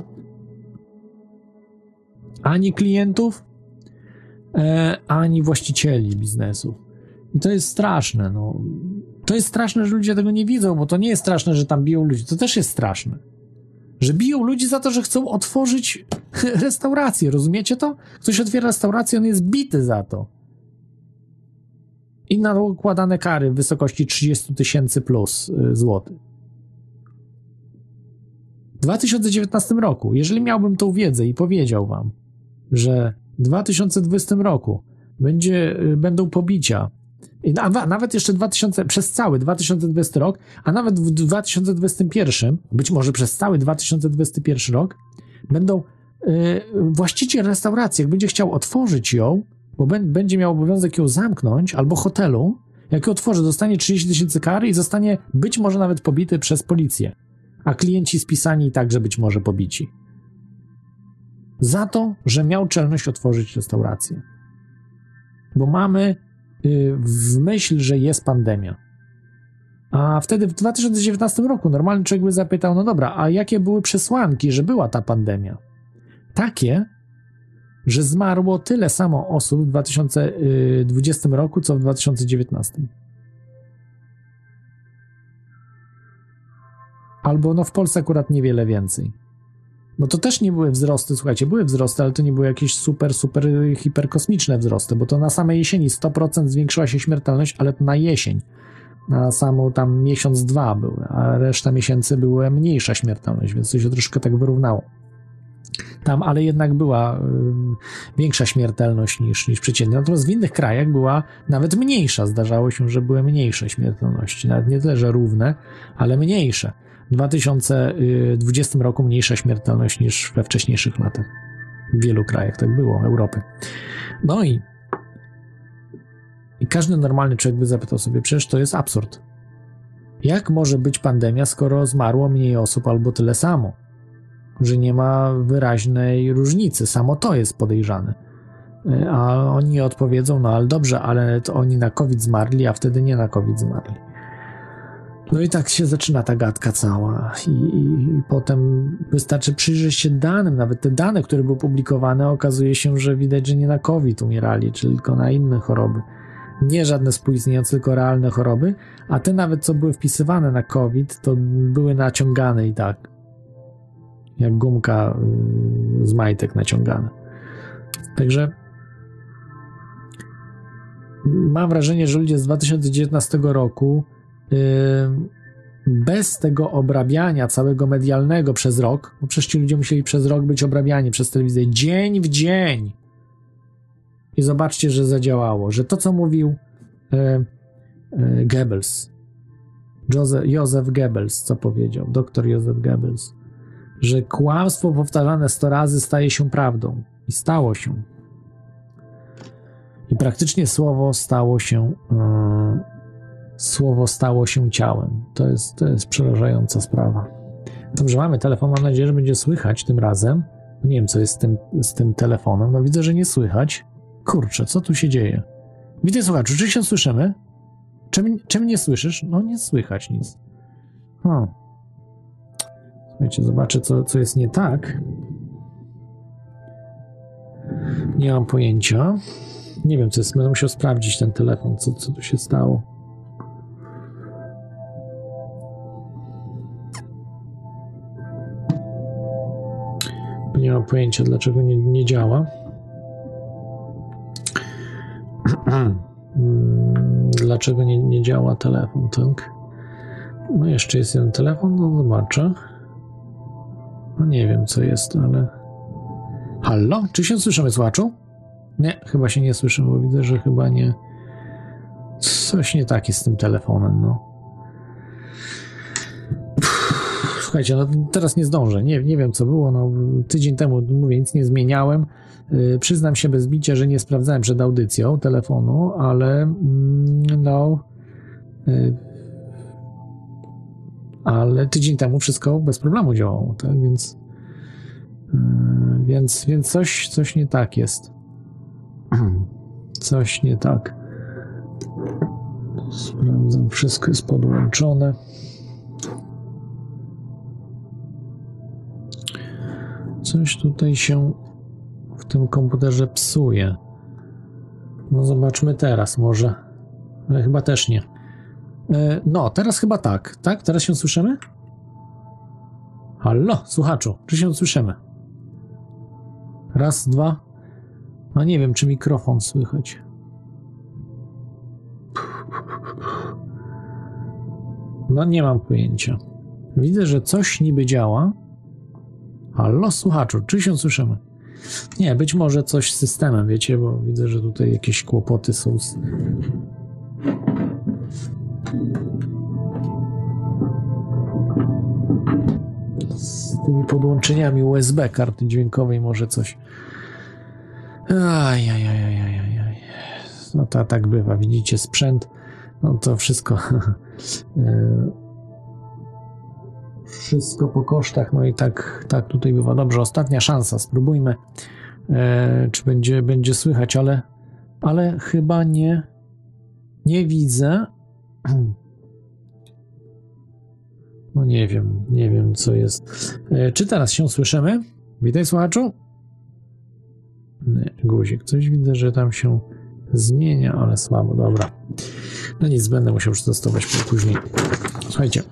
Ani klientów, e, ani właścicieli biznesów. I to jest straszne. No. To jest straszne, że ludzie tego nie widzą, bo to nie jest straszne, że tam biją ludzi. To też jest straszne. Że biją ludzi za to, że chcą otworzyć restaurację. Rozumiecie to? Ktoś otwiera restaurację, on jest bity za to. I nakładane kary w wysokości trzydzieści tysięcy plus złotych. W dwa tysiące dziewiętnastym roku, jeżeli miałbym tą wiedzę i powiedział wam, że w dwa tysiące dwudziestym roku będzie, będą pobicia, a nawet jeszcze dwa tysiące, przez cały dwa tysiące dwudziesty rok, a nawet w dwa tysiące dwudziestym pierwszym, być może przez cały dwa tysiące dwudziesty pierwszy rok, będą yy, właściciel restauracji, jak będzie chciał otworzyć ją, bo będzie miał obowiązek ją zamknąć, albo hotelu, jak ją otworzy, dostanie trzydzieści tysięcy kary i zostanie być może nawet pobity przez policję, a klienci spisani także być może pobici. Za to, że miał czelność otworzyć restaurację. Bo mamy yy, w myśl, że jest pandemia. A wtedy w dwa tysiące dziewiętnastym roku normalny człowiek by zapytał, no dobra, a jakie były przesłanki, że była ta pandemia? Takie, że zmarło tyle samo osób w dwa tysiące dwudziestym roku, co w dwa tysiące dziewiętnastym. Albo no w Polsce akurat niewiele więcej. Bo to też nie były wzrosty, słuchajcie, były wzrosty, ale to nie były jakieś super, super hiperkosmiczne wzrosty, bo to na samej jesieni sto procent zwiększyła się śmiertelność, ale to na jesień. Na samą tam miesiąc, dwa były, a reszta miesięcy była mniejsza śmiertelność, więc to się troszkę tak wyrównało. Tam, ale jednak była y, większa śmiertelność niż, niż przeciętnie. Natomiast w innych krajach była nawet mniejsza. Zdarzało się, że były mniejsze śmiertelności. Nawet nie tyle, że równe, ale mniejsze. W dwa tysiące dwudziestym roku mniejsza śmiertelność niż we wcześniejszych latach. W wielu krajach tak było, Europy. No i, i każdy normalny człowiek by zapytał sobie, przecież to jest absurd. Jak może być pandemia, skoro zmarło mniej osób albo tyle samo? Że nie ma wyraźnej różnicy. Samo to jest podejrzane. A oni odpowiedzą, no ale dobrze, ale to oni na COVID zmarli, a wtedy nie na COVID zmarli. No i tak się zaczyna ta gadka cała. I, i, i potem wystarczy przyjrzeć się danym. Nawet te dane, które były publikowane, okazuje się, że widać, że nie na COVID umierali, czy tylko na inne choroby. Nie żadne współistniejące, tylko realne choroby, a te nawet, co były wpisywane na COVID, to były naciągane i tak. Jak gumka yy, z majtek naciągane. Także mam wrażenie, że ludzie z dwa tysiące dziewiętnastego roku yy, bez tego obrabiania całego medialnego przez rok, bo przecież ci ludzie musieli przez rok być obrabiani przez telewizję dzień w dzień. I zobaczcie, że zadziałało, że to, co mówił e, e, Goebbels, Joseph, Józef Goebbels, co powiedział, doktor Józef Goebbels, że kłamstwo powtarzane sto razy staje się prawdą. I stało się. I praktycznie słowo stało się e, słowo stało się ciałem. To jest, to jest przerażająca sprawa. Dobrze, mamy telefon, mam nadzieję, że będzie słychać tym razem. Nie wiem, co jest z tym, z tym telefonem. No widzę, że nie słychać. Kurczę, co tu się dzieje? Witaj, słuchaczu, czy się słyszymy? Czym, czym nie słyszysz? No nie słychać nic. Hmm. Słuchajcie, zobaczę, co, co jest nie tak. Nie mam pojęcia. Nie wiem, co jest. Będę musiał sprawdzić ten telefon, co, co tu się stało. Nie mam pojęcia, dlaczego nie, nie działa. Dlaczego nie, nie działa telefon, tak? No jeszcze jest jeden telefon, no zobaczę. No nie wiem, co jest, ale... Halo? Czy się słyszymy, słuchaczu? Nie, chyba się nie słyszymy, bo widzę, że chyba nie... Coś nie tak jest z tym telefonem, no. Słuchajcie, no teraz nie zdążę, nie, nie wiem, co było, no tydzień temu, mówię, nic nie zmieniałem. Yy, przyznam się bez bicia, że nie sprawdzałem przed audycją telefonu, ale mm, no yy, ale tydzień temu wszystko bez problemu działało, tak, więc yy, więc, więc coś, coś nie tak jest. Coś nie tak. Sprawdzam, wszystko jest podłączone. Coś tutaj się w tym komputerze psuje. No zobaczmy teraz może. Ale chyba też nie. No, teraz chyba tak. Tak? Teraz się słyszymy? Halo, słuchaczu, czy się słyszymy? Raz, dwa. No nie wiem, czy mikrofon słychać. No nie mam pojęcia. Widzę, że coś niby działa. Halo, słuchaczu, czy się słyszymy? Nie, być może coś z systemem, wiecie, bo widzę, że tutaj jakieś kłopoty są z... z tymi podłączeniami U S B karty dźwiękowej może coś. Ajajajajajaj. No to tak bywa, widzicie, sprzęt, no to wszystko... Wszystko po kosztach, no i tak, tak tutaj bywa. Dobrze, ostatnia szansa, spróbujmy, e, czy będzie, będzie słychać, ale, ale chyba nie, nie widzę. No nie wiem, nie wiem, co jest. E, czy teraz się słyszymy? Witaj, słuchaczu. Nie, guzik, coś widzę, że tam się zmienia, ale słabo, dobra. No nic, będę musiał przetestować później. Słuchajcie.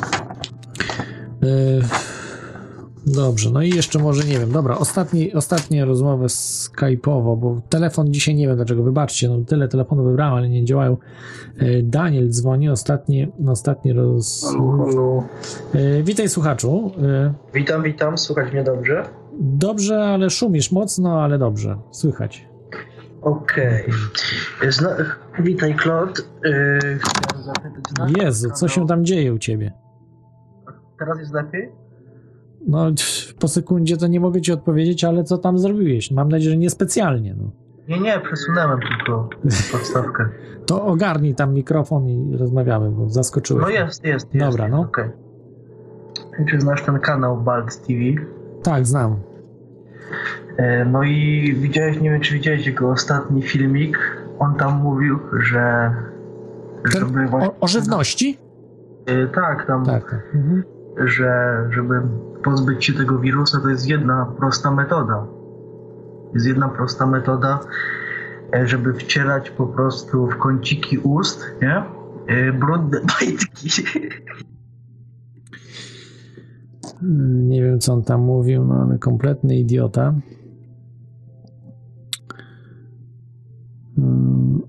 Dobrze, no i jeszcze może, nie wiem, dobra, ostatni, ostatnia rozmowę skype'owo, bo telefon dzisiaj, nie wiem dlaczego, wybaczcie, no tyle telefonów wybrałem, ale nie działają. Daniel dzwoni, ostatni, ostatni roz... Halo, halo. Witaj, słuchaczu. Witam, witam, słychać mnie dobrze? Dobrze, ale szumisz mocno, ale dobrze, słychać. Okej. Okay. Zna... Witaj, Claude. Yy, chciałem zapytać... Jezu, co się tam dzieje u ciebie? Teraz jest lepiej? No, po sekundzie to nie mogę ci odpowiedzieć, ale co tam zrobiłeś? Mam nadzieję, że niespecjalnie. No. Nie, nie, przesunąłem tylko podstawkę. To ogarnij tam mikrofon i rozmawiamy, bo zaskoczyłeś. No jest, jest, jest. Dobra, no. Okej. Okay. Czy znasz ten kanał Bald T V? Tak, znam. No i widziałeś, nie wiem czy widziałeś jego ostatni filmik, on tam mówił, że Ten żeby właśnie... o, o żywności? Yy, tak, tam, tak, tak. Mhm. że żeby pozbyć się tego wirusa to jest jedna prosta metoda. Jest jedna prosta metoda, żeby wcierać po prostu w kąciki ust, nie? Yy, brudne majtki. Nie wiem, co on tam mówił, no ale kompletny idiota. Hmm.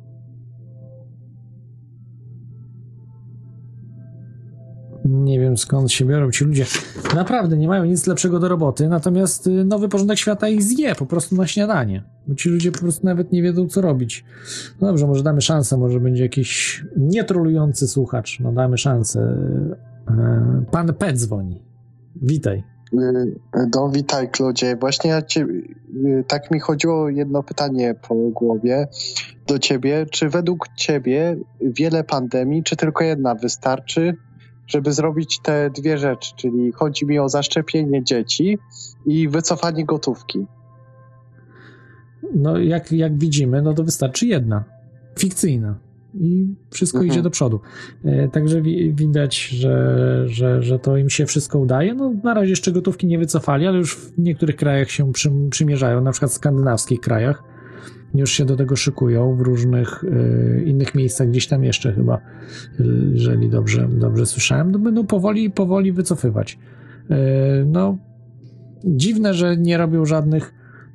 Nie wiem, skąd się biorą ci ludzie. Naprawdę nie mają nic lepszego do roboty, natomiast nowy porządek świata ich zje po prostu na śniadanie. Bo ci ludzie po prostu nawet nie wiedzą, co robić. No dobrze, może damy szansę, może będzie jakiś nietrolujący słuchacz. No damy szansę. Pan P dzwoni. Witaj. No witaj, Klodzie. Właśnie ja cię, tak mi chodziło jedno pytanie po głowie do ciebie. Czy według ciebie wiele pandemii, czy tylko jedna wystarczy, żeby zrobić te dwie rzeczy? Czyli chodzi mi o zaszczepienie dzieci i wycofanie gotówki. No jak, jak widzimy, no to wystarczy jedna. Fikcyjna. I wszystko mhm. idzie do przodu. E, także wi- widać, że, że, że to im się wszystko udaje. No na razie jeszcze gotówki nie wycofali, ale już w niektórych krajach się przy, przymierzają, na przykład w skandynawskich krajach. Już się do tego szykują, w różnych e, innych miejscach, gdzieś tam jeszcze chyba, jeżeli dobrze, dobrze słyszałem, to będą powoli, powoli wycofywać. E, no dziwne, że nie robią żadnych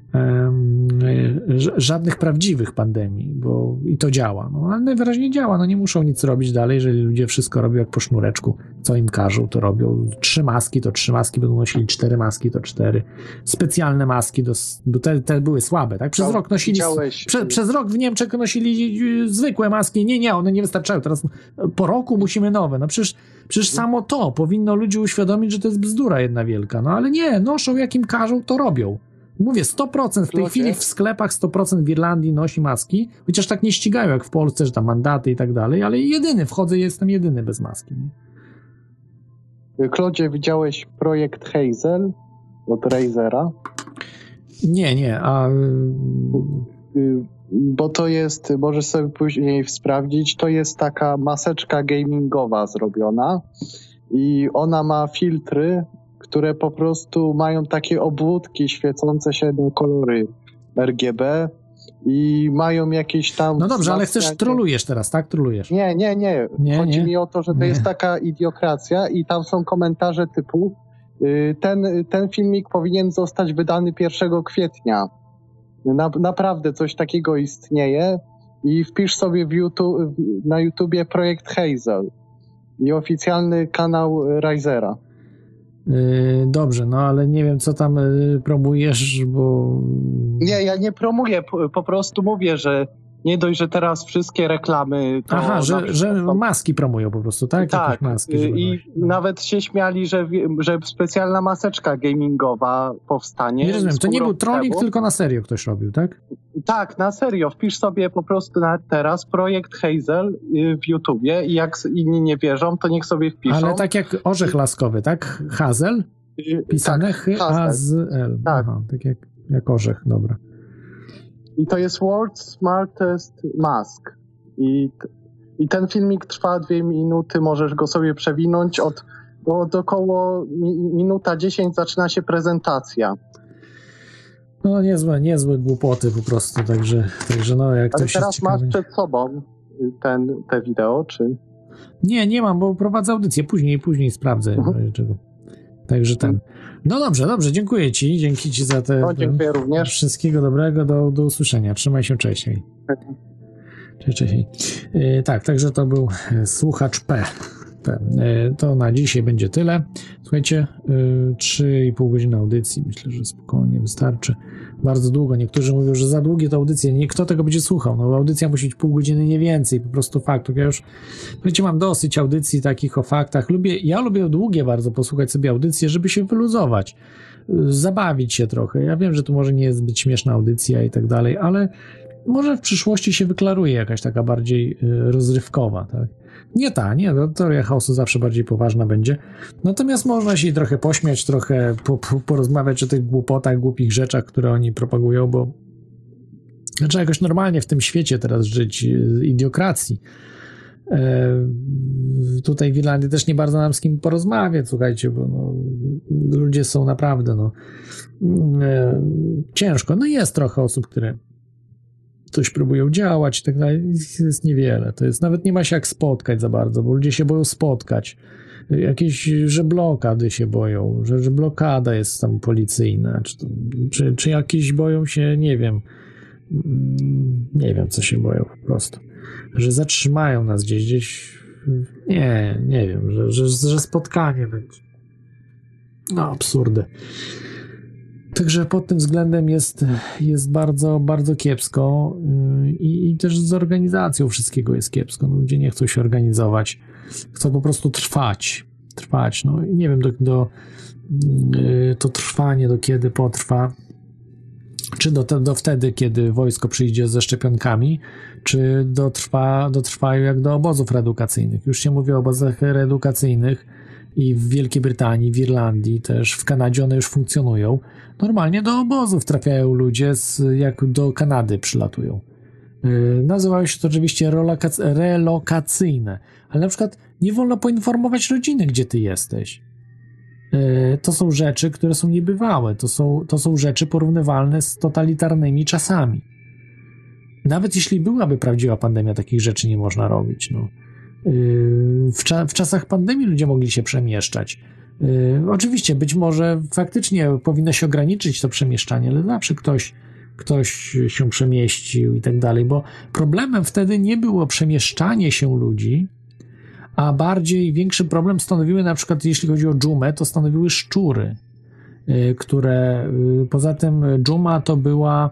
żadnych prawdziwych pandemii, bo i to działa, no ale najwyraźniej działa, no nie muszą nic robić dalej, jeżeli ludzie wszystko robią jak po sznureczku, co im każą, to robią. Trzy maski, to trzy maski będą nosili, cztery maski, to cztery. Specjalne maski, do, bo te, te były słabe, tak? Przez to rok nosili, prze, przez rok w Niemczech nosili zwykłe maski, nie, nie, one nie wystarczają, teraz po roku musimy nowe, no przecież, przecież samo to powinno ludzi uświadomić, że to jest bzdura jedna wielka, no ale nie, noszą jak im każą, to robią. Mówię, sto procent w tej chwili w sklepach, sto procent w Irlandii nosi maski, chociaż tak nie ścigają jak w Polsce, że tam mandaty i tak dalej, ale jedyny, wchodzę, jestem jedyny bez maski. Klodzie, widziałeś projekt Hazel od Razera? Nie, nie, a... Bo to jest, możesz sobie później sprawdzić, to jest taka maseczka gamingowa zrobiona i ona ma filtry, które po prostu mają takie obwódki świecące się na kolory R G B i mają jakieś tam... No dobrze, ale chcesz, trolujesz teraz, tak? Trolujesz. Nie, nie, nie. nie Chodzi nie. mi o to, że to nie. jest taka idiokracja i tam są komentarze typu ten, ten filmik powinien zostać wydany pierwszego kwietnia. Na, naprawdę coś takiego istnieje i wpisz sobie w YouTube, na YouTubie projekt Hazel i oficjalny kanał Razera. Yy, dobrze, no ale nie wiem, co tam yy, promujesz, bo... Nie, ja nie promuję, po, po prostu mówię, że nie dość, że teraz wszystkie reklamy... To Aha, że, że maski promują po prostu, tak? Tak, maski, i no. nawet się śmiali, że, że specjalna maseczka gamingowa powstanie. Nie rozumiem, to nie był trolling, tylko na serio ktoś robił, tak? Tak, na serio. Wpisz sobie po prostu na teraz projekt Hazel w YouTubie i jak inni nie wierzą, to niech sobie wpiszą. Ale tak jak orzech laskowy, tak? Hazel? Pisane tak, H Z L. Tak. Aha, tak jak, jak orzech, dobra. I to jest World's Smartest Mask. I, I ten filmik trwa dwie minuty, możesz go sobie przewinąć. Od, od około mi, minuta dziesięć zaczyna się prezentacja. No niezłe, niezłe głupoty po prostu, także, także no jak Ale ktoś teraz jest ciekawy... masz przed sobą ten, te wideo, czy... Nie, nie mam, bo prowadzę audycję, później, później sprawdzę. Mhm. Czego. Także ten... No dobrze, dobrze, dziękuję ci, dzięki ci za te... No, dziękuję ten, również. Wszystkiego dobrego, do, do usłyszenia. Trzymaj się, cześć. Cześć, cześć. Yy, tak, także to był słuchacz P. P. Yy, to na dzisiaj będzie tyle. Słuchajcie, yy, trzy i pół godziny audycji, myślę, że spokojnie wystarczy. Bardzo długo, niektórzy mówią, że za długie to audycje, nie kto tego będzie słuchał, no audycja musi być pół godziny, nie więcej, po prostu faktów. Ja już, wiecie, mam dosyć audycji takich o faktach. Lubię, ja lubię długie bardzo posłuchać sobie audycje, żeby się wyluzować, zabawić się trochę. Ja wiem, że tu może nie jest zbyt śmieszna audycja i tak dalej, ale może w przyszłości się wyklaruje jakaś taka bardziej rozrywkowa, tak? Nie ta, nie, no, teoria chaosu zawsze bardziej poważna będzie. Natomiast można się trochę pośmiać, trochę po, po, porozmawiać o tych głupotach, głupich rzeczach, które oni propagują, bo trzeba jakoś normalnie w tym świecie teraz żyć, idiokracji. E, tutaj w Irlandii też nie bardzo nam z kim porozmawiać, słuchajcie, bo no, ludzie są naprawdę no, e, ciężko. No jest trochę osób, które coś próbują działać i tak dalej, jest niewiele. To jest, nawet nie ma się jak spotkać za bardzo, bo ludzie się boją spotkać. Jakieś, że blokady się boją, że, że blokada jest tam policyjna, czy, to, czy, czy jakieś boją się, nie wiem, nie wiem, co się boją po prostu. Że zatrzymają nas gdzieś, gdzieś, nie, nie wiem, że, że, że spotkanie będzie. No, absurdy. Także pod tym względem jest, jest bardzo, bardzo kiepsko i, i też z organizacją wszystkiego jest kiepsko. No, ludzie nie chcą się organizować, chcą po prostu trwać. Trwać. No, nie wiem, do, do, to trwanie do kiedy potrwa. Czy do, do wtedy, kiedy wojsko przyjdzie ze szczepionkami, czy dotrwa, dotrwają jak do obozów reedukacyjnych. Już się mówi o obozach reedukacyjnych i w Wielkiej Brytanii, w Irlandii też, w Kanadzie one już funkcjonują. Normalnie do obozów trafiają ludzie, z, jak do Kanady przylatują. Yy, nazywają się to oczywiście relokac- relokacyjne, ale na przykład nie wolno poinformować rodziny, gdzie ty jesteś. Yy, to są rzeczy, które są niebywałe. To są, to są rzeczy porównywalne z totalitarnymi czasami. Nawet jeśli byłaby prawdziwa pandemia, takich rzeczy nie można robić. No. W, cza- w czasach pandemii ludzie mogli się przemieszczać. Yy, oczywiście, być może faktycznie powinno się ograniczyć to przemieszczanie, ale zawsze ktoś, ktoś się przemieścił i tak dalej, bo problemem wtedy nie było przemieszczanie się ludzi, a bardziej większy problem stanowiły na przykład, jeśli chodzi o dżumę, to stanowiły szczury, yy, które yy, poza tym dżuma to była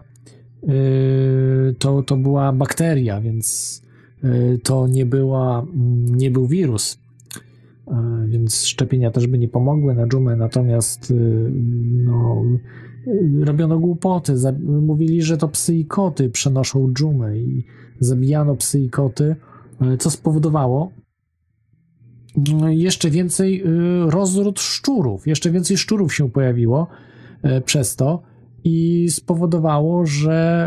yy, to, to była bakteria, więc to nie była, nie był wirus, więc szczepienia też by nie pomogły na dżumę, natomiast no, robiono głupoty, mówili, że to psy i koty przenoszą dżumę i zabijano psy i koty, co spowodowało jeszcze więcej rozród szczurów, jeszcze więcej szczurów się pojawiło przez to i spowodowało, że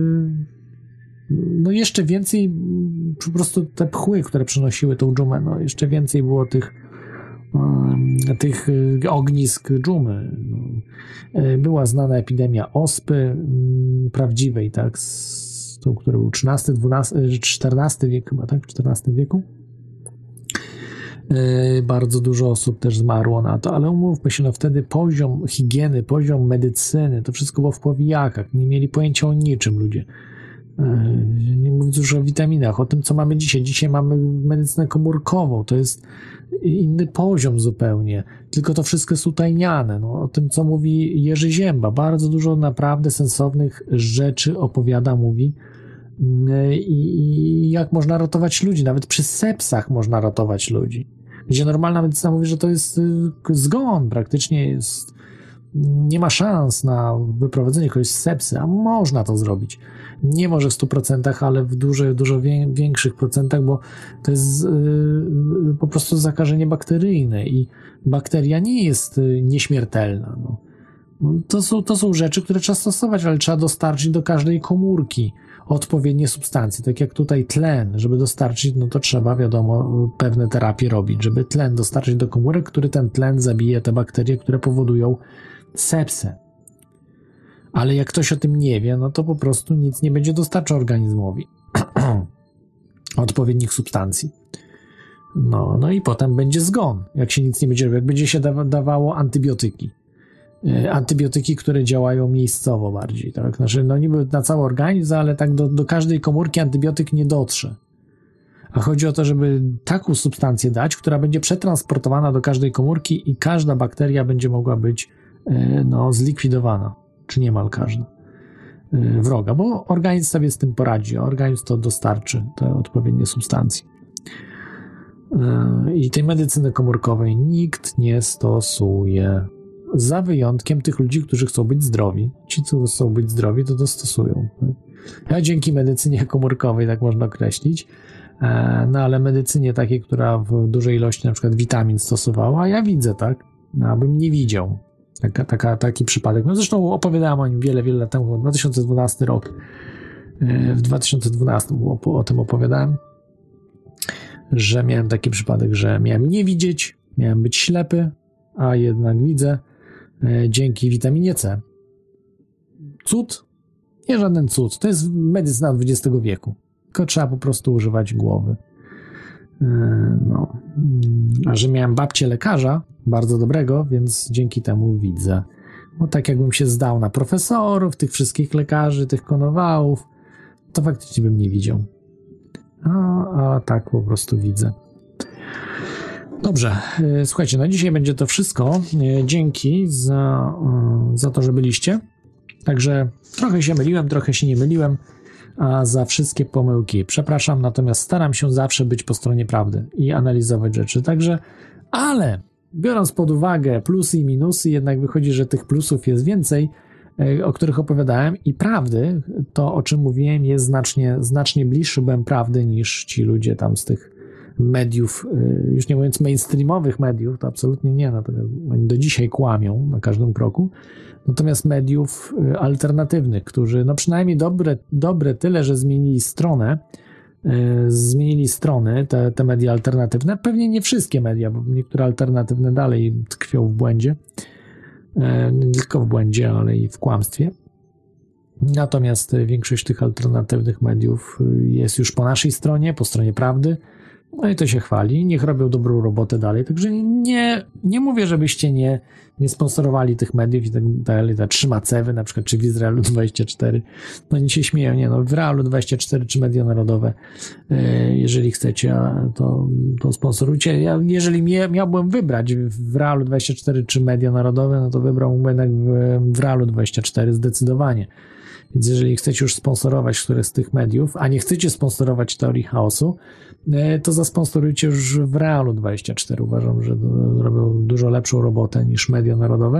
no jeszcze więcej, po prostu te pchły, które przynosiły tą dżumę, no jeszcze więcej było tych, um, tych ognisk dżumy. No. Była znana epidemia ospy um, prawdziwej, tak, z tą, który był trzynasty, dwunasty, czternasty wiek chyba, tak, w czternastym wieku. Yy, bardzo dużo osób też zmarło na to, ale umówmy się, no wtedy poziom higieny, poziom medycyny, to wszystko było w powijakach, nie mieli pojęcia o niczym ludzie. Nie mówiąc już o witaminach, o tym, co mamy dzisiaj. Dzisiaj mamy medycynę komórkową, to jest inny poziom zupełnie, tylko to wszystko jest utajniane. No, o tym, co mówi Jerzy Zięba. Bardzo dużo naprawdę sensownych rzeczy opowiada, mówi i, i jak można ratować ludzi. Nawet przy sepsach można ratować ludzi. Gdzie normalna medycyna mówi, że to jest zgon, praktycznie jest, nie ma szans na wyprowadzenie kogoś z sepsy, a można to zrobić. Nie może w stu procentach, ale w dużo, dużo większych procentach, bo to jest yy, po prostu zakażenie bakteryjne i bakteria nie jest yy, nieśmiertelna. No. To są, to są rzeczy, które trzeba stosować, ale trzeba dostarczyć do każdej komórki odpowiednie substancje, tak jak tutaj tlen, żeby dostarczyć, no to trzeba, wiadomo, pewne terapie robić, żeby tlen dostarczyć do komórek, który ten tlen zabije te bakterie, które powodują sepsę. Ale jak ktoś o tym nie wie, no to po prostu nic nie będzie dostarczał organizmowi odpowiednich substancji. No, no i potem będzie zgon, jak się nic nie będzie robiło, jak będzie się da- dawało antybiotyki. Yy, antybiotyki, które działają miejscowo bardziej, tak? Znaczy, no niby na cały organizm, ale tak do, do każdej komórki antybiotyk nie dotrze. A chodzi o to, żeby taką substancję dać, która będzie przetransportowana do każdej komórki i każda bakteria będzie mogła być yy, no, zlikwidowana. Czy niemal każda yy, wroga, bo organizm sobie z tym poradzi, a organizm to dostarczy te odpowiednie substancje. Yy, I tej medycyny komórkowej nikt nie stosuje. Za wyjątkiem tych ludzi, którzy chcą być zdrowi. Ci, co chcą być zdrowi, to to stosują. Ja dzięki medycynie komórkowej, tak można określić, no ale medycynie takiej, która w dużej ilości na przykład witamin stosowała, ja widzę, tak, no, abym nie widział. Taka, taka, taki przypadek. No zresztą opowiadałem o nim wiele, wiele lat temu, dwa tysiące dwunasty rok. W dwa tysiące dwunastym o, o tym opowiadałem, że miałem taki przypadek, że miałem nie widzieć, miałem być ślepy, a jednak widzę dzięki witaminie C. Cud? Nie żaden cud. To jest medycyna dwudziestego wieku. Tylko trzeba po prostu używać głowy. No. A że miałem babcię lekarza, bardzo dobrego, więc dzięki temu widzę. Bo tak jakbym się zdał na profesorów, tych wszystkich lekarzy, tych konowałów, to faktycznie bym nie widział. A, a tak po prostu widzę. Dobrze, słuchajcie, na dzisiaj będzie to wszystko. Dzięki za, za to, że byliście. Także trochę się myliłem, trochę się nie myliłem, a za wszystkie pomyłki przepraszam, natomiast staram się zawsze być po stronie prawdy i analizować rzeczy. Także, ale biorąc pod uwagę plusy i minusy, jednak wychodzi, że tych plusów jest więcej, o których opowiadałem, i prawdy, to o czym mówiłem, jest znacznie, znacznie bliższy byłem prawdy niż ci ludzie tam z tych mediów, już nie mówiąc mainstreamowych mediów, to absolutnie nie, natomiast oni do dzisiaj kłamią na każdym kroku, natomiast mediów alternatywnych, którzy no przynajmniej dobre, dobre tyle, że zmienili stronę, zmienili strony, te, te media alternatywne, pewnie nie wszystkie media, bo niektóre alternatywne dalej tkwią w błędzie, nie tylko w błędzie, ale i w kłamstwie. Natomiast większość tych alternatywnych mediów jest już po naszej stronie, po stronie prawdy, no i to się chwali, niech robią dobrą robotę dalej, także nie, nie mówię, żebyście nie, nie sponsorowali tych mediów i tak dalej, te trzy Macewy na przykład, czy w Izraelu dwadzieścia cztery, no nie się śmieją, nie no, w Realu dwadzieścia cztery, czy Media Narodowe, jeżeli chcecie, to, to sponsorujcie. Ja, jeżeli mia, miałbym wybrać w Realu dwadzieścia cztery, czy Media Narodowe, no to wybrałbym jednak w Realu dwadzieścia cztery zdecydowanie. Więc jeżeli chcecie już sponsorować któreś z tych mediów, a nie chcecie sponsorować Teorii Chaosu, to zasponsorujcie już w Realu dwadzieścia cztery. Uważam, że robią dużo lepszą robotę niż Media Narodowe.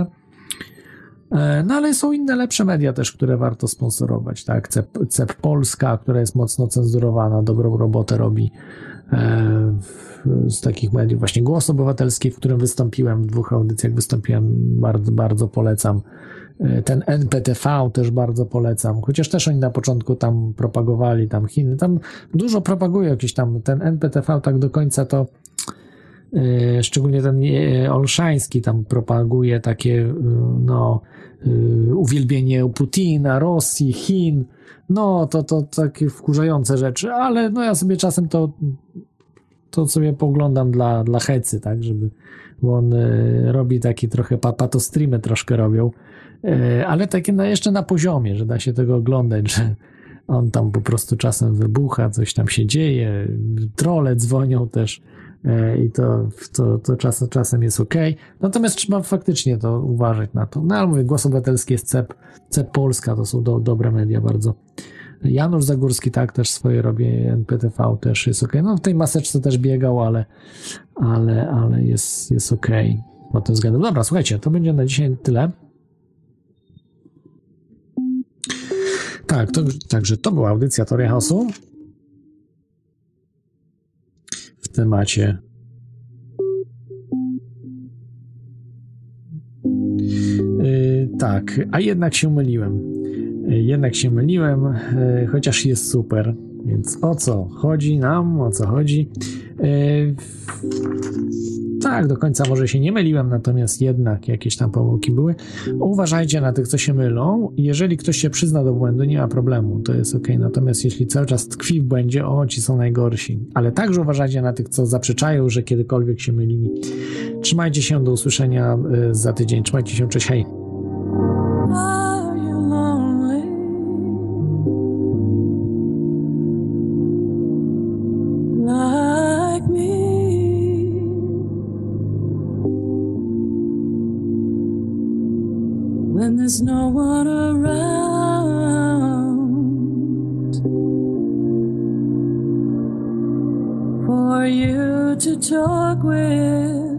No ale są inne lepsze media też, które warto sponsorować, tak? C E P, C E P Polska, która jest mocno cenzurowana, dobrą robotę robi z takich mediów. Właśnie Głos Obywatelski, w którym wystąpiłem, w dwóch audycjach wystąpiłem, bardzo, bardzo polecam. Ten N P T V też bardzo polecam, chociaż też oni na początku tam propagowali, tam Chiny, tam dużo propagują jakieś tam, ten N P T V tak do końca to yy, szczególnie ten yy, Olszański tam propaguje takie yy, no yy, uwielbienie Putina, Rosji, Chin, no to, to takie wkurzające rzeczy, ale no ja sobie czasem to to sobie poglądam dla, dla hecy, tak, żeby, bo on yy, robi taki trochę patostreamy troszkę robią, ale takie na, jeszcze na poziomie, że da się tego oglądać, że on tam po prostu czasem wybucha, coś tam się dzieje, trolle dzwonią też i to, to, to czas, czasem jest okej. Natomiast trzeba faktycznie to uważać na to. No ale mówię, Głos Obywatelski jest C E P, C E P Polska, to są do, dobre media bardzo. Janusz Zagórski tak też swoje robi, N P T V też jest okej. No w tej maseczce też biegał, ale, ale, ale jest, jest okej pod tym względem. Dobra, słuchajcie, to będzie na dzisiaj tyle. Tak, to, także to była audycja Teoria Chaosu w temacie yy, tak, a jednak się myliłem yy, jednak się myliłem yy, chociaż jest super, więc o co chodzi nam, o co chodzi yy, tak, do końca może się nie myliłem, natomiast jednak jakieś tam pomyłki były. Uważajcie na tych, co się mylą. Jeżeli ktoś się przyzna do błędu, nie ma problemu, to jest okej. Natomiast jeśli cały czas tkwi w błędzie, o, ci są najgorsi. Ale także uważajcie na tych, co zaprzeczają, że kiedykolwiek się mylili. Trzymajcie się, do usłyszenia za tydzień. Trzymajcie się, cześć, hej. When there's no one around for you to talk with,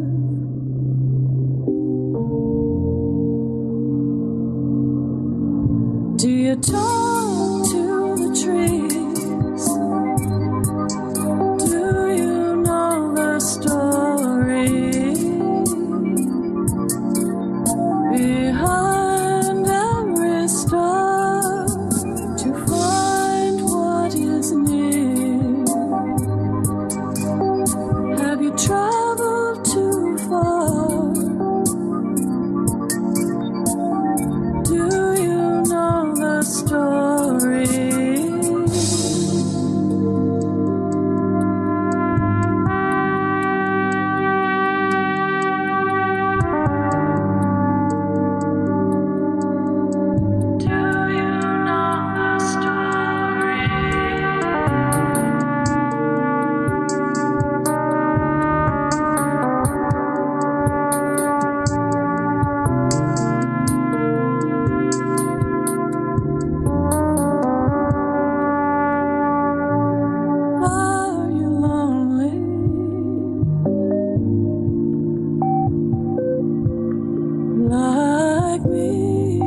do you talk to the like me.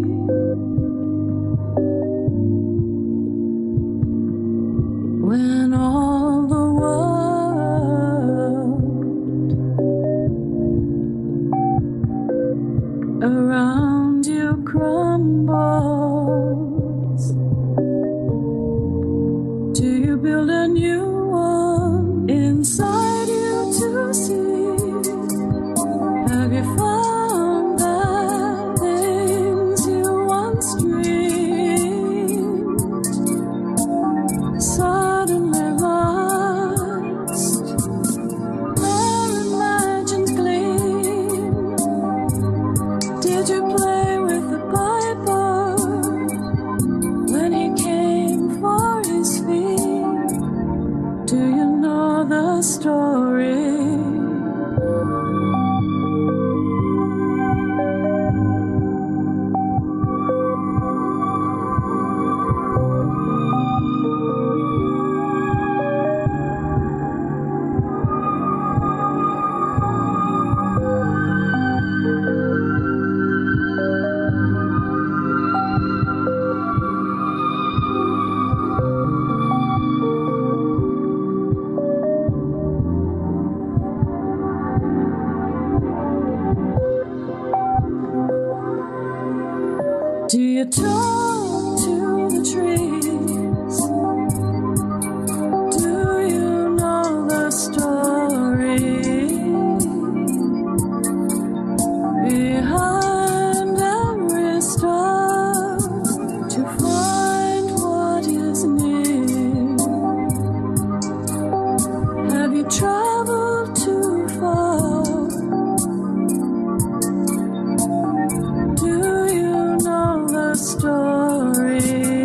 When all the world around you crumbles, do you build a new one inside you to see? Have you found the things you once dreamed suddenly lost? Their imagined gleam. Did you play with the piper when he came for his feet? Do you know the story? Do you talk to the trees? Do you know the story behind every star to find what is near? Have you traveled too far? Do you know the story?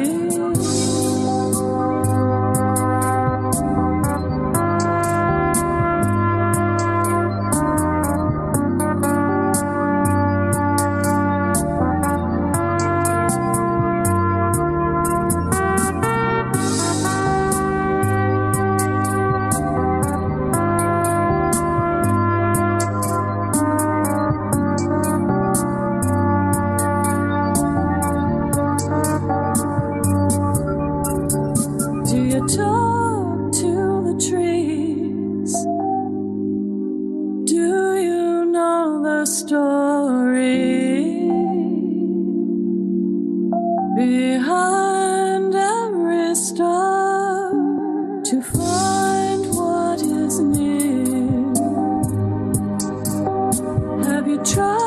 Do you talk to the trees? Do you know the story behind every star to find what is near? Have you tried?